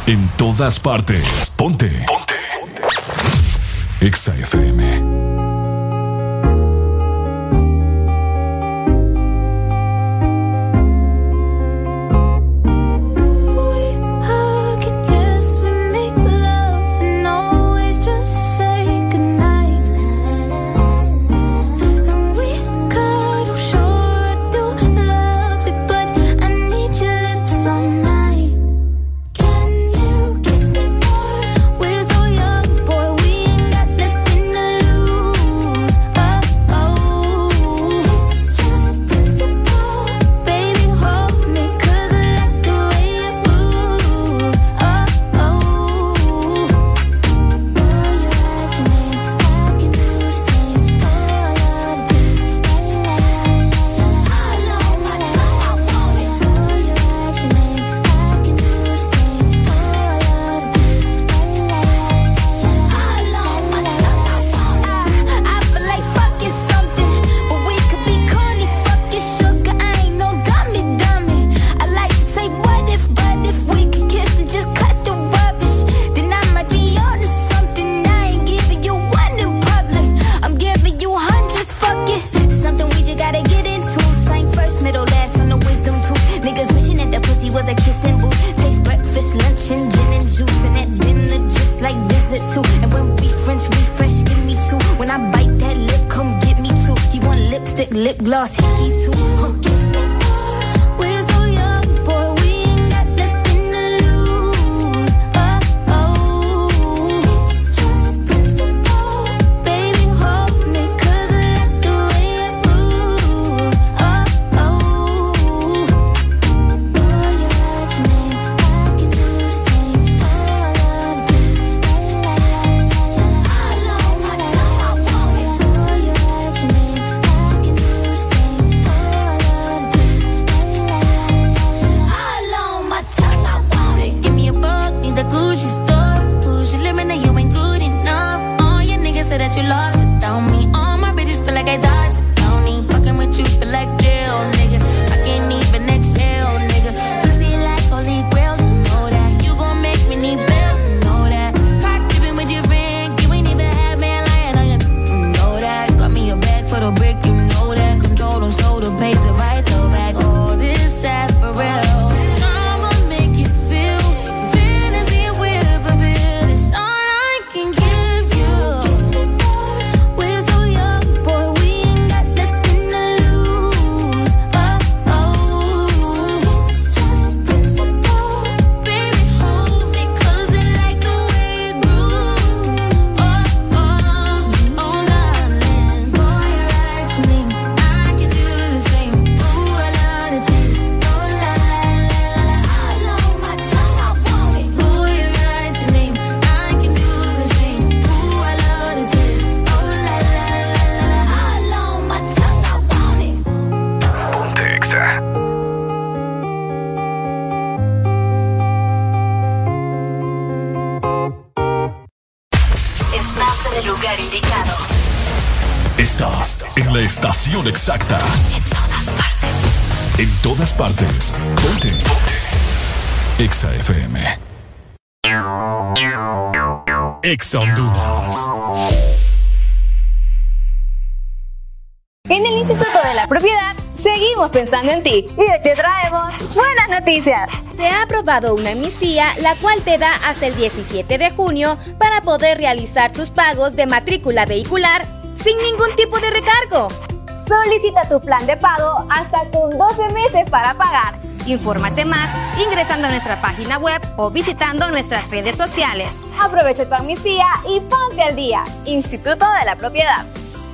En todas partes. Ponte. Exa FM. Lip gloss, hickeys too. Kiss me more. We're so young, boy. We ain't got nothing to lose. Oh, oh. It's just principle. Baby, hold me, 'cause I like the way you move. Oh, oh. Boy, you write your name, I can do the same. Oh, I love the taste. La, la, la, la, la. All on my tongue, I want it. Boy, you write your name. The Gucci store, Gucci limit, you ain't good enough. All your niggas say that you lost without me. All my bitches feel like I dodged the county. Fucking with you feel like jail, nigga. I can't even exhale, nigga. Pussy like holy grail, you know that. You gon' make me need bail, you know that. Caught dipping with your friend, you ain't even had man lying on you know that. Got me a bag for the brick, you know that. Control them, so the pace it right though back. All this ass for real. Estás en la estación exacta. En todas partes. Ponte. Exa FM. Exa Honduras. En el Instituto de la Propiedad seguimos pensando en ti y hoy te traemos buenas noticias. Se ha aprobado una amnistía la cual te da hasta el 17 de junio para poder realizar tus pagos de matrícula vehicular sin ningún tipo de recargo. Solicita tu plan de pago hasta con 12 meses para pagar. Infórmate más ingresando a nuestra página web o visitando nuestras redes sociales. Aprovecha tu amnistía y ponte al día. Instituto de la Propiedad.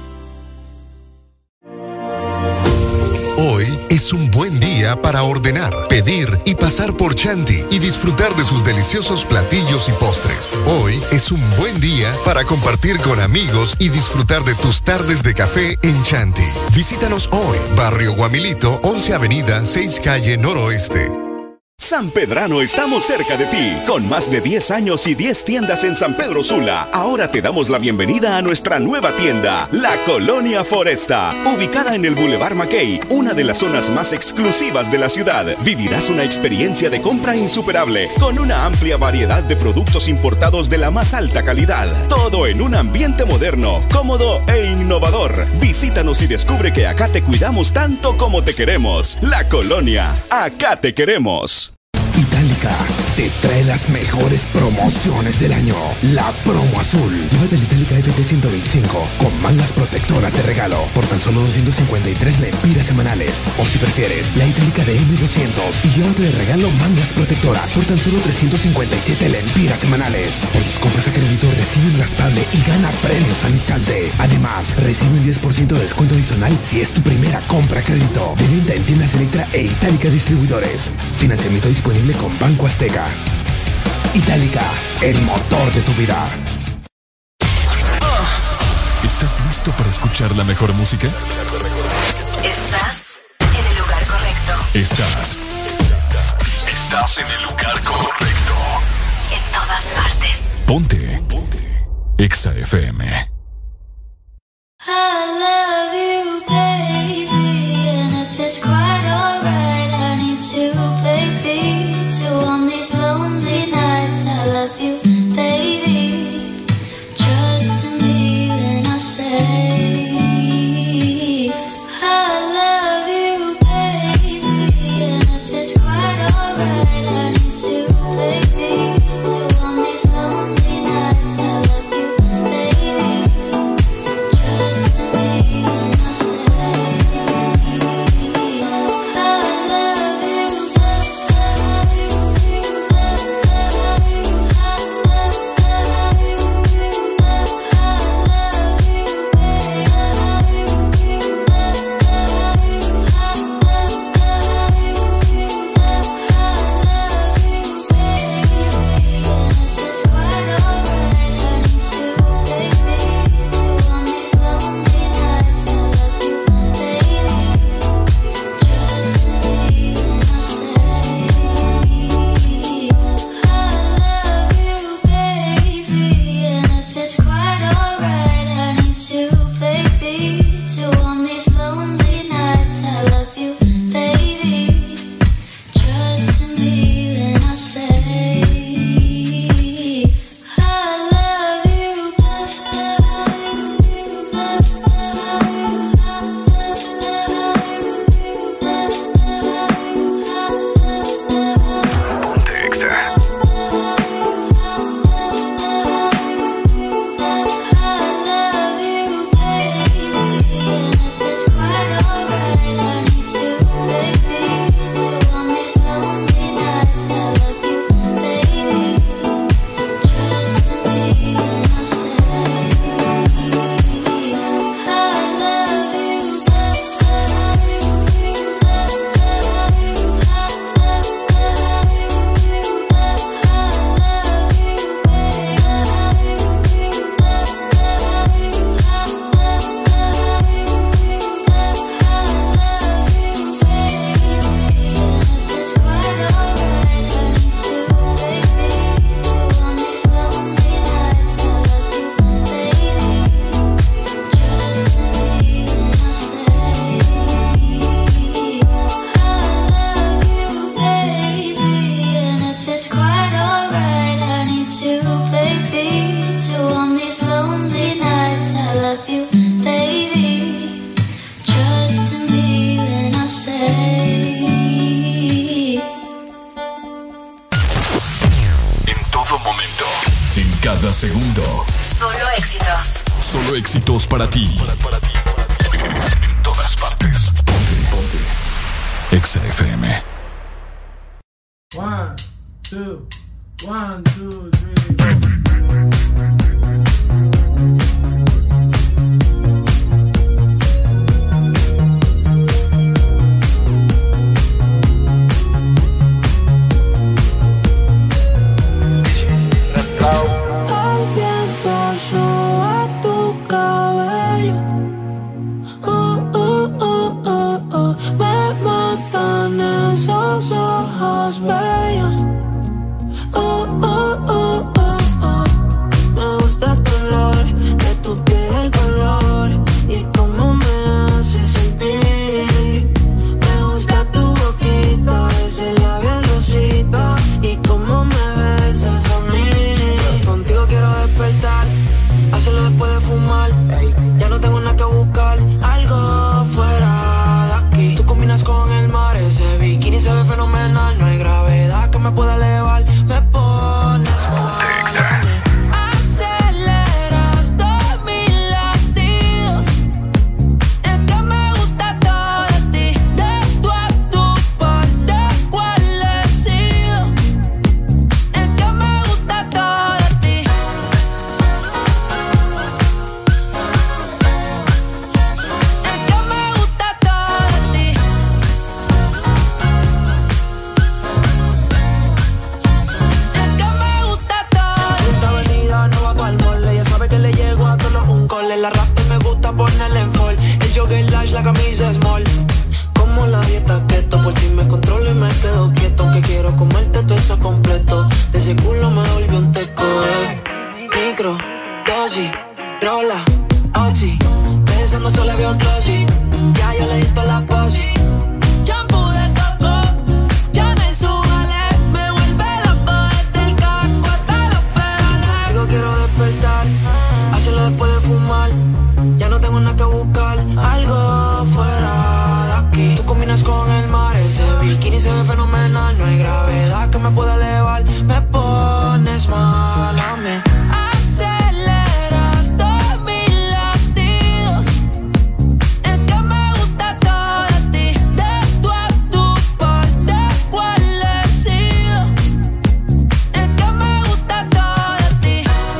Hoy es un buen día para ordenar, pedir y pasar por Chanti y disfrutar de sus deliciosos platillos y postres. Hoy es un buen día para compartir con amigos y disfrutar de tus tardes de café en Chanti. Visítanos hoy, Barrio Guamilito, 11 Avenida, 6 Calle Noroeste. San Pedrano, estamos cerca de ti. Con más de 10 años y 10 tiendas en San Pedro Sula, ahora te damos la bienvenida a nuestra nueva tienda, la Colonia Foresta. Ubicada en el Boulevard Mackay, una de las zonas más exclusivas de la ciudad, vivirás una experiencia de compra insuperable, con una amplia variedad de productos importados de la más alta calidad. Todo en un ambiente moderno, cómodo e innovador. Visítanos y descubre que acá te cuidamos tanto como te queremos. La Colonia, acá te queremos. Itálica te trae las mejores promociones del año. La promo azul. Llévate la Itálica FT125 con mangas protectoras de regalo por tan solo 253 lempiras semanales. O si prefieres, la Itálica de M200 y llévate de regalo mangas protectoras por tan solo 357 lempiras semanales. Por tus compras a crédito recibe un raspable y gana premios al instante. Además, recibe un 10% de descuento adicional si es tu primera compra a crédito. De venta en tiendas Electra e Itálica Distribuidores. Financiamiento disponible con Banco Azteca. Itálica, el motor de tu vida. ¿Estás listo para escuchar la mejor música? Estás en el lugar correcto. Estás en el lugar correcto. En todas partes. Ponte. Exa FM. I love you, baby, and if it's quite alright, I need to, baby, to on these lonely nights. I love you, baby, trust in me when I say I love you, baby, and if it's quite alright, I need to, baby, to on these lonely nights. I love you, baby. Segundo. Solo éxitos. Solo éxitos para ti. En todas partes. Ponte. Exa FM. 1, 2, 1, 2, 3. Me matan esos ojos verdes. ponerle en fall. El jogger large, la camisa small. Como la dieta keto, por ti me controlo y me quedo quieto. Aunque quiero comerte todo eso completo. De ese culo me volvió un teco, Micro, dosis, rola, oxi. Pensando solo veo glossy. Ya yo le di toda la posi. Shampoo de coco, ya me subale. Me vuelve loco desde el carro hasta los pedales. Digo quiero despertar, hacerlo después de fumar. Ya no tengo nada que buscar, algo fuera de aquí. Tú combinas con el mar, ese bikini se ve fenomenal. No hay gravedad que me pueda elevar. Me pones mal a mí. Aceleras todos mis latidos. Es que me gusta todo de ti. De tú a tu parte, ¿cuál he sido? Es que me gusta todo de ti.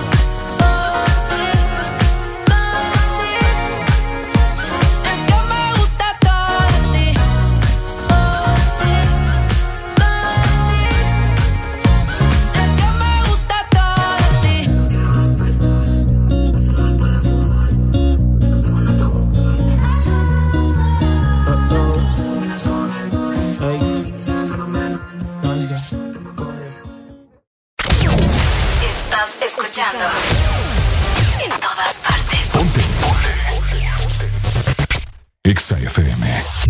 Estás escuchando en todas partes. Ponte. Exa FM.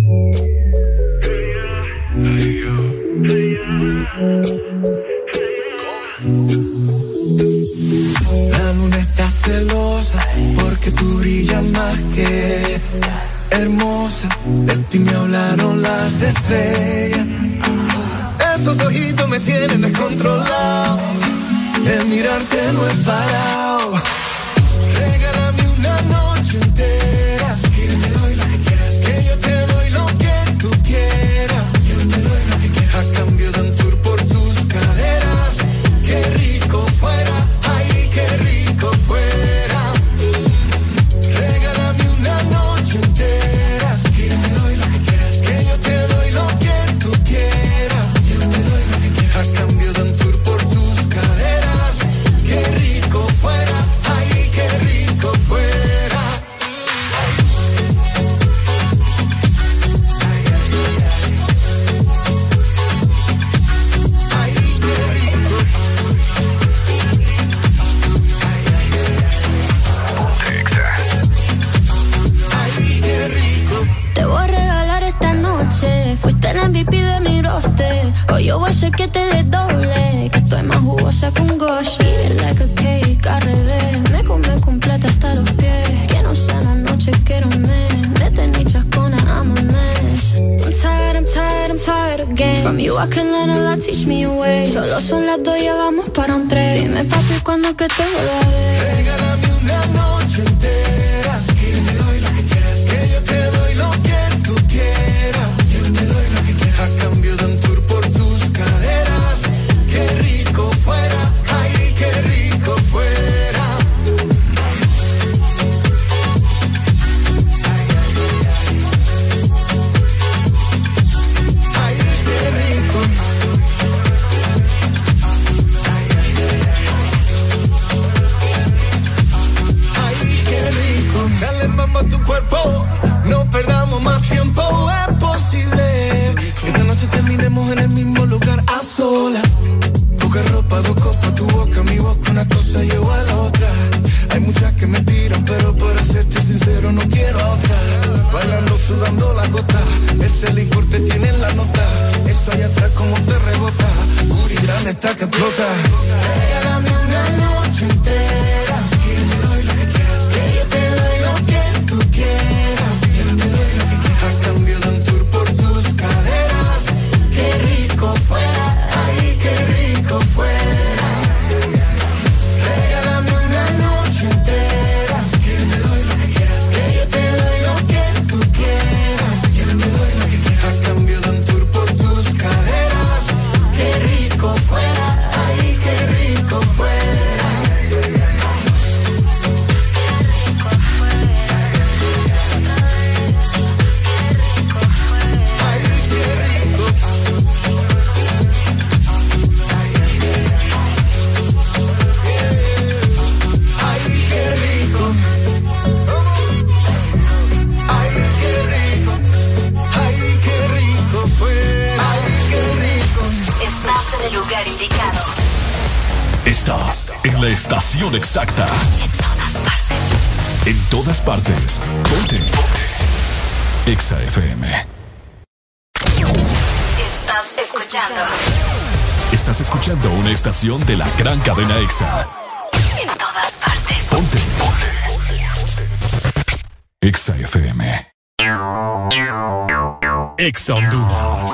La luna está celosa porque tú brillas más que hermosa. De ti me hablaron las estrellas. Esos ojitos me tienen descontrolado. El mirarte no es parado. Regálame una noche entera. Que yo te doy lo que quieras. Que yo te doy lo que tú quieras. Yo te doy lo que quieras. A cambio de un tour por tus caderas. Qué rico fuera. Ay, qué rico fuera. Regálame una noche entera. Que yo te doy lo que quieras. Que yo te doy lo que tú quieras. Yo te doy lo que quieras. A cambio de un tour por tus caderas. Qué rico fuera. Ay, qué rico fuera. Ay, qué rico. Ay, qué rico. Te voy a regalar esta noche. Fuiste el MVP de mi roster. Hoy yo voy a hacer que te des doble. Que estoy más jugosa que un gosh. Eat it like a cake, al revés. Me come completa hasta los pies. Que no sea una noche, quiero un mes. Mete ni chascona, I'm a mess. I'm tired again. From you I can learn a lot, teach me a way. Solo son las 2, ya vamos para un 3. Dime papi, ¿cuándo que te vuelva a ver? Regálame una noche entera. Que yo te doy lo que quieras. Que yo te doy lo que tú quieras. Yo te doy lo que quieras. A cambio de un tour por tus caderas. Qué rico fuera. Ay, qué rico fuera. Ay, qué rico. Ay, qué rico. Dale mambo a tu cuerpo. No perdamos más tiempo. Es posible que esta noche terminemos en el mismo lugar a solas. Poca ropa, 2 copas, tu boca, mi boca. Una cosa lleva a la otra. Hay muchas que me tiran, pero para serte sincero no quiero a otra. Bailando, sudando la gota. Ese licor te tiene en la nota. Eso allá atrás como te rebota. Guri grande está que explota. Regálame una noche entera. Que yo te doy lo que quieras. Que yo te doy lo que tú quieras. Yo te doy lo que quieras. A cambio de un tour por tus caderas. Qué rico fuera. Ay, qué rico fuera. Regálame una noche entera. Que yo te doy lo que quieras. Que yo te doy lo que tú quieras. Yo te doy lo que quieras. A cambio de un tour por tus caderas. Qué rico fuera. Ay, qué rico fuera. Ay, qué rico. Ay, qué rico. Estás en la estación exacta. En todas partes. Ponte. Exa FM. Estás escuchando una estación de la gran cadena Exa. En todas partes. Ponte. Exa FM. Exa Honduras.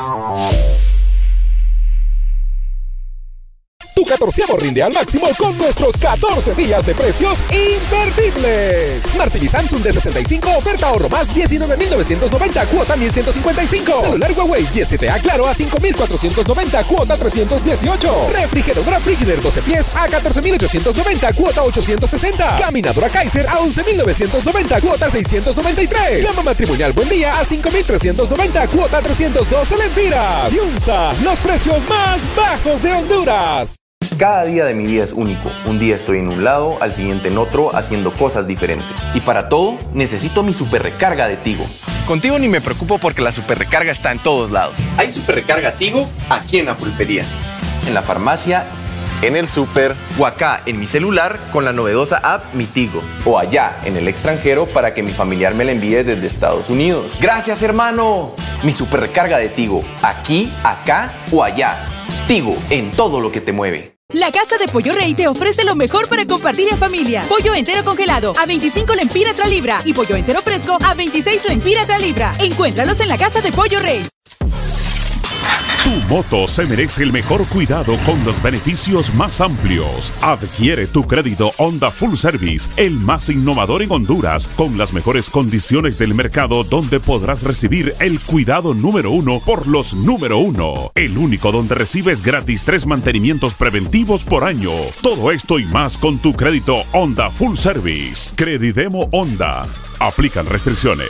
Tu 14avo rinde al máximo con nuestros 14 días de precios imperdibles. Smart TV Samsung de 65, oferta ahorro más 19,990, cuota 1,155. Celular Huawei Y7A Claro a 5,490, cuota 318. Refrigeradora Frigidaire 12 pies a 14,890, cuota 860. Caminadora Kaiser a 11,990, cuota 693. Gama matrimonial Buen Día a 5,390, cuota 312 lempiras. Yunza, los precios más bajos de Honduras. Cada día de mi vida es único. Un día estoy en un lado, al siguiente en otro, haciendo cosas diferentes. Y para todo, necesito mi super recarga de Tigo. Contigo ni me preocupo porque la super recarga está en todos lados. Hay super recarga Tigo aquí en la pulpería, en la farmacia, en el súper o acá en mi celular con la novedosa app Mi Tigo. O allá en el extranjero para que mi familiar me la envíe desde Estados Unidos. ¡Gracias, hermano! Mi super recarga de Tigo, aquí, acá o allá. Tigo, en todo lo que te mueve. La Casa de Pollo Rey te ofrece lo mejor para compartir en familia. Pollo entero congelado a 25 lempiras la libra y pollo entero fresco a 26 lempiras la libra. Encuéntralos en la Casa de Pollo Rey. Tu moto se merece el mejor cuidado con los beneficios más amplios. Adquiere tu crédito Honda Full Service, el más innovador en Honduras, con las mejores condiciones del mercado, donde podrás recibir el cuidado número 1 por los número 1. El único donde recibes gratis 3 mantenimientos preventivos por año. Todo esto y más con tu crédito Honda Full Service. Credidemo Honda. Aplican restricciones.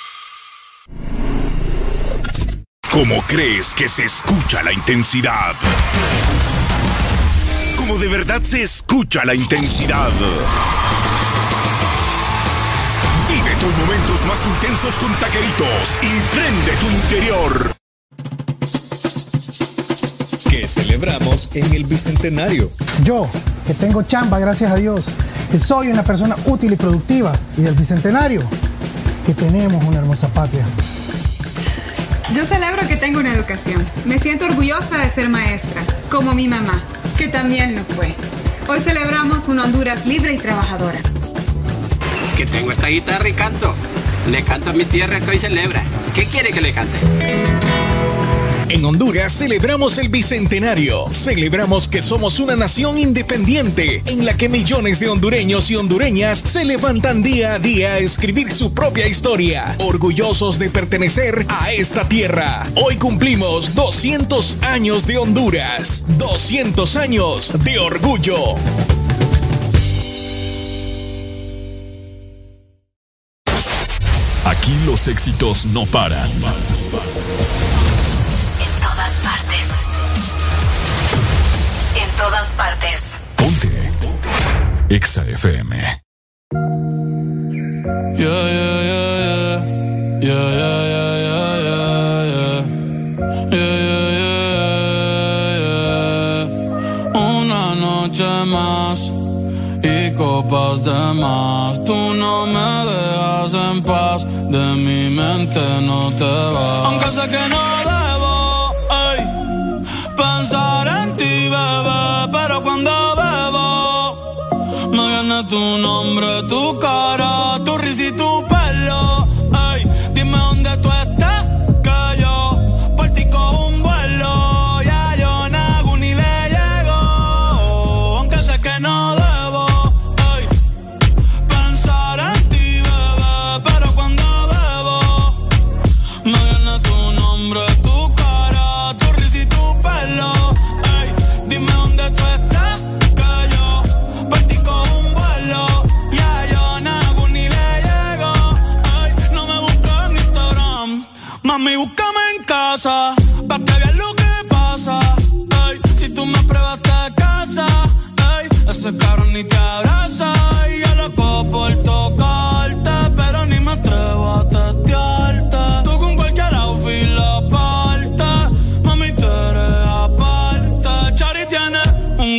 ¿Cómo crees que se escucha la intensidad? ¿Cómo de verdad se escucha la intensidad? Vive tus momentos más intensos con Taqueritos y prende tu interior. ¿Qué celebramos en el Bicentenario? Yo, que tengo chamba, gracias a Dios, que soy una persona útil y productiva, y del Bicentenario, que tenemos una hermosa patria. Yo celebro que tengo una educación. Me siento orgullosa de ser maestra, como mi mamá, que también lo fue. Hoy celebramos una Honduras libre y trabajadora. Que tengo esta guitarra y canto. Le canto a mi tierra que hoy celebra. ¿Qué quiere que le cante? En Honduras celebramos el Bicentenario. Celebramos que somos una nación independiente en la que millones de hondureños y hondureñas se levantan día a día a escribir su propia historia, orgullosos de pertenecer a esta tierra. Hoy cumplimos 200 años de Honduras, 200 años de orgullo. Aquí los éxitos no paran. En todas partes. Ponte. Exa FM. Una noche más y copas de más. Tú no me dejas en paz. De mi mente no te vas. Aunque sé que no debo pensar en ti, bebé, pero cuando bebo me viene tu nombre, tu cara, tu risa y tu pelo. Ey, dime dónde tú estás, que yo por ti cojo un vuelo. Ya yo nago ni le llego, aunque sé que no debo pensar en ti, bebé, pero cuando bebo me viene tu nombre, tu cara, tu risa y tu pelo. Ey, dime dónde tú estás, que yo por ti cojo un vuelo. Ya yo nago ni le llego. Ey, no me busques en Instagram, mami, búscame en casa, pa' que veas lo que pasa. Ey, si tú me pruebas te casa, ey, ese cabrón ni te abraza. Y yo loco por tocarte, pero ni me atrevo a testearte. Tú con cualquier outfit la parte, mami, tú eres aparte. Chari tiene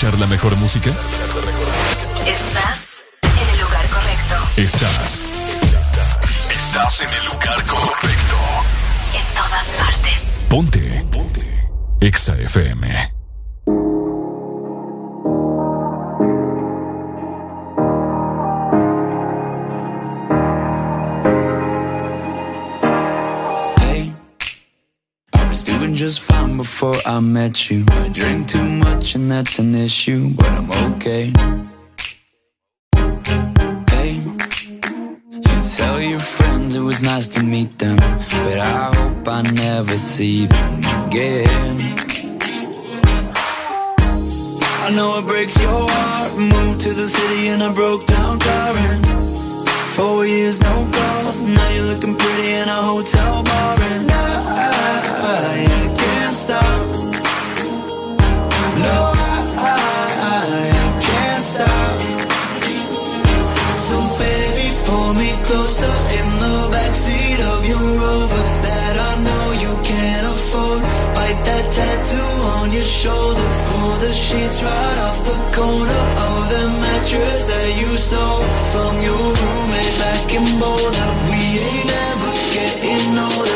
escuchar la mejor música? Estás en el lugar correcto. Estás en el lugar correcto. En todas partes. Ponte. Exa FM. Hey, I was doing just fine before I met you. I drink too much and that's an issue, but I'm okay. Tell your friends it was nice to meet them, but I hope I never see them again. I know it breaks your heart. Moved to the city and I broke down crying. 4 years, no calls. Now you're looking pretty in a hotel bar, and I can't stop. No, I can't stop. So baby, pull me closer in the backseat of your Rover that I know you can't afford. Bite that tattoo on your shoulder. Pull the sheets right off the corner of the mattress that you stole from your roommate back in Boulder. We ain't never getting older.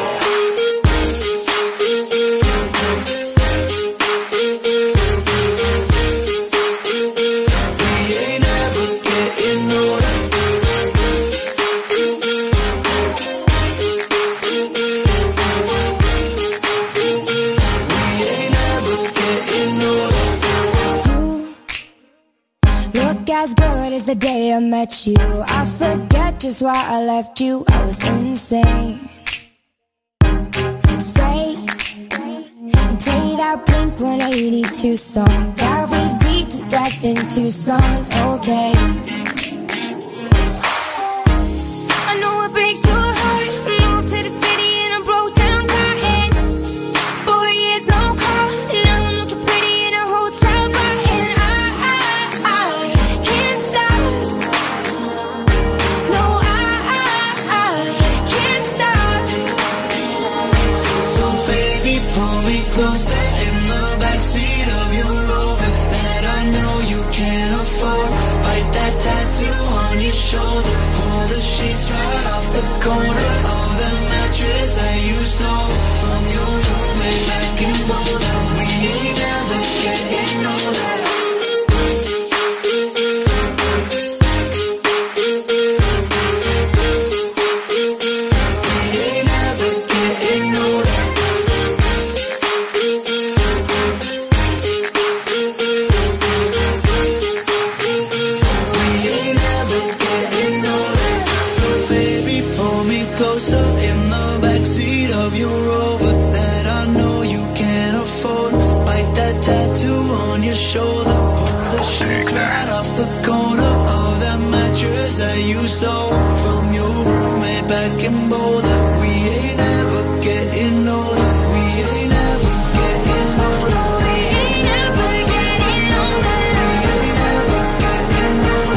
As good as the day I met you, I forget just why I left you. I was insane. Stay and play that Blink-182 song that we beat to death in Tucson. Okay. I know it breaks your heart. Moved to the city and I broke down crying. 4 years, no call. Now I'm looking pretty in a hotel bar, and I can't stop. No, I can't stop. So baby, pull me closer in the backseat of your Rover that I know you can't afford. Bite that tattoo on your shoulder. Pull the sheets right off the corner of the mattress that you stole from your roommate back in Boulder. We ain't never getting older. Shoulder, pull the sheets right off the corner of that mattress that you stole from your roommate back in Boulder. We ain't ever getting older.